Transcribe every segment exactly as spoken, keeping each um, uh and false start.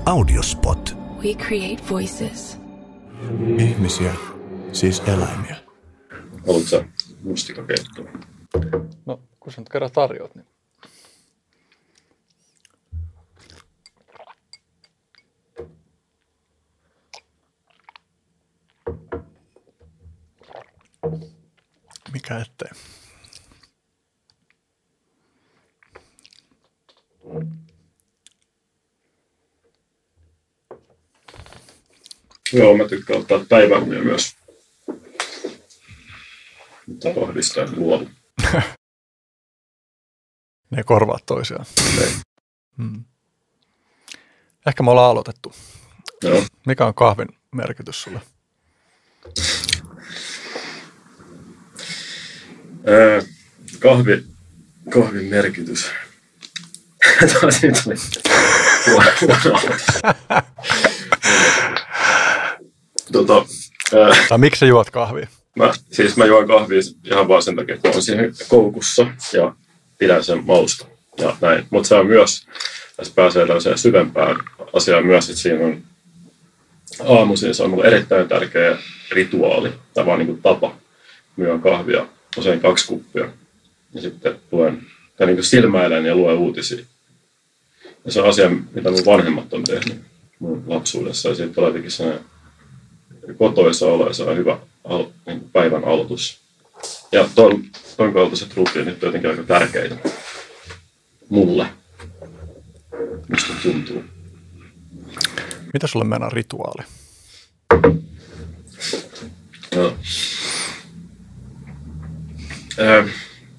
Audiospot. We create voices. Ihmisiä, siis eläimiä. Haluatko sä mustikakeittoa? No, kun sä nyt kerran tarjoat, niin... Mikä ettei. Joo, mä tykkään ottaa päiväunia myös. Mutta kohdistaa en luovu. Ne korvaa toisiaan. Ei. Hmm. Ehkä me ollaan aloitettu. Joo. Mikä on kahvin merkitys sulle? Ää, kahvi, kahvin merkitys. Taas nyt oli huono aloitus. Tota, ää, Tai miksi sä juot kahvia? mä, siis mä juon kahvia ihan vaan sen takia, että on siihen koukussa ja pidän sen mausta ja näin. Mutta se on myös, tässä pääsee tällaiseen syvempään asiaan myös, että siinä on aamuisin, se on mulle erittäin tärkeä rituaali tai vaan niin kuin tapa. Myön kahvia usein kaksi kuppia ja sitten luen, tai niin kuin silmäilen ja luen uutisia. Ja se on asia, mitä mun vanhemmat on tehnyt mun lapsuudessa ja siitä on jotenkin sellainen kotoisa olo ja se on hyvä al, niin kuin päivän aloitus. Ja ton, ton kaltaiset rutiinit on jotenkin aika tärkeitä mulle, mistä tuntuu. Mitä sulle mennään rituaali? No. Ää,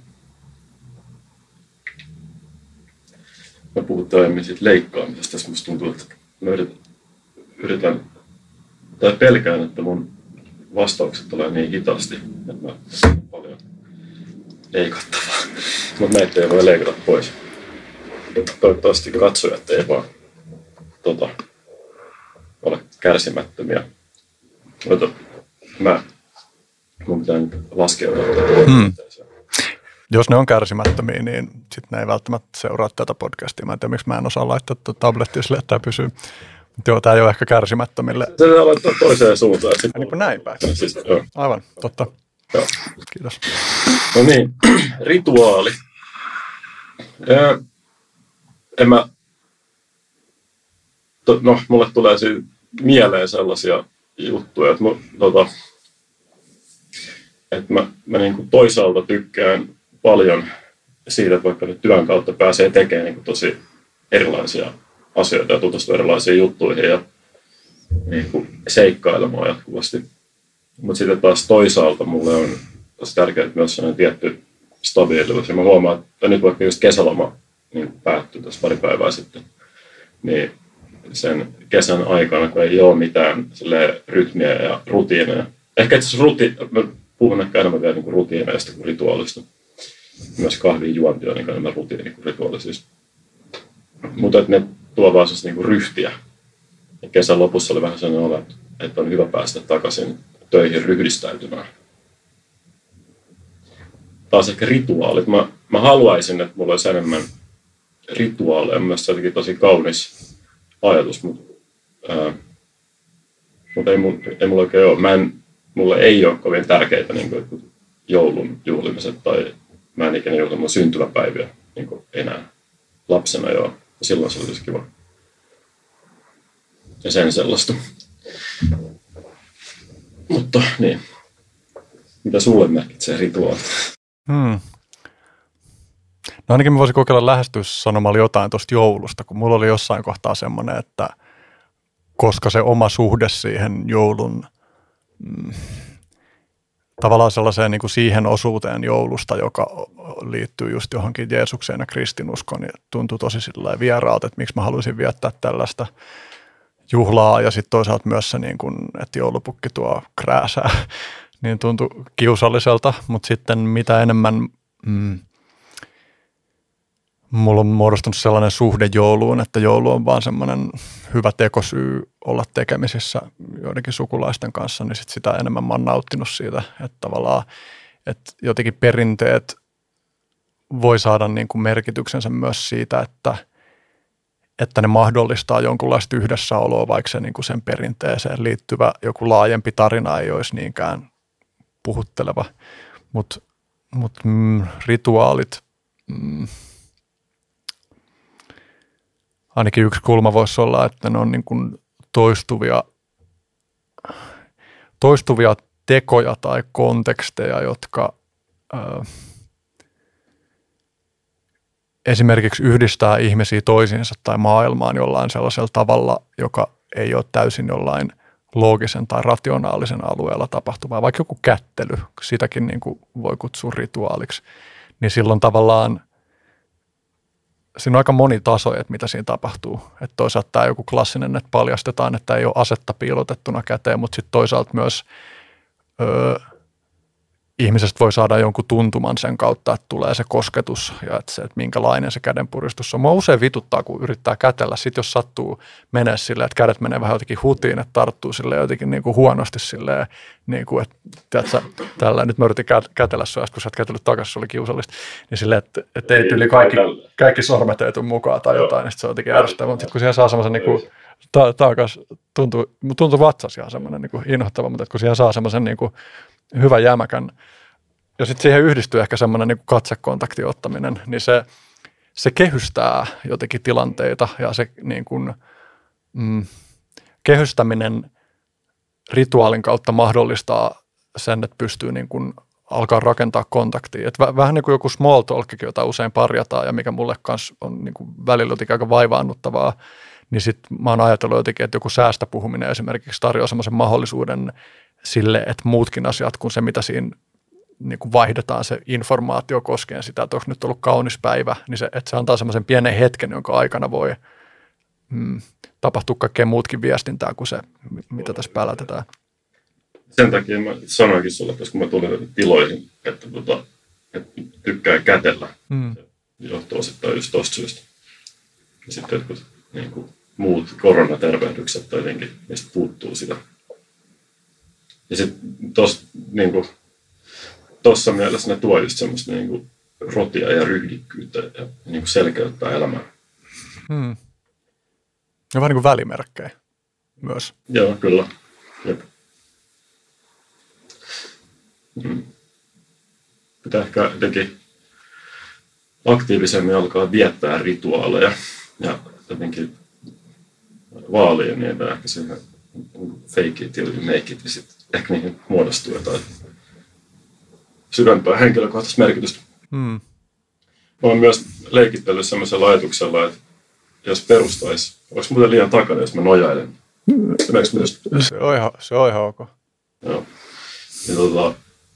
mä puhuttiin aiemmin siitä leikkaamisesta. Tässä musta tuntuu, että mä yritän, yritän tai pelkään, että mun vastaukset tulee niin hitaasti, että mä on paljon leikattavaa. Mutta näitä ei voi leikata pois. Toivottavasti katsojat ei vaan tota, ole kärsimättömiä. Mutta mä mun pitää nyt laskeutua. Hmm. Jos ne on kärsimättömiä, niin sitten ne ei välttämättä seuraa tätä podcastia. Mä en tiedä, miksi mä en osaa laittaa tuota tablettia sille, että tämä pysyy. Mutta joo, tämä ei ole ehkä kärsimättömille. Se pitää laittaa toiseen suuntaan. Ai niin kuin näin päin. Siis, joo. Aivan, totta. Joo. Kiitos. No niin, rituaali. Ää, en mä, to, no, mulle tulee siinä mieleen sellaisia juttuja, että, mu, tota, että mä, mä niin kuin toisaalta tykkään paljon siitä, että vaikka nyt työn kautta pääsee tekemään niin kuin tosi erilaisia asioita ja tutustua erilaisiin juttuihin ja niin kuin seikkailemaan jatkuvasti. Mutta sitten taas toisaalta mulle on tosi tärkeää myös sellainen tietty stabiilius. Ja mä huomaan, että nyt vaikka just kesäloma niin päättyi tässä pari päivää sitten, niin sen kesän aikana, kun ei ole mitään rytmiä ja rutiineja. Ehkä itse asiassa ruti, mä puhun ehkä enemmän vielä niin rutiineista kuin rituaalista. Myös kahvin juonti on niin enemmän rutiini kuin rituaali siis. Mutta että ne tuo vaan niin ryhtiä. Ja kesän lopussa oli vähän sellainen olo, että on hyvä päästä takaisin töihin ryhdistäytymään. Taas ehkä rituaalit. Mä, mä haluaisin, että mulla olisi enemmän rituaaleja. Mielestäni se on jotenkin tosi kaunis ajatus, mutta, ää, mutta ei, mun, ei mulla oikein ole. Mä en, mulle ei ole kovin tärkeitä niin kuin joulun juhlimiset tai mä en ikinä juhli mun syntymäpäiviä niin kuin enää lapsena joo. Ja silloin se oli tosi kiva. Ja sen sellaista. Mutta niin, mitä sulle merkitsee rituaalit? Hmm. No ainakin mä voisin kokeilla lähestyä sanomalla jotain tuosta joulusta, kun mulla oli jossain kohtaa semmoinen, että koska se oma suhde siihen joulun, mm, tavallaan sellaiseen niin kuin siihen osuuteen joulusta, joka liittyy just johonkin Jeesukseen ja kristinuskoon, niin tuntui tosi sillä vieraalta, että miksi mä haluaisin viettää tällaista juhlaa ja sitten toisaalta myös se, niin kun, että joulupukki tuo krääsää, niin tuntui kiusalliselta, mutta sitten mitä enemmän mm, mulla on muodostunut sellainen suhde jouluun, että joulu on vaan semmoinen hyvä tekosyy olla tekemisissä joidenkin sukulaisten kanssa, niin sit sitä enemmän mä oon nauttinut siitä, että tavallaan että jotenkin perinteet voi saada niin kuin merkityksensä myös siitä, että että ne mahdollistaa jonkunlaista yhdessäoloa, vaikka se niin kuin sen perinteeseen liittyvä joku laajempi tarina ei olisi niinkään puhutteleva. Mutta mut, mm, rituaalit, mm, ainakin yksi kulma voisi olla, että ne on niin kuin toistuvia, toistuvia tekoja tai konteksteja, jotka ö, esimerkiksi yhdistää ihmisiä toisiinsa tai maailmaan jollain sellaisella tavalla, joka ei ole täysin jollain loogisen tai rationaalisen alueella tapahtuvaa, vaikka joku kättely, sitäkin niin kuin voi kutsua rituaaliksi, niin silloin tavallaan siinä on aika moni taso, että mitä siinä tapahtuu. Että toisaalta tämä joku klassinen, että paljastetaan, että ei ole asetta piilotettuna käteen, mutta sitten toisaalta myös öö, ihmisestä voi saada jonkun tuntuman sen kautta, että tulee se kosketus ja että, se, että minkälainen se kädenpuristus on. Mua usein vituttaa, kun yrittää kätellä. Sitten jos sattuu menee silleen, että kädet menee vähän jotenkin hutiin, että tarttuu silleen jotenkin niin kuin huonosti silleen, niin kuin, että tiedätkö, tällä, nyt mä yritin kätellä sua, kun sä oot kätellyt takaisin, se oli kiusallista, niin silleen, että, että ei tyyli kaikki, kaikki sormet ei tule mukaan tai jotain, niin sitten se on jotenkin ärsyttävää. Mutta sitten kun siihen saa semmoisen niin kuin, ta- taakas, tuntuu, tuntuu vatsas ihan semmoinen niin kuin inhottava, mutta kun siihen saa semmoisen niin kuin hyvän jämäkän, ja sitten siihen yhdistyy ehkä semmoinen niin kuin katsekontaktin ottaminen, niin se, se kehystää jotenkin tilanteita ja se niin kuin, mm, kehystäminen rituaalin kautta mahdollistaa sen, että pystyy niin kuin alkaa rakentaa kontaktia. Et vähän niin kuin joku small talkikin, jota usein parjataan ja mikä mulle kanssa on niin kuin välillä jotenkin aika vaivaannuttavaa, niin sitten mä oon ajatellut jotenkin, että joku säästä puhuminen esimerkiksi tarjoaa semmoisen mahdollisuuden sille, että muutkin asiat kuin se, mitä siinä niin kuin vaihdetaan se informaatio koskien sitä, että onko nyt ollut kaunis päivä, niin se, että se antaa semmoisen pienen hetken, jonka aikana voi mm, tapahtua kaikkea muutkin viestintää kuin se, mitä tässä pälätetään. Sen takia mä sanoinkin sulle, koska kun mä tulin tiloihin, että, tota, että tykkää kätellä. Mm. Se johtuu osittain just tuosta syystä. Ja sitten jotkut niin kuin muut koronatervehdykset tai jotenkin, mistä puuttuu sitä. Ja sitten tuossa niin kuin tuossa mielessä ne tuo just semmoista niin kuin rotia ja ryhdikkyyttä ja niin kuin selkeyttää elämää. Hmm. Ja vähän niin kuin välimerkkejä myös. Joo, kyllä. Jep. Hmm. Pitää ehkä jotenkin aktiivisemmin alkaa viettää rituaaleja ja jotenkin vaalia niitä ehkä siihen fake it till you make it ja sitten ehkä niihin muodostuu jotain sydänpää henkilökohtaista merkitystä. Hmm. Mä oon myös leikitellyt sellaisella ajatuksella, että jos perustaisi, olisi muuten liian takana, jos mä nojailen. Se on ihan, se on ihan ok. Joo. Ja tota,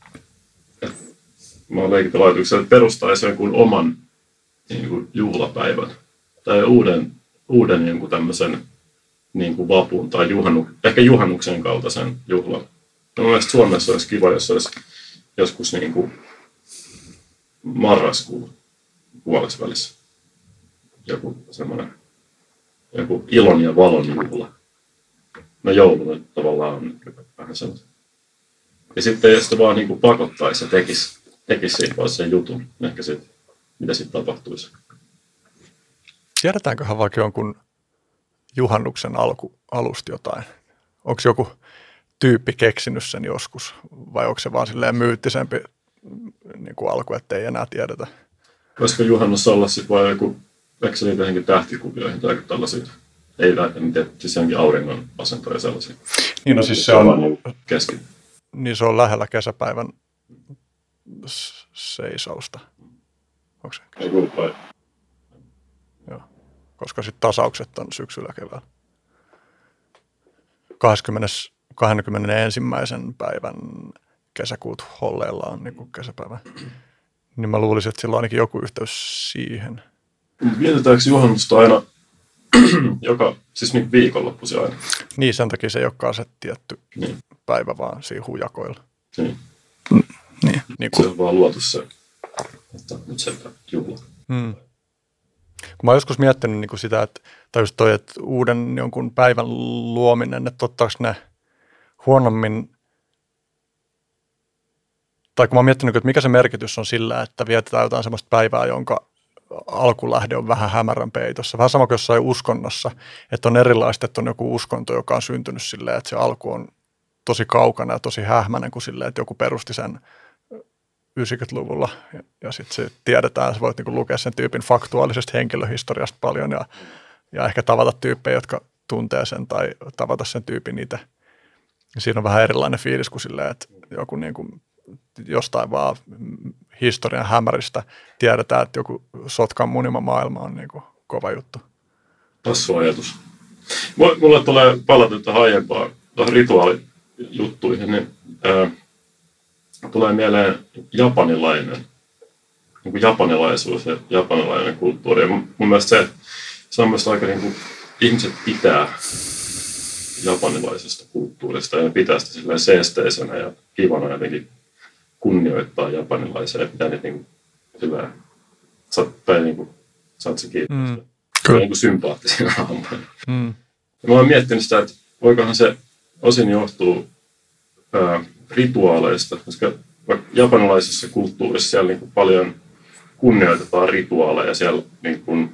mä oon leikitellyt ajatuksella, että perustaisi jonkun oman niin kuin juhlapäivän tai uuden, uuden jonkun tämmöisen niin kuin vapun tai juhannu, ehkä juhannuksen kaltaisen juhlan. No, mielestäni Suomessa olisi kiva, jos olisi joskus niin kuin marraskuun puolessa välissä joku semmoinen joku ilon ja valon juhla. No joulu nyt tavallaan on vähän sellainen. Ja sitten jos sitä vaan niin kuin pakottaisi ja tekisi, tekisi siitä vaan sen jutun, ehkä sitten, mitä sitten tapahtuisi. Tiedätäänköhän vaikka jonkun juhannuksen alku, alusta jotain? Onko joku tyyppi keksinyt sen joskus vai onko se vaan silleen myyttisempi niin kuin alku, että ei enää tiedetä? Voisiko juhannus olla sitten vai joku, eikö se niitä johonkin tähtikuvioihin tai tällaisia? Ei välttämättä, siis johonkin auringon asentoja sellaisia. Niin no siis se on, kesken. Niin se on lähellä kesäpäivän seisausta. Onko se? Ei kuulu. Joo, koska sitten tasaukset on syksyllä keväällä. kaksikymmentä kaksikymmentäensimmäisen päivän kesäkuuta Holleilla on niin kuin kesäpäivä. Niin mä luulisin, että sillä on ainakin joku yhteys siihen. Vietetäänkö juhannusta aina joka, siis niin viikonloppuisin aina? Niin, sen takia se ei olekaan se tietty niin päivä, vaan siinä hujakoilla. Niin. Mm, niin. Niin kun... Se on vaan luotu se, että nyt se juhla. Hmm. Kun mä oon joskus miettinyt niin kuin sitä, että, tai just toi, että uuden jonkun päivän luominen, että ottaako ne huonommin, tai kun mä oon miettinyt, että mikä se merkitys on sillä, että vietetään jotain sellaista päivää, jonka alkulähde on vähän hämärän peitossa. Vähän sama kuin jossain uskonnossa, että on erilaista, että on joku uskonto, joka on syntynyt silleen, että se alku on tosi kaukana ja tosi hähmäinen kuin silleen, että joku perusti sen yhdeksänkymmentäluvulla ja, ja sitten se tiedetään, sä voit niinku lukea sen tyypin faktuaalisesta henkilöhistoriasta paljon ja, ja ehkä tavata tyyppejä, jotka tuntee sen tai tavata sen tyypin itse. Siinä on vähän erilainen fiilis kuin silleen, että joku niinku jostain vaan historian hämäristä tiedetään, että joku Sotkan munima maailma on niinku kova juttu. Hassu ajatus. Mulle tulee palata tähän aiempaan tuohon rituaalijuttuihin, niin ää, tulee mieleen japanilainen, niin kuin japanilaisuus ja japanilainen kulttuuri. Ja mun, mun mielestä se, se on myös aika niin kuin, ihmiset pitää japanilaisesta kulttuurista ja ne pitää sitä silleen seesteisenä ja kivana jotenkin kunnioittaa japanilaisia ja pitää niitä niin kuin, silleen, tai niin kuin, saat se kiinni. Mm. Kyllä. Niin kuin sympaattisia hahmoja. Mm. Ja mä oon miettinyt sitä, että voikohan se osin johtuu ää, rituaaleista, koska japanilaisessa kulttuurissa siellä niin kuin paljon kunnioitetaan rituaaleja. Siellä niin kuin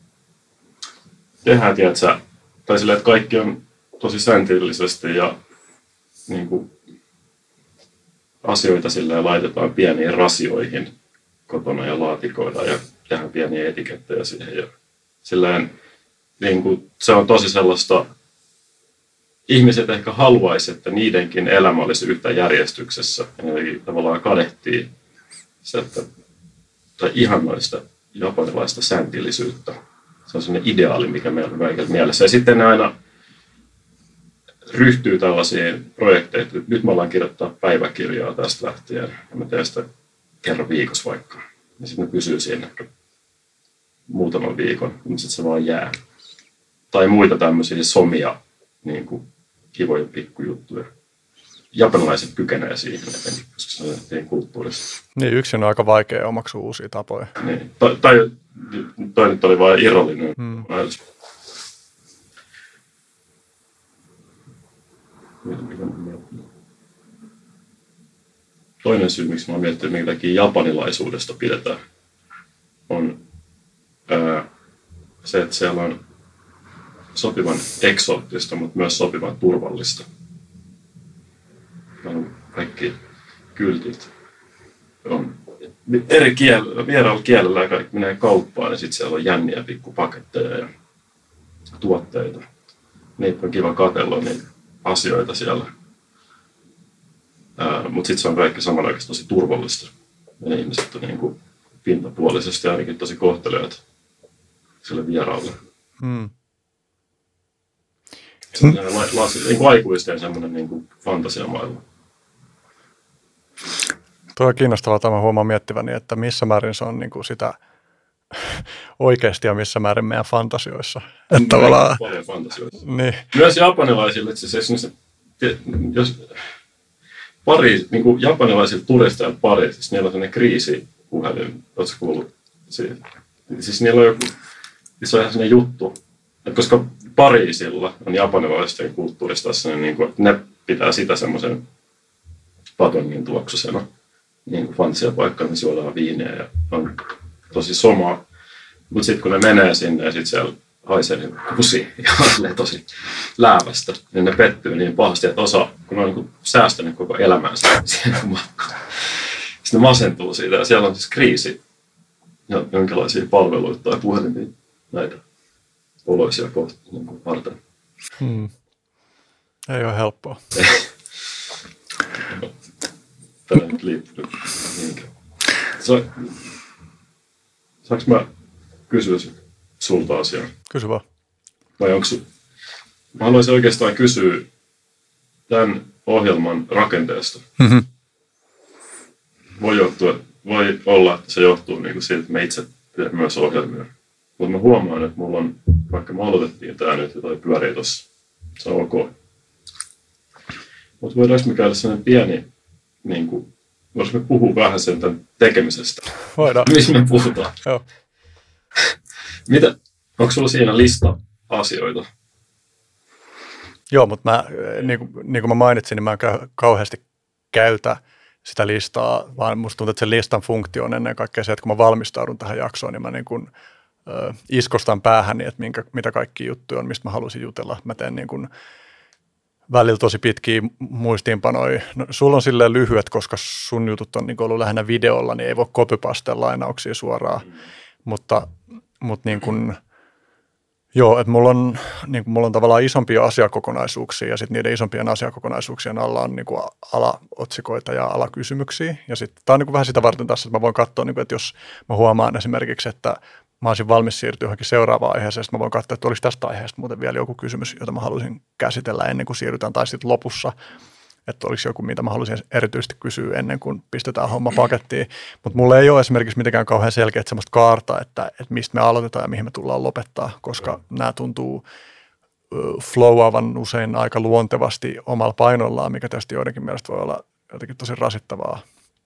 tehdään, tiedätkö, tai silleen, että kaikki on tosi säntillisesti ja niin kuin asioita silleen laitetaan pieniin rasioihin kotona ja laatikoidaan ja tehdään pieniä etikettejä siihen. Ja silleen, niin kuin, se on tosi sellaista, ihmiset ehkä haluaisi, että niidenkin elämä olisi yhtä järjestyksessä. Ja ne tavallaan kadehtii sitä, tai ihannoista japanilaista säntillisyyttä. Se on sellainen ideaali, mikä meillä on kaikilla mielessä. Ja sitten ne aina ryhtyy tällaisiin projekteihin, että nyt me ollaan kirjoittaa päiväkirjaa tästä lähtien. Ja me teemme sitä kerran viikossa vaikka. Ja sitten ne pysyy siinä muutaman viikon, mutta sitten se vaan jää. Tai muita tämmöisiä somia, niin kuin kivoja pikkujuttuja. Japanilaiset kykenee siihen etenkin, koska se on teidän kulttuurissa. Niin, yksin on aika vaikea omaksua uusia tapoja. Niin. Tai, tai toi nyt oli vain irrallinen hmm. ajatus. Toinen syy, miksi mä oon miettinyt, minkä takia japanilaisuudesta pidetään, on ää, se, että siellä on sopivan eksoottista, mutta myös sopivan turvallista. On kaikki kyltit on eri kielellä, vieraalla kielellä ja kaikki menee kauppaan ja sitten siellä on jänniä pikkupaketteja ja tuotteita. Niitä on kiva katsella niitä asioita siellä. Mutta sitten se on kaikki samanaikaisesti tosi turvallista. Ja ne ihmiset on niin kuin pintapuolisesti ainakin tosi kohtelevat sille vieraalle. Hmm. Hmm. Niin kuin aikuisten semmoinen niin kuin fantasiamaailma. Tuo on kiinnostavaa, tämä huomaan miettiväni, että missä määrin se on niin kuin sitä oikeasti ja missä määrin meidän fantasioissa. Että tavallaan paljon fantasioissa. Niin. Myös japanilaisille, että se, se, jos Pariis, niin kuin japanilaisille turisteille Pariisissa, niillä on sellainen kriisipuhelin, oletko kuullut siitä? Siis niillä on joku, se on ihan sellainen juttu, että koska Pariisilla on japanilaisten kulttuurista sellainen, niin kuin, että ne pitää sitä semmoisen patongin tuoksusena niin kuin fantasiapaikkana, missä juodaan viineä ja on tosi somaa. Mutta sitten kun ne menee sinne ja sitten siellä haisee niin kusi ja on tosi läävästä, niin ne pettyy niin pahasti, että osa, kun on niin säästänyt koko elämänsä siihen matkaan, sitten ne masentuu siitä ja siellä on siis kriisi ja jonkinlaisia palveluita tai puhelimia näitä oloisia kohtia niin varten. Hmm. Ei ole helppoa. Tänään nyt liittyy niinkään. Saanko mä kysyä sulta asiaa? Kysy vaan. Vai onko sun? Mä haluaisin oikeastaan kysyä tämän ohjelman rakenteesta. Mm-hmm. Voi, johtua, voi olla, että se johtuu niin kuin siitä, että me itse teemme myös ohjelmia. Mutta mä huomaan, että mulla on, vaikka me aloitettiin tää nyt ja toi pyörii tossa, se on ok. Mutta voidaanko me käydä sellainen pieni, niin kuin, voisimme puhua vähän sen tämän tekemisestä? Voidaan. Missä me puhutaan? Joo. Mitä? Onko sulla siinä lista asioita? Joo, mutta mä, niin kuin, niin kuin mä mainitsin, niin mä en kauheasti käytä sitä listaa, vaan musta tuntuu, että sen listan funktio on ennen kaikkea se, että kun mä valmistaudun tähän jaksoon, niin mä niin kuin, ö, iskostan päähäni, että minkä, mitä kaikki juttuja on, mistä mä haluaisin jutella. Mä teen niin kuin välillä tosi pitkiä muistiinpanoja. No, sulla on silleen lyhyet, koska sun jutut on niin kuin ollut lähinnä videolla, niin ei voi copypastea lainauksia suoraan, mm. mutta, mutta niin kuin, joo, että mulla on, niin kuin, mulla on tavallaan isompia asiakokonaisuuksia ja sitten niiden isompien asiakokonaisuuksien alla on niin kuin alaotsikoita ja alakysymyksiä. Ja sitten tämä on niin kuin vähän sitä varten tässä, että mä voin katsoa, niin kuin, että jos mä huomaan esimerkiksi, että mä olisin valmis siirtyä johonkin seuraavaan aiheeseen, sitten mä voin katsoa, että olisi tästä aiheesta muuten vielä joku kysymys, jota mä haluaisin käsitellä ennen kuin siirrytään, tai sitten lopussa, että olisi joku, mitä mä haluaisin erityisesti kysyä ennen kuin pistetään homma pakettiin. Mutta mulla ei ole esimerkiksi mitenkään kauhean selkeä semmoista kaarta, että, että mistä me aloitetaan ja mihin me tullaan lopettaa, koska nämä tuntuu flowaavan usein aika luontevasti omalla painollaan, mikä tietysti joidenkin mielestä voi olla jotenkin tosi rasittavaa.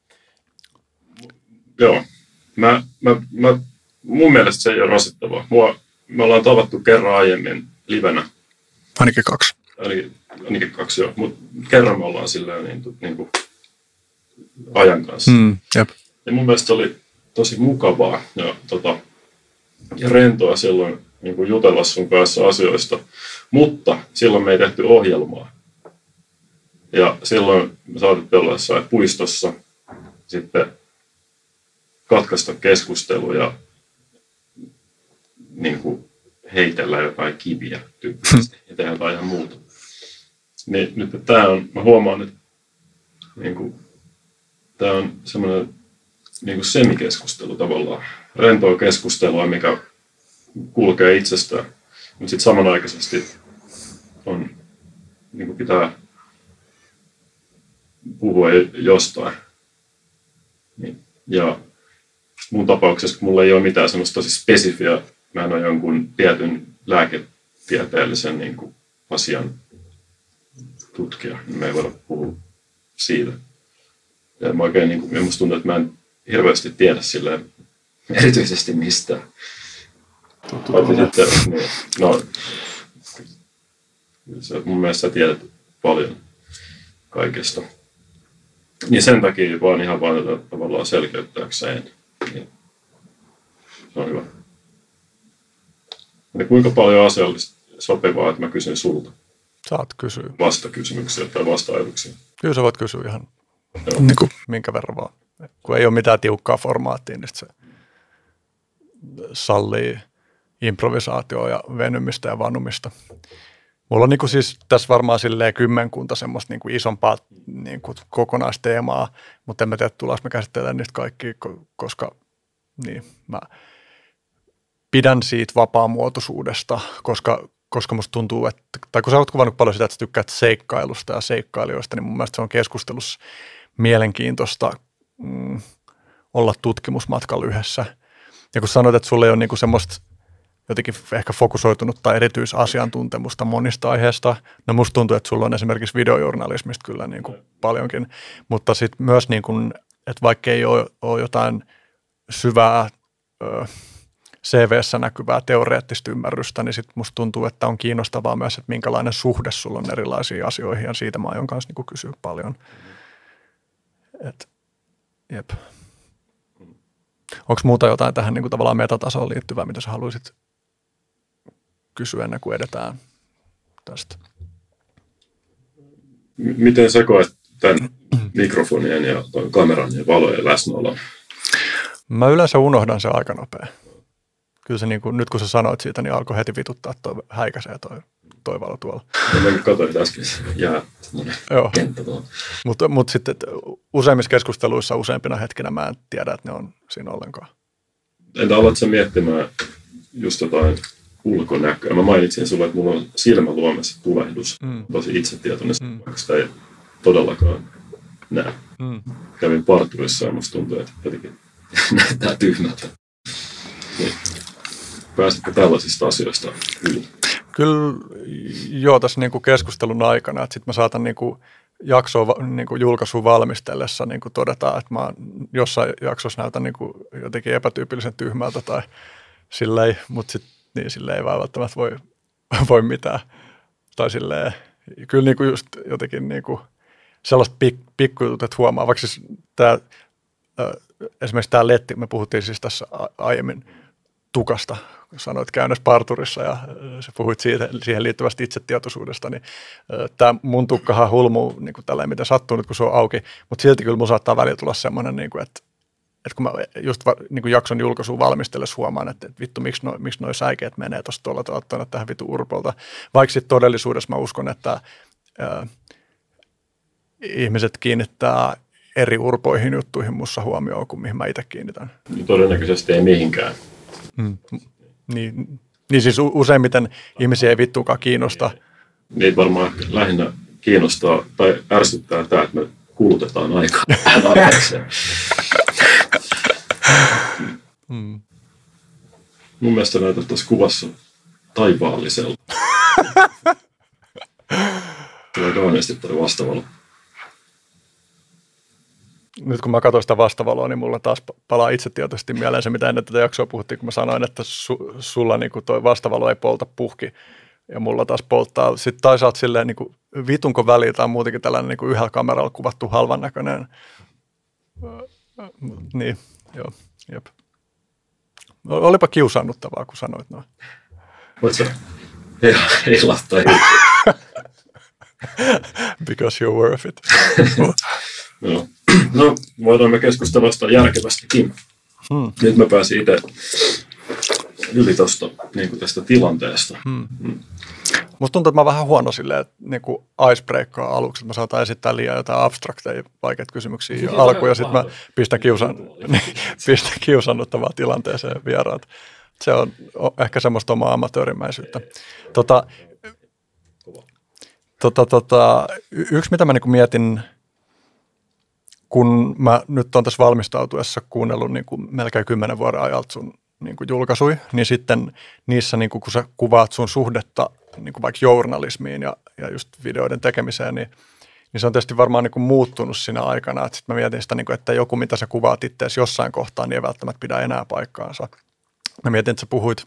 Joo, mä, mä, mä, mun mielestä se ei ole rasittavaa. Mua, me ollaan tavattu kerran aiemmin livenä. Ainakin kaksi. Ainakin, ainakin kaksi, joo. Mutta kerran me ollaan silleen niin, niin kuin ajan kanssa. Mm, jep. Ja mun mielestä se oli tosi mukavaa ja, tota, ja rentoa silloin niin kuin jutella sun kanssa asioista. Mutta silloin me ei tehty ohjelmaa. Ja silloin me saatettiin olla jossain puistossa sitten katkaista keskustelu ja niin kuin heitellä jotain kiviä tyyppisesti ja tehdä jotain ihan muuta. Niin nyt tämä on, mä huomaan, että niin kuin, tämä on semmoinen niin kuin semikeskustelu tavallaan. Rentoa keskustelua, mikä kulkee itsestään, mutta sitten samanaikaisesti on, niin kuin pitää puhua jostain. Niin. Ja mun tapauksessa, kun mulla ei ole mitään semmoista tosi spesifiä, mä en ole jonkun tietyn lääketieteellisen niin kuin asian tutkija, niin me ei voida puhua siitä. Ja mä oikein, niin kuin, musta tuntuu, että mä en hirveästi tiedä silleen erityisesti mistään. Sitten, niin, no, mun mielestä sä tiedät paljon kaikesta. Niin sen takia vaan ihan vaan tätä tavallaan selkeyttääkseen. Niin se on hyvä. Ja kuinka paljon asiallista sopivaa, että mä kysyn sulta? Saat kysyä. Vastakysymyksiä tai vasta-ajatuksia. Kyllä sä voit kysyä ihan niin kuin, minkä verran vaan. Kun ei ole mitään tiukkaa formaattia, niin se sallii improvisaatioa ja venymistä ja vanumista. Mulla on niin kuin siis tässä varmaan silleen kymmenkunta semmoista niin kuin isompaa niin kuin kokonaisteemaa, mutta en mä tiedä, tullaanko me käsittelemään niistä kaikkia, koska niin, mä pidän siitä vapaamuotoisuudesta, koska, koska musta tuntuu, että, tai kun sä oot kuvannut paljon sitä, että sä tykkäät seikkailusta ja seikkailijoista, niin mun mielestä se on keskustelussa mielenkiintoista mm, olla tutkimusmatkalla yhdessä. Ja kun sanoit, että sulla ei ole niin kuin semmoista jotenkin ehkä fokusoitunutta erityisasiantuntemusta monista aiheista. No musta tuntuu, että sulla on esimerkiksi videojournalismista kyllä niin kuin paljonkin, mutta sitten myös, niin kuin, että vaikka ei ole, ole jotain syvää ö, C V:ssä näkyvää teoreettista ymmärrystä, niin sitten musta tuntuu, että on kiinnostavaa myös, että minkälainen suhde sulla on erilaisiin asioihin, ja siitä mä aion kanssa niin kuin kysyä paljon. Et, jep. Onko muuta jotain tähän niin kuin tavallaan metatasoon liittyvää, mitä sä haluaisit kysyä ennen kuin edetään tästä? Miten sä koet tämän mikrofonien ja kameran ja valojen läsnäolon? Mä yleensä unohdan se aika nopea. Kyllä se niin kuin, nyt kun sä sanoit siitä, niin alkoi heti vituttaa, että toi häikäisee toi, toi valo tuolla. Mä katsoin äsken, jää kenttä tuolla. Mutta mut sitten useimmissa keskusteluissa useimpina hetkinä mä en tiedä, että ne on siinä ollenkaan. Entä alat sä miettimään just jotain ulkonäköä? Mä mainitsin sulle, että mulla on silmäluomessa tulehdus. Mm. Tosi itsetietoinen, mm. vaikka sitä ei todellakaan näe. Mm. Kävin parturissa ja musta tuntuu, että jotenkin näyttää tyhmältä. Niin. Pääsitkö tällaisista asioista yli? Kyllä joo, tässä niin kuin keskustelun aikana, että sitten mä saatan niin kuin jaksoa niin kuin julkaisua valmistellessa niin kuin todeta, että mä jossain jaksossa näytän niin kuin jotenkin epätyypillisen tyhmältä tai silleen, mutta sitten niin silleen ei vaan välttämättä voi, voi mitään. Tai silleen, kyllä niin kuin just jotenkin niin kuin sellaiset pik, pikkujutut, että huomaa, vaikka siis tämä, esimerkiksi tämä letti, me puhuttiin siis tässä aiemmin tukasta, kun sanoit käynnössä parturissa ja sä puhuit siitä, siihen liittyvästä itsetietoisuudesta, niin tämä mun tukkahan hulmuu niin kuin tällainen, mitä sattuu nyt, kun se on auki, mutta silti kyllä mun saattaa välillä tulla semmoinen, niin kuin, että, että kun mä just niin kuin jakson julkaisuun valmistellessa huomaan, että, että vittu, miksi, no, miksi noi säikeet menee tuossa tuolla, tai ottanut tähän vittu urpolta, vaikka sitten todellisuudessa mä uskon, että ää, ihmiset kiinnittää eri urpoihin juttuihin mussa huomioon kuin mihin mä itse kiinnitän. Todennäköisesti ei mihinkään. Hmm. Niin, niin siis useimmiten ihmisiä ei vittuakaan kiinnosta. Niitä varmaan lähinnä kiinnostaa tai ärsyttää tämä, että me kulutetaan aikaa tähän aiheeseen. Hmm. Mun mielestä näytät tuossa kuvassa taivaalliselta. Tulee kauheasti toi vastavalo. Nyt kun mä katsoin sitä vastavaloa, niin mulla taas palaa itsetietoisesti mieleen se, mitä ennen tätä jaksoa puhuttiin, kun mä sanoin, että su, sulla niin kuin toi vastavalo ei polta puhki, ja mulla taas polttaa. Sitten toisaalta silleen niin kuin vitunko väliin, tai muutenkin tällainen niin kuin yhdellä kameralla kuvattu halvan näköinen. Niin, joo, jep. Olipa kiusaannuttavaa, kun sanoit noin. Voitko heilahtaa? Because you're worth it. No. no, voidaan me keskustella sitä järkevästikin. Hmm. Nyt mä pääsin itse yli tosta, niin kuin tästä tilanteesta. Hmm. Hmm. Musta tuntuu, että mä oon vähän huono silleen, että niin kuin icebreakaa aluksi, että mä saatan esittää liian jotain abstrakteja, vaikeita kysymyksiä jo alkuun, ja sitten mä pistän, kiusan, pistän kiusannuttavaa tilanteeseen vieraat. Se on ehkä semmoista omaa amatöörimäisyyttä. Tota, tota, tota, yksi, mitä mä niin kuin mietin, kun mä nyt on tässä valmistautuessa kuunnellut niin kuin melkein kymmenen vuoden ajalta sun niin kuin julkaisui, niin sitten niissä, niin kuin, kun sä kuvaat sun suhdetta niin kuin vaikka journalismiin ja, ja just videoiden tekemiseen, niin, niin se on tietysti varmaan niin kuin muuttunut siinä aikana. Että sitten mä mietin sitä, niin kuin, että joku, mitä sä kuvaat itseäsi jossain kohtaa, niin ei välttämättä pidä enää paikkaansa. Mä mietin, että sä puhuit,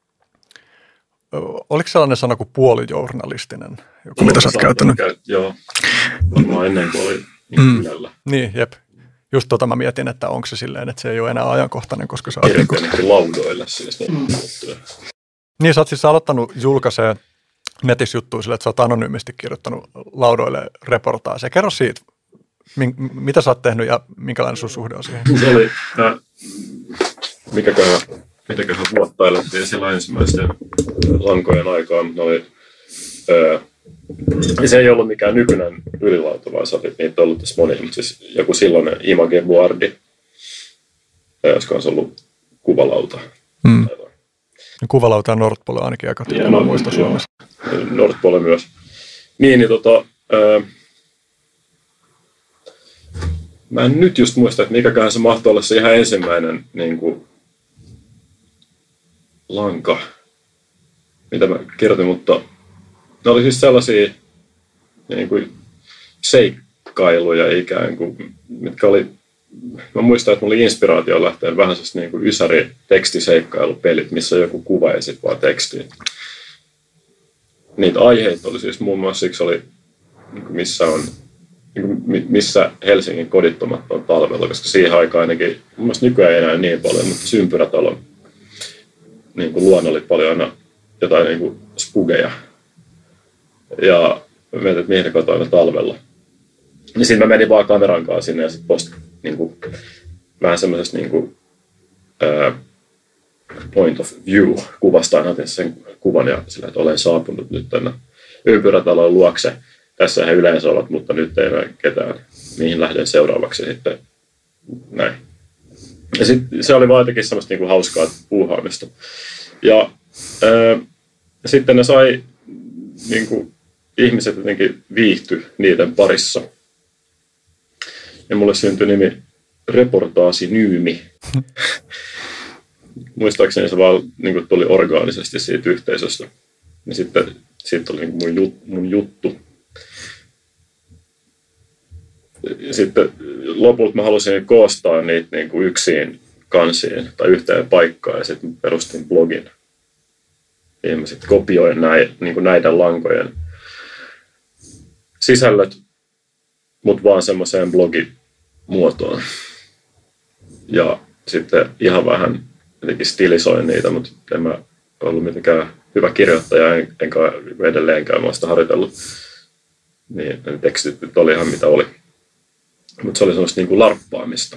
oliko sellainen sana kuin puolijournalistinen, joku, mitä sä oot käyttänyt? Joo, varmaan ennen kuin oli niin Ylellä. Niin, jep. Just tota mä mietin, että onko se silleen, että se ei ole enää ajankohtainen, koska sä oot... Kirjoittanut laudoille siis. Mm. Niin, sä oot siis aloittanut julkaisee netissä juttuja sille, että sä oot anonyymisti kirjoittanut laudoille reportaaseja. Kerro siitä, mitä sä oot tehnyt ja minkälainen sun suhde on siihen? Se oli, äh, mikäköhän, mitäköhän vuotta elettiin silloin ensimmäisten lankojen aikaan. Ne oli, äh, se ei ollut mikään nykyinen ylilauta, vaan se oli niitä ollut tässä moni, mutta siis joku silloinen Image Boardi, olisiko se ollut kuvalauta. Hmm. Kuvalauta ja Nordpol on ainakin aika tuttua muista Suomessa. Nordpol myös. Niin, niin tota, ää, mä en nyt just muista, että mikäköhän se mahtoi olla se ihan ensimmäinen niin kuin, lanka, mitä mä kirjoitin, mutta ne oli siis sellaisia niin kuin, seikkailuja ikään kuin, mitkä oli, mä muistan, että mulla oli inspiraatio lähteä vähän sellaista niin kuin ysäri-tekstiseikkailuppelit, missä on joku kuva ja sitten vaan tekstiä. Niitä aiheita oli siis muun muassa, siksi oli, niin kuin missä, on, niin kuin, missä Helsingin kodittomat on talvella, koska siihen aikaan ainakin, mun mielestä nykyään ei enää niin paljon, mutta Sympyrätalon niin kuin luonnolla oli paljon aina jotain niin kuin spugeja. Ja mä mietin, että mihin ne katoin talvella. Ja sitten mä menin vaan kameran kanssa sinne ja sitten post niin kuin, vähän semmoisesta niin kuin, ää, point of view kuvasta otin sen kuvan ja sillä, että olen saapunut nyt tänne Ympyrätalon luokse. Tässä he yleensä ovat, mutta nyt ei näe ketään. Mihin lähden seuraavaksi sitten näin. Ja sitten se oli vaan jotenkin semmoista niin kuin hauskaa puuhaamista. Ja ää, sitten ne sai niin kuin, ihmiset jotenkin viihty niiden parissa. Ja mulle syntyi nimi Reportaasinyymi. Muistaakseni se vaan niin kuin, tuli orgaanisesti siitä yhteisöstä. Ja sitten siitä tuli niin kuin, mun, jut, mun juttu. Ja sitten lopulta mä halusin koostaa niitä niin kuin yksiin kansiin tai yhteen paikkaan ja sitten perustin blogin. Ihmiset kopioin näin, niin kuin näiden lankojen sisällöt mutta vaan semmoiseen blogimuotoon. Ja sitten ihan vähän jotenkin stilisoin niitä, mutta en mä ollut mitenkään hyvä kirjoittaja, en, enkä edelleenkään mä sitä harjoitellut. Niin ne tekstit nyt oli ihan mitä oli. Mutta se oli semmoista niin kuin larppaamista.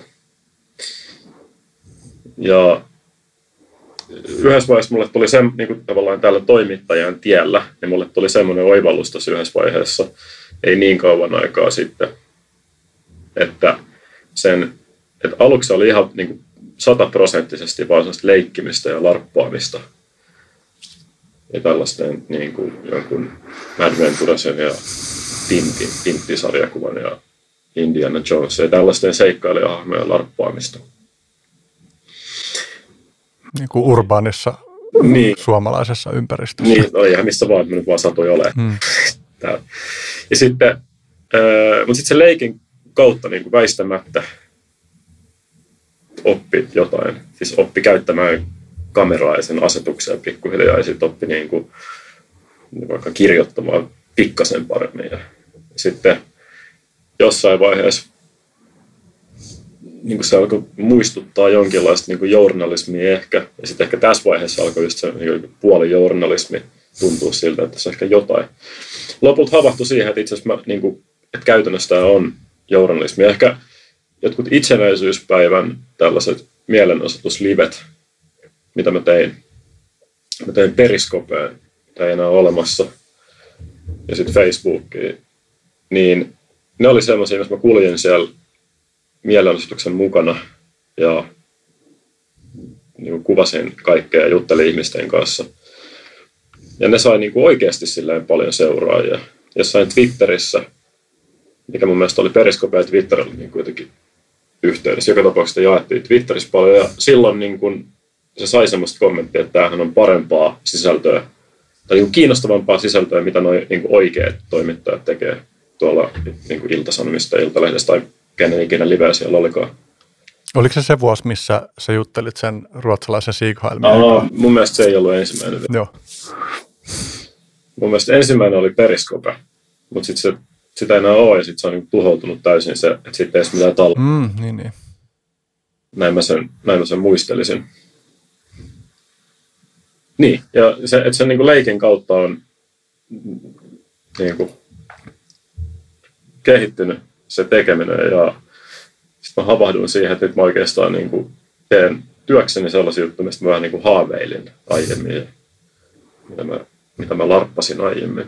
Ja yhdessä vaiheessa mulle tuli sen, niin kuin tavallaan täällä toimittajan tiellä, niin mulle tuli semmoinen oivallus tässä yhdessä vaiheessa, ei niin kauan aikaa sitten, että, sen, että aluksi oli ihan niin kuin sataprosenttisesti vaan semmoista leikkimistä ja larppaamista. Ja tällaisten niin kuin jonkun Adventuresen ja Tintin, Tintti-sarjakuvan ja Indiana Jones ja tällaisten seikkailijahahmojen larppaamista. Niin kuin urbaanissa niin. suomalaisessa ympäristössä. Niin, no ihan missä vaan, että nyt vaan satui olemaan. Hmm. Ja sitten, äh, mutta sitten se leikin kautta niin kuin väistämättä oppi jotain. Siis oppi käyttämään kameraa ja sen asetuksia pikkuhiljaa ja sitten oppi niin kuin, vaikka kirjoittamaan pikkasen paremmin. Ja sitten jossain vaiheessa niin kuin se alkoi muistuttaa jonkinlaista niin kuin journalismia ehkä. Ja sitten ehkä tässä vaiheessa alkoi just se niin kuin puolijournalismi tuntua siltä, että tässä on ehkä jotain. Lopulta havahtui siihen, että itse asiassa mä, niin kuin, että käytännössä tämä on journalismi. Ehkä jotkut itsenäisyyspäivän tällaiset mielenosoituslivet, mitä mä tein. Mä tein Periskopeen, mitä ei enää ole olemassa. Ja sitten Facebookiin. Niin ne oli semmoisia, jos mä kuljin siellä mielenosoituksen mukana ja niin kuvasin kaikkea ja juttelin ihmisten kanssa. Ja ne sai niin kuin oikeasti silleen paljon seuraajia. Jossain Twitterissä, mikä mun mielestä oli Periskope ja Twitter oli niin kuitenkin yhteydessä. Joka tapauksessa jaettiin Twitterissä paljon ja silloin niin kuin se sai semmoista kommenttia, että tämähän on parempaa sisältöä tai niin kuin kiinnostavampaa sisältöä, mitä noi niin kuin oikeat toimittajat tekee tuolla niin kuin Ilta-Sanomista, Iltalehdestä tai kenen ikinä liveä siellä olikaan. Oliko se se vuosi, missä sä juttelit sen ruotsalaisen Siegheilmin? Aa, mun mielestä se ei ollut ensimmäinen. Joo. Mun mielestä ensimmäinen oli Periskope, mutta sitten se, sitä ei enää ole ja sitten se on niin tuhoutunut täysin se, että sitten ei edes mitään talo. Mm, niin, niin. Näin mä sen, näin mä sen muistelisin. Niin, ja se, että sen niin kuin leikin kautta on niin kuin kehittynyt se tekeminen ja sitten mä havahdun siihen, että nyt mä oikeastaan niin kuin teen työkseni sellaisia juttuja, mistä mä vähän niin kuin haaveilin aiemmin ja mitä mä, mitä mä larppasin aiemmin.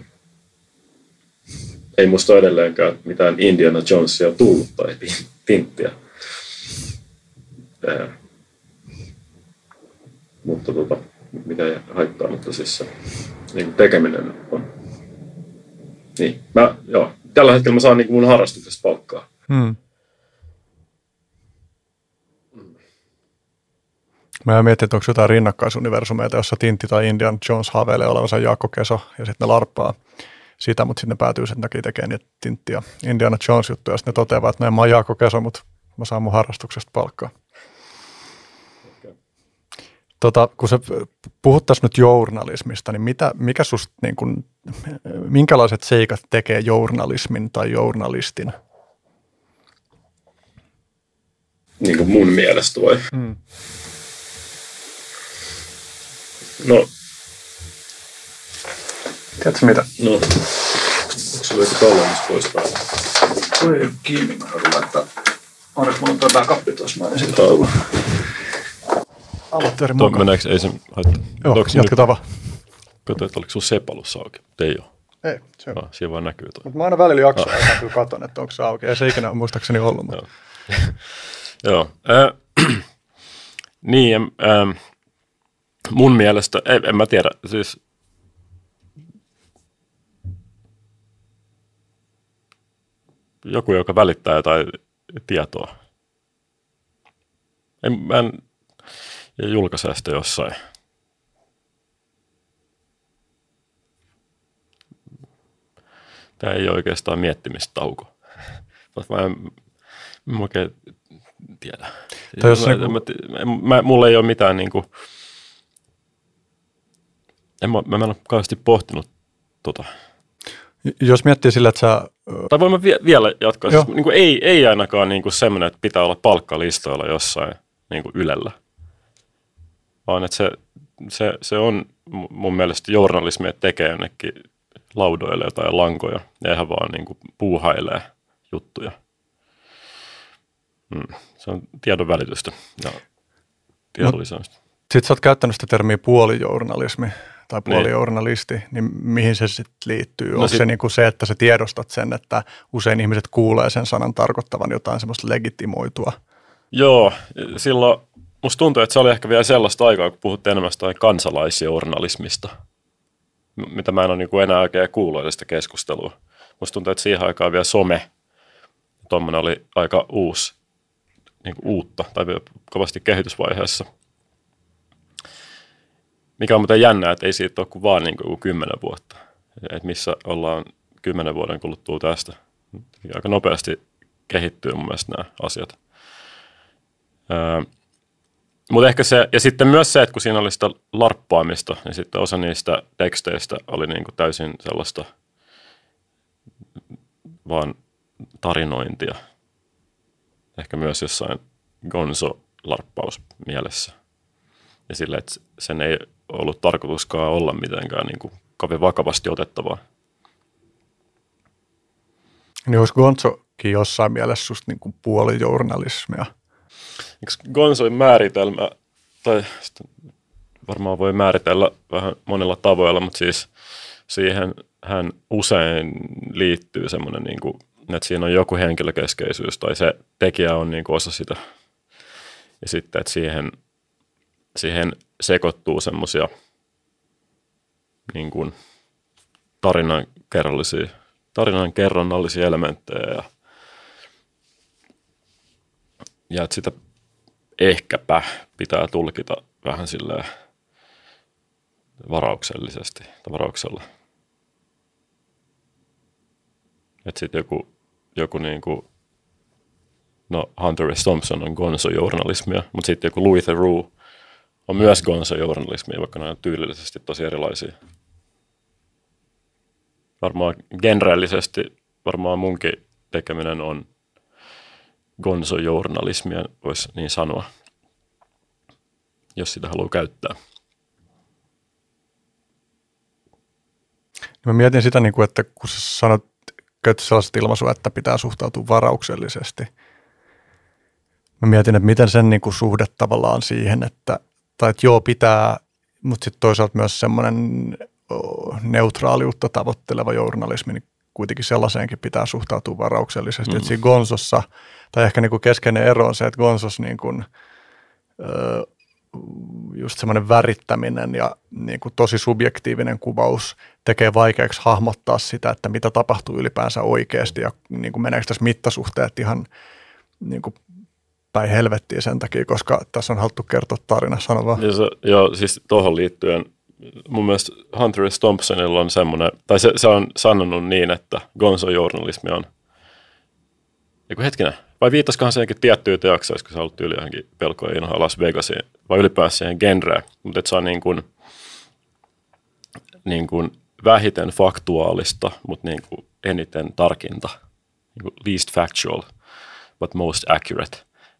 Ei musta edelleenkään mitään Indiana Jonesia tullut tai Tinttiä. Eh, mutta tota, mitä ei haittaa, mutta siis se niin kuin tekeminen on. Niin, mä, joo. Tällä hetkellä mä saan niin kuin mun harrastuksesta palkkaa. Hmm. Mä mietin, että onko jotain rinnakkaisuniversumeita, jossa Tintti tai Indiana Jones haaveilee olevansa Jaakko Keso ja sitten ne larppaa sitä, mutta sitten ne päätyy sen takia tekemään niitä Tintti ja Indiana Jones juttuja ja sitten ne toteavat, että no, mä oon Jaakko Keso, mutta mä saan mun harrastuksesta palkkaa. Okay. Tota, kun sä puhuttaisiin nyt journalismista, niin mitä, mikä susta, niin kun, minkälaiset seikat tekee journalismin tai journalistin? Niin kuin mun mielestä vai? Hmm. No. Tiedätkö mitä? No. Onko sulla joku tallennis pois päältä? Toi ei ole kiinni, mä joudun laittaa. Onneksi mulla on tuo backuppi tuossa, mä en siltä tulla. Aloitteeri mukaan. Meneekö, ei se haittaa. Joo, jatketaan vaan. Kato, että oliko sun sepalussa auki? Ei ole. Ei, se on. Ah, siinä vaan näkyy toi. Mutta mä aina välillä jaksoa ah. ja kyllä katon, että onko se auki. Ei se ikinä muistaakseni ollut. Mutta. Joo. Äh, niin, äh, mun mielestä, en, en mä tiedä, siis joku, joka välittää jotain tietoa. En, mä en ja julkaise sitä jossain. Tämä ei ole oikeastaan miettimistauko. Mä en, mä oikein tiedä. Mä, niinku... mä, mä, mulla ei ole mitään niin kuin, en mä, mä en ole kauheasti pohtinut tota. Jos miettii sillä, että sä... Tai voin mä vie, vielä jatkaa. Siis, niin kuin ei, ei ainakaan niin kuin semmoinen, että pitää olla palkkalistoilla jossain niin kuin Ylellä. Vaan että se, se, se on mun mielestä journalismia, että tekee jonnekin laudoille jotain lankoja. Ja eihän vaan niin kuin puuhailee juttuja. Hmm. Se on tiedon välitystä ja tiedon lisäämistä. Sitten sä oot käyttänyt sitä termiä puolijournalismi tai puolijournalisti, niin, niin mihin se sitten liittyy? No Onko sit... se niinku se, että sä tiedostat sen, että usein ihmiset kuulee sen sanan tarkoittavan jotain semmoista legitimoitua? Joo, silloin musta tuntuu, että se oli ehkä vielä sellaista aikaa, kun puhuttiin enemmän tai kansalaisjournalismista, mitä mä en ole niinku enää oikein kuullut sitä keskustelua. Musta tuntuu, että siihen aikaan vielä some, tuommoinen oli aika uusi, niinku uutta tai kovasti kehitysvaiheessa. Mikä on muuten jännää, että ei siitä ole kuin vaan niin kuin kymmenen vuotta. Että missä ollaan kymmenen vuoden kuluttua tästä. Aika nopeasti kehittyy mun mielestä nämä asiat. Öö, mutta ehkä se, ja sitten myös se, että kun siinä oli sitä larppaamista, niin sitten osa niistä teksteistä oli niin kuin täysin sellaista vaan tarinointia. Ehkä myös jossain gonzo-larppaus mielessä. Ja sille, että sen ei ollut tarkoituskaan olla mitenkään niin kuin kovin vakavasti otettavaa. Niin olisi gonzokin jossain mielessä susta niin kuin puolijournalismia? Eikö gonzoin määritelmä, tai varmaan voi määritellä vähän monilla tavoilla, mutta siis siihen hän usein liittyy semmoinen, niin kuin, että siinä on joku henkilökeskeisyys tai se tekijä on niin kuin osa sitä. Ja sitten, että siihen Siihen sekoittuu semmoisia niin kuin tarinankerrallisia, tarinankerronnallisia elementtejä ja, ja että sitä ehkäpä pitää tulkita vähän silleen varauksellisesti tai varauksella. Että sitten joku, joku niin kuin, no Hunter S. Thompson on gonzo-journalismia, mutta sitten joku Louis Theroux on myös gonzo-journalismia, vaikka ne on tyylillisesti tosi erilaisia. Varmaan genreellisesti, varmaan munkin tekeminen on gonzo-journalismia, voisi niin sanoa, jos sitä haluaa käyttää. Mä mietin sitä, että kun sä sanot, käytät sellaista ilmaisua, että pitää suhtautua varauksellisesti. Mä mietin, että miten sen niin kuin suhde tavallaan siihen, että tai että joo pitää, mutta sitten toisaalta myös semmoinen neutraaliutta tavoitteleva journalismi, niin kuitenkin sellaiseenkin pitää suhtautua varauksellisesti. Mm. Että siinä gonzossa, tai ehkä niinku keskeinen ero on se, että gonzos niinku, just semmoinen värittäminen ja niinku tosi subjektiivinen kuvaus tekee vaikeaksi hahmottaa sitä, että mitä tapahtuu ylipäänsä oikeasti ja niinku meneekö tässä mittasuhteet ihan niinku tai helvettiin sen takia, koska tässä on haluttu kertoa tarina, sano vaan. Joo, siis tuohon liittyen mun mielestä Hunter S. Thompsonilla on semmoinen, tai se, se on sanonut niin, että gonzo-journalismi on, eiku hetkinen, vai viittaskohan senkin tiettyyn teoksia, koska se on ollut yli johonkin pelkoja inhoa Las Vegasiin, vai ylipäänsä siihen genreen, mutta että se on niin kuin, niin kuin vähiten faktuaalista, mutta niin kuin eniten tarkinta, niin kuin least factual, but most accurate.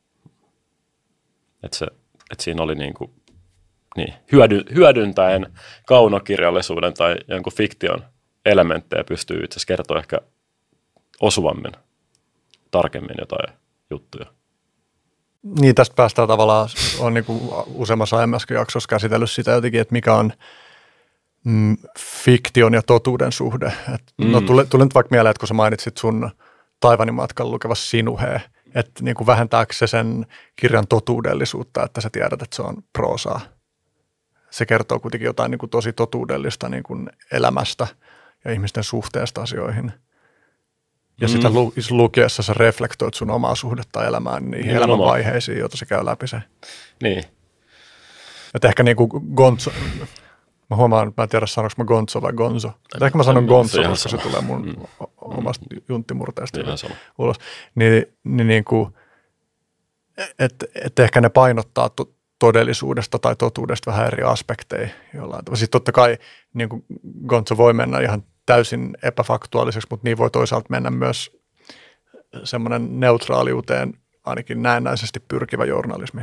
Että, se, että siinä oli niin kuin, niin, hyödy, hyödyntäen kaunokirjallisuuden tai jonkun fiktion elementtejä pystyy itse asiassa kertoa ehkä osuvammin, tarkemmin jotain juttuja. Niin, tästä päästään tavallaan, on niin kuin useammassa aiemmassa jaksossa käsitellyt sitä jotenkin, että mikä on mm, fiktion ja totuuden suhde. Et, mm. No tuli, tuli nyt vaikka mieleen, että kun sä mainitsit sun Taiwanin matkan lukevassa Sinuhe, että niin kuin vähentääkö se sen kirjan totuudellisuutta, että sä tiedät, että se on proosaa. Se kertoo kuitenkin jotain niin kuin tosi totuudellista niin kuin elämästä ja ihmisten suhteesta asioihin. Ja mm. sitä lu- lukiessa sä reflektoit sun omaa suhdetta elämään niihin niin elämänvaiheisiin, joita se käy läpi se. Niin. Että ehkä niin kuin Gonzo, mä huomaan, mä en tiedä sanoinko mä Gonzo vai Gonzo. Että ehkä mä sanon Gonzo, koska se, se tulee mun mm. omasta junttimurteesta ulos. Niin, niin, niin kuin, että et ehkä ne painottaa to- todellisuudesta tai totuudesta vähän eri aspekteja jollain tavalla. Sitten totta kai niin kuin Gonzo voi mennä ihan täysin epäfaktuaaliseksi, mutta niin voi toisaalta mennä myös semmoinen neutraaliuteen ainakin näennäisesti pyrkivä journalismi.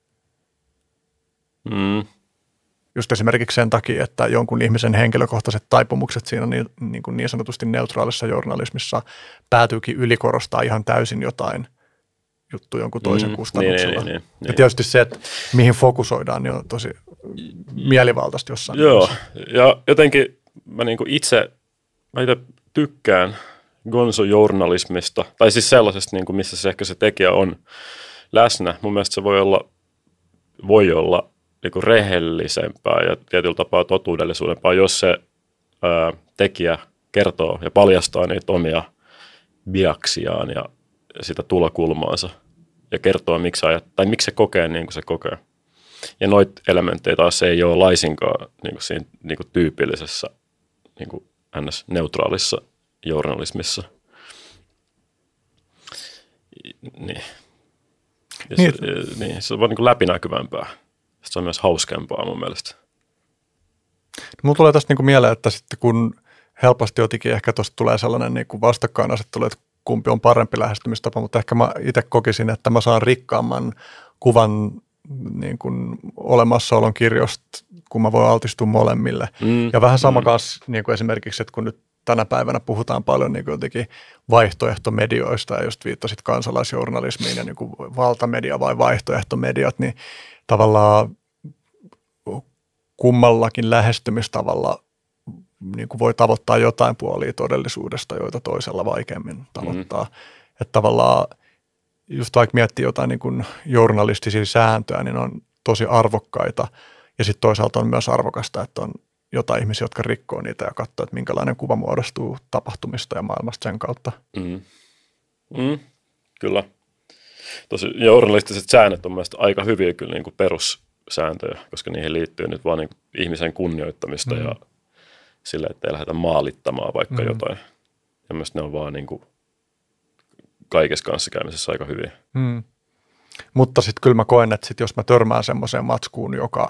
Mm. Just esimerkiksi sen takia, että jonkun ihmisen henkilökohtaiset taipumukset siinä niin, niin, kuin niin sanotusti neutraalissa journalismissa päätyykin ylikorostaa ihan täysin jotain juttu jonkun toisen mm, kustannuksella. Niin, niin, niin, niin. Ja tietysti se, että mihin fokusoidaan, niin on tosi mielivaltaista jossain. Joo, mielessä. ja jotenkin mä niinku itse, mä itse tykkään gonzo-journalismista, tai siis sellaisesta, niinku, missä se ehkä se tekijä on läsnä. Mun mielestä se voi olla, voi olla niinku rehellisempää ja tietyllä tapaa totuudellisuudempaa, jos se ää, tekijä kertoo ja paljastaa niitä omia biaksiaan ja sitä tulokulmaansa ja kertoo, miksi, ajat, tai miksi se kokee niin kuin se kokee. Ja noita elementtejä taas ei ole laisinkaan niin kuin siinä niin kuin tyypillisessä niin kuin ns-neutraalissa journalismissa. Niin. Niin. Se, niin, se on vaan niin kuin läpinäkyvämpää. Se on myös hauskempaa mun mielestä. Mulla tulee tästä niin kuin mieleen, että sitten kun helposti jotenkin ehkä tuosta tulee sellainen niin kuin vastakkainasettelu, että kumpi on parempi lähestymistapa, mutta ehkä mä itse kokisin, että mä saan rikkaamman kuvan niin kuin olemassaolon kirjosta, kun mä voin altistua molemmille. Mm, ja vähän sama mm. kanssa niin kuin esimerkiksi, että kun nyt tänä päivänä puhutaan paljon niin kuin jotenkin vaihtoehtomedioista ja just viittasit kansalaisjournalismiin ja niin kuin valtamedia vai vaihtoehtomediat, niin tavallaan kummallakin lähestymistavalla niin kuin voi tavoittaa jotain puolia todellisuudesta, joita toisella vaikeammin tavoittaa. Mm. Että tavallaan just vaikka miettii jotain niin kuin journalistisia sääntöjä, niin on tosi arvokkaita. Ja sitten toisaalta on myös arvokasta, että on jotain ihmisiä, jotka rikkoo niitä ja katsoo, että minkälainen kuva muodostuu tapahtumista ja maailmasta sen kautta. Mm. Mm. Kyllä. Tosi journalistiset säännöt on mielestäni aika hyviä kyllä niin kuin perussääntöjä, koska niihin liittyy nyt vaan niin kuin ihmisen kunnioittamista mm. ja sille, että ei lähdetä maalittamaan vaikka mm. jotain. Ja myös ne on vaan niin kuin kaikessa kanssakäymisessä aika hyviä. Mm. Mutta sitten kyllä mä koen, että sit jos mä törmään semmoiseen matskuun, joka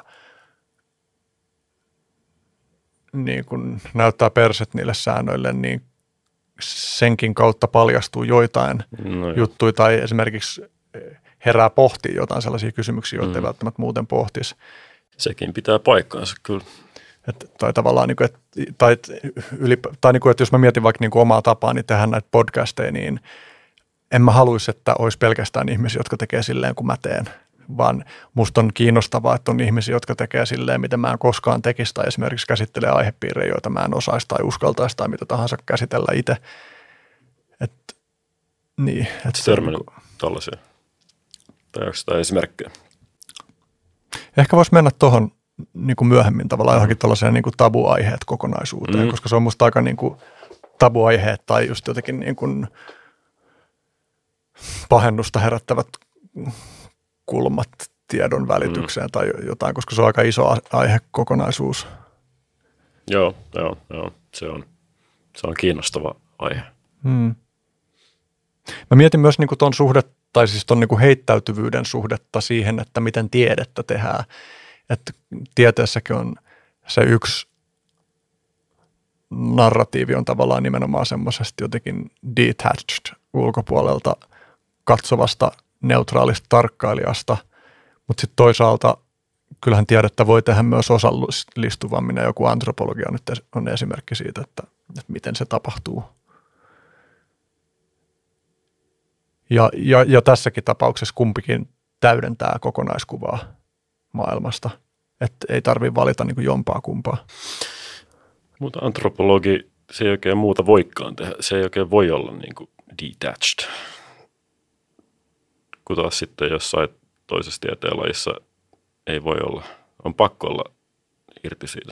niin kun näyttää perset niille säännöille, niin senkin kautta paljastuu joitain no juttuja tai esimerkiksi herää pohtia jotain sellaisia kysymyksiä, joita mm. ei välttämättä muuten pohtisi. Sekin pitää paikkaansa kyllä. Et, tai tavallaan, niin kuin, et, tai, yli, tai niin kuin, että jos mä mietin vaikka niin kuin omaa tapaani tehdä näitä podcasteja, niin en mä haluaisi, että olisi pelkästään ihmisiä, jotka tekee silleen, kuin mä teen, vaan musta on kiinnostavaa, että on ihmisiä, jotka tekee silleen, mitä mä en koskaan tekisi, tai esimerkiksi käsittelee aihepiirejä, joita mä en osaisi tai uskaltaisi tai mitä tahansa käsitellä itse. Et, niin, et Törmännyt niin tällaisia? Tai onko sitä esimerkkejä? Ehkä voisi mennä tuohon niin kuin myöhemmin tavallaan mm. johonkin tällaiseen niin kuin tabuaiheet kokonaisuuteen, mm. koska se on musta aika niin kuin tabuaiheet tai just jotenkin niin kuin pahennusta herättävät kulmat tiedon välitykseen mm. tai jotain, koska se on aika iso aihekokonaisuus. Joo, joo, joo. Se on, se on kiinnostava aihe. Mm. Mä mietin myös niin kuin ton suhdet, tai siis ton niin kuin heittäytyvyyden suhdetta siihen, että miten tiedettä tehdään. Että tieteessäkin on se yksi narratiivi on tavallaan nimenomaan semmoisesti jotenkin detached ulkopuolelta katsovasta neutraalista tarkkailijasta, mutta sitten toisaalta kyllähän tiedettä voi tehdä myös osallistuvammin ja joku antropologia nyt on esimerkki siitä, että, että miten se tapahtuu. Ja, ja, ja tässäkin tapauksessa kumpikin täydentää kokonaiskuvaa maailmasta, että ei tarvitse valita niin kuin jompaa kumpaa. Mutta antropologi, se ei oikein muuta voikaan tehdä, se ei oikein voi olla niin kuin detached. Kun taas sitten jossain toisessa tieteenlajissa ei voi olla, on pakko olla irti siitä.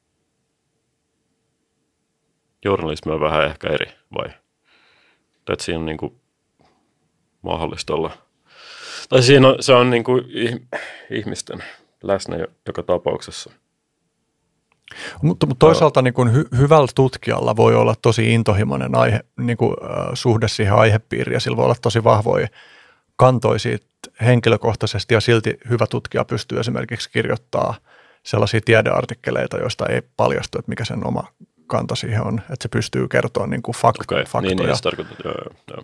Journalismi on vähän ehkä eri, vai? Tai että siinä on niin kuin mahdollista olla. Tai siinä on, se on niin kuin ihmisten läsnä joka tapauksessa. Mutta, mutta toisaalta niin kuin hy, hyvällä tutkijalla voi olla tosi intohimoinen aihe, niin kuin, äh, suhde siihen aihepiiriin ja sillä voi olla tosi vahvoja kantoja siitä henkilökohtaisesti ja silti hyvä tutkija pystyy esimerkiksi kirjoittamaan sellaisia tiedeartikkeleita, joista ei paljastu, että mikä sen oma kanta siihen on, että se pystyy kertoa niin kuin fakt, okay. faktoja. Niin, niin se tarkoittaa, joo, joo, joo.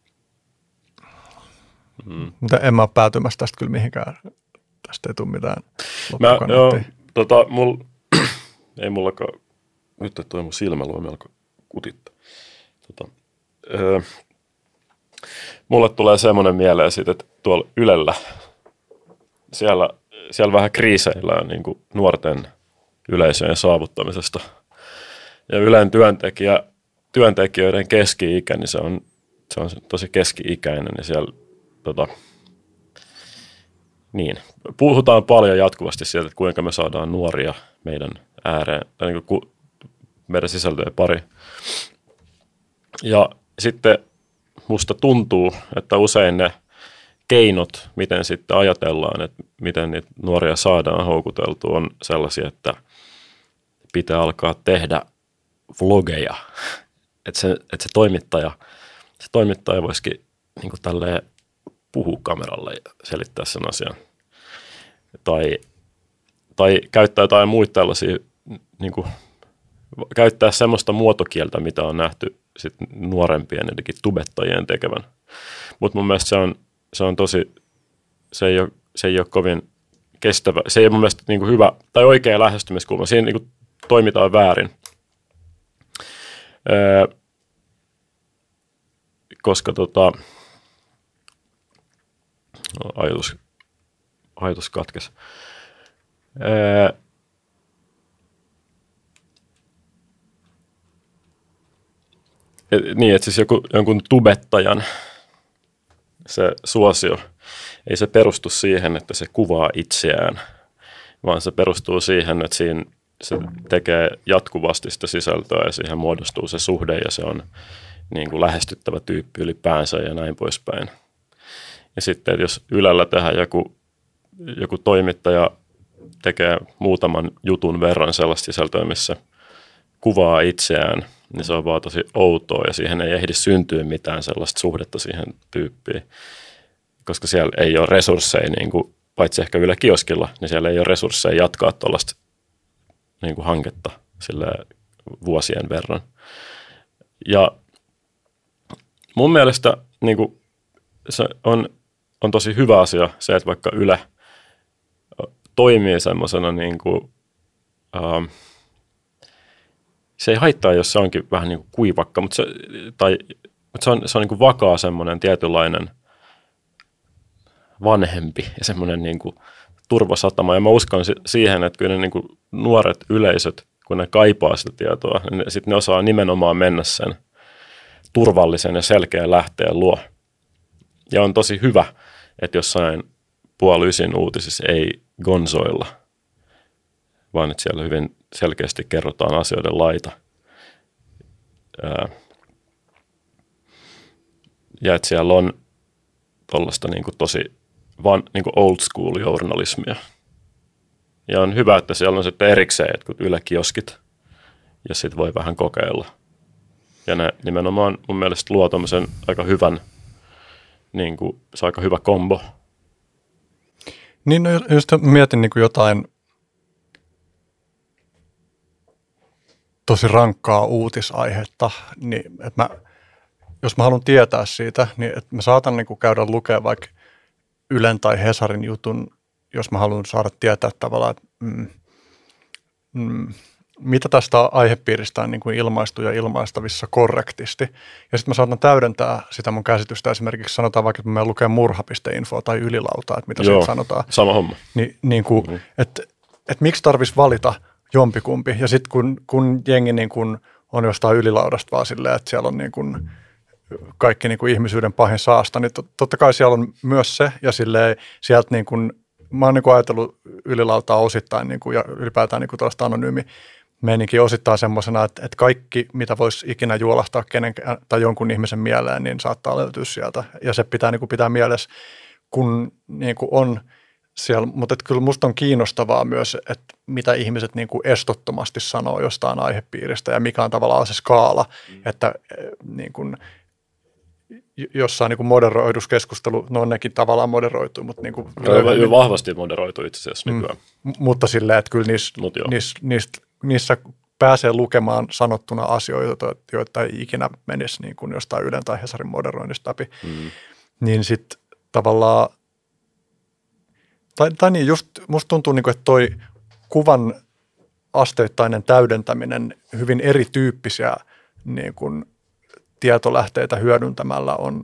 Mm. Mutta en mä ole päätymässä tästä kyllä mihinkään. Tästä ei tule mitään loppukannatta. Joo, tota, mul, ei mullakaan, nyt toi mun silmä luo melko kutittaa. Tota, öö, mulle tulee semmoinen mieleen siitä, että tuolla Ylellä, siellä, siellä vähän kriiseillään niin kuin nuorten yleisöjen saavuttamisesta. Ja Ylen työntekijä, työntekijöiden keski-ikä, niin se on, se on tosi keski-ikäinen ja siellä tota, niin, puhutaan paljon jatkuvasti sieltä, että kuinka me saadaan nuoria meidän ääreen, tai niin kuin meidän sisältöjen pari. Ja sitten musta tuntuu, että usein ne keinot, miten sitten ajatellaan, että miten niitä nuoria saadaan houkuteltua, on sellaisia, että pitää alkaa tehdä vlogeja. Että se, että se toimittaja, se toimittaja voisikin niin kuin tälleen puhua kameralle ja selittää sen asian. Tai, tai käyttää jotain muita tällaisia, niin kuin, käyttää semmoista muotokieltä, mitä on nähty sit nuorempien etenkin tubettajien tekevän. Mutta mun mielestä se on, se on tosi, se ei ole, se ei ole kovin kestävä, se ei ole mun mielestä niin kuin hyvä tai oikea lähestymiskulma. Siinä niin kuin toimitaan väärin. Öö, koska tota, ajatus, ajatus katkesi. Öö, et, niin, että siis joku, jonkun tubettajan se suosio, ei se perustu siihen, että se kuvaa itseään, vaan se perustuu siihen, että siinä se tekee jatkuvasti sitä sisältöä ja siihen muodostuu se suhde ja se on niin kuin lähestyttävä tyyppi ylipäänsä ja näin poispäin. Ja sitten, että jos Ylellä tehdään joku, joku toimittaja tekee muutaman jutun verran sellaista sisältöä, missä kuvaa itseään, niin se on vaan tosi outoa ja siihen ei ehdi syntyä mitään sellaista suhdetta siihen tyyppiin, koska siellä ei ole resursseja, niin kuin, paitsi ehkä Yle Kioskilla, niin siellä ei ole resursseja jatkaa tuollaista niin kuin hanketta sille vuosien verran. Ja mun mielestä niin kuin, se on, on tosi hyvä asia se, että vaikka Yle toimii semmoisena, niin kuin, ähm, se ei haittaa, jos se onkin vähän niin kuin kuivakka, mutta se, tai, mutta se on, se on niin kuin vakaa semmoinen tietynlainen vanhempi ja semmoinen niin kuin turvasatama. Ja mä uskon siihen, että kyllä ne niin kuin nuoret yleisöt, kun ne kaipaa sitä tietoa, niin sitten ne osaa nimenomaan mennä sen turvallisen ja selkeän lähteen luo. Ja on tosi hyvä, että jossain puoli ysin uutisissa ei gonzoilla, vaan että siellä hyvin selkeästi kerrotaan asioiden laita. Ja että siellä on tuollaista niin kuin tosi van, niin kuin old school journalismia. Ja on hyvä, että siellä on sitten erikseen jotkut Yle Kioskit ja sitten voi vähän kokeilla. Ja ne nimenomaan mun mielestä luo tommosen aika hyvän, niin kuin, se on aika hyvä kombo. Niin, no just mietin niin kuin jotain tosi rankkaa uutisaihetta, niin että mä, jos mä haluan tietää siitä, niin että mä saatan niin kuin käydä lukea vaikka Ylen tai Hesarin jutun, jos mä haluan saada tietää tavallaan, että mm, mm, mitä tästä aihepiiristä on niin kuin ilmaistu ja ilmaistavissa korrektisti. Ja sitten mä saatan täydentää sitä mun käsitystä. Esimerkiksi sanotaan vaikka, että mä lukee murha piste info tai Ylilauta, että mitä Joo, siitä sanotaan. Sama homma. Ni, niin kuin, mm-hmm. että et miksi tarvitsisi valita jompikumpi. Ja sitten kun, kun jengi niin kuin on jostain Ylilaudasta vaan silleen, että siellä on niin kuin kaikki niin kuin ihmisyyden pahin saasta, niin totta kai siellä on myös se. Ja silleen sieltä niin kuin, mä oon niin kuin ajatellut Ylilautaa osittain niin kuin, ja ylipäätään niin kuin tuollaista anonyymi meininkin osittain semmoisena, että, että kaikki, mitä voisi ikinä juolahtaa kenenkään tai jonkun ihmisen mieleen, niin saattaa löytyä sieltä. Ja se pitää niin kuin pitää mielessä, kun niin kuin on siellä. Mutta että kyllä musta on kiinnostavaa myös, että mitä ihmiset niin kuin estottomasti sanoo jostain aihepiiristä ja mikä on tavallaan se skaala, mm. että niin kuin jossain niin kuin moderoidus keskustelu, no nekin tavallaan moderoituu, mutta niin kuin no, vahvasti moderoitu itse asiassa nykyään. Mm, mutta silleen, että kyllä niissä, niissä, niissä niissä pääsee lukemaan sanottuna asioita, joita ei ikinä menisi niin kuin jostain Ylen tai Hesarin moderoinnista läpi. Mm. Niin sitten tavallaan, tai, tai niin just musta tuntuu, niin kuin, että toi kuvan asteittainen täydentäminen hyvin erityyppisiä niin kuin tietolähteitä hyödyntämällä on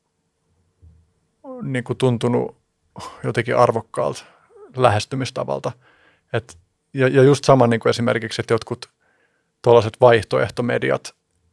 niin kuin tuntunut jotenkin arvokkaalta lähestymistavalta. Et, ja, ja just sama niin kuin esimerkiksi, että jotkut tuollaiset vaihtoehtomediat,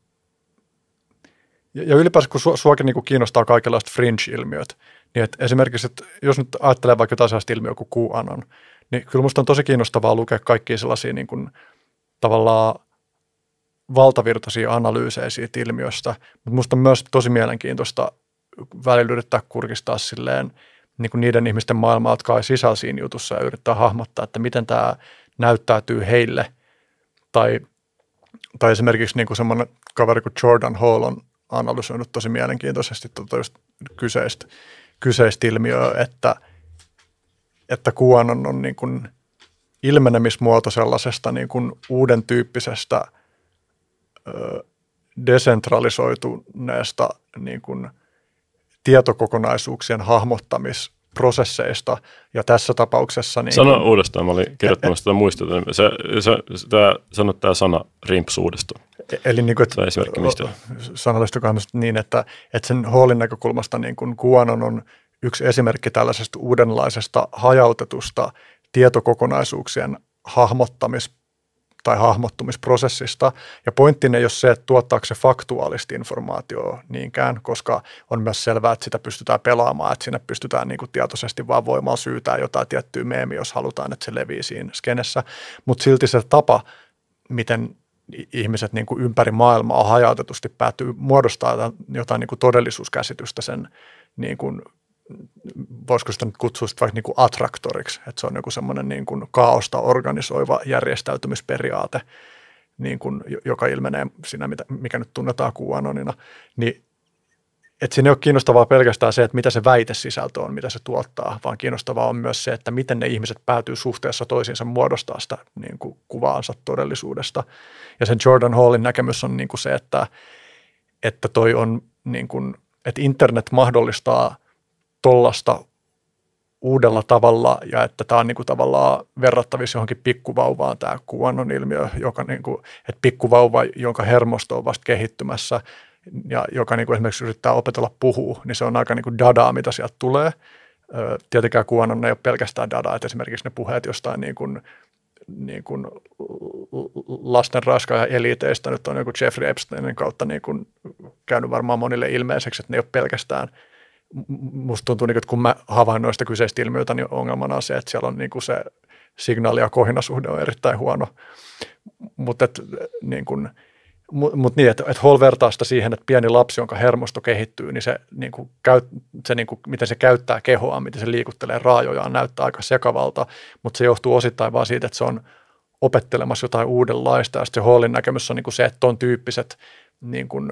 ja, ja ylipäänsä kun su, suakin niin kuin kiinnostaa kaikenlaiset fringe-ilmiöt, niin että esimerkiksi, että jos nyt ajattelee vaikka jotain sellaista ilmiöä kuin QAnon, niin kyllä musta on tosi kiinnostavaa lukea kaikkia sellaisia niin kuin, tavallaan valtavirtaisia analyysejä siitä ilmiöstä, mutta musta on myös tosi mielenkiintoista välillä yrittää kurkistaa silleen niin kuin niiden ihmisten maailmaa, jotka on sisällä siinä jutussa ja yrittää hahmottaa, että miten tämä näyttäytyy heille. Tai, tai esimerkiksi niin kuin semmoinen kaveri kuin Jordan Hall on analysoinut tosi mielenkiintoisesti tuota just kyseistä, kyseistä ilmiöä, että, että QAnon on niin kuin ilmenemismuoto sellaisesta niin kuin uuden tyyppisestä ö, desentralisoituneesta niin kuin tietokokonaisuuksien hahmottamisprosesseista, ja tässä tapauksessa... Niin Sano kun, uudestaan, mä olin kirjoittamassa sitä muistota. Se, se, se, sanot tämä sana rimpsuudesta. Eli niin kuin, tämä esimerkki mistä? Sanotaanko niin, että, että sen Hallin näkökulmasta niin kuin QAnon on yksi esimerkki tällaisesta uudenlaisesta hajautetusta tietokokonaisuuksien hahmottamis- tai hahmottumisprosessista. Ja pointtinen ei ole se, että tuottaako se faktuaalista informaatiota niinkään, koska on myös selvää, että sitä pystytään pelaamaan, että sinne pystytään niin kuin tietoisesti vaan voimalla syytää jotain tiettyä meemiä, jos halutaan, että se levii siinä skenessä. Mutta silti se tapa, miten ihmiset niin kuin ympäri maailmaa hajautetusti päätyy muodostaa jotain niin kuin todellisuuskäsitystä sen, niin kuin, voisiko sitä nyt kutsua sitä vaikka niin kuin attraktoriksi, että se on joku semmoinen niin kuin kaaosta organisoiva järjestäytymisperiaate, niin kuin, joka ilmenee siinä, mikä nyt tunnetaan QAnonina, niin että siinä ei ole kiinnostavaa pelkästään se, että mitä se väitesisältö on, mitä se tuottaa, vaan kiinnostavaa on myös se, että miten ne ihmiset päätyy suhteessa toisiinsa muodostaa sitä niin kuin kuvaansa todellisuudesta. Ja sen Jordan Hallin näkemys on niin kuin se, että, että toi on niin kuin, että internet mahdollistaa tollasta uudella tavalla ja että tämä on niin kuin tavallaan verrattavissa johonkin pikkuvauvaan tämä QAnon ilmiö, joka niin kuin, että pikkuvauva, jonka hermosto on vasta kehittymässä ja joka niin kuin esimerkiksi yrittää opetella puhua, niin se on aika niin kuin dadaa, mitä sieltä tulee. Tietenkään QAnon ei ole pelkästään dadaa, että esimerkiksi ne puheet jostain niin kuin, niin kuin lasten raskaajan eliteistä nyt on joku Jeffrey Epsteinin kautta niin kuin käynyt varmaan monille ilmeiseksi, että ne ei ole pelkästään. Musta tuntuu, että kun mä havainnoin sitä kyseistä ilmiötä, niin ongelmana on se, että siellä on niin kuin se signaali- ja kohinasuhde on erittäin huono. Mutta niin kuin, mut niin, että et Hall vertaa sitä siihen, että pieni lapsi, jonka hermosto kehittyy, niin se, niin kuin, se niin kuin, miten se käyttää kehoa, miten se liikuttelee raajojaan, näyttää aika sekavalta, mutta se johtuu osittain vaan siitä, että se on opettelemassa jotain uudenlaista. Ja sitten se Hallin näkemys on niin kuin se, että ton tyyppiset niin kuin,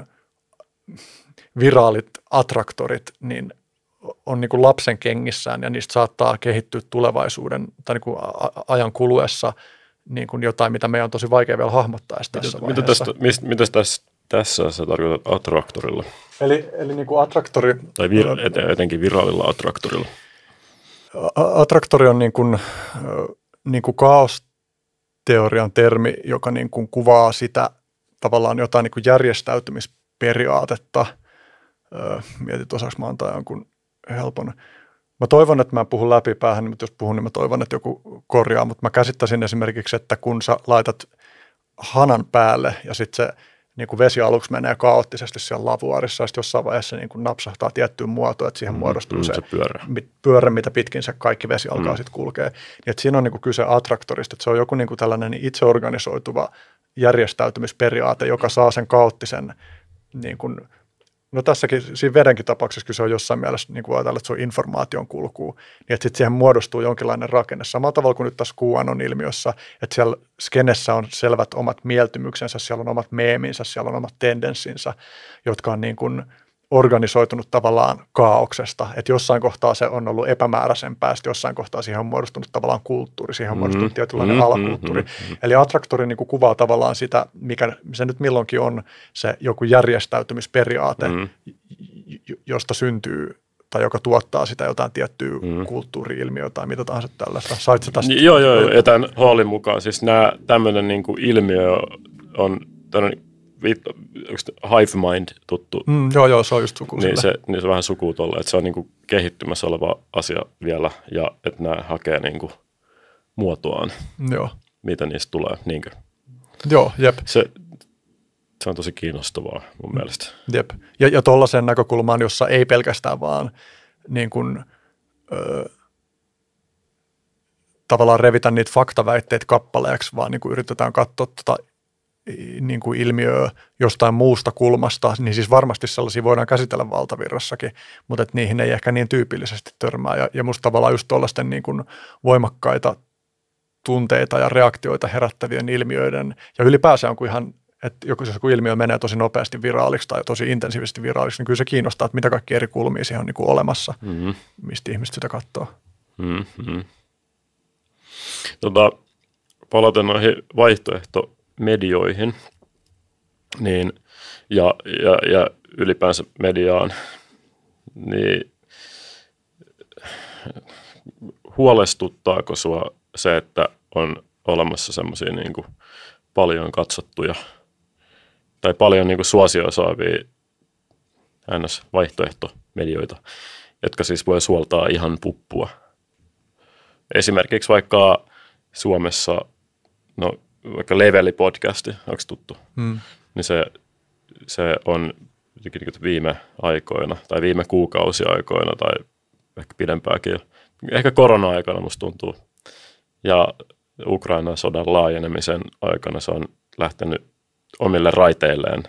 viraalit attraktorit, niin on niin kuin lapsen kengissään ja niistä saattaa kehittyä tulevaisuuden tai niin kuin ajan kuluessa niin kuin jotain, mitä meidän on tosi vaikea vielä hahmottaa tässä mitä, vaiheessa. Mitä, tästä, mist, mitä tässä, tässä sä tarkoitat attraktorilla? Eli, eli niin kuin attraktori... Tai vir, et, etenkin viraalilla attraktorilla. Attraktori on niin kuin, niin kuin kaosteorian termi, joka niin kuin kuvaa sitä tavallaan jotain niin kuin järjestäytymisperiaatetta. Mietit, osaanko mä antaa jonkun helpon. Mä toivon, että mä puhun läpi päähän, mutta jos puhun, niin mä toivon, että joku korjaa. Mutta mä käsittäisin esimerkiksi, että kun sä laitat hanan päälle ja sitten se niin kuin vesi aluksi menee kaoottisesti siellä lavuaarissa ja sitten jossain vaiheessa niin kuin napsahtaa tiettyyn muotoon, että siihen mm, muodostuu mm, se, se pyörä. pyörä, mitä pitkin se kaikki vesi alkaa mm. sitten kulkea. Niin, että siinä on niin kuin kyse attraktorista, että se on joku niin kuin tällainen itseorganisoituva järjestäytymisperiaate, joka saa sen kaoottisen niin kuin no tässäkin, siinä vedenkin tapauksessa kyse on jossain mielessä, niin kuin ajatellaan, että se on informaation kulkuu, niin että sitten siihen muodostuu jonkinlainen rakenne. Samalla tavalla kuin nyt tässä QAnon ilmiössä, että siellä skenessä on selvät omat mieltymyksensä, siellä on omat meeminsä, siellä on omat tendenssinsä, jotka on niin kuin organisoitunut tavallaan kaauksesta, että jossain kohtaa se on ollut epämääräisempää, sitten jossain kohtaa siihen on muodostunut tavallaan kulttuuri, siihen on muodostunut tietynlainen mm, alakulttuuri. Mm, mm, Eli attraktori niin kuin kuvaa tavallaan sitä, mikä se nyt milloinkin on se joku järjestäytymisperiaate, mm. josta syntyy tai joka tuottaa sitä jotain tiettyä mm. kulttuuri-ilmiötä tai mitä tahansa tällaista. Sait sä tästä? Joo, joo, ja tämän Hallin mukaan siis nämä tämmöinen niin kuin ilmiö on tämmöinen hive mind tuttu. Mm, joo, joo, se on just suku niin se, niin se on vähän sukuu tolle, että se on niin kuin kehittymässä oleva asia vielä ja että nämä hakee niin kuin muotoaan, joo. mitä niistä tulee. Niinkö? Joo, jep. Se, se on tosi kiinnostavaa mun mielestä. Jep. Ja, ja tuollaisen näkökulmaan, jossa ei pelkästään vaan niin kuin, ö, tavallaan revitä niitä faktaväitteitä kappaleeksi, vaan niin kuin yritetään katsoa tota niin kuin ilmiöä jostain muusta kulmasta, niin siis varmasti sellaisia voidaan käsitellä valtavirrassakin, mutta että niihin ei ehkä niin tyypillisesti törmää. Ja, ja musta tavallaan just tuollaisten niin kuin voimakkaita tunteita ja reaktioita herättävien ilmiöiden, ja ylipäänsä on kuin ihan, että joku, jos joku ilmiö menee tosi nopeasti viraaliksi tai tosi intensiivisesti viraaliksi, niin kyllä se kiinnostaa, että mitä kaikki eri kulmia siihen on niin kuin olemassa, mm-hmm. mistä ihmiset sitä katsoo. Mm-hmm. Tota, palaten noihin vaihtoehtomedioihin niin, ja, ja, ja ylipäänsä mediaan, niin huolestuttaako sua se, että on olemassa semmoisia niin kuin paljon katsottuja tai paljon niin kuin suosioa saavia ns. Vaihtoehtomedioita, jotka siis voi suoltaa ihan puppua. Esimerkiksi vaikka Suomessa, no vaikka Leveli-podcasti, onko tuttu? Hmm. Niin se, se on viime aikoina tai viime kuukausiaikoina tai ehkä pidempääkin, ehkä korona-aikana musta tuntuu. Ja Ukrainan sodan laajenemisen aikana se on lähtenyt omille raiteilleen.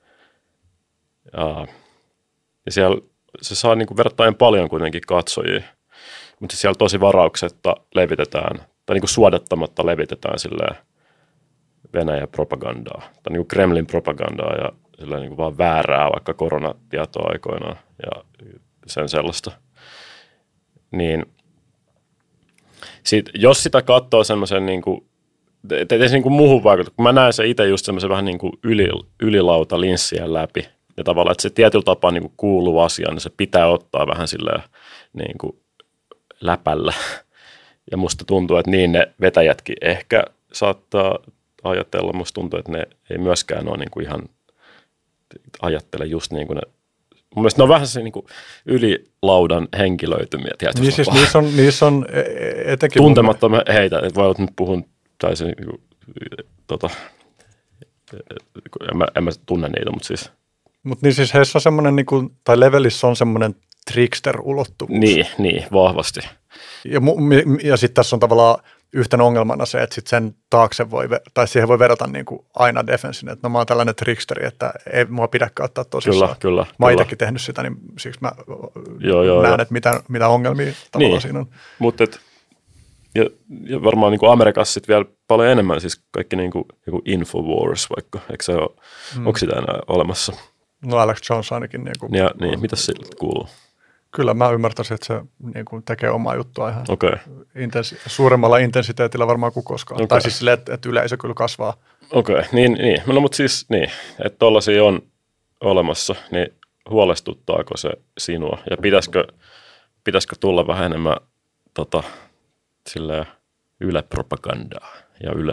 Ja, ja siellä se saa niin kuin verrattain paljon kuitenkin katsojia, mutta siellä tosi varauksetta levitetään, tai niin kuin suodattamatta levitetään silleen Venäjän propagandaa, tai niin kuin Kremlin propagandaa ja silleen niin kuin vaan väärää vaikka koronatietoa aikoinaan ja sen sellaista. Niin Sit, jos sitä katsoo semmoisen, niin kuin, ettei se niin kuin muuhun vaikuta, kun mä näen se itse just semmoisen vähän niin kuin yli, ylilauta linssien läpi, ja tavallaan, että se tietyllä tapaa niin kuin kuuluu asiaan, niin se pitää ottaa vähän silleen niin kuin läpällä. Ja musta tuntuu, että niin ne vetäjätkin ehkä saattaa ajatella, musta tuntuu, että ne ei myöskään ole niin kuin ihan ajattele just niin kuin ne. Mun mielestä ne on vähän se niin kuin ylilaudan henkilöitymiä. Niin siis niissä on, niissä on etenkin tuntemattomia heitä, että voi nyt puhun, tai se, niin kuin, tota, en mä, en mä tunne niitä, mutta siis. Mutta niin siis heissä on semmoinen, niin kuin, tai levelissä on semmoinen trickster-ulottuvuus. Niin, niin, vahvasti. Ja, ja sitten tässä on tavallaan yhtenä ongelmana se, että sit sen taakse voi, tai siihen voi verrata niin kuin aina defensin, että no mä oon tällainen tricksteri, että ei mua pidäkään ottaa tosissaan. Kyllä, kyllä. Mä oon itsekin tehnyt sitä, niin siksi mä joo, joo, näen, joo. että mitä, mitä ongelmia tavallaan niin, siinä on. Mutta ja, ja varmaan niin kuin Amerikassa sitten vielä paljon enemmän, siis kaikki niin kuin, niin Infowars vaikka, eikö se ole, hmm. onko sitä enää olemassa? No Alex Jones ainakin. Niin kuin, ja, niin, mitä sille kuuluu? Kyllä mä ymmärtäisin, että se niin kuin tekee omaa juttua ihan okay. intensi- suuremmalla intensiteetillä varmaan kuin koskaan. Okay. Tai siis silleen, että, että yleisö kyllä kasvaa. Okei, okay. niin, niin. No mutta siis niin, että tollaisia on olemassa, niin huolestuttaako se sinua? Ja pitäisikö, pitäisikö tulla vähän enemmän tota, silleen ylepropagandaa ja yle,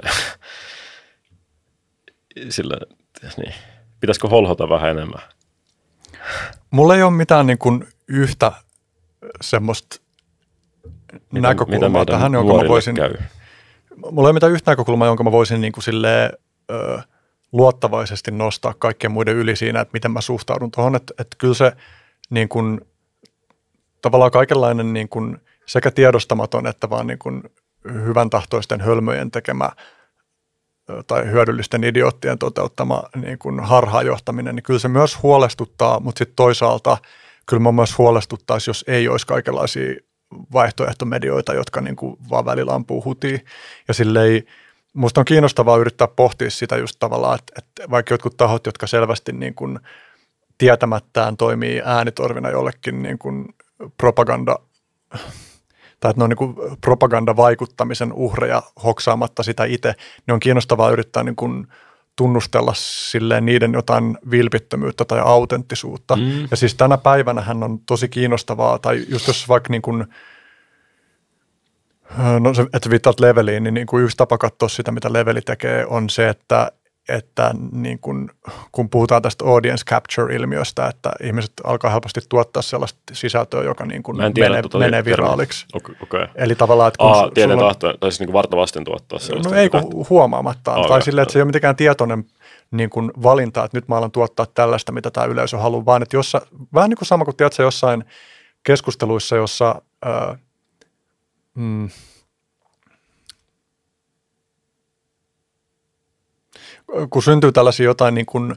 silleen, niin. Pitäisikö holhota vähän enemmän? Mulla ei ole mitään niin kuin yhtä semmoista mitä, näkökulmaa mitä tähän, jonka mä voisin, käy? Mulla ei ole mitään yhtä näkökulmaa, jonka mä voisin niin kuin silleen, ö, luottavaisesti nostaa kaikkien muiden yli siinä, että miten mä suhtaudun tuohon, että, että kyllä se niin kuin, tavallaan kaikenlainen niin kuin, sekä tiedostamaton että vaan niin kuin hyvän tahtoisten hölmöjen tekemä tai hyödyllisten idioottien toteuttama niin kuin harhaanjohtaminen, niin kyllä se myös huolestuttaa, mutta sitten toisaalta kyllä mä myös huolestuttaisi, jos ei olisi kaikenlaisia vaihtoehtomedioita, jotka niin kuin vaan välillä ampuu hutiin. Ja silleen, musta on kiinnostavaa yrittää pohtia sitä just tavallaan, että, että vaikka jotkut tahot, jotka selvästi niin kuin tietämättään toimii äänitorvina jollekin niin kuin propaganda, tai että ne on niin kuin propagandavaikuttamisen uhreja hoksaamatta sitä itse, niin on kiinnostavaa yrittää niin kuin tunnustella silleen niiden jotain vilpittömyyttä tai autenttisuutta. Mm. Ja siis tänä päivänä hän on tosi kiinnostavaa, tai just jos vaikka niin kuin, no se, että viittaat Leveliin, niin, niin kuin yksi tapa katsoa sitä, mitä Leveli tekee, on se, että että niin kun, kun puhutaan tästä audience capture-ilmiöstä, että ihmiset alkaa helposti tuottaa sellaista sisältöä, joka niin kun menee, tuota menee viraaliksi. Okay, okay. Eli tavallaan, että kun Aa, tieten sulla... tahto, tai siis niin vartavasten tuottaa sellaista. No ei kun huomaamattaan. Oh, tai silleen, että se ei ole mitenkään tietoinen niin kun valinta, että nyt mä alan tuottaa tällaista, mitä tämä yleisö haluaa, vaan että jossa, vähän niin kuin sama kuin tiedätkö, jossain keskusteluissa, jossa ää, mm, kun syntyy tällaisia jotain niin kuin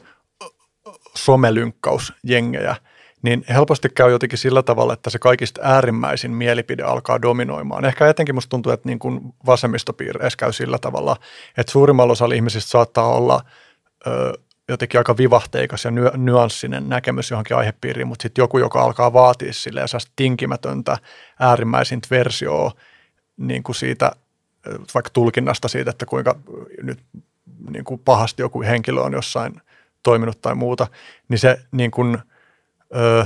somelynkkausjengejä, niin helposti käy jotenkin sillä tavalla, että se kaikista äärimmäisin mielipide alkaa dominoimaan. Ehkä etenkin musta tuntuu, että niin kuin vasemmistopiireissä käy sillä tavalla, että suurimmalla osalla ihmisistä saattaa olla ö, jotenkin aika vivahteikas ja ny- nyanssinen näkemys johonkin aihepiiriin, mutta sitten joku, joka alkaa vaatia silleen tinkimätöntä äärimmäisintä versioa niin kuin siitä, vaikka tulkinnasta siitä, että kuinka nyt niin kuin pahasti joku henkilö on jossain toiminut tai muuta, niin se, niin kuin, öö,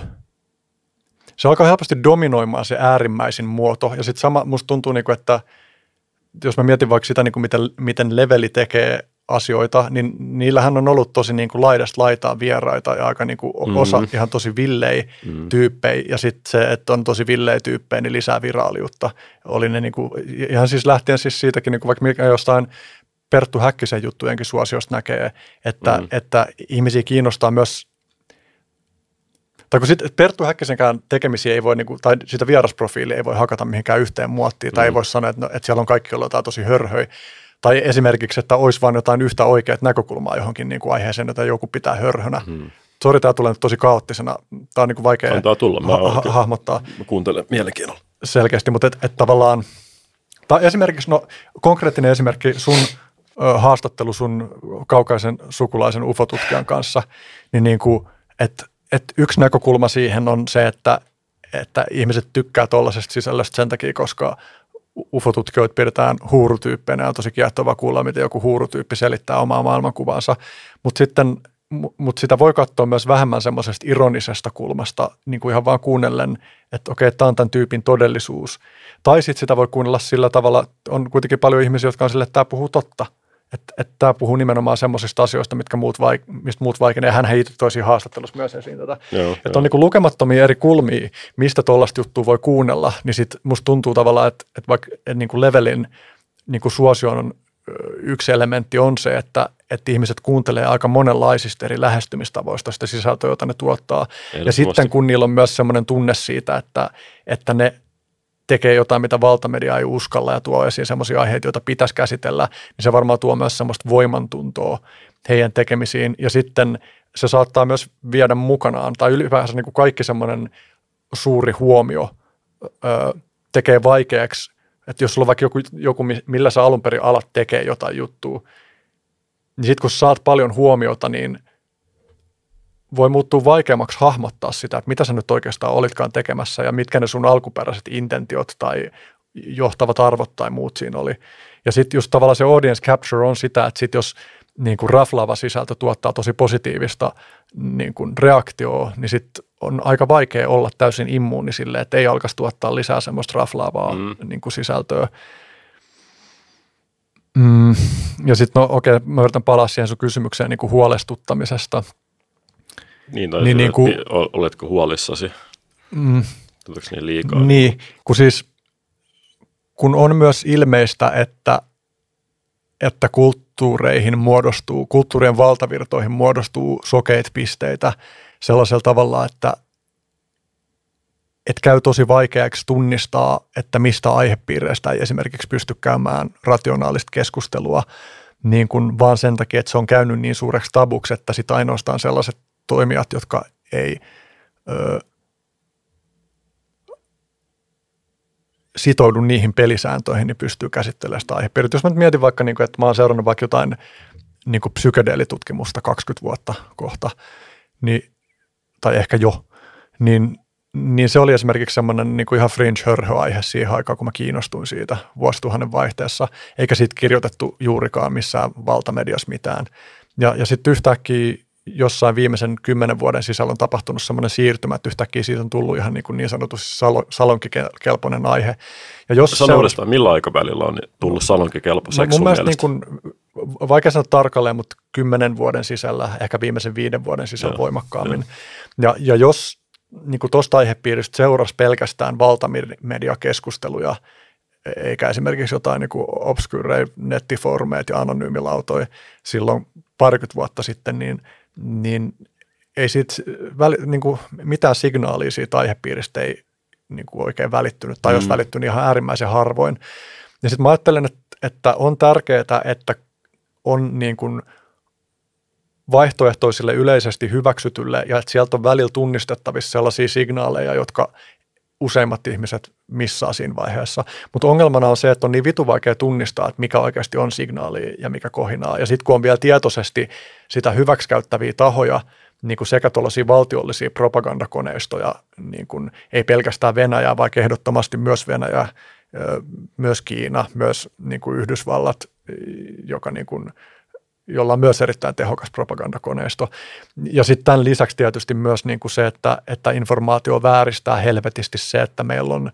se alkaa helposti dominoimaan se äärimmäisin muoto. Ja sitten sama, musta tuntuu, niin kuin, että jos mä mietin vaikka sitä, niin kuin miten, miten Leveli tekee asioita, niin niillähän on ollut tosi niin kuin laidasta laitaa vieraita ja aika niin kuin osa mm-hmm. ihan tosi villei mm-hmm. tyyppejä. Ja sitten se, että on tosi villei tyyppejä, niin lisää viraaliutta. Oli ne niin kuin, ihan siis lähtien siis siitäkin, niin kuin vaikka mikä jostain Perttu Häkkisen juttujenkin suosiosta näkee, että, mm. että ihmisiä kiinnostaa myös, tai kun sit Perttu Häkkisenkään tekemisiä ei voi, niin kuin, tai sitä vierasprofiilia ei voi hakata mihinkään yhteen muottiin, mm. tai ei voi sanoa, että, no, että siellä on kaikki ollut jotain tosi hörhöi, tai esimerkiksi, että olisi vaan jotain yhtä oikeat näkökulmaa johonkin niin kuin aiheeseen, jota joku pitää hörhönä. Mm. Sori, tämä tulee nyt tosi kaoottisena, tämä on niin kuin vaikea Antaa tulla. Mä ha- ha- hahmottaa. Mä kuuntelen mielenkiinnolla. Selkeästi, mutta et, et tavallaan, tai esimerkiksi, no konkreettinen esimerkki sun haastattelu sun kaukaisen sukulaisen U F O-tutkijan kanssa, niin, niin kuin, että, että yksi näkökulma siihen on se, että, että ihmiset tykkää tuollaisesta sisällöstä sen takia, koska U F O-tutkijoita pidetään huurutyyppeinä ja on tosi kiehtovaa kuulla, miten joku huurutyyppi selittää omaa maailmankuvaansa, mutta sitten mutta sitä voi katsoa myös vähemmän semmoisesta ironisesta kulmasta, niin kuin ihan vaan kuunnellen, että okei, tämä on tämän tyypin todellisuus. Tai sitten sitä voi kuunnella sillä tavalla, on kuitenkin paljon ihmisiä, jotka on sille, että tämä puhuu totta. Että, että tämä puhuu nimenomaan semmoisista asioista, mitkä muut vaik- mistä muut vaikenee. Ja hän itse toisi haastattelussa myös esiin tätä. Joo, että jo. On niin kuin lukemattomia eri kulmia, mistä tuollaista juttua voi kuunnella. Niin sitten musta tuntuu tavallaan, että, että vaikka että niin kuin Levelin niin kuin suosion yksi elementti on se, että, että ihmiset kuuntelee aika monenlaisista eri lähestymistavoista sitä sisältöä, jota ne tuottaa. Ja sitten kun niillä on myös semmoinen tunne siitä, että, että ne tekee jotain, mitä valtamedia ei uskalla ja tuo esiin semmoisia aiheita, joita pitäisi käsitellä, niin se varmaan tuo myös semmoista voimantuntoa heidän tekemisiin. Ja sitten se saattaa myös viedä mukanaan, tai ylipäänsä niin kuin kaikki semmoinen suuri huomio ö, tekee vaikeaksi, että jos sulla on vaikka joku, joku, millä sä alun perin alat tekee jotain juttua, niin sitten kun sä saat paljon huomiota, niin voi muuttua vaikeammaksi hahmottaa sitä, että mitä sä nyt oikeastaan olitkaan tekemässä ja mitkä ne sun alkuperäiset intentiot tai johtavat arvot tai muut siinä oli. Ja sitten just tavallaan se audience capture on sitä, että sit jos niin kuin raflaava sisältö tuottaa tosi positiivista niin kuin reaktioa, niin sitten on aika vaikea olla täysin immuuni silleen, että ei alkaisi tuottaa lisää semmoista raflaavaa mm. niin kuin sisältöä. Mm. Ja sitten no okei, okay, mä yritän palaa siihen sun kysymykseen niin kuin huolestuttamisesta. Niin, tai niin, niin kuin, oletko huolissasi? Mm, Tuleeko niin liikaa? Niin, kun siis kun on myös ilmeistä, että, että kulttuureihin muodostuu, kulttuurien valtavirtoihin muodostuu sokeita pisteitä sellaisella tavalla, että, että käy tosi vaikeaksi tunnistaa, että mistä aihepiireistä ei esimerkiksi pysty käymään rationaalista keskustelua, niin kuin vaan sen takia, että se on käynyt niin suureksi tabuksi, että sit ainoastaan sellaiset toimijat, jotka ei ö, sitoudu niihin pelisääntöihin, niin pystyy käsittelemään sitä aihepiiriä. Jos mä nyt mietin vaikka, niin kuin, että mä oon seurannut vaikka jotain niin kuin psykedeelitutkimusta kaksikymmentä vuotta kohta, niin tai ehkä jo, niin, niin se oli esimerkiksi semmoinen niin kuin ihan fringe-hörhöaihe siihen aikaan, kun mä kiinnostuin siitä vuosituhannen vaihteessa, eikä siitä kirjoitettu juurikaan missään valtamediassa mitään. Ja, ja sitten yhtäkkiä jossain viimeisen kymmenen vuoden sisällä on tapahtunut semmoinen siirtymä, että yhtäkkiä siitä on tullut ihan niin, kuin niin sanotusti salo, salonkikelpoinen aihe. Ja jos Sano uudestaan, millä aikavälillä on tullut salonkikelpoiseksi no, sun mielestä? mielestä? Niin kuin, vaikea sanoa tarkalleen, mutta kymmenen vuoden sisällä, ehkä viimeisen viiden vuoden sisällä Joo, voimakkaammin. Ja, ja jos niin tuosta aihepiiristä seurasi pelkästään valtamediakeskusteluja, eikä esimerkiksi jotain niin kuin obscure nettifoorumeita ja anonyymilautoja silloin parikymmentä vuotta sitten, niin, niin ei siitä väli, niin kuin mitään signaalia siitä aihepiiristä ei niin kuin oikein välittynyt, tai mm. jos välittynyt niin ihan äärimmäisen harvoin. Ja sitten mä ajattelen, että, että on tärkeää, että on niin kuin vaihtoehtoisille yleisesti hyväksytylle, ja että sieltä on välillä tunnistettavissa sellaisia signaaleja, jotka useimmat ihmiset missaa siinä vaiheessa. Mutta ongelmana on se, että on niin vitu vaikea tunnistaa, että mikä oikeasti on signaali ja mikä kohinaa. Ja sitten kun on vielä tietoisesti sitä hyväksikäyttäviä tahoja, niin kuin sekä tuollaisia valtiollisia propagandakoneistoja, niin kuin ei pelkästään Venäjää, vaikka ehdottomasti myös Venäjä, myös Kiina, myös niin kuin Yhdysvallat, joka niin kuin jolla on myös erittäin tehokas propagandakoneisto. Ja sitten tämän lisäksi tietysti myös niin kuin se, että, että informaatio vääristää helvetisti se, että meillä on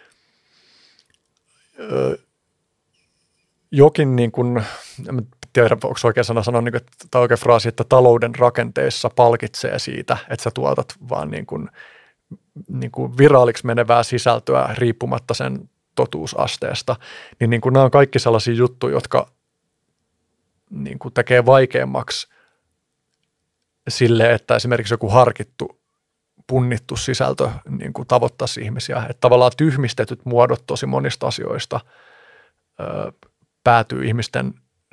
ö, jokin, niin kuin, en tiedä onko oikein sana sanoa, niin kuin, tai oikein fraasi, että talouden rakenteissa palkitsee siitä, että sä tuotat vaan niin kuin, niin kuin viraaliksi menevää sisältöä riippumatta sen totuusasteesta. Niin, niin kuin nämä on kaikki sellaisia juttuja, jotka niin kuin tekee vaikeammaksi sille, että esimerkiksi joku harkittu, punnittu sisältö niin kuin tavoittaisi ihmisiä. Että tavallaan tyhmistetyt muodot tosi monista asioista ö, päätyy ihmisten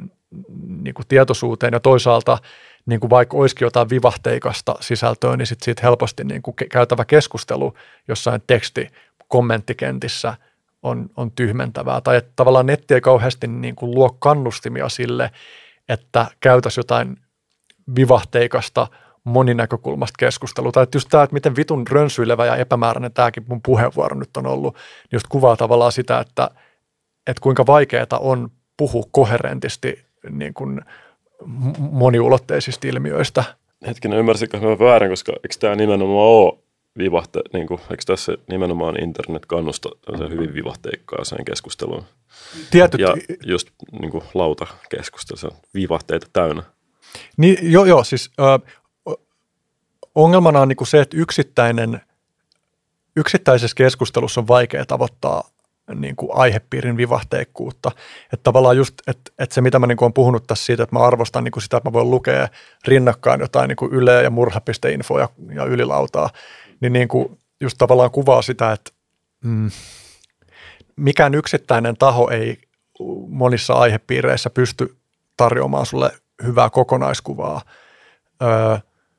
niin kuin tietoisuuteen ja toisaalta niin kuin vaikka olisikin jotain vivahteikasta sisältöä, niin sit siitä helposti niin kuin käytävä keskustelu jossain teksti-kommenttikentissä on, on tyhmentävää. Tai että tavallaan netti ei kauheasti niin kuin luo kannustimia sille, että käytäisi jotain vivahteikasta moninäkökulmasta keskustelua. Tai että just tämä, että miten vitun rönsyilevä ja epämääräinen tämäkin mun puheenvuoro nyt on ollut, niin just kuvaa tavallaan sitä, että, että kuinka vaikeaa on puhua koherentisti niin kuin moniulotteisista ilmiöistä. Hetkinen, ymmärsinkö mä väärin, koska eikö tämä nimenomaan ole vivahte, niin kuin, eikö tässä nimenomaan internet kannusta hyvin vivahteikkaaseen keskusteluun? Tietyt, ja just niin kuin lautakeskustelu, se on vivahteita täynnä. Niin, joo, joo, siis ö, ongelmana on niin kuin se, että yksittäinen, yksittäisessä keskustelussa on vaikea tavoittaa niin kuin aihepiirin vivahteikkuutta. Että tavallaan just, että, että se mitä mä niin kuin olen puhunut tässä siitä, että mä arvostan niin kuin sitä, että mä voin lukea rinnakkain jotain niin kuin Yle ja murha piste info ja, ja Ylilautaa, niin, niin kuin just tavallaan kuvaa sitä, että mm, mikään yksittäinen taho ei monissa aihepiireissä pysty tarjoamaan sulle hyvää kokonaiskuvaa. Öö,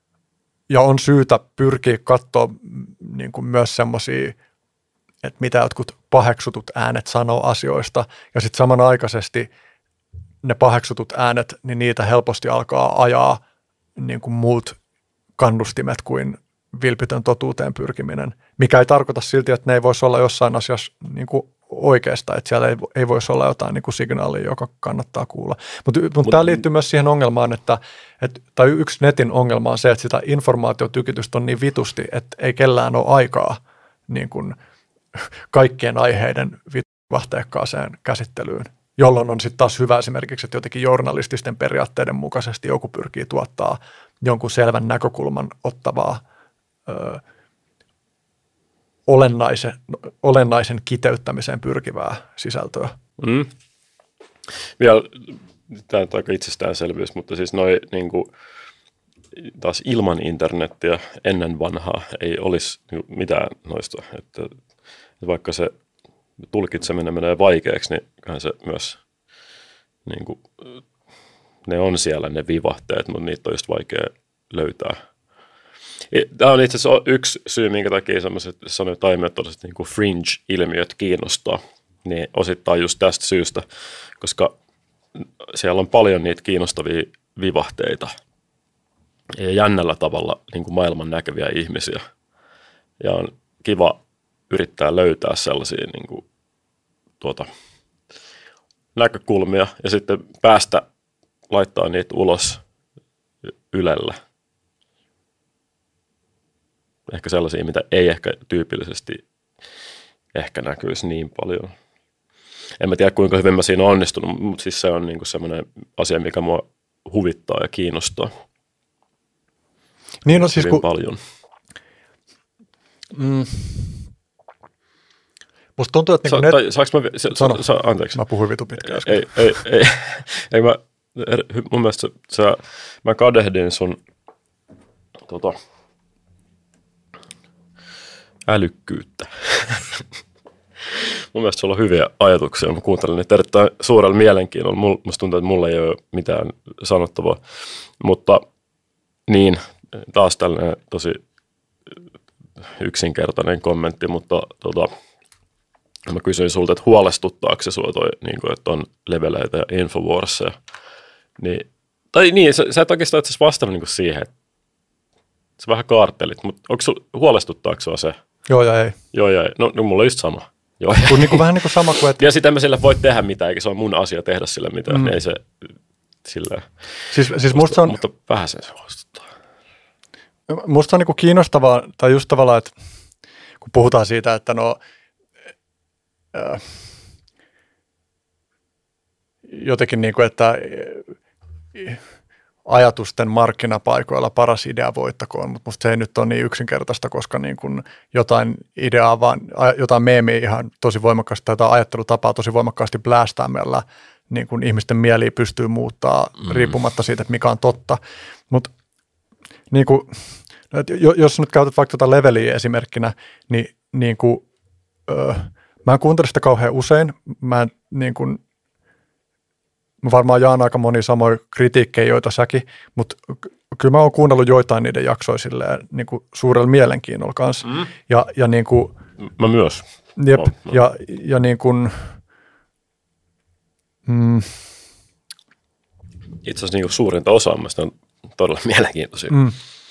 ja on syytä pyrkiä katsoa niin kuin myös semmoisia, että mitä jotkut paheksutut äänet sanoo asioista, ja sitten samanaikaisesti ne paheksutut äänet, niin niitä helposti alkaa ajaa niin kuin muut kannustimet kuin vilpitön totuuteen pyrkiminen, mikä ei tarkoita silti, että ne ei voisi olla jossain asiassa niin kuin oikeasta, että siellä ei, ei voisi olla jotain niin kuin signaalia, joka kannattaa kuulla. Mutta mut Mut, tämä liittyy myös siihen ongelmaan, että, että tai yksi netin ongelma on se, että sitä informaatiotykitystä on niin vitusti, että ei kellään ole aikaa niin kuin kaikkien aiheiden vivahteikkaaseen käsittelyyn, jolloin on sitten taas hyvä esimerkiksi, että jotenkin journalististen periaatteiden mukaisesti joku pyrkii tuottaa jonkun selvän näkökulman ottavaa ö, olennaisen, olennaisen kiteyttämiseen pyrkivää sisältöä. Mm. Vielä, tämä on aika itsestäänselvyys, mutta siis noi niin kuin, taas ilman internettiä ennen vanhaa ei olisi mitään noista, että vaikka se tulkitseminen menee vaikeaksi, niin kyllähän se myös, niin kuin, ne on siellä ne vivahteet, mutta niitä on just vaikea löytää. Tämä on itse asiassa yksi syy, minkä takia sellaiset sanoit aiemmin, että niin kuin fringe-ilmiöt kiinnostaa, niin osittain just tästä syystä, koska siellä on paljon niitä kiinnostavia vivahteita, ja jännällä tavalla niin kuin maailman näkeviä ihmisiä. Ja on kiva yrittää löytää sellaisia niin kuin, tuota, näkökulmia ja sitten päästä laittaa niitä ulos Ylelle. Ehkä sellaisia, mitä ei ehkä tyypillisesti ehkä näkyisi niin paljon. En mä tiedä, kuinka hyvin mä siinä on onnistunut, mutta siis se on niinku semmoinen asia, mikä mua huvittaa ja kiinnostaa. Niin on siis hyvin kun, paljon. Mm, musta tuntuu, että... Sa, niin tai, saanko mä... Se, sano, sa, anteeksi. Mä puhuin vitu pitkään. Ei, ei, ei, ei mä... Mun mielestä sä, mä kadehdin sun tota, älykkyyttä. Mun mielestä sulla on hyviä ajatuksia. Mä kuuntelin niitä erittäin suurella mielenkiinnolla. Musta tuntuu, että mulla ei ole mitään sanottavaa. Mutta niin, taas tällainen tosi yksinkertainen kommentti, mutta tota, mä kysyin sulta, että huolestuttaako se sua toi, niin kuin, että on leveleitä ja Infowarsia. Niin, tai niin, sä, sä et oikeastaan itse asiassa vastannut niin siihen, että sä vähän kaartelit, mutta onko sul, huolestuttaako sua se? Joo ja ei. Joo ja ei. No, no mulla on just sama. Joo, Kun niin kuin, vähän niin kuin sama kuin, että... Ja sitä mä sille voi tehdä mitään, eikä se ole mun asia tehdä sille mitään. Mm. Ei se sillä... Siis, siis musta on... Mutta vähän sen se huolestuttaa. Musta on niin kuin kiinnostavaa, tai just tavallaan, että kun puhutaan siitä, että no... Äh, jotenkin niin kuin, että ajatusten markkinapaikoilla paras idea voittakoon, mutta musta se ei nyt ole niin yksinkertaista, koska niin kuin jotain ideaa, vaan jotain meemiä ihan tosi voimakkaasti, tai jotain ajattelutapaa tosi voimakkaasti blästäämällä niin kuin ihmisten mieliä pystyy muuttaa mm. riippumatta siitä, että mikä on totta. Mutta niin kuin, jos nyt käytät vaikka tuota leveliä esimerkkinä, niin, niin kuin, öö, mä en kuuntele sitä kauhean usein, mä en niin kuin, mä varmaan jaan aika monia samoja kritiikkejä, joita säkin, mutta kyllä mä oon kuunnellut joitain niiden jaksoja silleen, niin kuin suurella mielenkiinnolla kanssa. Mm. Ja, ja niin kuin, mä myös. Jep, oh, no. ja, ja niin kuin, mm, itse asiassa niin kuin suurinta osaamista on todella mielenkiintoisia. Mm.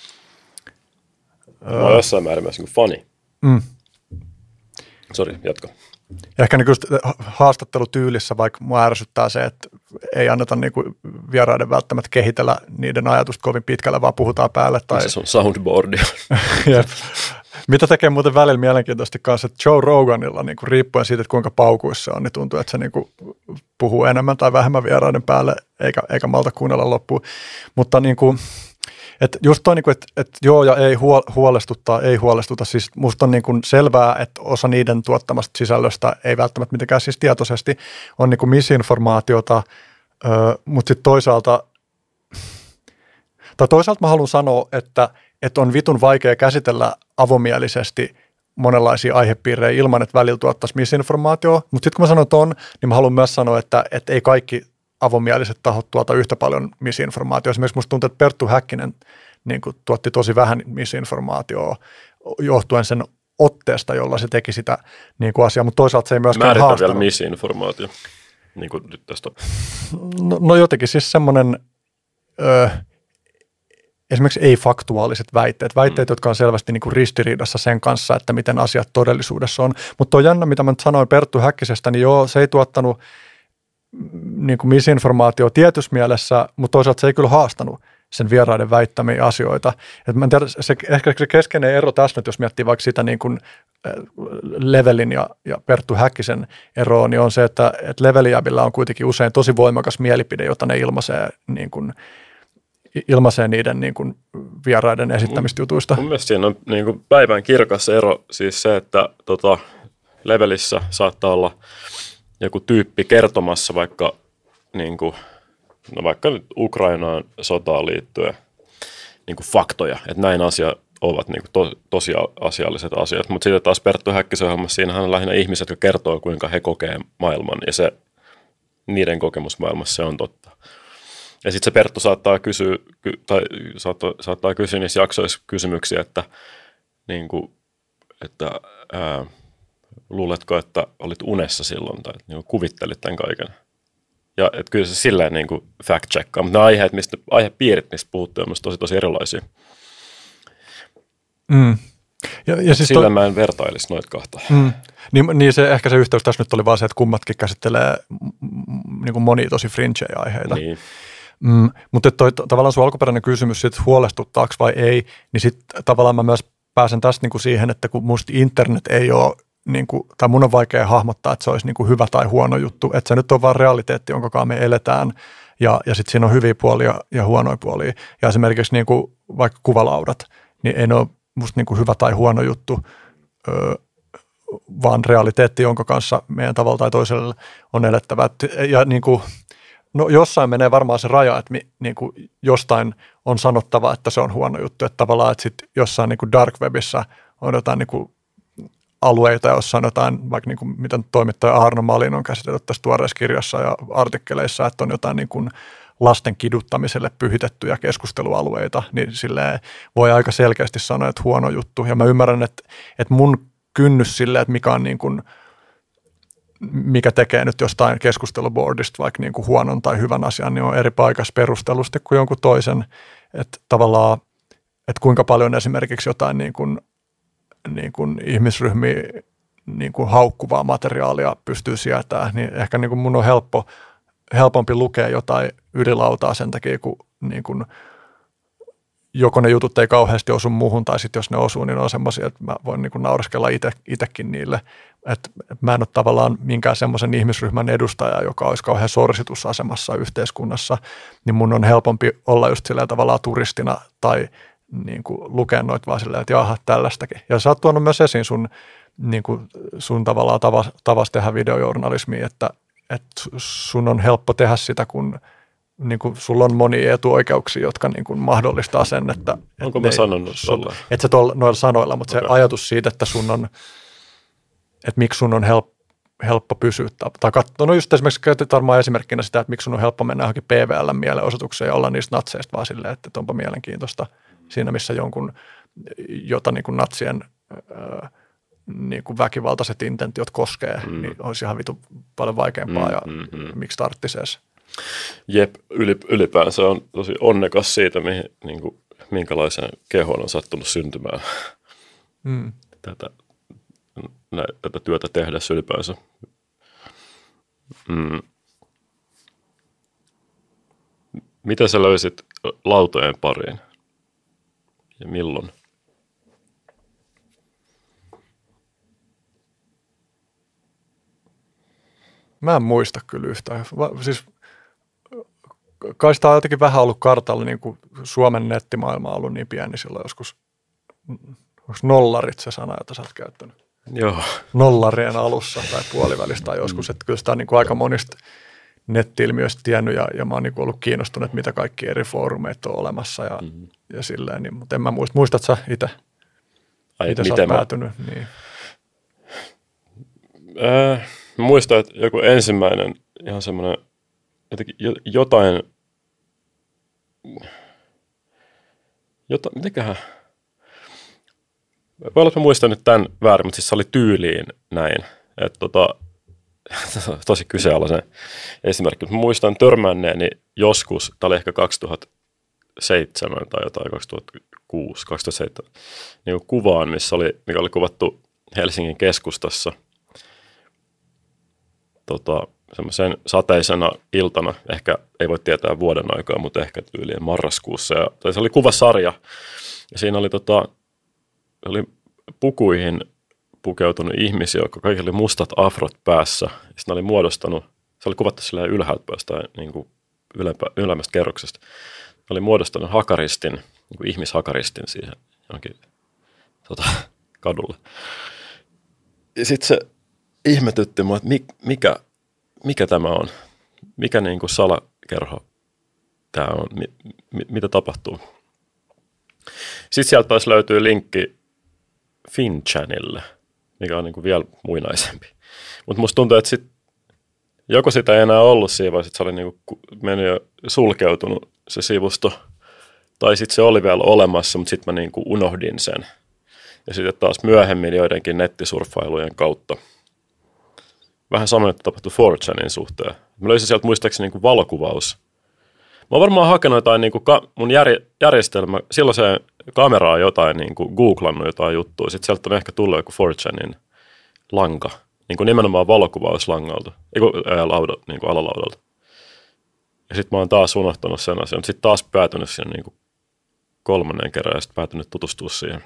Mä oon jossain määrin myös niin kuin fani. Mm. Sori, jatka. Ehkä niin haastattelutyylissä, vaikka mua ärsyttää se, että ei anneta niin kuin vieraiden välttämättä kehitellä niiden ajatusta kovin pitkälle, vaan puhutaan päälle. Tai... Se on soundboardi. Jep. Mitä tekee muuten välillä mielenkiintoisesti kanssa, että Joe Roganilla niin kuin riippuen siitä, että kuinka paukuissa se on, niin tuntuu, että se niin kuin puhuu enemmän tai vähemmän vieraiden päälle, eikä, eikä malta kuunnella loppuun. Mutta niin kuin, että just toi, että, että joo ja ei huolestuttaa, ei huolestuta. Siis musta on niin kuin selvää, että osa niiden tuottamasta sisällöstä ei välttämättä mitenkään siis tietoisesti on niin kuin misinformaatiota, mutta sitten toisaalta, tai toisaalta mä haluan sanoa, että, että on vitun vaikea käsitellä avomielisesti monenlaisia aihepiirejä ilman, että välillä tuottaisi misinformaatioa. Mutta sitten kun mä sanon ton, niin mä haluan myös sanoa, että, että ei kaikki avomieliset tahot tuota yhtä paljon misinformaatiota. Esimerkiksi musta tuntuu, että Perttu Häkkinen niin kuin, tuotti tosi vähän misinformaatiota johtuen sen otteesta, jolla se teki sitä niin kuin asiaa, mutta toisaalta se ei myöskään haastanut. Määritä haastanut. vielä misinformaatio, niin kuin nyt tästä. No, no jotenkin siis semmoinen, ö, esimerkiksi ei-faktuaaliset väitteet, väitteet, mm. jotka on selvästi niin kuin ristiriidassa sen kanssa, että miten asiat todellisuudessa on. Mutta on jännä, mitä mä nyt sanoin Perttu Häkkisestä, niin joo, se ei tuottanut niin kuin misinformaatio tietyssä mielessä, mutta toisaalta se ei kyllä haastanut sen vieraiden väittämiä asioita. Et mä en tiedä, se, ehkä se keskeinen ero tässä nyt, jos miettii vaikka sitä niin kuin Levelin ja, ja Perttu Häkkisen eroa, niin on se, että, että Leveljäbillä on kuitenkin usein tosi voimakas mielipide, jota ne ilmaisee, niin kuin, ilmaisee niiden niin kuin vieraiden esittämistä jutuista. Mun mielestä siinä on niin kuin päivän kirkas ero, siis se, että tota, Levelissä saattaa olla joku tyyppi kertomassa vaikka, niin kuin, no vaikka nyt Ukrainaan sotaan liittyen niin kuin faktoja, että näin asia ovat niin kuin to, tosiasialliset asiat, mutta sitten taas Perttu Häkkisen ohjelmassa siinähän on lähinnä ihmiset, jotka kertoo, kuinka he kokee maailman, ja se niiden kokemusmaailmassa se on totta. Ja sitten se Perttu saattaa kysyä, ky, tai saattaa, saattaa kysyä niissä jaksoissa kysymyksiä, että, niin kuin, että ää, luuletko, että olit unessa silloin tai niin kuvittelit tämän kaiken. Ja et kyllä se silleen niin kuin fact-checkaa, mutta ne aiheet, mistä, aihepiirit, mistä puhuttiin, on myös tosi, tosi erilaisia. Mm. Ja, ja siis sillä to... mä en vertailisi noita kahta. Mm. Niin, niin se, ehkä se yhteys tässä nyt oli vaan se, että kummatkin käsittelee niin kuin monia tosi fringeja aiheita. Niin. Mm, mutta toi, tavallaan sun alkuperäinen kysymys siitä huolestuttaako vai ei, niin sitten tavallaan mä myös pääsen tästä niin kuin siihen, että kun musta internet ei ole, niin kuin, tai mun on vaikea hahmottaa, että se olisi niin kuin hyvä tai huono juttu, että se nyt on vaan realiteetti, jonka kanssa me eletään, ja, ja sitten siinä on hyviä puolia ja huonoja puolia. Ja esimerkiksi niin kuin vaikka kuvalaudat, niin ei ne ole musta niin kuin hyvä tai huono juttu, öö, vaan realiteetti, jonka kanssa meidän tavalla tai toisella on elettävä. Ja niin kuin, no jossain menee varmaan se raja, että mi, niin kuin jostain on sanottava, että se on huono juttu. Että tavallaan, että sitten jossain niin kuin dark webissä on jotain niin kuin alueita, jossa on jotain, vaikka niin kuin, miten toimittaja Arno Malin on käsitellyt tässä tuoreessa kirjassa ja artikkeleissa, että on jotain niin kuin lasten kiduttamiselle pyhitettyjä keskustelualueita, niin silleen voi aika selkeästi sanoa, että huono juttu. Ja mä ymmärrän, että, että mun kynnys silleen, että mikä on niin kuin, mikä tekee nyt jostain keskusteluboardista vaikka niin kuin huonon tai hyvän asian, niin on eri paikassa perustelusti kuin jonkun toisen. Että tavallaan, että kuinka paljon esimerkiksi jotain niin kuin, niin kuin ihmisryhmiä niin kuin haukkuvaa materiaalia pystyy sietämään, niin ehkä niin kuin mun on helppo, helpompi lukea jotain ylilautaa sen takia, kun niin kuin joko ne jutut ei kauheasti osu muuhun, tai sitten jos ne osuu, niin ne on semmoisia, että mä voin niin kuin naureskella itsekin niille. Että mä en ole tavallaan minkään semmoisen ihmisryhmän edustaja, joka olisi kauhean sorsitusasemassa yhteiskunnassa, niin mun on helpompi olla just silleen tavallaan turistina tai niin kuin lukea noita vaan silleen, että jaha, tällaistakin. Ja sä oot tuonut myös esiin sun, niin kuin sun tavallaan tavas, tavas tehdä videojournalismia, että, että sun on helppo tehdä sitä, kun niin kuin sulla on monia etuoikeuksia, jotka niin kuin mahdollistaa sen, että... Onko että mä sanonut sulla? Et sä tuolla noilla sanoilla, mutta okay. Se ajatus siitä, että sun on, että miksi sun on helppo, helppo pysyä, tai katsoa, no just esimerkiksi käytetään varmaan esimerkkinä sitä, että miksi sun on helppo mennä johonkin P V L-mielenosoitukseen ja olla niistä natseista vaan silleen, että onpa mielenkiintoista siinä, missä jonkun, jota niin kuin natsien ää, niin kuin väkivaltaiset intentiot koskee, mm. niin olisi ihan vitu paljon vaikeampaa mm, ja mm, mm. miksi tarvitsisi edes. Jep, ylipäänsä on tosi onnekas siitä, mihin, niin kuin, minkälaiseen kehoon on sattunut syntymään mm. tätä, nä, tätä työtä tehdessä ylipäänsä. Mm. Mitä sä löysit lautojen pariin ja milloin? Mä en muista kyllä yhtään. Va, siis kai sitä on jotenkin vähän ollut kartalla, niin kuin Suomen nettimaailma on ollut niin pieni silloin joskus. Onko nollarit se sana, jota sä oot käyttänyt? Joo. Nollarien alussa tai puolivälistä tai joskus. Että kyllä sitä on niin kuin aika monista netti-ilmiöistä tiennyt ja, ja mä oon niin kuin ollut kiinnostunut, että mitä kaikki eri foorumeita on olemassa ja, mm-hmm. ja silleen. Niin, mutta en mä muista. Muistat sä itse? Miten sä oot mä... päätynyt? Niin. Äh, muistan, että joku ensimmäinen ihan semmoinen jotenkin jotain, jotain, mitenköhän, voi olla, että mä muistan nyt tämän väärin, mutta siis se oli tyyliin näin, että tota, tosi kyseenalainen esimerkki, mutta mä muistan törmänneeni joskus, tämä oli ehkä kaksituhattaseitsemän tai jotain, kaksituhattakuusi, kaksituhattaseitsemän, niin kuin kuvaan, missä oli, mikä oli kuvattu Helsingin keskustassa, tota, semmoisen sateisena iltana, ehkä ei voi tietää vuoden aikaa, mutta ehkä tyyliin marraskuussa. Ja, tai se oli kuvasarja, ja siinä oli, tota, oli pukuihin pukeutunut ihmisiä, jotka kaikilla oli mustat afrot päässä. Ja sitten oli muodostanut, se oli kuvattu silleen ylhäältä päästä, niin kuin ylempä, ylemmästä kerroksesta. Ne oli muodostanut hakaristin, niin kuin ihmishakaristin siihen johonkin tota, kadulle. Ja sitten se ihmetytti mua, että mikä, mikä tämä on, mikä niin kuin salakerho tämä on, mi, mi, mitä tapahtuu. Sitten sieltä taas löytyy linkki FinChanille, mikä on niin kuin vielä muinaisempi. Mutta musta tuntuu, että sit, joko sitä ei enää ollut siinä, vai sitten se oli niin kuin mennyt jo sulkeutunut se sivusto, tai sitten se oli vielä olemassa, mutta sitten mä niin kuin unohdin sen. Ja sitten taas myöhemmin joidenkin nettisurfailujen kautta vähän sama, että tapahtui four chanin suhteen. Mä löysin sieltä muistaakseni niin kuin valokuvaus. Mä oon varmaan hakenut jotain niin kuin ka- mun jär, järjestelmä, silloin se kameraa jotain, niin kuin googlannut jotain juttua. Sitten sieltä on ehkä tullut joku four chanin lanka, niin kuin nimenomaan valokuvauslangalta, eiku, ää, lauda, niin kuin alalaudalta. Ja sitten mä oon taas unohtanut sen asian. Sitten taas päätynyt siihen niin kuin kolmannen kerran ja sitten päätynyt tutustua siihen.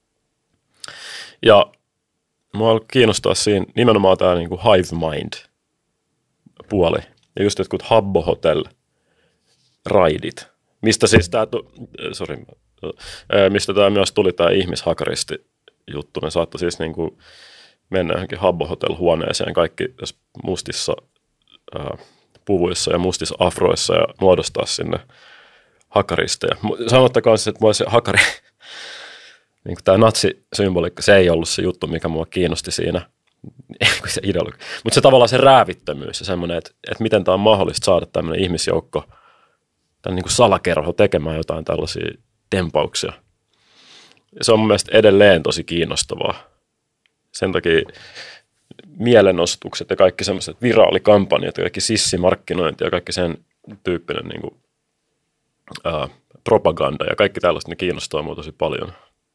Ja mua kiinnostaa siinä nimenomaan tämä niin kuin hive mind-puoli. Ja just jotkut Habbo Hotel-raidit, mistä siis tämä, sorry, mistä tämä myös tuli tämä ihmishakaristi-juttu. Ne saattoi siis niin kuin mennä johonkin Habbo Hotel-huoneeseen kaikki mustissa ää, puvuissa ja mustissa afroissa ja muodostaa sinne hakaristeja. Sanottakoon siis, että mua se hakari, niin kuin tämä natsisymboliikka, se ei ollut se juttu, mikä mua kiinnosti siinä, se ideologia. Mutta se tavallaan se räävittömyys ja semmoinen, että, että miten tämä on mahdollista saada tämmöinen ihmisjoukko, tämän niin kuin salakerho tekemään jotain tällaisia tempauksia. Ja se on mun mielestä edelleen tosi kiinnostavaa. Sen takia mielenosoitukset ja kaikki semmoiset viraalikampanjat ja kaikki sissimarkkinointi ja kaikki sen tyyppinen niin kuin, ää, propaganda ja kaikki tällaista, ne kiinnostaa mua tosi paljon.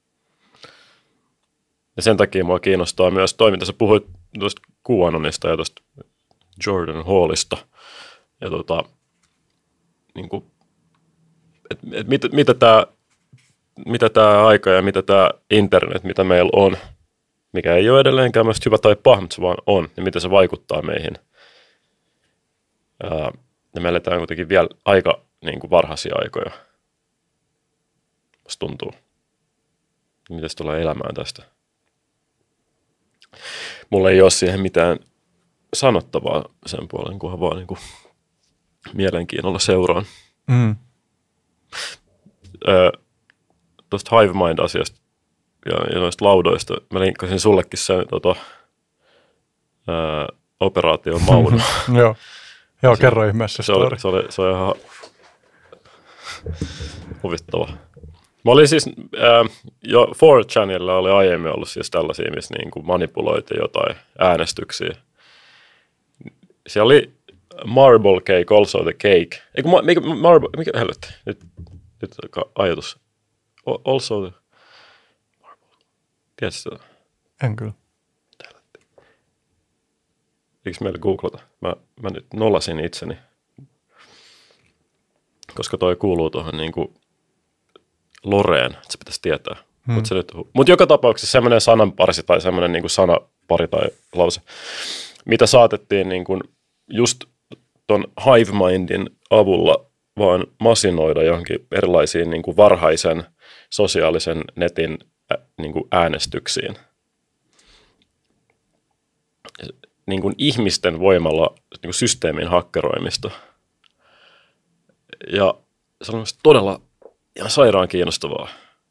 Ja sen takia mua kiinnostaa myös toi, mitä sä puhuit tuosta QAnonista ja tuosta Jordan Hallista. Ja tota, niin kuin, et, et mit, mitä tämä mitä tää aika ja mitä tämä internet, mitä meillä on, mikä ei ole edelleenkään myös hyvä tai paha, mutta se vaan on, ja miten se vaikuttaa meihin. Ää, ja me eletään kuitenkin vielä aika niin kuin varhaisia aikoja. Musta tuntuu. Miten se tulee elämään tästä? Mulla ei ole siihen mitään sanottavaa sen puolen, kunhan vaan niin kuin mielenkiinnolla seuraan. Mm. Öö, tuosta Hive Mind-asiasta ja, ja noista laudoista, mä linkkasin sullekin sen tota, öö, operaatio Mauno. Joo, Joo kerro ihmeessä se, oli, se, oli, se oli ihan huvittava. Mä olin siis, ää, jo four chanilla oli aiemmin ollut siis tällaisia, missä niin kuin manipuloitiin jotain äänestyksiä. Siellä oli Marble Cake, Also the Cake. Eiku, mikä, marble, mikä helvetti? Nyt, nyt ajatus. Also the Marble. Tiedätkö sitä? En kyllä. Eikö meillä googlata? Mä, mä nyt nollasin itseni. Koska toi kuuluu tuohon niin kuin Loreen, että se pitäisi tietää. Hmm. Mutta mut joka tapauksessa semmoinen sananparsi tai semmoinen niin kuin sanapari tai lause, mitä saatettiin niin kuin just ton Hive Mindin avulla vaan masinoida johonkin erilaisiin niin kuin varhaisen sosiaalisen netin ä, niin kuin äänestyksiin. Niin kuin ihmisten voimalla niin kuin systeemin hakkeroimista. Ja se on todella ihan sairaan kiinnostavaa.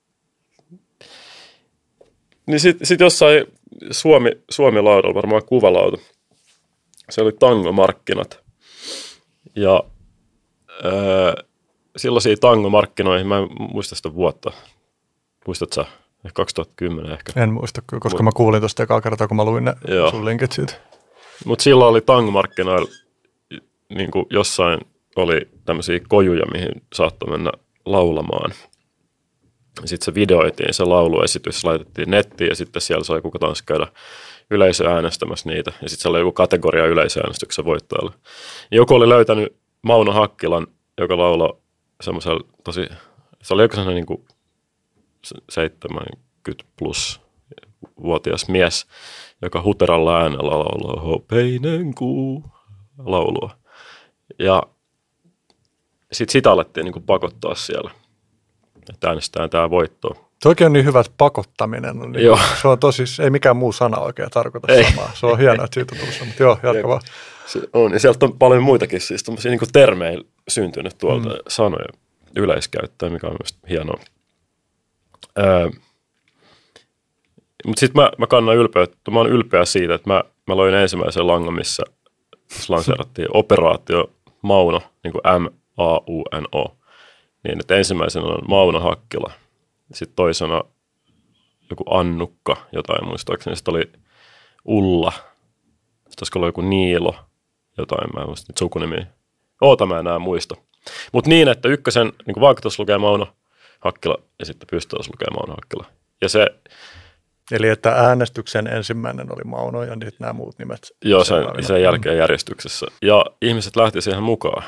Niin sitten sit jossain Suomi, Suomi-laudalla, varmaan kuvalauta, se oli tangomarkkinat. Ja öö, sellaisia tangomarkkinoihin, mä en muista sitä vuotta. Muistatko sä? kaksituhattakymmenen ehkä. En muista kyllä, koska Mut, mä kuulin tuosta ekaa kertaa, kun mä luin ne joo. sun linkit siitä. Mutta silloin oli tangomarkkinoilla niin kuin jossain oli tämmöisiä kojuja, mihin saattoi mennä laulamaan. Sitten se videoitiin, se lauluesitys laitettiin nettiin ja sitten siellä sai kuka tahansa käydä yleisö äänestämässä niitä. Ja sitten siellä oli joku kategoria yleisöäänestyksen voittajalle. Joku oli löytänyt Mauno Hakkilan, joka laulaa semmoisella tosi, se oli joku sellainen niin kuin seitsemänkymmentä plus vuotias mies, joka huteralla äänellä laulaa hopeinen kuu laulua. Ja sitten sitä alettiin niin kuin pakottaa siellä, että äänestetään tämä voittoa. Se oikein on niin hyvä, että pakottaminen on, niin se on tosi, ei mikään muu sana oikein tarkoita ei. samaa. Se on hienoa, että siitä on tulossa, mutta joo, jatka vaan. Se on, ja sieltä on paljon muitakin siis tommosia niin kuin termejä syntynyt tuolta mm. sanoja yleiskäyttöä, mikä on myös hienoa. Öö, mutta sitten mä, mä kannan ylpeyttä, mä oon ylpeä siitä, että mä, mä loin ensimmäisen langan, missä lanseerattiin operaatio Mauno, niin kuin M A U N O. Niin, että ensimmäisenä on Mauno Hakkila, sitten toisena joku Annukka, jotain muistaakseni, sitten oli Ulla, olisiko ollut joku Niilo, jotain, mä en muista niitä sukunimiä. Oota, mä enää muista. Mutta niin, että ykkösen niin vaikutus lukee Mauno Hakkila ja sitten pystyys lukee Mauno Hakkila. Ja se... Eli että äänestyksen ensimmäinen oli Mauno ja nyt nämä muut nimet. Joo, sen, sen jälkeen järjestyksessä. Ja ihmiset lähti siihen mukaan.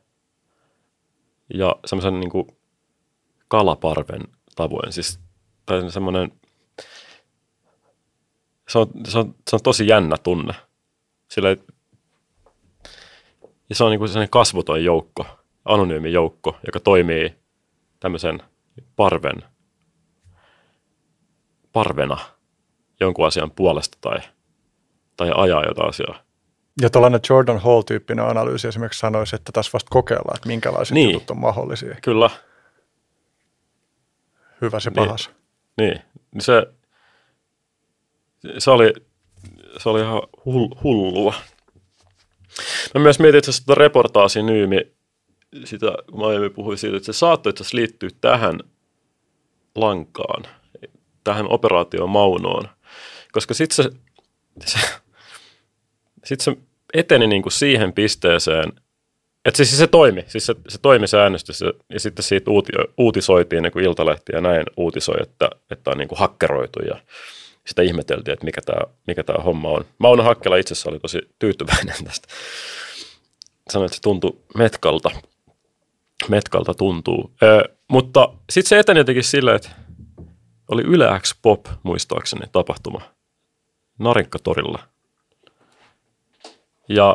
Ja semmoisen niin kuin kalaparven tavoin. Siis, tai semmoinen... Se on, se, on, se on tosi jännä tunne. Sillä, ja se on niin kuin sellainen kasvoton joukko, anonyymi joukko, joka toimii tämmöisen parven, parvena jonkun asian puolesta tai, tai ajaa jotain asiaa. Ja tällainen Jordan Hall-tyyppinen analyysi esimerkiksi sanoisi, että tässä vasta kokeillaan, että minkälaiset niin. jutut on mahdollisia. Kyllä. Hyvä se niin. pahas. Niin, se, se, oli, se oli ihan hullua. Mä myös mietin itse asiassa reportaasin Nyymi, sitä, kun mä aiemmin puhuin siitä, että se saattoi itse asiassa liittyä tähän lankaan, tähän operaatioon Maunoon, koska sitten se, se, sit se eteni niinku siihen pisteeseen, että siis se toimi, siis se, se toimi se äänestys ja, ja sitten siitä uuti, uutisoitiin, niin kuin Iltalehti ja näin uutisoi, että, että on niinku hakkeroitu ja sitä ihmeteltiin, että mikä tämä mikä tää homma on. Mauno Hakkila itse asiassa oli tosi tyytyväinen tästä. Sanoin, että se tuntui metkalta. Metkalta tuntuu. Ö, mutta sitten se eteni jotenkin silleen, että oli Yle X Pop, muistaakseni, tapahtuma. Narinkkatorilla. Ja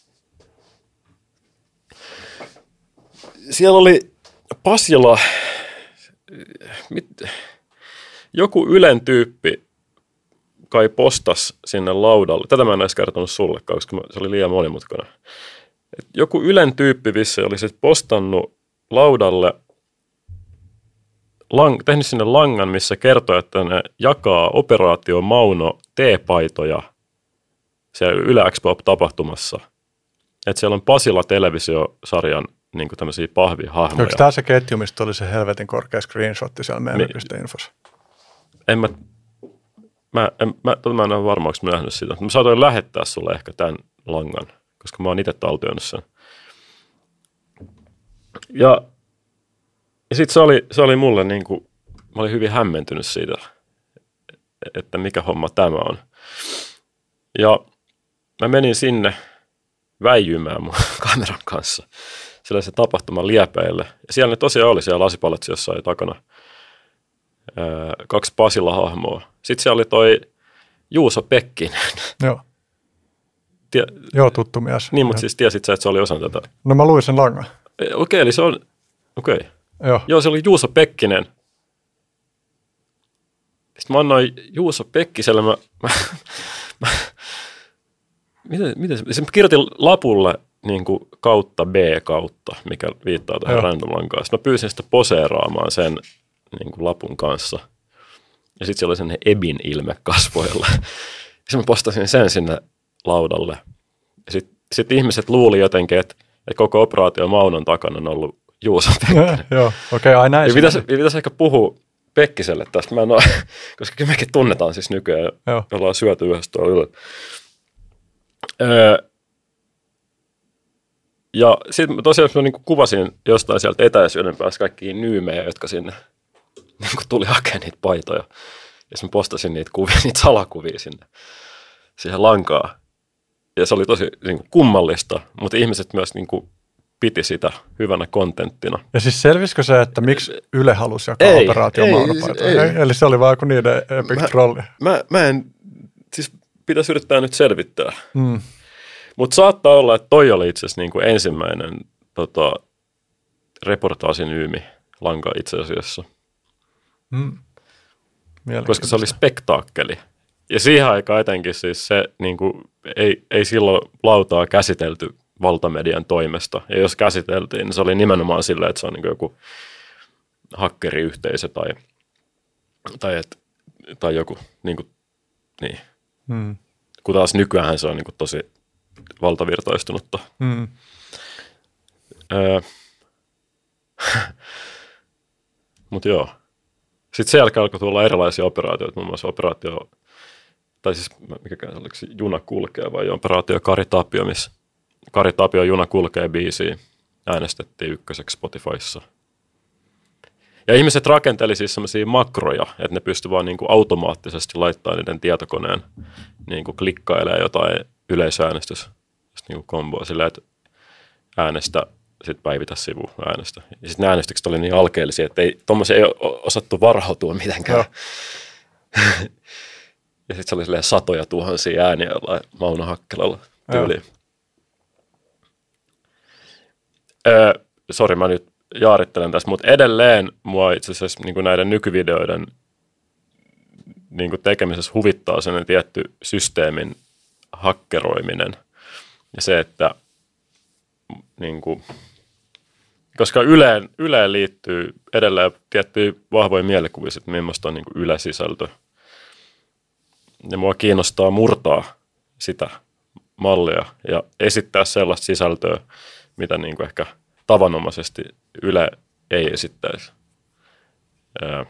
siellä oli Pasila, mit, joku Ylen tyyppi kai postas sinne laudalle. Tätä mä en edes kertonut sulle, koska se oli liian monimutkainen. Et joku Ylen tyyppi vissi oli sitten postannut laudalle, lang, tehnyt sinne langan, missä kertoo, että ne jakaa Operaatio Mauno T-paitoja siellä Yle X Pop-tapahtumassa. Että siellä on Pasila televisiosarjan niin tämmöisiä pahvihahmoja. Onko tämä se ketju, mistä oli se helvetin korkea screenshotti siellä meemi piste infossa? En mä... Mä en, mä, mä en ole varma, onko mä nähnyt sitä. Mä saatoin lähettää sulle ehkä tämän langan, koska mä oon itse taltioinut sen. Ja, ja sitten se oli, se oli mulle niin kuin, mä olin hyvin hämmentynyt siitä, että mikä homma tämä on. Ja mä menin sinne väijymään mun kameran kanssa, sillä se tapahtuma liepeille. Ja siellä ne tosiaan oli siellä lasipaletsi jossain takana. Kaksi Pasila-hahmoa. Sitten siellä oli toi Juuso Pekkinen. Joo. Tie, Joo, tuttu mies. Niin, mutta siis tiesit sä, että se oli osa tätä? No mä luin sen langan. Okei, okay, eli se on... Okei. Okay. Joo. Joo, se oli Juuso Pekkinen. Sitten mä annoin Juuso Pekkiselle, mä... mä, mä miten, miten se... Se kirjoitin lapulle niin kuin kautta B kautta, mikä viittaa tähän random lankaan. Sitten mä pyysin sitä poseeraamaan sen niin kuin lapun kanssa. Ja sitten siellä oli sellainen Ebin ilme kasvoilla. Sitten mä postasin sen sinne laudalle. Ja sitten sit ihmiset luuli jotenkin, että, että koko Operaatio Maunon takana on ollut Juuso Pekkinen. Joo, okei, okay, ai näin. Pitäisi pitäis ehkä puhua Pekkiselle tästä. Mä en ole, koska kyllä mekin tunnetaan siis nykyään. Joo. Ollaan syöty yhdessä tuolla ylä. Öö, ja sitten tosiaan mä niinku kuvasin jostain sieltä etäisyyden päässä kaikkia nyymejä, jotka sinne niin kun tuli hakemaan niitä paitoja. Ja sitten postasin niitä kuvia, niitä salakuvia sinne siihen lankaan. Ja se oli tosi niin kuin kummallista, mutta ihmiset myös niin kuin piti sitä hyvänä kontenttina. Ja siis selvisikö se, että miksi Yle halusi jakaa ei, Operaatio Mauno-paitoja? Ei. Eli se oli vaan kuin niiden epic mä, trolli. Mä, mä en, siis pitäisi yrittää nyt selvittää. Mm. Mutta saattaa olla, että toi oli itse asiassa niin kuin ensimmäinen tota, reportaasinyymi lanka itse asiassa. Mm. Koska se oli spektaakkeli. Ja siihen aikaan etenkin siis se niin kuin, ei, ei silloin lautaa käsitelty valtamedian toimesta. Ja jos käsiteltiin, niin se oli nimenomaan silleen, että se on niin kuin joku hakkeriyhteisö tai, tai, et, tai joku, niin kuin, niin. Mm. Kun taas nykyään se on niin kuin tosi valtavirtaistunutta. Mm. Öö. Mutta joo. Sitten sen jälkeen alkoi tulla erilaisia operaatioita, muun muassa operaatio tai siis mikäkään se oliko se Juna kulkee vai Operaatio Kari Tapio, missä Kari Tapio Juna kulkee biisiä äänestettiin ykköseksi Spotifyssa. Ja ihmiset rakenteli siis sellaisia makroja, että ne pystyivät vaan niin kuin automaattisesti laittamaan niiden tietokoneen niin kuin klikkailemaan jotain yleisöäänestys niin kuin komboa silleen, että äänestä, sitten päivitä sivu äänestä. Ja sitten ne äänestykset oli niin alkeellisia, että ei, tommosia ei ole osattu varhautua mitenkään. Ja sitten se oli silleen satoja tuhansia ääniä jollain Mauno Hakkelalla tyyliin. Öö, Sori, mä nyt jaarittelen tässä, mutta edelleen mua itse asiassa niin kuin näiden nykyvideoiden niin kuin tekemisessä huvittaa sellainen tietty systeemin hakkeroiminen. Ja se, että niin kuin, koska Yleen, Yleen liittyy edelleen tiettyjä vahvoja mielikuvia, että millaista on niin kuin Yle-sisältö. Ja mua kiinnostaa murtaa sitä mallia ja esittää sellaista sisältöä, mitä niin kuin ehkä tavanomaisesti Yle ei esittäisi. Ja,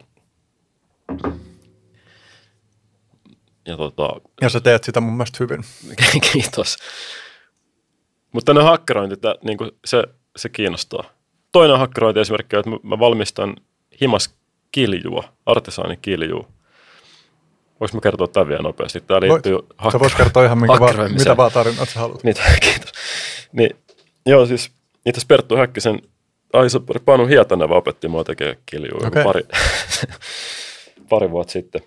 ja, tota, ja sä teet sitä mun mielestä hyvin. Kiitos. Mutta ne hakkerointi, niin kuin se, se kiinnostaa. Toinen hakkerointi esimerkki on, että mä valmistan himaskiljua, artesaanikiljuua. Voinko mä kertoa tämän vielä nopeasti? Tämä liittyy Voit. Hakker- Sä vois kertoa ihan minkä vaan, mitä vaan tarinat sä haluat. Mitä, kiitos. Niin, joo, siis itse asiassa Perttu Häkkisen, Aisa Panu Hietaneva opetti mua tekemään kiljua okay. pari, pari vuotta sitten.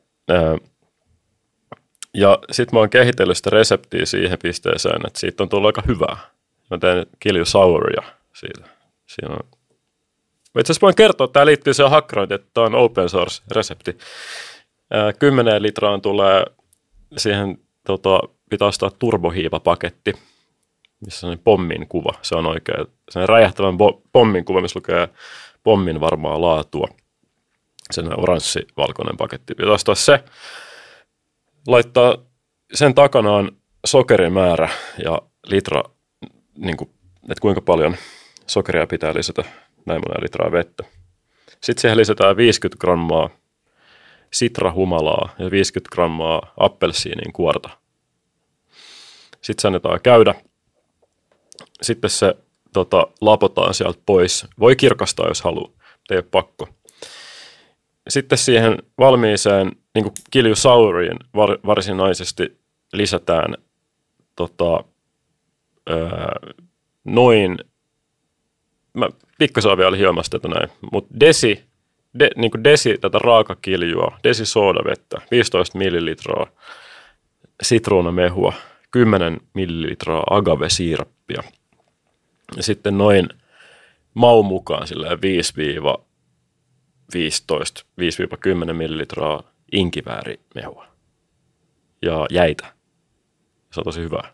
Ja sitten mä oon kehitellyt sitä reseptiä siihen pisteeseen, että siitä on tullut aika hyvää. Mä teen kilju souria siitä. Siinä on. Itse asiassa voin kertoa, että tämä liittyy siihen hakkerointiin, että tämä on open source resepti. Kymmeneen litraan tulee, siihen tota, pitää ostaa turbohiivapaketti, missä on pommin kuva. Se on oikein, se on räjähtävän bo- pommin kuva, missä lukee pommin varmaa laatua. Sen oranssi-valkoinen paketti. Pitää ostaa se. Laittaa sen takana on sokerimäärä ja litra, niin kuin, että kuinka paljon sokeria pitää lisätä näin monen litraa vettä. Sitten siihen lisätään viisikymmentä grammaa sitrahumalaa ja viisikymmentä grammaa appelsiinin kuorta. Sitten se annetaan käydä. Sitten se tota, lapotaan sieltä pois. Voi kirkastaa, jos haluaa, mutta ei ole pakko. Sitten siihen valmiiseen niin kuin kiljusauriin var, varsinaisesti lisätään tota, öö, noin, mä pikkasen vielä hiomasta tätä näin, mutta desi, de, niin kuin desi tätä raakakiljua, desi soodavettä, viisitoista millilitraa sitruunamehua, kymmenen millilitraa agave-siirappia ja sitten noin maun mukaan silleen viisi viisitoista viisi kymmenen millilitraa inkiväärimehua ja jäitä. Se on tosi hyvää.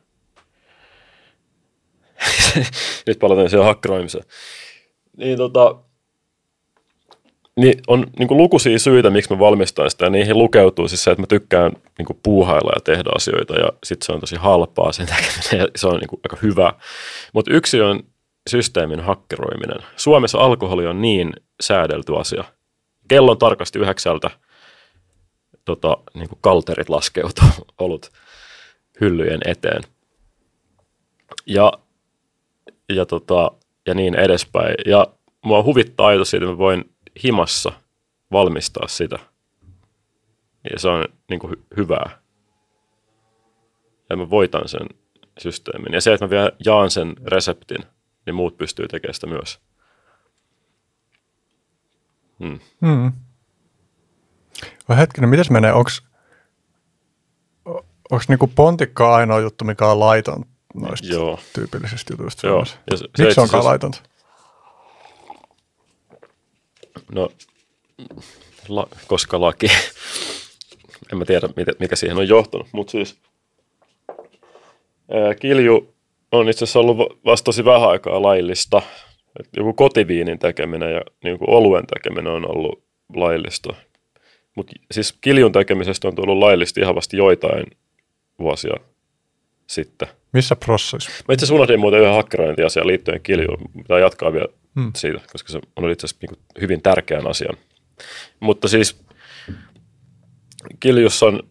Nyt palataan siihen hakkeroimiseen. Niin, tota, niin on niin kuin lukuisia syitä, miksi mä valmistan sitä, ja niihin lukeutuu siis se, että mä tykkään niin kuin puuhailla ja tehdä asioita, ja sitten se on tosi halpaa sen tekeminen, ja se on niin kuin aika hyvä. Mutta yksi on systeemin hakkeroiminen. Suomessa alkoholi on niin säädelty asia. Kellon tarkasti yhdeksältä tota, niin kuin kalterit laskeutuu olut hyllyjen eteen. Ja, ja, tota, ja niin edespäin. Ja mua huvittaa ajatus siitä, että mä voin himassa valmistaa sitä. Ja se on niin kuin hy- hyvää. Ja mä voitan sen systeemin. Ja se, että mä vielä jaan sen reseptin, niin muut pystyy tekemään sitä myös. Hmm. Hmm. Vai hetkinen, mitäs menee? Onks, onks niinku pontikka ainoa juttu, mikä on laiton noista Joo. tyypillisistä jutuista? Joo. Ja se, Miksi se onkaan se, laitonta? No, la, koska laki. En mä tiedä, mikä siihen on johtunut, mutta siis ää, kilju on itse asiassa ollut vasta tosi vähän aikaa laillista. Et joku kotiviinin tekeminen ja niin kuin oluen tekeminen on ollut laillista. Mutta siis kiljun tekemisestä on tullut laillista ihan vasta joitain vuosia sitten. Missä prosessissa? Mä itse asiassa unohdin muuten yhden hakkerointiasian liittyen kiljuun. Pitää jatkaa vielä hmm. siitä, koska se on itse asiassa niin kuin hyvin tärkeän asian. Mutta siis kiljussa on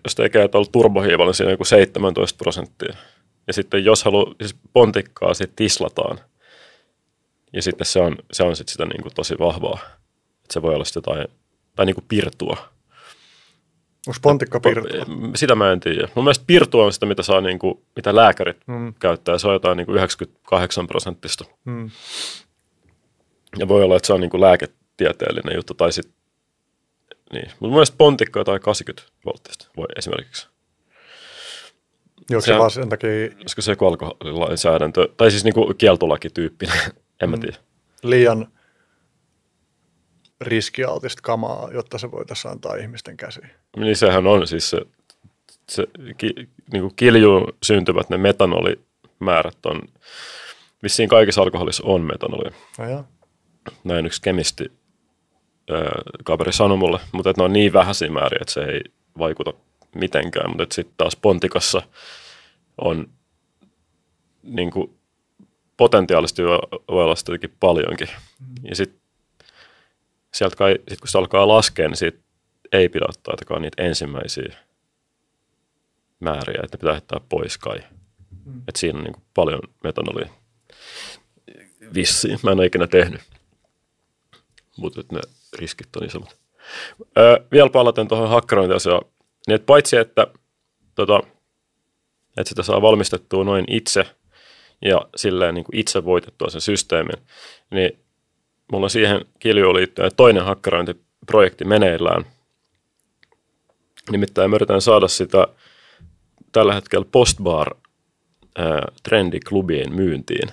jos tekee tuolla turbohiivalla, niin siinä on joku seitsemäntoista prosenttia. Ja sitten jos haluaa, siis pontikkaa, sitten tislataan. Ja sitten se on, se on sitten sitä niin kuin tosi vahvaa. Että se voi olla sitä tai, tai niin kuin pirtua. Onko pontikka pirtua? Sitä mä en tiedä. Mun mielestä pirtua on sitä, mitä, saa niin kuin, mitä lääkärit mm. käyttää. Se on jotain niin kuin yhdeksänkymmentäkahdeksan prosenttista. Mm. Ja voi olla, että se on niin kuin lääketieteellinen juttu. Tai sit, niin. Mutta mun mielestä pontikka on jotain kahdeksankymmentä volttista voi esimerkiksi. Joo, se vaan sen takia... Olisiko se joku alkoholilainsäädäntö, tai siis niinku kieltolakityyppinen, en mä tiedä. Liian riskialtista kamaa, jotta se voitaisiin antaa ihmisten käsiin. Niin sehän on siis se, se ki, niinku kiljuun syntyvät ne metanolimäärät on, vissiin kaikissa alkoholissa on metanolia. No näin yksi kemisti ää, kaveri sanoi mulle, mutta että ne on niin vähäisiä määriä, että se ei vaikuta mitenkään, mutta sitten taas pontikassa on niin kuin, potentiaalisesti voi olla sitä jotenkin paljonkin. Mm. Ja sitten sieltä kai, sit kun se alkaa laskea, niin siitä ei pidä ottaa jotakaan niitä ensimmäisiä määriä, että ne pitää heittää pois kai. Mm. Että siinä on niin kuin paljon metanolia. Vissiin. Mä en ole ikinä tehnyt. Mutta ne riskit on isommat. Öö, vielä palaten tuohon hakkerointiasiaan. Niin että paitsi, että, tota, että sitä saa valmistettua noin itse ja silleen niin kuin itse voitettua sen systeemin, niin mulla on siihen kiljuun liittyen toinen hakkerointiprojekti meneillään. Nimittäin me yritetään saada sitä tällä hetkellä Postbar-trendiklubiin myyntiin.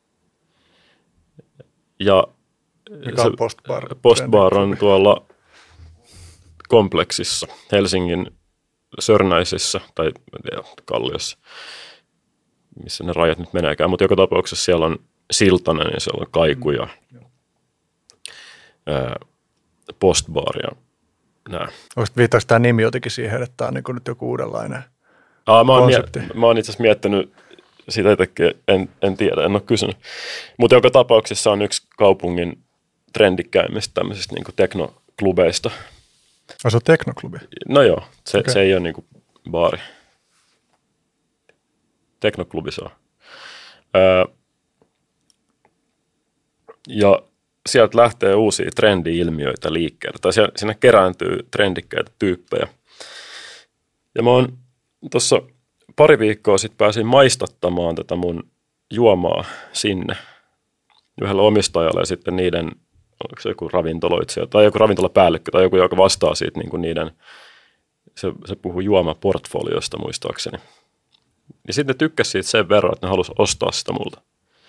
Ja mikä on Postbar? Postbar on tuolla kompleksissa, Helsingin Sörnäisissä tai en tiedä, Kalliossa, missä ne rajat nyt meneekään, mutta joka tapauksessa siellä on Siltanen ja siellä on Kaiku ja mm. ää, Postbar ja nää. Viittaako tämä nimi jotenkin siihen, että tämä on niin nyt joku uudenlainen Aa, mä, oon konsepti? Mie- mä oon itse asiassa miettinyt sitä itsekin, en, en tiedä, en ole kysynyt. Mutta joka tapauksessa on yksi kaupungin trendikkäimmistä tämmöisistä niin kuin teknoklubeista. Ah, se on teknoklubi? No joo, se, okay. se ei ole niinku baari. Teknoklubi se on. Öö, ja sieltä lähtee uusia trendi-ilmiöitä liikkeelle. Tai siellä, siinä kerääntyy trendikkäitä tyyppejä. Ja mä oon tuossa pari viikkoa sitten pääsin maistattamaan tätä mun juomaa sinne yhdellä omistajalle ja sitten niiden, onko se joku ravintoloitsija tai joku ravintolapäällikkö tai joku, joka vastaa siitä niin kuin niiden, se, se puhuu juomaportfoliosta muistaakseni. Ja sitten ne tykkäsi siitä sen verran, että ne halusi ostaa sitä multa.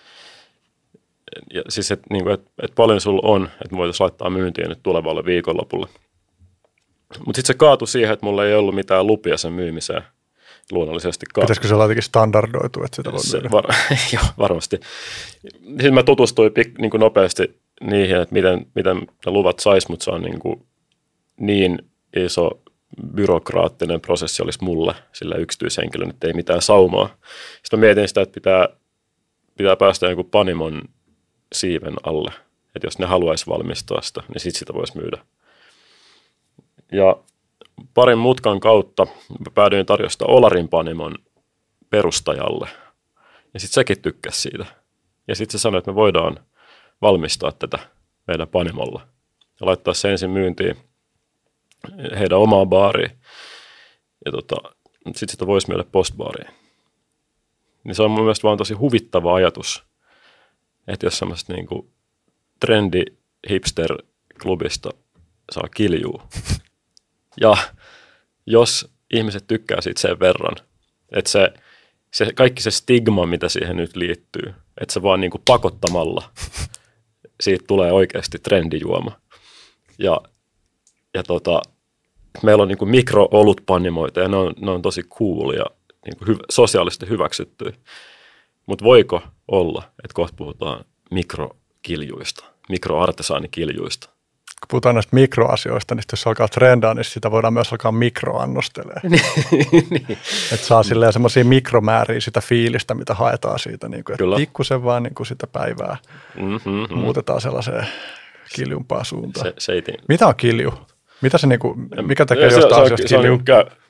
Ja siis, että niin et, et paljon sulla on, että me voitaisiin laittaa myyntiin nyt tulevalle viikonlopulle. Mutta sitten se kaatui siihen, että mulla ei ollut mitään lupia sen myymiseen. Luonnollisesti kaatui. Pitäisikö se olla jotenkin standardoitu, että sitä voi myydä? Var, joo, varmasti. Sitten mä tutustuin pik, niin kuin nopeasti niihin, että miten, miten ne luvat saisi, mutta se on niin, kuin niin iso byrokraattinen prosessi olisi mulle, sillä yksityishenkilön, että ei mitään saumaa. Sitten mä mietin sitä, että pitää, pitää päästä jonkun panimon siiven alle, että jos ne haluaisi valmistaa sitä, niin sitten sitä voisi myydä. Ja parin mutkan kautta päädyin tarjosta Olarin panimon perustajalle. Ja sitten sekin tykkäsi siitä. Ja sitten se sanoi, että me voidaan valmistaa tätä meidän panimolla. Ja laittaa se ensin myyntiin heidän omaan baariin. Ja tota, sitten sitä voisi myydä postbaariin. Niin se on mun mielestä vaan tosi huvittava ajatus, että jos semmoista niinku trendi hipster-klubista saa kiljuu. Ja jos ihmiset tykkää siitä sen verran, että se, se kaikki se stigma, mitä siihen nyt liittyy, että se vaan niinku pakottamalla siitä tulee oikeasti trendijuoma. Ja, ja tota, meillä on niinku mikro-olutpanimoita ja ne on, ne on tosi cool ja niinku hy, sosiaalisesti hyväksyttyä. Mutta voiko olla, että kohta puhutaan mikrokiljuista, mikroartesaanikiljuista? Kun puhutaan näistä mikroasioista, niin jos se alkaa trendaa, niin sitä voidaan myös alkaa mikroannostelemaan. niin. Että saa silleen semmoisia mikromääriä sitä fiilistä, mitä haetaan siitä. Niin kuin, että pikkusen vaan niin kuin sitä päivää mm-hmm. muutetaan sellaiseen kiljumpaan suuntaan. Se, seitin. Mitä on kilju? Mitä se, niin kuin, mikä tekee se, jostain se, asiasta se, kilju? Se on,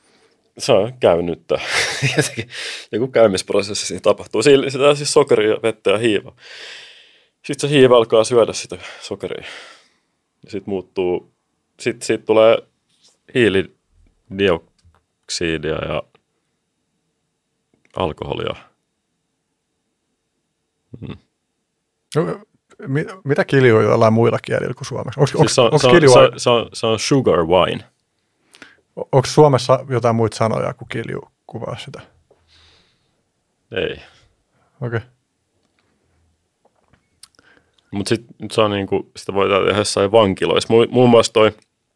se on käynyttä. Joku käymisprosessi siinä tapahtuu. Sitä on siis sokeria, vettä ja hiiva. Sitten se hiiva alkaa syödä sitä sokeria. Sitten muuttuu, sitten siitä tulee hiilidioksidia ja alkoholia. Hmm. No, mitä kilju on jollain muilla kielillä kuin suomeksi? Onko, siis se, on, se, on, se, on, se, on, se on sugar wine. Onko Suomessa jotain muita sanoja kuin kilju kuvaa sitä? Ei. Okei. Okay. Mutta sitten se on niinku, sitä voidaan tehdä jossain vankiloissa. Mu- muun muassa toi,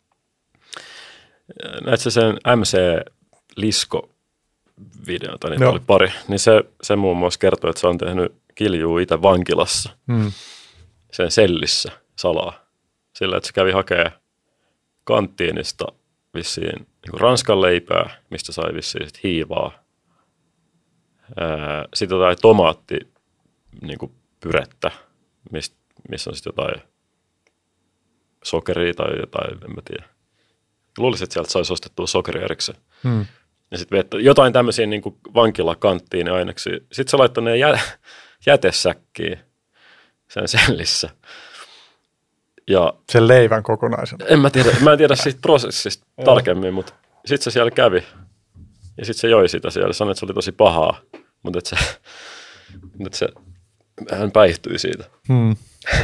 näetkö sen M C Lisko-videota, niitä oli pari, niin se, se muun muassa kertoo, että se on tehnyt kiljuu itse vankilassa, hmm. sen sellissä salaa. Sillä, että se kävi hakemaan kanttiinista vissiin niin ranskan leipää, mistä sai vissiin sit hiivaa. Sitten jotain tomaatti niin pyrettä, mistä missä on sitten jotain sokeria tai jotain, en mä tiedä. Luulisin, että sieltä saisi ostettua sokeria erikseen. Hmm. Ja sitten jotain tämmöisiä niin kuin vankilakanttiin aineksi. Sitten se laittoi ne jä, jätesäkkiin sen sellissä. Ja sen leivän kokonaisen. En mä tiedä, mä en tiedä siitä prosessista tarkemmin, mutta sitten se siellä kävi. Ja sitten se joi sitä siellä. Sanoi, että se oli tosi pahaa, mutta että se, että se hän päihtyi siitä. Hmm.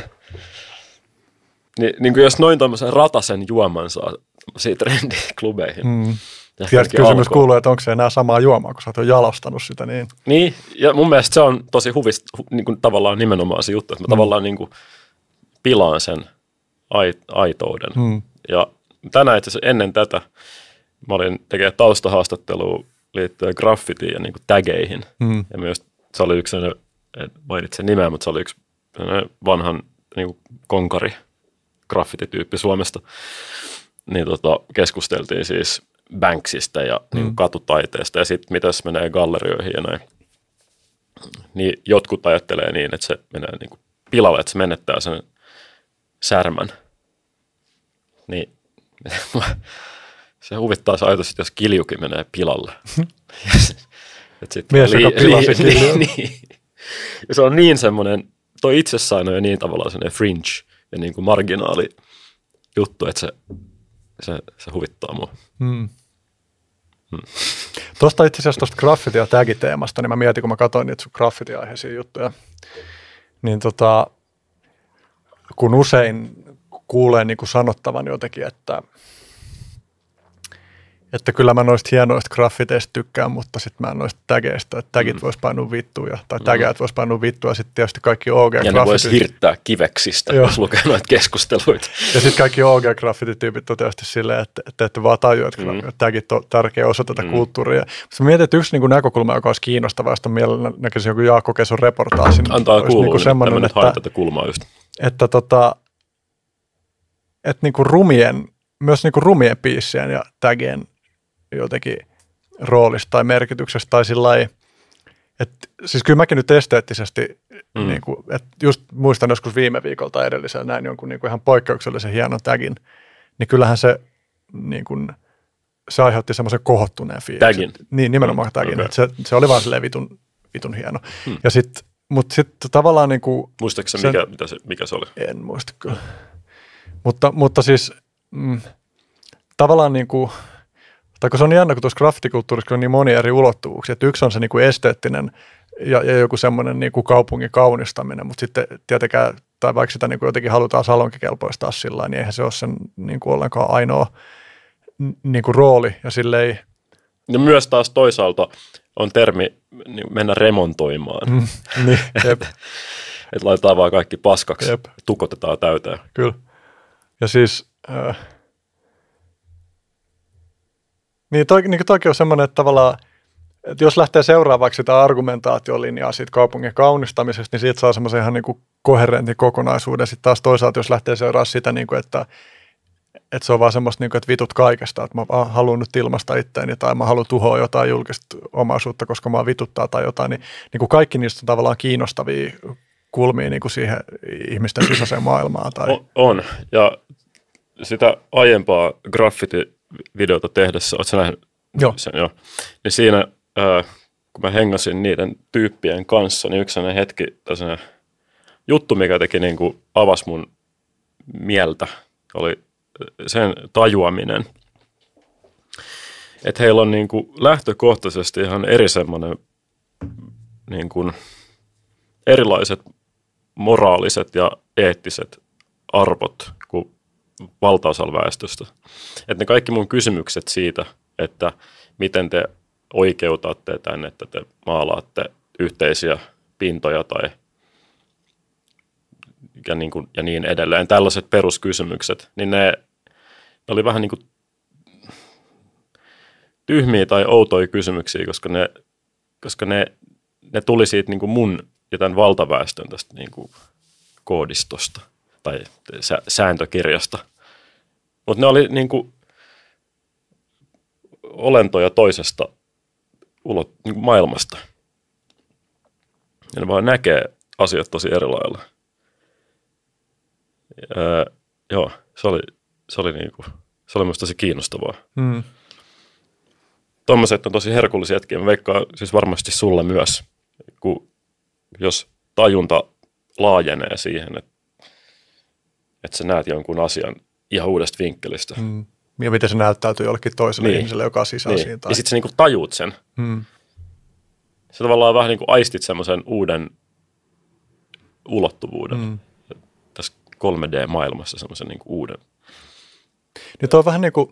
Ni, niin kuin jos noin tämmöisen ratasen juoman saa siitä trendiklubeihin. Hmm. Tiedätkö, kysymys kuuluu, että onko se enää samaa juomaa, kun sä oot jo jalostanut sitä niin. Niin, ja mun mielestä se on tosi huvista, hu, niin kuin tavallaan nimenomaan se juttu, että mä hmm. tavallaan niin kuin pilaan sen ai, aitouden. Hmm. Ja tänään itse asiassa ennen tätä mä olin tekemään taustahaastattelua liittyen graffitiin ja niin kuin tägeihin. Hmm. Ja myös se oli yksi sellainen, en mainitse nimeä, mutta se oli yksi vanhan niin kuin konkari, graffitityyppi Suomesta. Niin tota, keskusteltiin siis Banksista ja mm. niin katutaiteesta ja sitten mitä se menee gallerioihin ja näin. Niin jotkut ajattelee niin, että se menee niin kuin pilalle, että se menettää sen särmän. Niin se huvittaa se ajatus, että jos kiljukin menee pilalle. Mies, joka pilasi kiljuun. Niin. Ja se on niin semmoinen, toi itsessään on jo niin tavallaan semmoinen fringe ja niin kuin marginaali juttu, että se, se, se huvittaa mua. Hmm. Hmm. Tuosta itse asiassa tuosta graffiti- ja tagiteemasta, niin mä mietin, kun mä katsoin niitä sun graffiti-aiheisia juttuja, niin tota, kun usein kuulee niin kuin sanottavan jotenkin, että Että kyllä mä noista hienoista graffiteista tykkään, mutta sitten mä en noista tägeistä, että tagit mm. vois painua vittuja, tai tägäät mm. vois painua vittuja, sitten tietysti kaikki O G-graffitit. Ja ne vois hirttää kiveksistä, jos lukee noita keskusteluita. Ja sitten kaikki O G-graffitityypit on tietysti silleen, että te ette vaan tajua, että mm. tagit on tärkeä osa tätä mm. kulttuuria. Mutta mä mietin, että yksi niin kuin näkökulma, joka olisi kiinnostava, josta mielellä näkisin joku Jaakko Keson reportaasin. Antaa kuulua, niin semmoinen, että, että, tätä kulmaa just. että, tota, että niin kuin rumien, myös niin kuin rumien biissien ja tagien jotenkin roolista tai merkityksestä tai sillä lailla, että siis kyllä mäkin nyt esteettisesti, mm. niin kuin, että just muistan joskus viime viikolta tai edellisellä näin jonkun niin kuin ihan poikkeuksellisen hienon tagin, niin kyllähän se, niin kuin, se aiheutti semmoisen kohottuneen fiiliksen. Tagin? Niin, nimenomaan mm. tagin, okay. että se, se oli vaan silleen vitun, vitun hieno. Mm. Ja sit, mutta sitten tavallaan niin kuin... Muistatko se, mikä, mitä se, mikä se oli? En muista kyllä. Mutta, mutta siis mm, tavallaan niin kuin... Tai kun se on niin jännä, kun tuossa graffitikulttuurissa on niin monia eri ulottuvuuksia, että yksi on se niin kuin esteettinen ja, ja joku semmoinen niin kuin kaupungin kaunistaminen, mutta sitten tietenkään, tai vaikka sitä niin kuin jotenkin halutaan salonkikelpoistaa sillä niin eihän se ole sen niin kuin ollenkaan ainoa niin kuin rooli ja silleen. Ja myös taas toisaalta on termi niin mennä remontoimaan. Mm, niin, jep. Että laitetaan vaan kaikki paskaksi, jep. Tukotetaan täyteen. Kyllä. Ja siis... Äh, Niin, toi, niin toikin on semmoinen, että tavallaan, että jos lähtee seuraavaksi sitä argumentaatiolinjaa siitä kaupungin kaunistamisesta, niin siitä saa semmoisen ihan niin kuin koherentin kokonaisuuden. Sitten taas toisaalta, jos lähtee seuraamaan sitä, niin kuin, että, että se on vaan semmoista, niin kuin, että vitut kaikesta, että mä haluan nyt ilmaista itteeni tai mä haluan tuhoa jotain julkista omaisuutta, koska mä vituttaa tai jotain, niin, niin kuin kaikki niistä on tavallaan kiinnostavia kulmia niin kuin siihen ihmisten sisäiseen maailmaan. Tai... On, on, ja sitä aiempaa graffiti videota tehdessä, ootko sä nähnyt Joo. Sen, jo. Niin siinä, ää, kun mä hengasin niiden tyyppien kanssa, niin yksi sellainen hetki, sellainen juttu, mikä teki niin kuin avasi mun mieltä, oli sen tajuaminen, että heillä on niin kuin lähtökohtaisesti ihan eri semmoinen niin kuin erilaiset moraaliset ja eettiset arvot kuin valtaosalla väestöstä. Että ne kaikki mun kysymykset siitä, että miten te oikeutatte tänne, että te maalaatte yhteisiä pintoja tai ja niin, kuin, ja niin edelleen, tällaiset peruskysymykset, niin ne, ne oli vähän niin kuin tyhmiä tai outoja kysymyksiä, koska ne, koska ne, ne tuli siitä niin kuin mun ja tämän valtaväestön tästä niin kuin koodistosta tai sääntökirjasta. Mutta ne oli niin kuin olentoja toisesta ulot, niin kuin maailmasta. Ja ne vaan näkee asiat tosi eri lailla. Öö, joo, se oli, se oli, niin kuin, se oli musta tosi kiinnostavaa. Mm. Tuommoiset on tosi herkullisia hetkiä. Mä veikkaan siis varmasti sulle myös, kun jos tajunta laajenee siihen, että, että sä näet jonkun asian ihan uudesta vinkkelistä. Mm. Ja miten se näyttäytyy jollekin toiselle niin. ihmiselle, joka on sisään niin. siinä. Tai... Ja sitten sä niinku tajuut sen. Mm. Sä tavallaan vähän niin kuin aistit semmoisen uuden ulottuvuuden mm. tässä kolme D-maailmassa, semmoisen niin kuin uuden. Niin toi on vähän niin kuin,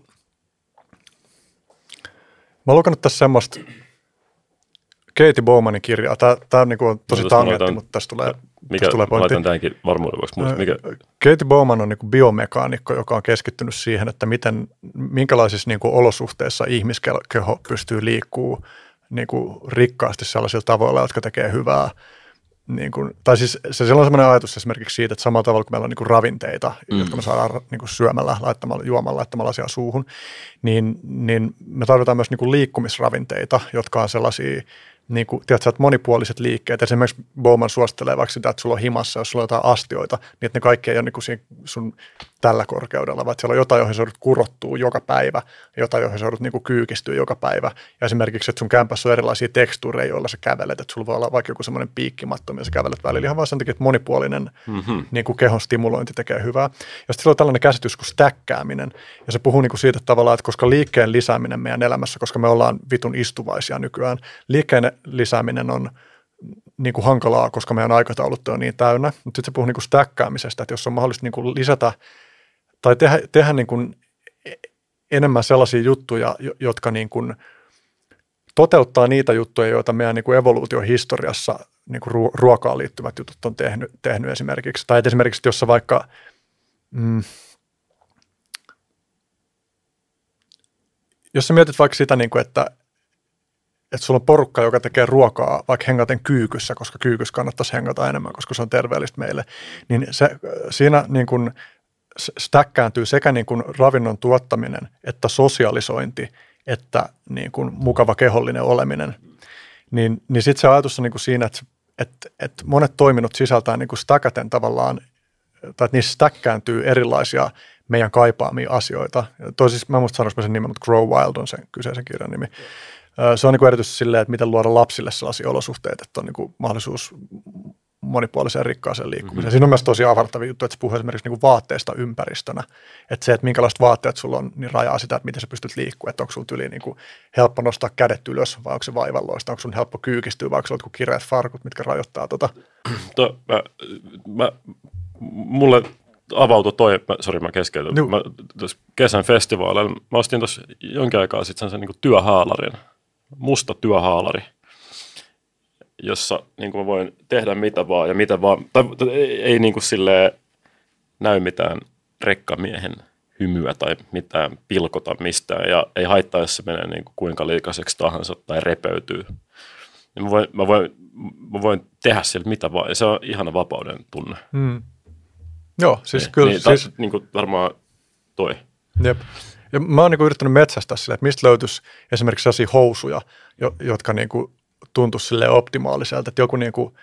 mä oon lukenut tässä semmoista Katie Bowmanin kirjaa. Tää, tää on, niin kuin, on tosi no, tangentti, laitan, mutta tässä tulee, mikä, tässä tulee pointti. Laitan tämänkin varmuuden vuoksi muista. Mikä? Katie Bowman on niin kuin biomekaanikko, joka on keskittynyt siihen, että miten, minkälaisissa niin kuin olosuhteissa ihmiskeho pystyy liikkuu niin kuin rikkaasti sellaisilla tavoilla, jotka tekee hyvää. Niin kuin, tai siis se, se on sellainen ajatus esimerkiksi siitä, että samalla tavalla kuin meillä on niin kuin ravinteita, mm. jotka me saadaan niin kuin syömällä, laittamalla, juomalla, laittamalla asiaa suuhun, niin, niin me tarvitaan myös niin kuin liikkumisravinteita, jotka on sellaisia niin kuin, tiedätkö, että monipuoliset liikkeet. Esimerkiksi Bowman suosittelee vaikka sitä, että sulla on himassa, jos sulla on jotain astioita, niin että ne kaikki ei ole niin kuin siinä sun tällä korkeudella, vaan siellä on jotain, johon sä joudut kurottua joka päivä, jotain, johon sä joudut niin kuin kyykistyä joka päivä. Ja esimerkiksi, että sun kämpässä on erilaisia tekstuureja, joilla sä kävelet, että sulla voi olla vaikka joku semmoinen piikkimatto, millä sä kävelet välillä ihan vaan sen takia, että monipuolinen mm-hmm. niin kuin kehon stimulointi tekee hyvää. Ja sitten on tällainen käsitys kuin stäkkääminen, ja se puhuu niin kuin siitä tavallaan, että koska liikkeen lisääminen meidän elämässä, koska me ollaan vitun istuvaisia nykyään, liikkeen lisääminen on niin kuin hankalaa, koska meidän aikataulut on niin täynnä, mutta sitten se puhuu niin kuin stäkkäämisestä, että jos on mahdollista niin kuin lisätä tai tehdä, tehdä niin kuin enemmän sellaisia juttuja, jotka niin kuin toteuttaa niitä juttuja, joita meidän niin kuin evoluutiohistoriassa niin kuin ruokaan liittyvät jutut on tehnyt, tehnyt esimerkiksi. Tai esimerkiksi, jos vaikka mm, jos sä mietit vaikka sitä, niin kuin, että että sulla on porukka, joka tekee ruokaa vaikka hengaten kyykyssä, koska kyykyssä kannattaisi hengata enemmän, koska se on terveellistä meille, niin se, siinä niin kuin stäkkääntyy sekä niin kuin ravinnon tuottaminen, että sosialisointi, että niin kuin mukava kehollinen oleminen. Niin, niin sitten se ajatus on niin kuin siinä, että, että, että monet toiminnot sisältää niin kuin stäkäten tavallaan, tai että niissä stäkkääntyy erilaisia meidän kaipaamia asioita. Toi siis, mä en muista sanoa sen nimen, mutta Grow Wild on sen kyseisen kirjan nimi. Se on niin kuin erityisesti silleen, että miten luoda lapsille sellaisia olosuhteita, että on niin kuin mahdollisuus monipuoliseen rikkaaseen liikkumiseen. Mm-hmm. Siinä on myös tosi avartavia juttuja, että se puhuu esimerkiksi niin kuin vaatteesta ympäristönä. Että se, että minkälaiset vaatteet sulla on, niin rajaa sitä, että miten sä pystyt liikkumaan. Että onko sulla tyli niin kuin helppo nostaa kädet ylös, vai onko se vaivalloista, onko sun helppo kyykistyä, vai onko sulla jotkut kireät farkut, mitkä rajoittaa tota. To, mä, mä, mulle avautui toi, mä, sori mä keskeytän, no. Mä tuossa kesän festivaaleilla, mä ostin tuossa jonkin aikaa sitten sen niin kuin työhaalarin, musta työhaalari, jossa niin kuin mä voin tehdä mitä vaan ja mitä vaan, tai ei, ei niin kuin silleen näy mitään rekkamiehen hymyä tai mitään pilkota mistään ja ei haittaa, jos se menee niin kuin kuinka liikaiseksi tahansa tai repeytyy. Ja mä, voin, mä, voin, mä voin tehdä sillä mitä vaan ja se on ihana vapauden tunne. Hmm. Joo, siis niin, kyllä. Niin, siis... ta, niin kuin varmaan toi. Jep. Ja mä oon niin kuin yrittänyt metsästää silleen, että mistä löytyisi esimerkiksi sellaisia housuja, jotka niin kuin tuntuisi silleen optimaaliselta, että joku niin kuin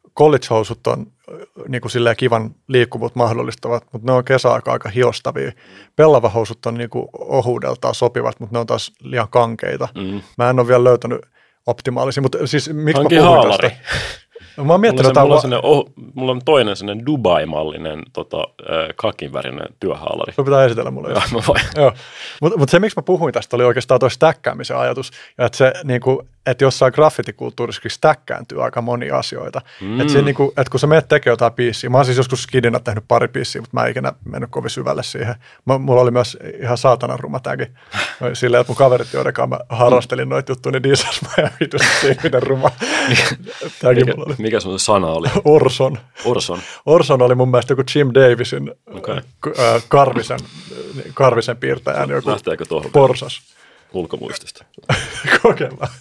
college-housut on niin kuin silleen kivan liikkuvuut mahdollistavat, mutta ne on kesäaika aika hiostavia. Pellavahousut on niin kuin ohuudeltaan sopivat, mutta ne on taas liian kankeita. Mm. Mä en ole vielä löytänyt optimaalisia, mutta siis miksi Hankin mä puhuin haalari. tästä? Mä oon miettinyt, mulla, on se, mulla, mulla, on oh, mulla on toinen sellainen Dubai-mallinen tota, äh, kakinvärinen työhaalari. Se pitää esitellä mulle. Joo, mä voin. Joo. Mutta mut se, miksi mä puhuin tästä, oli oikeastaan toi stäkkäämisen ajatus. Ja että se, niinku, että jossain graffitikulttuurissakin stäkkääntyy aika monia asioita. Mm. Että niinku, et kun sä menet tekemään jotain biisiä, mä oon siis joskus skidinä tehnyt pari biisiä, mutta mä en ikinä mennyt kovin syvälle siihen. Mä, mulla oli myös ihan saatanan ruma tagi. Silleen, että mun kaverit, joiden kanssa mä harrastelin noita juttuja, niin diisas mä ja vitusti siihen, miten ruma tagi mikä, mulla oli. Mikä sun sana oli? Orson. Orson. Orson oli mun mielestä joku Jim Davisin Okay. äh, Karvisen, Karvisen piirtäjän joku Lähteekö tuohon porsas. Ulkomuistista. Kokeillaan.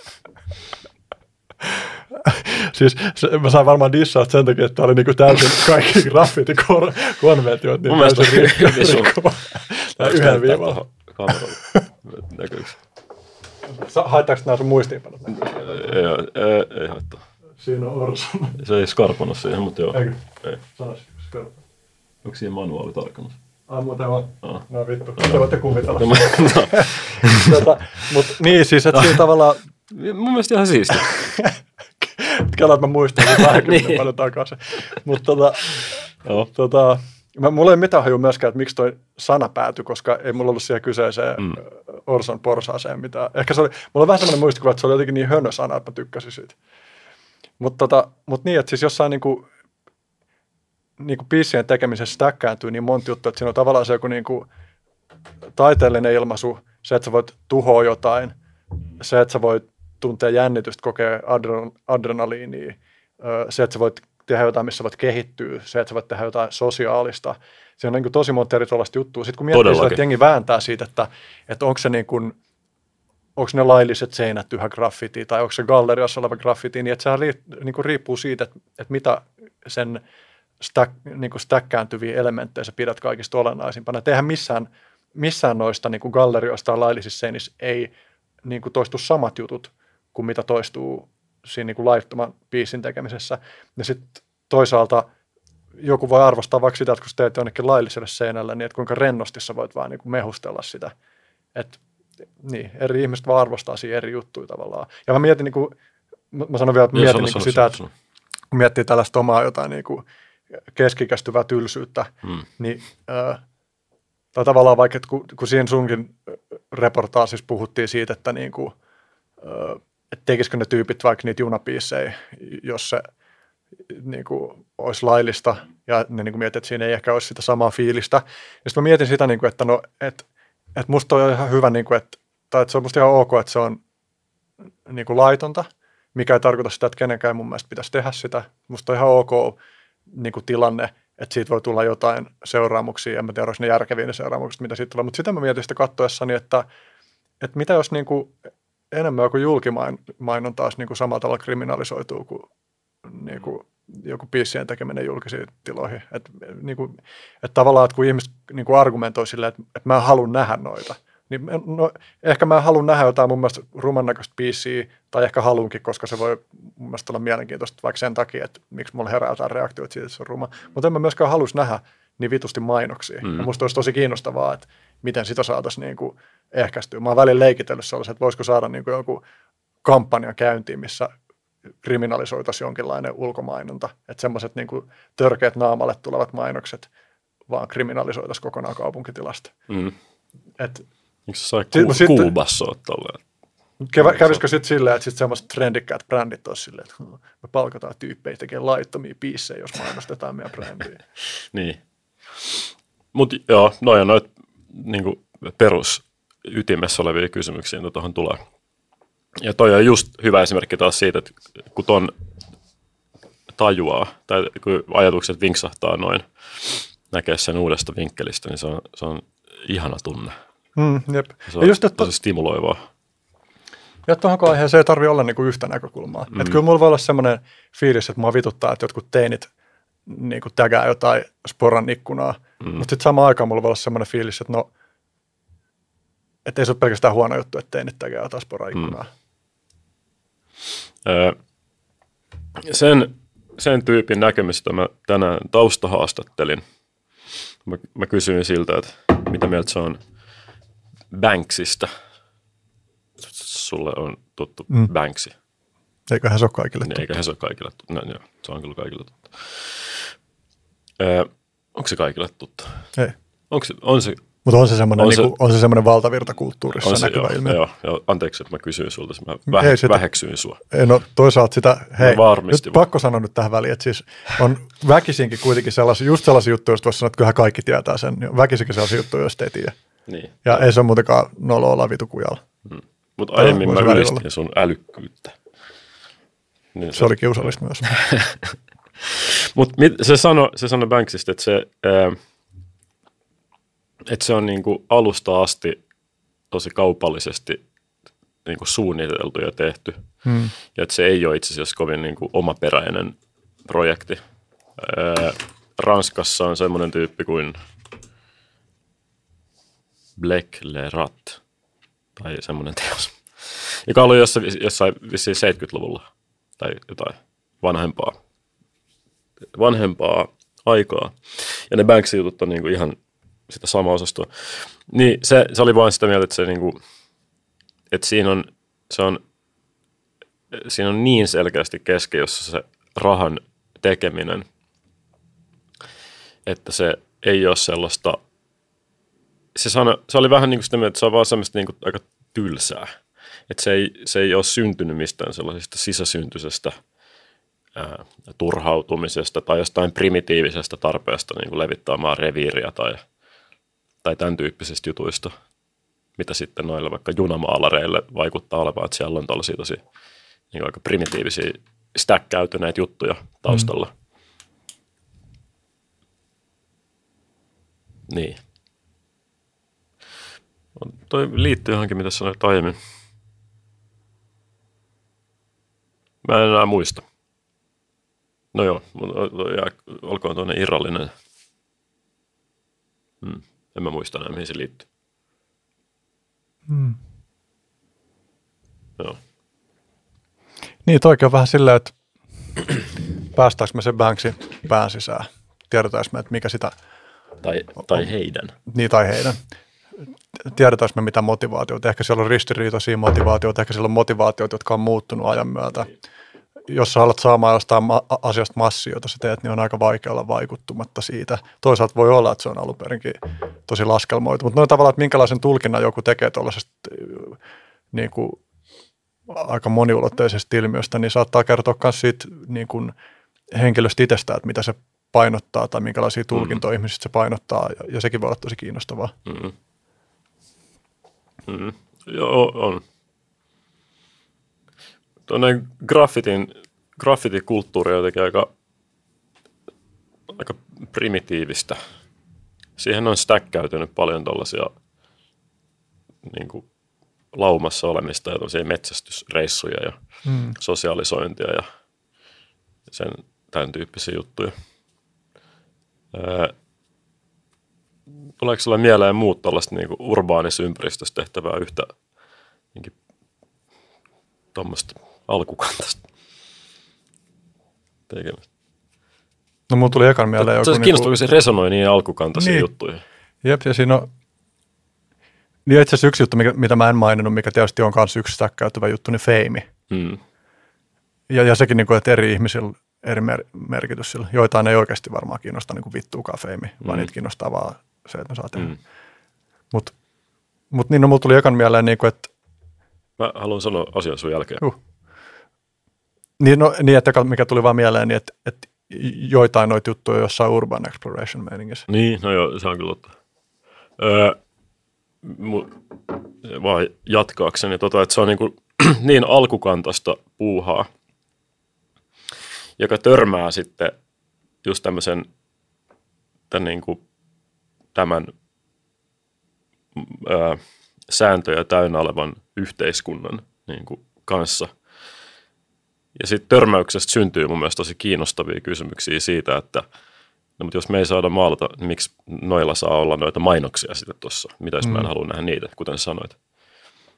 Siis se, mä sain varmaan dissaa sen takia, että oli niinku täysin kaikki graffiti-konventiot niin täysin rikkova. Tää yhden viivalla. Kameralla näkyykö? Haittaako nämä sun muistiinpanot? Ei, ei, ei haittaa. Siinä on Orson. Se ei skarpannut siihen, mutta joo. Eikö? Ei. Sanois skarpannut. Onko siihen manuaali tarkennus? Ai muuten on. Ah. No vittu, te voitte kuvitella. No, no. tota, mut niin siis, että siinä tavallaan... Mun mielestä ihan siistiä. Kela, että mä muistan kahdenkymmenen niin. paljon takaisin. Mutta tota, tota, mä, mulla ei mitään hajua myöskään, että miksi toi sana päätyi, koska ei mulla ollut siihen kyseiseen mm. Orson porsaaseen mitään. Ehkä se oli, mulla on vähän semmoinen muistikuva, että se oli jotenkin niin hönö sana, että mä tykkäsin siitä. Mutta tota, mut niin, että siis jossain niinku, niinku biisien tekemisessä stäkkääntyy niin monta juttua, että siinä on tavallaan se joku niinku taiteellinen ilmaisu, se, että sä voit tuhoa jotain, se, että sä voit tuntea jännitystä, kokea adren- adrenaliinia, se, että sä voit tehdä jotain, missä voit kehittyä, se, että sä voit tehdä jotain sosiaalista. Se on niin kuin tosi monta eri tuollaista juttua. Sitten kun miettii sitä, että jengi vääntää siitä, että, että onko se niin kuin, onko ne lailliset seinät yhä graffiti, tai onko se galleriassa oleva graffiti, niin että sehän niin kuin riippuu siitä, että, että mitä sen stack, niin kuin stackkääntyviä elementtejä sä pidät kaikista olennaisimpana. Et eihän missään, missään noista niin kuin gallerioista tai laillisissa seinissä ei niin kuin toistu samat jutut kuin mitä toistuu siinä niin kuin laittoman biisin tekemisessä. Ja sitten toisaalta joku voi arvostaa vaikka sitä, että kun sä teet jonnekin lailliselle seinälle, niin että kuinka rennosti sä voit vaan niin kuin mehustella sitä. Että niin, eri ihmiset vaan arvostaa siinä eri juttuja tavallaan. Ja mä mietin, niin kuin, mä sanon vielä, että mietin niin kuin sitä, että kun miettii tällaista omaa jotain niin kuin keskikästyvää tylsyyttä, hmm. niin äh, tai tavallaan vaikka, että kun, kun siinä sunkin reportaasissa puhuttiin siitä, että niin kuin, äh, että tekisikö ne tyypit vaikka niitä junabiisejä, jos se niin kuin, olisi laillista, ja ne niin kuin mietit, että siinä ei ehkä olisi sitä samaa fiilistä. Ja sitten mä mietin sitä, niin kuin, että no, että, että musta on ihan hyvä, niin kuin, että, tai että se on musta ihan ok, että se on niin kuin laitonta, mikä ei tarkoita sitä, että kenenkään mun mielestä pitäisi tehdä sitä. Musta on ihan ok niin kuin tilanne, että siitä voi tulla jotain seuraamuksia, en mä tiedä, onko ne järkeviä ne seuraamukset, mitä siitä tulee, mutta sitä mä mietin sitä katsoessani, että, että mitä jos niin kuin enemmän joku julkimainonta taas niin kuin samalla tavalla kriminalisoituu kuin, niin kuin joku biisien tekeminen julkisiin tiloihin. Että niin kuin, että tavallaan, että kun ihmiset niin kuin argumentoi silleen, että, että mä haluan nähdä noita, niin no, ehkä mä haluan nähdä jotain mun mielestä ruman näköistä biisiä, tai ehkä haluunkin, koska se voi mun mielestä olla mielenkiintoista vaikka sen takia, että miksi mulla herää jotain reaktioita siitä, että se on ruma. Mutta en mä myöskään halus nähdä niin vitusti mainoksia. Mm. Ja musta olisi tosi kiinnostavaa, että miten sitä saataisiin niin kuin ehkäistyä. Mä oon välillä leikitellyt sellaisen, että voisiko saada niin kuin joku kampanjan käyntiin, missä kriminalisoitaisiin jonkinlainen ulkomainonta. Että semmoiset niin kuin törkeät naamalle tulevat mainokset vaan kriminalisoitaisiin kokonaan kaupunkitilasta. Mm. Et, eikö se saa ku- sit, Kuubassa ole tolleen? Kevä, kävisikö sitten silleen, että sitten semmoiset trendikkäät brändit olisi silleen, että me palkataan tyyppejä tekemään laittomia biissejä, jos mainostetaan meidän brändiä. Niin. Mutta joo, noin on noita niinku perusytimessä olevia kysymyksiä, joita tuohon tulee. Ja toi on just hyvä esimerkki taas siitä, että kun ton tajuaa, tai kun ajatukset vinksahtaa noin, näkee sen uudesta vinkkelistä, niin se on, se on ihana tunne. Mm, jep. Se on just, että, tosi stimuloivaa. Ja tuohon aiheeseen ei tarvitse olla niinku yhtä näkökulmaa. Mm. Että kyllä mulla voi olla semmoinen fiilis, että mua vituttaa, että jotkut teinit niinku tägää jotain sporan ikkunaa. Mm. Mutta sitten samaan aikaan mulla voi olla semmoinen fiilis, että no, että ei se ole pelkästään huono juttu, että teinit tägää jotain sporan ikkunaa. Mm. Öö, sen sen tyypin näkemystä mä tänään taustahaastattelin. Mä, mä kysyin siltä, että mitä mieltä se on Banksista. Sulle on tuttu mm. Banksy. Eiköhän se ole kaikille tuttu. Eiköhän se ole kaikille tuttu. No, joo, se on kyllä kaikille tuttu. Öö, onko se kaikille tuttu? Ei. Onko se, on se, mutta on se semmoinen, on se, niinku, on se semmoinen valtavirtakulttuurissa on se, näkyvä joo, ilmiö. Joo, joo, anteeksi, että mä kysyin sulta, mä väh, ei, sitä, väheksyin sua. Ei, no toisaalta sitä, hei, nyt vaan. pakko sanoa nyt tähän väliin, että siis on väkisinkin kuitenkin sellaisia, just sellaisia juttuja, joista voisi sanoa, että kyllähän kaikki tietää sen. Väkisinkin sellaisia juttuja, joista ei tiedä. Niin. Ja ei se ole muutenkaan nolo olla vitukujalla. Hmm. Mutta aiemmin mä ylistin sun älykkyyttä. Niin se, se oli kiusallista myös. Mutta se sanoi se sano Banksista, että se, ää, että se on niinku alusta asti tosi kaupallisesti niinku suunniteltu ja tehty. Hmm. Ja että se ei ole itse asiassa kovin niinku omaperäinen projekti. Ää, Ranskassa on semmoinen tyyppi kuin Black Le Rat, tai semmoinen teos, joka oli jossain, jossain vissiin seitsemänkymmentäluvulla tai jotain vanhempaa, vanhempaa aikaa. Ja ne Banksy-jutut on niinku ihan sitä samaa osastoa. Niin se, se oli vain sitä mieltä, että, se niinku, että siinä, on, se on, siinä on niin selkeästi keskiössä se rahan tekeminen, että se ei ole sellaista. Se, sano, se oli vähän niin kuin sitä mieltä, että se on vaan semmoista niin kuin aika tylsää. Että se ei, se ei ole syntynyt mistään sellaisesta sisäsyntyisestä ää, turhautumisesta tai jostain primitiivisesta tarpeesta niin kuin levittää omaa reviiriä tai, tai tämän tyyppisistä jutuista, mitä sitten noille vaikka junamaalareille vaikuttaa olevan, että siellä on tällaisia tosi niin kuin aika primitiivisiä stäkkäytyneitä juttuja taustalla. Mm. Niin. Toi liittyy johonkin, mitä sanoit aiemmin. Mä en enää muista. No joo, olkoon tuonne irrallinen. Hmm. En mä muista enää, mihin se liittyy. Hmm. Joo. Niin, toikin on vähän silleen, että päästäänkö me sen Banksy pään sisään. Tiedetäänkö me, että mikä sitä. Tai, tai heidän. Niin, tai heidän. Tiedetäänkö me mitä motivaatioita. Ehkä siellä on ristiriitoisia motivaatioita, ehkä siellä on motivaatioita, jotka on muuttunut ajan myötä. Jos sä haluat saamaan jostain ma- asiasta massia, jota sä teet, niin on aika vaikea olla vaikuttumatta siitä. Toisaalta voi olla, että se on alun perinkin tosi laskelmoitu. Mutta noin tavallaan, että minkälaisen tulkinnan joku tekee tuollaisesta niin kuin aika moniulotteisesta ilmiöstä, niin saattaa kertoa myös siitä niin kuin henkilöstä itsestään, että mitä se painottaa tai minkälaisia tulkintoja mm. ihmisistä se painottaa. Ja, ja sekin voi olla tosi kiinnostavaa. Mm. Mm. Joo, on. Tuonne graffitin, graffitikulttuuri on jotenkin aika, aika primitiivistä. Siihen on stäkkäytynyt paljon tuollaisia niin kuin laumassa olemista ja tuollaisia metsästysreissuja ja mm. sosiaalisointia ja sen, tämän tyyppisiä juttuja. Ää, tuleeko sinulle mieleen muut tällaista niin kuin urbaanisessa ympäristössä tehtävää yhtä niin tuommoista alkukantaista tekemistä? No mun tuli ekan mieleen joku. Se kiinnostaa, kun se resonoi niin alkukantaisia niin. juttuja. Jep, ja siinä on, niin itse asiassa yksi juttu, mikä, mitä mä en maininnut, mikä tietysti on myös yksi stäkkäytyvä juttu, niin feimi. Hmm. Ja, ja sekin, niin kuin, että eri ihmisillä eri mer- merkitys sillä. Joitain ei oikeasti varmaan kiinnosta niin kuin vittuukaan feimi, hmm. vaan niitä kiinnostaa vaan se, että ne saa tehdä. Hmm. Mutta mut niin, no mulla tuli ekan mieleen, niin kuin, että mä haluan sanoa asian sun jälkeen. Uh. Niin, no, niin, että mikä tuli vaan mieleen, niin että, että joitain noita juttuja jossain urban exploration meiningissä. Niin, no joo, se on kyllä totta. Öö, mu, vaan jatkaakseni, tota, että se on niin, kuin, niin alkukantaista puuhaa, joka törmää sitten just tämmöisen tämän, niin kuin, tämän öö, sääntöjä täynnä olevan yhteiskunnan niin kuin, kanssa. Ja sitten törmäyksestä syntyy mun mielestä tosi kiinnostavia kysymyksiä siitä, että no, mutta jos me ei saada maalata, niin miksi noilla saa olla noita mainoksia sitten tuossa? Mitä jos mm. mä en halua nähdä niitä, kuten sanoit?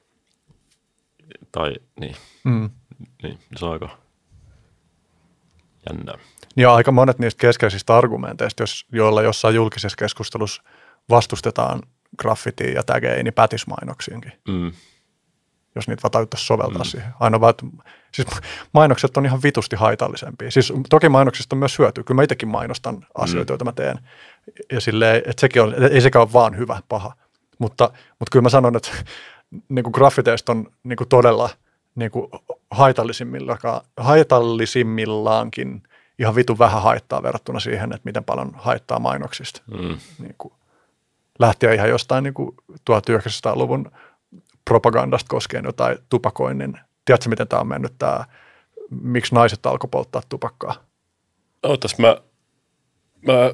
Tai niin, mm. niin se on aika jännää. Ja aika monet niistä keskeisistä argumenteista, jos, joilla jossain julkisessa keskustelussa vastustetaan graffitia ja tägejä, niin pätismainoksiinkin. Mm. Jos niitä vaan tajuttaisiin soveltaa mm. siihen. Aina vaan, siis mainokset on ihan vitusti haitallisempia. Siis toki mainoksista on myös hyötyä. Kyllä mä itsekin mainostan asioita, mm. joita mä teen. Ja silleen, että sekin on, ei sekään ole vaan hyvä, paha. Mutta, mutta kyllä mä sanon, että niin kuin graffiteista on niin kuin todella niin kuin haitallisimmillaan,kin ihan vitun vähän haittaa verrattuna siihen, että miten paljon haittaa mainoksista. Mm. Niin kuin lähtien ihan jostain niin kuin tuhatyhdeksänsataaluvun propagandasta koskien jotain tupakoinnin. Tiedätkö, miten tämä on mennyt, tämä, miksi naiset alkoi polttaa tupakkaa? Ootas, mä, mä,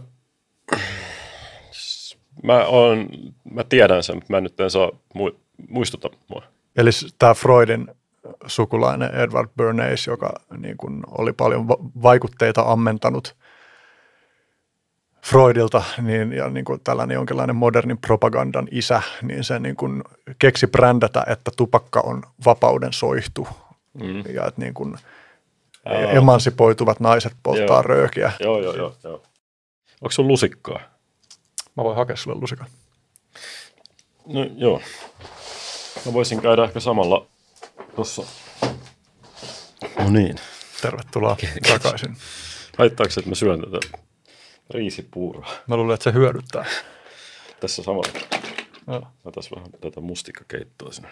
mä, on, mä tiedän sen, mutta mä nyt en saa muistuta mua. Eli tämä Freudin sukulainen Edward Bernays, joka niin kuin oli paljon vaikutteita ammentanut Freudilta, niin, ja niin kuin tällainen jonkinlainen modernin propagandan isä, niin se niin kuin keksi brändätä, että tupakka on vapauden soihtu, mm. ja että niin kuin emansipoituvat naiset polttaa joo. röökiä. Joo, joo, joo, joo. Onko sun lusikkaa? Mä voin hakea sulle lusikan. No joo. Mä voisin käydä ehkä samalla tuossa. No niin. Tervetuloa takaisin. Haittaako se, että mä syön tätä riisipuuroa? Mä luulen, että se hyödyttää. Tässä samalla. Joo. Mä tässä vähän tätä mustikkakeittoa sinne.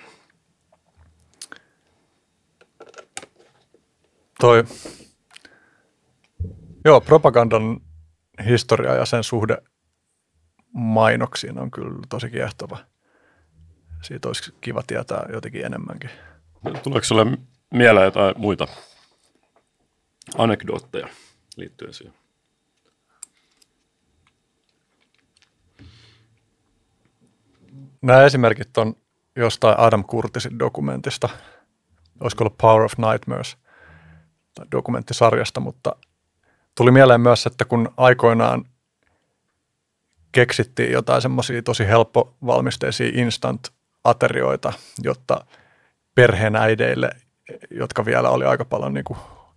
Toi, joo, propagandan historia ja sen suhde mainoksiin on kyllä tosi kiehtova. Siitä olisi kiva tietää jotenkin enemmänkin. Tuleeko sulle mieleen jotain muita anekdootteja liittyen siihen? Nämä esimerkit on jostain Adam Curtisin dokumentista. Olisiko ollut Power of Nightmares tai dokumenttisarjasta, mutta tuli mieleen myös, että kun aikoinaan keksittiin jotain semmoisia tosi helppovalmisteisia instant-aterioita, jotta perheenäideille, jotka vielä oli aika paljon niin kuin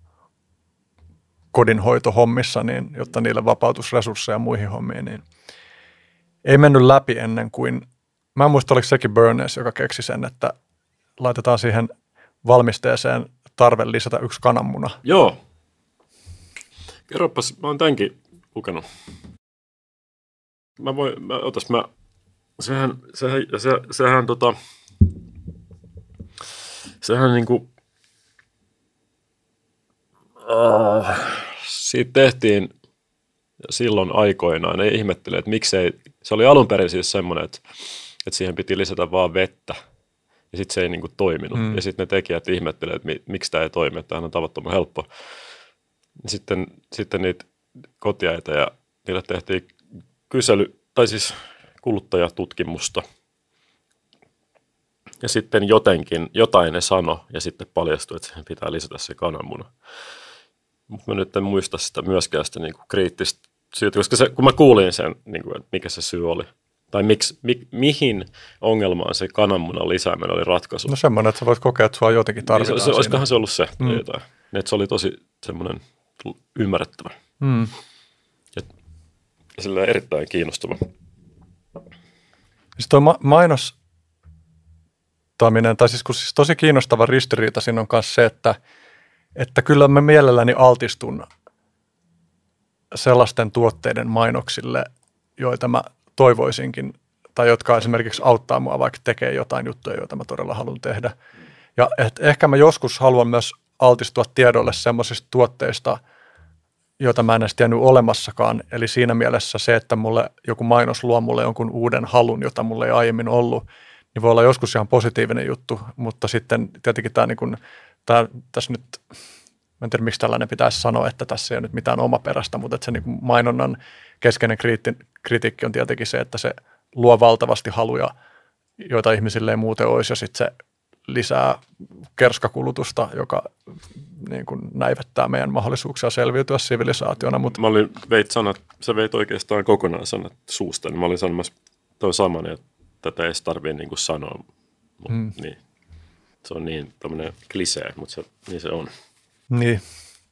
kodinhoitohommissa, niin jotta niille vapautus resursseja muihin hommiin, niin ei mennyt läpi ennen kuin, mä en muista oliko sekin Bernays, joka keksi sen, että laitetaan siihen valmisteeseen tarve lisätä yksi kananmuna. Joo. Kerropas, mä oon tämänkin lukenut. Mä voin, mä, otas mä, sehän, sehän, se, sehän tota, sehän niinku, äh, siitä tehtiin silloin aikoinaan, ne ihmetteli, että miksei, se oli alun perin siis semmoinen, että, että siihen piti lisätä vaan vettä, ja sitten se ei niinku toiminut, mm. ja sitten ne tekijät ihmettelivät, että mi, miksi tämä ei toimi, että tämä on tavattoman helppo. Sitten, sitten niitä kotiäitä ja niille tehtiin kysely, tai siis kuluttajatutkimusta. Ja sitten jotenkin, jotain ne sano, ja sitten paljastui, että siihen pitää lisätä se kananmuna. Mutta mä nyt en muista sitä myöskään sitä niinku kriittistä syytä, koska se, kun mä kuulin sen, niinku, että mikä se syy oli, tai miksi, mi, mihin ongelmaan se kananmunan lisääminen oli ratkaisu. No semmoinen, että sä voit kokea, että sua jotenkin tarvitaan niin se, se, olisikohan se ollut se, mm. että se oli tosi semmoinen ymmärrettävä. Mm. Ja sillä on erittäin kiinnostava. Siis tuo ma- mainostaminen, tai siis, kun siis tosi kiinnostava ristiriita siinä on myös se, että, että kyllä mä mielelläni altistun sellaisten tuotteiden mainoksille, joita mä toivoisinkin, tai jotka esimerkiksi auttaa mua vaikka tekee jotain juttuja, joita mä todella haluan tehdä. Ja et ehkä mä joskus haluan myös altistua tiedolle semmoisista tuotteista, joita mä en edes tiennyt olemassakaan. Eli siinä mielessä se, että mulle joku mainos luo mulle jonkun uuden halun, jota mulle ei aiemmin ollut, niin voi olla joskus ihan positiivinen juttu, mutta sitten tietenkin tämä, niin kuin, tämä tässä nyt, mä en tiedä miksi tällainen pitäisi sanoa, että tässä ei ole nyt mitään omaperäistä, mutta että se niin kuin mainonnan keskeinen kritiikki on tietenkin se, että se luo valtavasti haluja, joita ihmisille ei muuten olisi, ja sitten se lisää kerskakulutusta, joka niin kuin näivettää meidän mahdollisuuksia selviytyä sivilisaationa. Mutta mä olin, veit sanat, sä veit oikeastaan kokonaan sanat suusta, niin mä olin sanomassa toi saman, että tätä ei tarvitse niin kuin sanoa. Mut, hmm. niin. Se on niin tämmöinen klisee, mutta se, niin se on. Niin.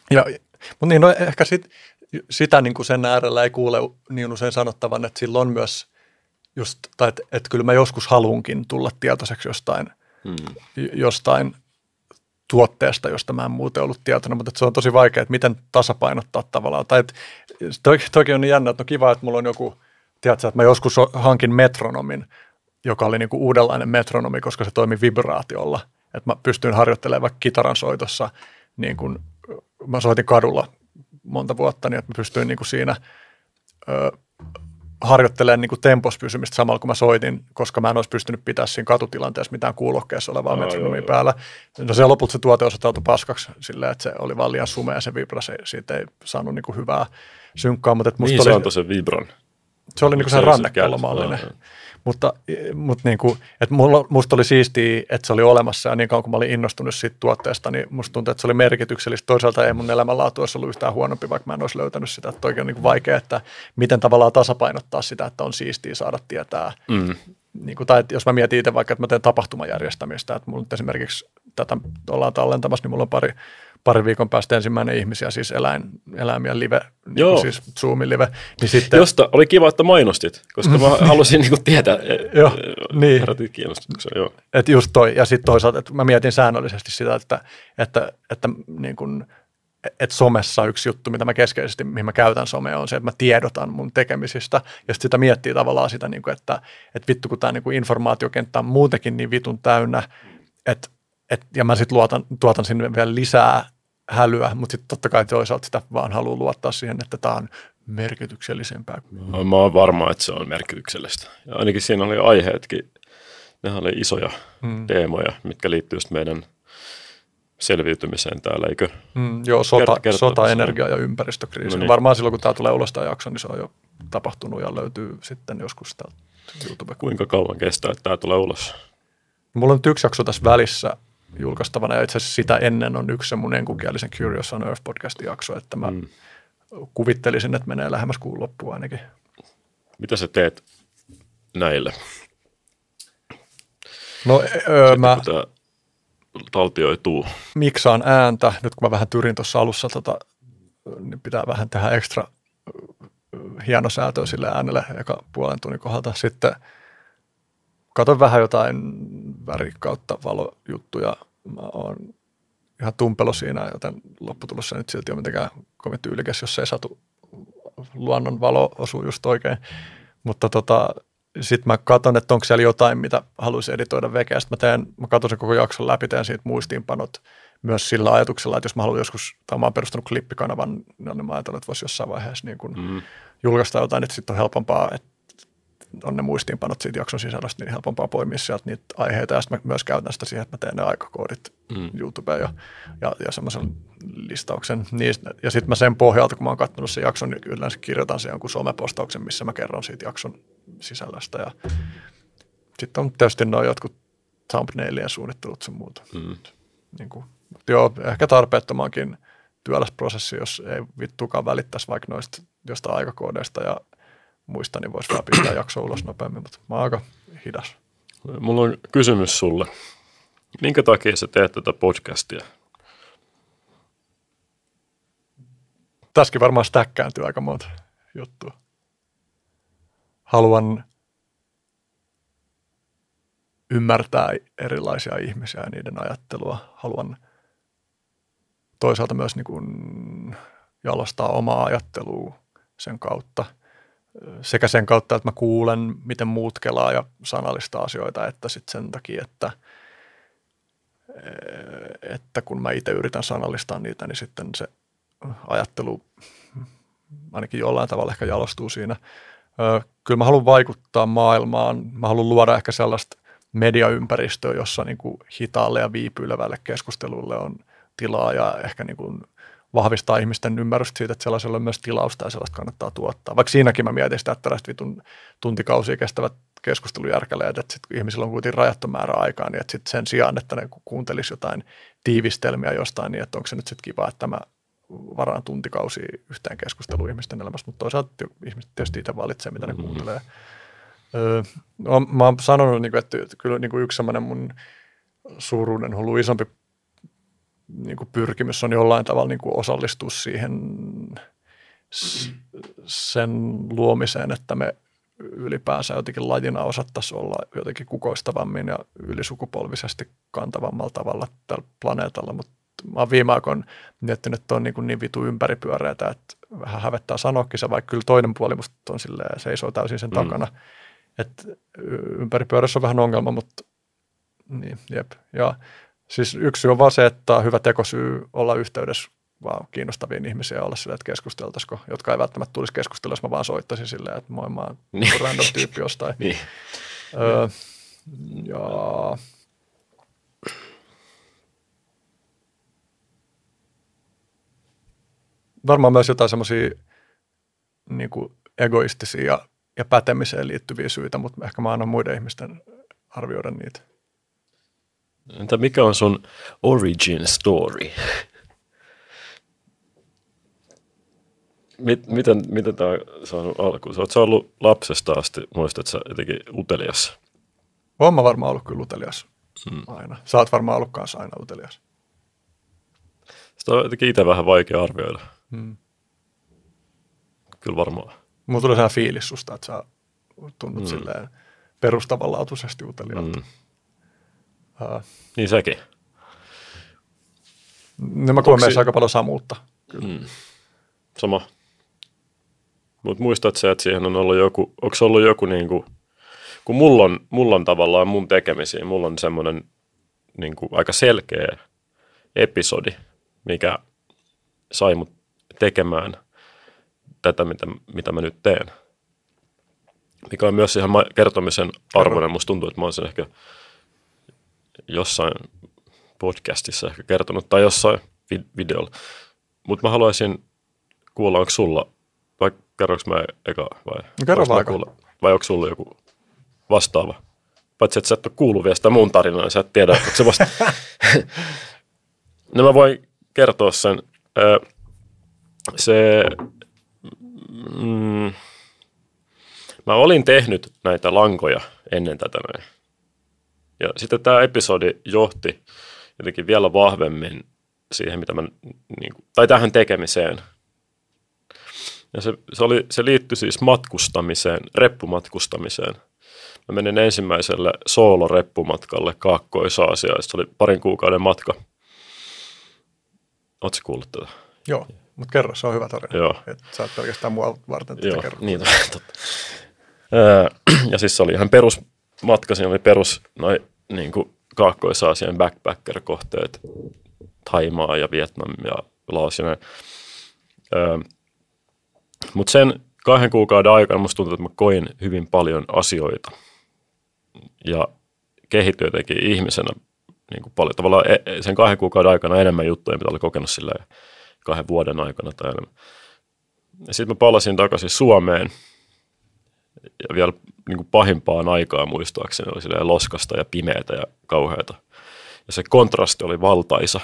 Ja, mutta niin, no ehkä sit, sitä niin kuin sen äärellä ei kuule niin usein sanottavan, että sillä on myös just, tai että, että kyllä mä joskus haluunkin tulla tietoiseksi jostain, hmm. jostain tuotteesta, josta mä en muuten ollut tietoinen, mutta se on tosi vaikea, että miten tasapainottaa tavallaan. Tai että toki on niin jännä, että no kiva, että mulla on joku, tiedätkö, että mä joskus hankin metronomin, joka oli niin kuin uudenlainen metronomi, koska se toimi vibraatiolla. Että mä pystyin harjoittelemaan vaikka kitaran soitossa, niin kuin mä soitin kadulla monta vuotta, niin että mä pystyin niin kuin siinä ö, harjoittelemaan niin kuin tempos pysymistä samalla, kun mä soitin, koska mä en olisi pystynyt pitää siinä katutilanteessa mitään kuulokkeessa olevaa no, metronomia päällä. No se lopulta se tuote osoittautui paskaksi silleen, että se oli vaan liian sumea ja se vibrasi, siitä ei saanut niin kuin hyvää synkkaa. Mutta musta Mihin oli, se antoi se vibron? Se oli niin kuin se rannekelmallinen. Mutta, mutta niin kuin, että mulla, musta oli siistiä, että se oli olemassa ja niin kauan kun mä olin innostunut siitä tuotteesta, niin musta tuntuu, että se oli merkityksellistä. Toisaalta ei mun elämänlaatu olisi ollut yhtään huonompi, vaikka mä en olisi löytänyt sitä. Että oikein on niin kuin vaikea, että miten tavallaan tasapainottaa sitä, että on siistiä saada tietää. Mm. Niin kuin, tai jos mä mietin itse vaikka, että mä teen tapahtumajärjestämistä, että mulla nyt esimerkiksi tätä ollaan tallentamassa, niin mulla on pari Pari viikon päästä ensimmäinen ihmisiä, siis eläin, eläimiä live, niin siis Zoomin live. Niin sitten, josta oli kiva, että mainostit, koska mä halusin niin kuin tietää. Joo, niin. Herätit kiinnostuksen, joo. Että just toi, ja sitten toisaalta, että mä mietin säännöllisesti sitä, että, että, että, niin kun, että somessa yksi juttu, mitä mä keskeisesti, mihin mä käytän somea, on se, että mä tiedotan mun tekemisistä, ja sitten sitä miettii tavallaan sitä, niin kuin, että, että vittu, kun tämä niin informaatiokenttä on muutenkin niin vitun täynnä, että Et, ja mä sitten tuotan sinne vielä lisää hälyä, mutta sitten totta kai toisaalta sitä vaan haluaa luottaa siihen, että tämä on merkityksellisempää. No, mä oon varma, että se on merkityksellistä. Ja ainakin siinä oli aiheetkin, ne oli isoja hmm. teemoja, mitkä liittyy just meidän selviytymiseen täällä, eikö? Hmm, joo, sota, Kert- sota energia- ja ympäristökriisi. No niin. Varmaan silloin, kun tämä tulee ulos tämä jakso, niin se on jo tapahtunut ja löytyy sitten joskus täältä YouTube. Kuinka kauan kestää, että tämä tulee ulos? Mulla on yksi jakso tässä välissä julkaistavana, ja itse asiassa sitä ennen on yksi mun enkukielisen Curious on Earth podcastin jakso, että mä mm. kuvittelisin, että menee lähemmäs kuun loppuun ainakin. Mitä sä teet näille? No öö, mä taltioituu. Miksaan ääntä, nyt kun mä vähän tyrin tuossa alussa, tota, niin pitää vähän tehdä ekstra hienosäätöä sille äänelle eka puolen tunnin kohdalta. Sitten katon vähän jotain väri kautta valojuttuja. Mä oon ihan tumpelo siinä, joten lopputulossa nyt silti on mitenkään kovin tyylikäs, jos ei satu luonnon valo osuu just oikein. Mutta tota, sitten mä katson, että onko siellä jotain, mitä haluaisin editoida vekeä. Sitten mä, teen, mä katson sen koko jakson läpi, teen siitä muistiinpanot myös sillä ajatuksella, että jos mä haluan joskus, tai mä oon perustanut klippikanavan, niin mä ajattelin, että voisi jossain vaiheessa niin kun mm. julkaista jotain, että sitten on helpompaa, että on ne muistiinpanot siitä jakson sisällöstä, niin helpompaa poimia sieltä niitä aiheita. Ja sitten mä myös käytän sitä siihen, että mä teen ne aikakoodit mm. YouTubeen ja, ja, ja semmoisen listauksen niistä. Ja sitten mä sen pohjalta, kun mä oon katsonut sen jakson, niin yleensä kirjoitan sen jonkun somepostauksen, missä mä kerron siitä jakson sisällöstä. Ja sitten on tietysti nuo jotkut thumbnailien suunnittelut sun muuta. Mm. Niin kuin, joo, ehkä tarpeettomankin työläs prosessi, jos ei vittukaan välittäisi vaikka noista jostain aikakoodeista ja muista, niin voisi vähän pistää jaksoa ulos nopeammin, mutta mä oon aika hidas. Mulla on kysymys sulle. Minkä takia sä teet tätä podcastia? Tässäkin varmaan stäkkääntyy aika monta juttua. Haluan ymmärtää erilaisia ihmisiä ja niiden ajattelua. Haluan toisaalta myös niin kuin jalostaa omaa ajattelua sen kautta. Sekä sen kautta, että mä kuulen, miten muut kelaa ja sanallistaa asioita, että sitten sen takia, että, että kun mä itse yritän sanallistaa niitä, niin sitten se ajattelu ainakin jollain tavalla ehkä jalostuu siinä. Kyllä mä haluan vaikuttaa maailmaan. Mä haluan luoda ehkä sellaista mediaympäristöä, jossa niin kuin hitaalle ja viipyilevälle keskustelulle on tilaa ja ehkä niin kuin vahvistaa ihmisten ymmärrystä siitä, että sellaisella on myös tilausta ja sellaista kannattaa tuottaa. Vaikka siinäkin mä mietin sitä, että tällaiset vitun tuntikausia kestävät keskustelujärkäleet, että sit, kun ihmisillä on kuitenkin rajattu määrä aikaa, niin että sit sen sijaan, että ne kuuntelisi jotain tiivistelmiä jostain, niin että onko se nyt sitten kiva, että mä varaan tuntikausia yhteen keskusteluun ihmisten elämässä, mutta toisaalta ihmiset tietysti itse valitsee, mitä ne mm-hmm. kuuntelee. Öö, no, mä oon sanonut, että kyllä yksi sellainen mun suuruuden hullu isompi niin kuin pyrkimys on jollain tavalla niin kuin osallistua siihen sen luomiseen, että me ylipäänsä jotenkin lajina osattaisiin olla jotenkin kukoistavammin ja ylisukupolvisesti kantavammalla tavalla tällä planeetalla, mutta mä oon viime aikoina miettinyt, että on niin, niin vitu ympäripyöreitä, että vähän hävettää sanoakin se, vaikka kyllä toinen puoli musta on silleen, seisoo täysin sen mm. takana. Että ympäripyörässä on vähän ongelma, mutta niin, jep. Ja siis yksi syy on vaan se, että on hyvä tekosyy olla yhteydessä vaan kiinnostaviin ihmisiä ja olla silleen, että keskusteltaisiko, jotka ei välttämättä tulisi keskustella, jos mä vaan soittaisin silleen, että moi, mä oon niin. random tyyppi jostain. niin. öö, ja varmaan myös jotain semmoisia niin kuin egoistisia ja, ja pätemiseen liittyviä syitä, mutta ehkä mä annan muiden ihmisten arvioida niitä. Entä mikä on sun origin story? Miten, miten tämä on saanut alkuun? Sä oot sä ollut lapsesta asti, muistat sä jotenkin utelias? Oon mä varmaan ollut kyllä utelias hmm. aina. Sä oot varmaan ollut kanssa aina utelias. Sitä on jotenkin itse vähän vaikea arvioida. Hmm. Kyllä varmaan. Mulla tulee sehän fiilis susta, että sä tunnut hmm. silleen perustavanlaatuisesti uteliaalta. Hmm. Uh. Niin sekin. Niin mä koen meissä aika paljon samuutta. Hmm. Sama. Mutta muistat se, että siihen on ollut joku, onko se ollut joku niinku, kun mulla on, mulla on tavallaan mun tekemisiä, mulla on semmoinen niinku aika selkeä episodi, mikä sai mut tekemään tätä, mitä, mitä mä nyt teen. Mikä on myös ihan kertomisen arvoinen. Musta tuntuu, että mä oon sen ehkä jossain podcastissa ehkä kertonut tai jossain videolla. Mutta mä haluaisin kuulla, onko sulla, vai kerroinko mä eka vai? Kerro vaikka. Vai onko sulla joku vastaava? Paitsi, että sä et ole kuullut vielä sitä mun tarinaa, niin sä et tiedä, onko se vasta. No mä voin kertoa sen. Se, mm, mä olin tehnyt näitä lankoja ennen tätä näin. Ja sitten tämä episodi johti jotenkin vielä vahvemmin siihen, mitä mä, niin kuin, tai tähän tekemiseen. Ja se, se, oli, se liittyi siis matkustamiseen, reppumatkustamiseen. Mä menin ensimmäiselle sooloreppumatkalle Kaakkois-Aasiaan. Se oli parin kuukauden matka. Ootko sä kuullut tätä? Joo, mutta kerro, se on hyvä tarina. Joo. Että sä oot pelkästään mua varten tätä Joo, kerrot. niin, totta. Ja siis se oli ihan perusmatka, siinä oli perus noin niin kuin Kaakkois-Aasian backpacker-kohteet, Thaimaa ja Vietnam ja Laos ja näin. Öö, Mutta sen kahden kuukauden aikana musta tuntuu, että mä koin hyvin paljon asioita ja kehityin jotenkin ihmisenä niin kuin paljon. Tavallaan sen kahden kuukauden aikana enemmän juttuja, mitä oli kokenut sillä kahden vuoden aikana tai enemmän. Sitten mä palasin takaisin Suomeen ja vielä niin kuin pahimpaan aikaan muistaakseni oli silleen loskasta ja pimeätä ja kauheata. Ja se kontrasti oli valtaisa.